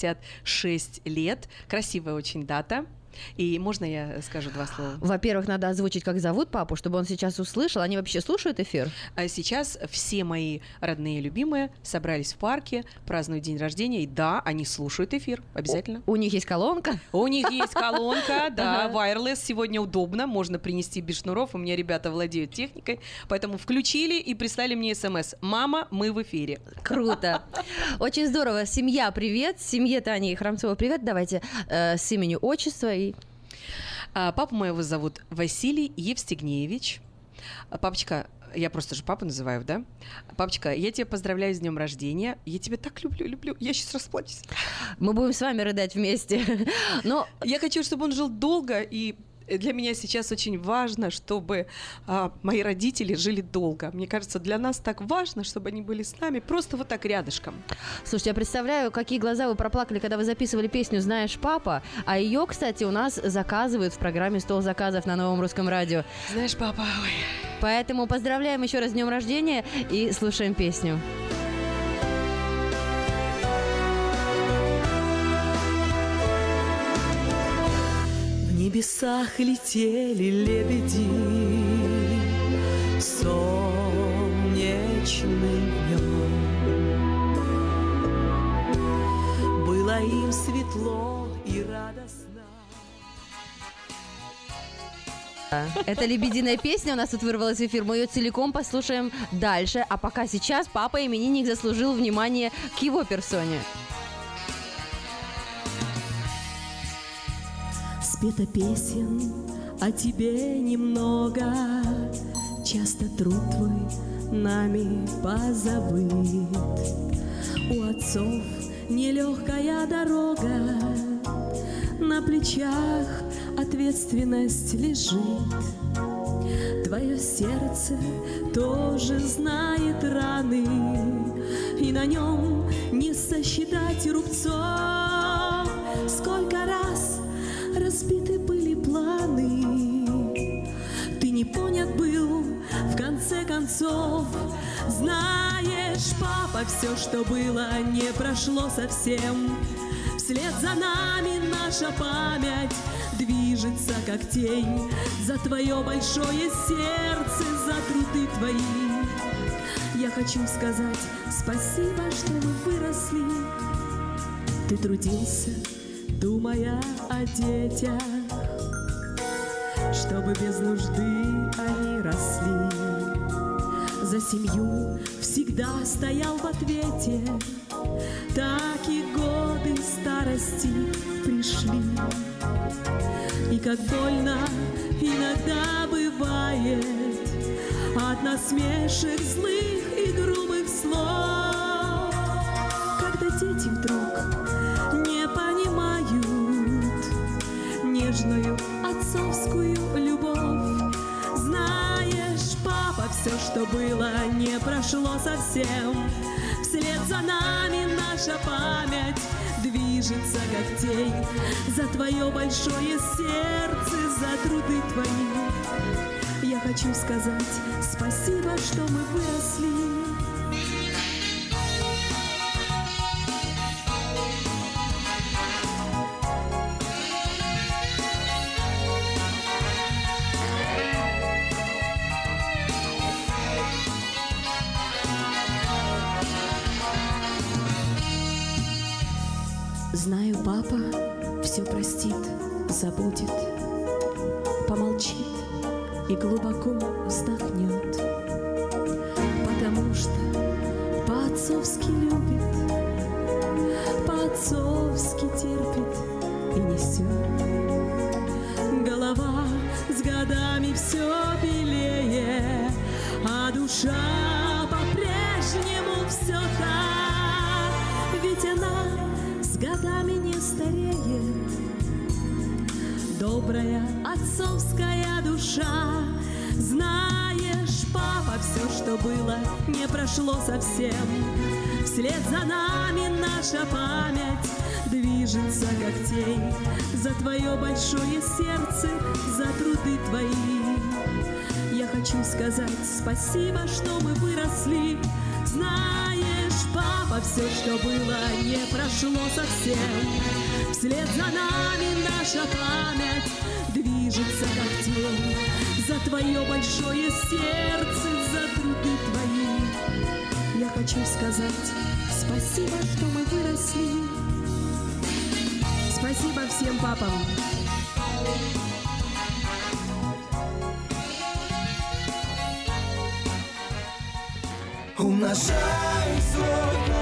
66 лет. Красивая очень дата. И можно я скажу 2 слова? Во-первых, надо озвучить, как зовут папу, чтобы он сейчас услышал. Они вообще слушают эфир? Сейчас все мои родные и любимые собрались в парке, празднуют день рождения. И да, они слушают эфир, обязательно. У них есть колонка? У них есть колонка, да, wireless. Сегодня удобно, можно принести без шнуров. У меня ребята владеют техникой. Поэтому включили и прислали мне смс: «Мама, мы в эфире». Круто. Очень здорово. Семья, привет. Семье Тани Храмцова, привет. Давайте с имени, отчества и... Папу моего зовут Василий Евстигнеевич. Папочка, я просто же папу называю, да? Папочка, я тебя поздравляю с днем рождения. Я тебя так люблю. Я сейчас расплачусь. Мы будем с вами рыдать вместе. Но я хочу, чтобы он жил долго, и для меня сейчас очень важно, чтобы мои родители жили долго. Мне кажется, для нас так важно, чтобы они были с нами просто вот так рядышком. Слушайте, я представляю, какие глаза вы проплакали, когда вы записывали песню «Знаешь, папа». А ее, кстати, у нас заказывают в программе «100 заказов» на Новом Русском радио. Знаешь, папа, ой. Поэтому поздравляем еще раз с днем рождения и слушаем песню. В небесах летели лебеди солнечным днем. Было им светло и радостно. Это «Лебединая песня» у нас тут вырвалась в эфир. Мы ее целиком послушаем дальше. А пока сейчас папа-именинник заслужил внимание к его персоне. Спета песен о тебе немного, часто труд твой нами позабыт. У отцов нелегкая дорога, На плечах ответственность лежит. Твое сердце тоже знает раны, и на нем не сосчитать рубцов. Сколько раз разбиты были планы, ты не понят был в конце концов. Знаешь, папа, все, что было, не прошло совсем. Вслед за нами наша память движется, как тень, за твое большое сердце, за труды твои. Я хочу сказать спасибо, что мы выросли. Ты трудился, думая о детях, чтобы без нужды они росли. За семью всегда стоял в ответе, так и годы старости пришли. И как больно иногда бывает от насмешек злых и грубых слов, когда дети вдруг не понимают нежную отцовскую любовь. Знаешь, папа, все, что было, не прошло совсем. Вслед за нами наша память движется, как тень, за твое большое сердце, за труды твои. Я хочу сказать спасибо, что мы выросли. Знаю, папа все простит, забудет, помолчит и глубоко вздохнет, потому что по-отцовски любит, по-отцовски терпит и несет. Голова с годами все белее, а душа по-прежнему все так, ведь она с годами не стареет. Добрая отцовская душа. Знаешь, папа, все, что было, не прошло совсем. Вслед за нами наша память движется, как тень, за твое большое сердце, за труды твои. Я хочу сказать спасибо, что мы выросли. Знаешь, папа, все, что было, не прошло совсем. Вслед за нами наша память движется, как тень, за твое большое сердце, за труды твои. Я хочу сказать спасибо, что мы выросли. Спасибо всем папам. Умножай свой.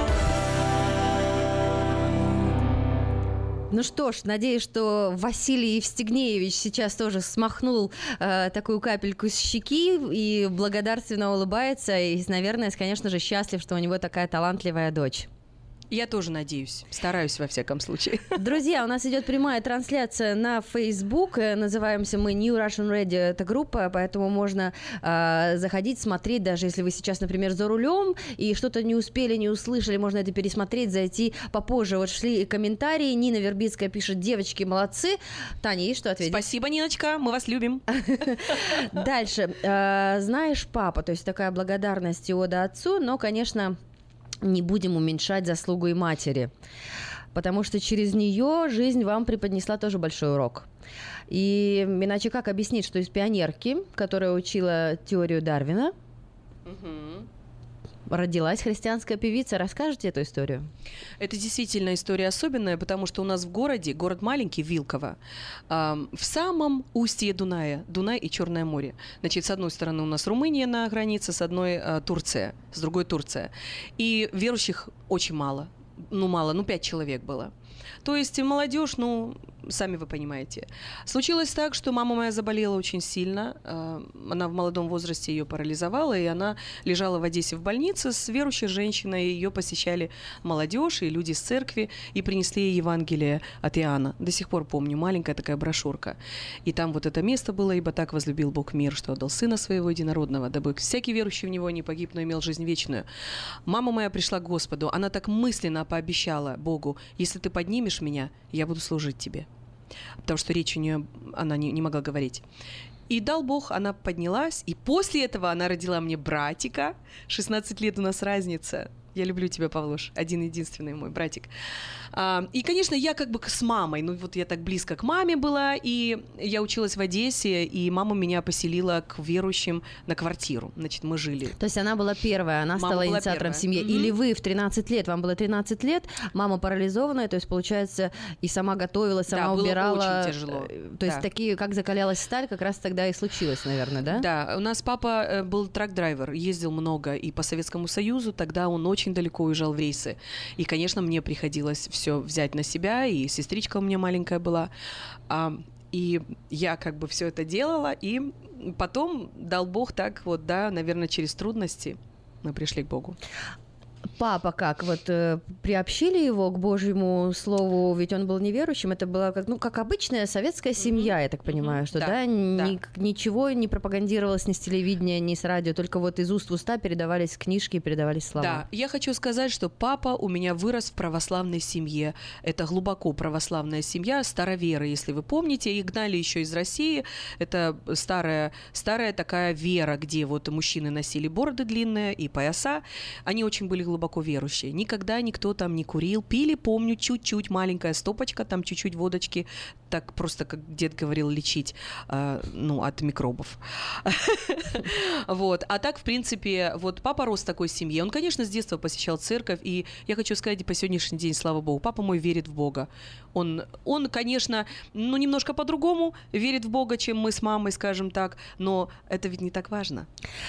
Ну что ж, надеюсь, что Василий Евстигнеевич сейчас тоже смахнул такую капельку с щеки и благодарственно улыбается. И, наверное, конечно же, счастлив, что у него такая талантливая дочь. Я тоже надеюсь, стараюсь во всяком случае. Друзья, у нас идет прямая трансляция на Facebook. Называемся мы New Russian Radio, это группа, поэтому можно заходить, смотреть, даже если вы сейчас, например, за рулем и что-то не успели, не услышали, можно это пересмотреть, зайти попозже. Вот шли комментарии. Нина Вербицкая пишет: девочки, молодцы. Таня, есть что ответить? Спасибо, Ниночка, мы вас любим. Дальше. Знаешь, папа, то есть такая благодарность и ода отцу, но, конечно, не будем уменьшать заслугу и матери, потому что через нее жизнь вам преподнесла тоже большой урок. И иначе как объяснить, что из пионерки, которая учила теорию Дарвина, родилась христианская певица. Расскажете эту историю? Это действительно история особенная, потому что у нас в городе, город маленький, Вилково, в самом устье Дуная, Дунай и Черное море. Значит, с одной стороны у нас Румыния на границе, с одной Турция, с другой Турция. И верующих очень мало. 5 человек было. То есть молодежь, сами вы понимаете. Случилось так, что мама моя заболела очень сильно. Она в молодом возрасте ее парализовала, и она лежала в Одессе в больнице с верующей женщиной. Ее посещали молодежь и люди с церкви, и принесли ей Евангелие от Иоанна. До сих пор помню, маленькая такая брошюрка. И там вот это место было: «Ибо так возлюбил Бог мир, что отдал Сына Своего Единородного, дабы всякий верующий в Него не погиб, но имел жизнь вечную». Мама моя пришла к Господу. Она так мысленно пообещала Богу: если ты поднимешь меня, я буду служить тебе. Потому что речь у нее, она не могла говорить. И дал Бог, она поднялась. И после этого она родила мне братика. 16 лет у нас разница. Я люблю тебя, Павлуш, один-единственный мой братик. И, конечно, я как бы с мамой, ну вот я так близко к маме была, и я училась в Одессе, и мама меня поселила к верующим на квартиру. Значит, мы жили. То есть она была первая, она стала инициатором в семье. Или вы в 13 лет, вам было 13 лет, мама парализованная, то есть, получается, и сама готовила, сама убирала. Было очень тяжело. То есть такие, как закалялась сталь, как раз тогда и случилось, наверное, да? Да, у нас папа был трак-драйвер, ездил много и по Советскому Союзу, тогда он очень далеко уезжал в рейсы. И, конечно, мне приходилось все взять на себя, и сестричка у меня маленькая была. И я как бы все это делала, и потом дал Бог так вот, да, наверное, через трудности мы пришли к Богу. Папа как? Вот приобщили его к Божьему слову, ведь он был неверующим, это была как обычная советская семья, я так понимаю, что да? Ничего не пропагандировалось ни с телевидения, ни с радио, только вот из уст в уста передавались книжки, передавались слова. Да, я хочу сказать, что папа у меня вырос в православной семье, это глубоко православная семья, староверы, если вы помните, их гнали еще из России, это старая такая вера, где вот мужчины носили бороды длинные и пояса, они очень были глубоко верующие. Никогда никто там не курил. Пили, помню, чуть-чуть, маленькая стопочка, там чуть-чуть водочки, так просто, как дед говорил, лечить, от микробов. Вот. А так, в принципе, вот папа рос в такой семье. Он, конечно, с детства посещал церковь, и я хочу сказать, по сегодняшний день, слава Богу, папа мой верит в Бога. Он, конечно, немножко по-другому верит в Бога, чем мы с мамой, скажем так, но это ведь не так важно.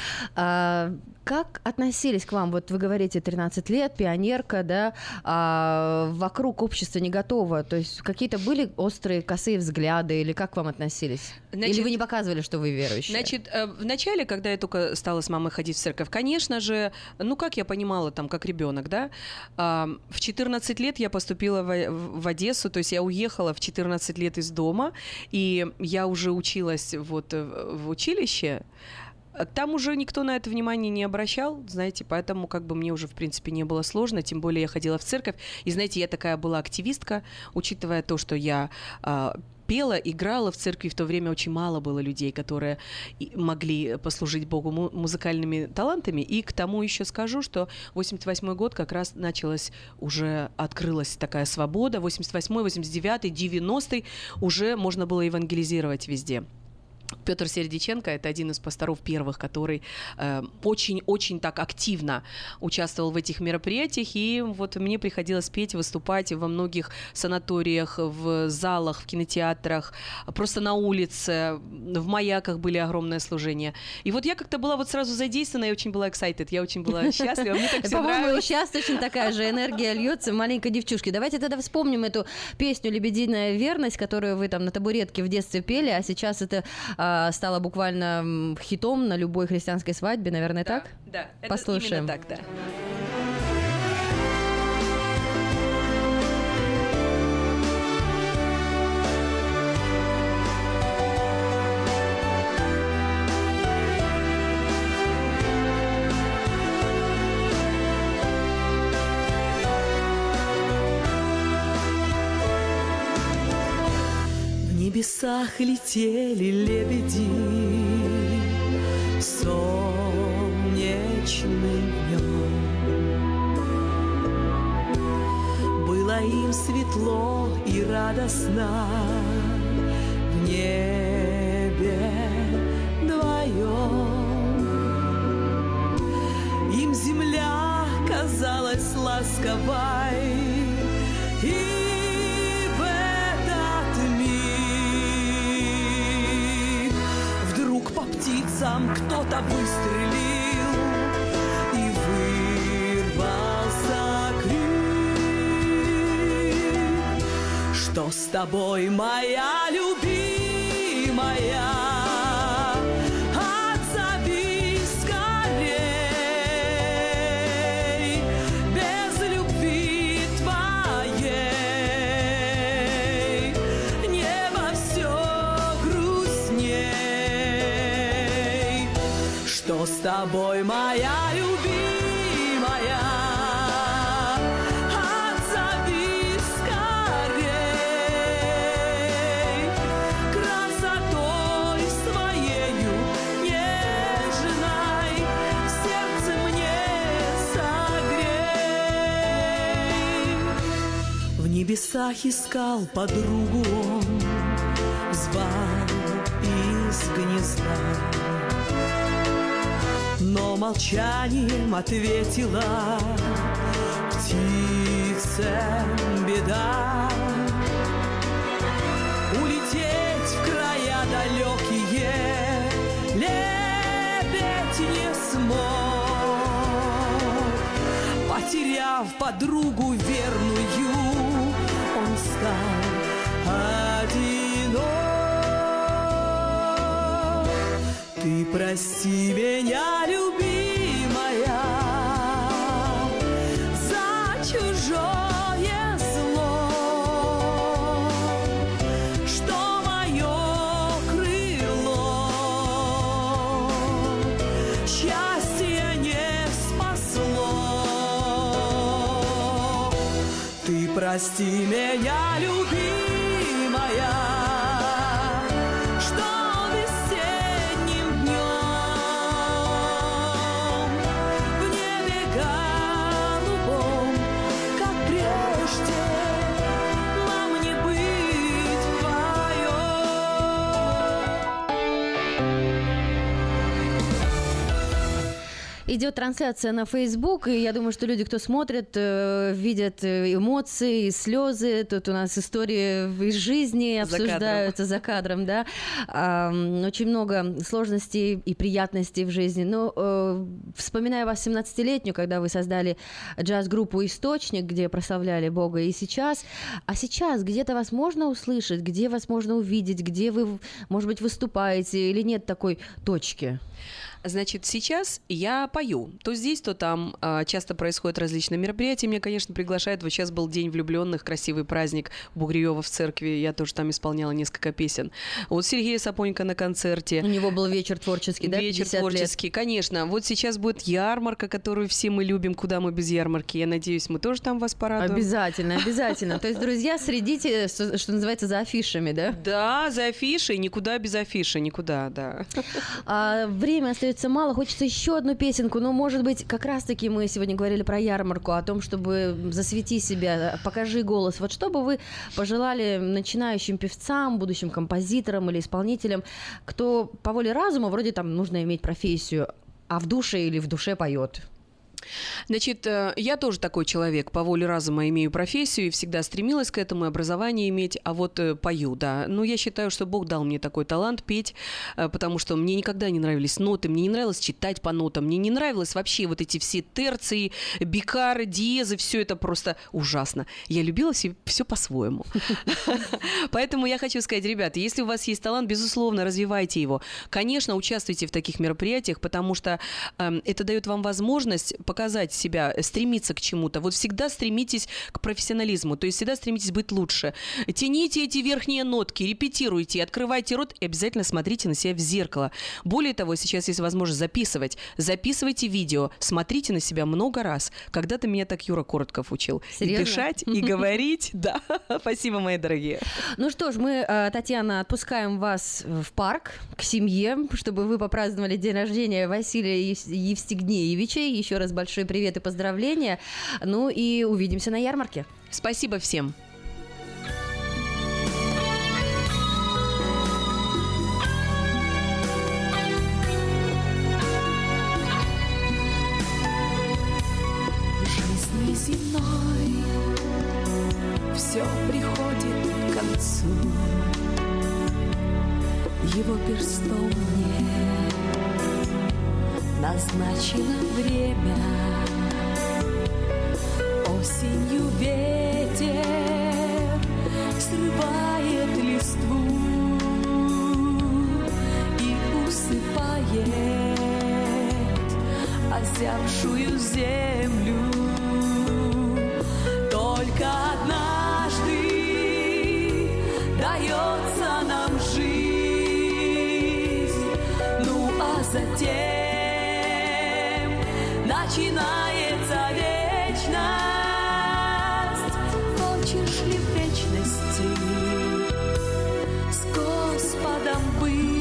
Как относились к вам? Вот вы говорите, 13 лет, пионерка, да, вокруг общество не готово, то есть какие-то были острые, косые взгляды, или как к вам относились? Или вы не показывали, что вы верующие? Значит, вначале, когда я только стала с мамой ходить в церковь, конечно же, как я понимала, там, как ребенок, да, в 14 лет я поступила в Одессу, то есть я уехала в 14 лет из дома, и я уже училась вот в училище. Там уже никто на это внимание не обращал, знаете, поэтому как бы мне уже, в принципе, не было сложно, тем более я ходила в церковь, и, знаете, я такая была активистка, учитывая то, что я пела, играла в церкви, в то время очень мало было людей, которые могли послужить Богу музыкальными талантами, и к тому еще скажу, что 88-й год как раз открылась такая свобода, 88-й, 89-й, 90-й уже можно было евангелизировать везде. Петр Сердюченко – это один из пасторов первых, который очень-очень так активно участвовал в этих мероприятиях, и вот мне приходилось петь, выступать во многих санаториях, в залах, в кинотеатрах, просто на улице, в маяках были огромные служения. И вот я как-то была вот сразу задействована, я очень была excited, я очень была счастлива, мне так все нравилось. По-моему, сейчас точно такая же энергия льется маленькой девчушки. Давайте тогда вспомним эту песню «Лебединая верность», которую вы там на табуретке в детстве пели, а сейчас это стала буквально хитом на любой христианской свадьбе, наверное, да, так? Да, послушаем. Это именно так, да. В небесах летели лебеди солнечным днем. Было им светло и радостно в небе вдвоем. Им земля казалась ласковой, и в этот миг вдруг по птицам кто-то выстрелил, и вырвался крик, что Что с тобой, моя любимая? Отзови скорей, без любви твоей небо все грустней. Что с тобой, моя любимая? Отзови скорей, красотой своею нежной сердце мне согрей. В небесах искал подругу он, звал из гнезда, но молчанием ответила птице беда. Улететь в края далекие лебедь не смог. Потеряв подругу верную, он стал одинок. Ты прости меня, любимая, за чужое зло, что мое крыло счастье не спасло. Ты прости меня, любимая, что весенним днем в небе голубом, как прежде, нам не быть Идет трансляция на Facebook, и я думаю, что люди, кто смотрит, видят эмоции, слезы. Тут у нас истории из жизни обсуждаются за кадром, да. Очень много сложностей и приятностей в жизни. Но вспоминая вас 17-летнюю, когда вы создали джаз-группу «Источник», где прославляли Бога, и сейчас. А сейчас где-то вас можно услышать, где вас можно увидеть, где вы, может быть, выступаете, или нет такой точки? Значит, сейчас я пою. То здесь, то там. Часто происходят различные мероприятия. Меня, конечно, приглашают. Вот сейчас был День влюбленных, красивый праздник Бугреева в церкви. Я тоже там исполняла несколько песен. Вот Сергея Сапонько на концерте. У него был вечер творческий, да? Вечер творческий, лет. Конечно. Вот сейчас будет ярмарка, которую все мы любим. Куда мы без ярмарки? Я надеюсь, мы тоже там вас порадуем. Обязательно, обязательно. То есть, друзья, следите, что называется, за афишами, да? Да, за афишей. Никуда без афиши. Никуда, да. Время остается мало, хочется еще одну песенку, но, может быть, как раз-таки мы сегодня говорили про ярмарку, о том, чтобы засвети себя, покажи голос. Вот что бы вы пожелали начинающим певцам, будущим композиторам или исполнителям, кто по воле разума, вроде там нужно иметь профессию, а в душе или в душе поет? Значит, я тоже такой человек, по воле разума имею профессию и всегда стремилась к этому, образование иметь, а вот пою, да. Но я считаю, что Бог дал мне такой талант петь, потому что мне никогда не нравились ноты, мне не нравилось читать по нотам, мне не нравилось вообще вот эти все терции, бикары, диезы, все это просто ужасно. Я любила все по-своему. Поэтому я хочу сказать, ребята, если у вас есть талант, безусловно, развивайте его. Конечно, участвуйте в таких мероприятиях, потому что это дает вам возможность показать себя, стремиться к чему-то. Вот всегда стремитесь к профессионализму, то есть всегда стремитесь быть лучше. Тяните эти верхние нотки, репетируйте, открывайте рот и обязательно смотрите на себя в зеркало. Более того, сейчас есть возможность записывать. Записывайте видео, смотрите на себя много раз. Когда-то меня так Юра Коротков учил. Серьезно? И дышать, и говорить. Да, спасибо, мои дорогие. Ну что ж, мы, Татьяна, отпускаем вас в парк к семье, чтобы вы попраздновали день рождения Василия Евстигнеевича. Еще раз большой привет и поздравления. Ну и увидимся на ярмарке. Спасибо всем. Жизни земной все приходит к концу. Его перстом мне назначено время. Осенью ветер срывает большую землю. Только однажды дается нам жизнь, ну а затем начинается вечность. Хочешь ли в вечности с Господом быть?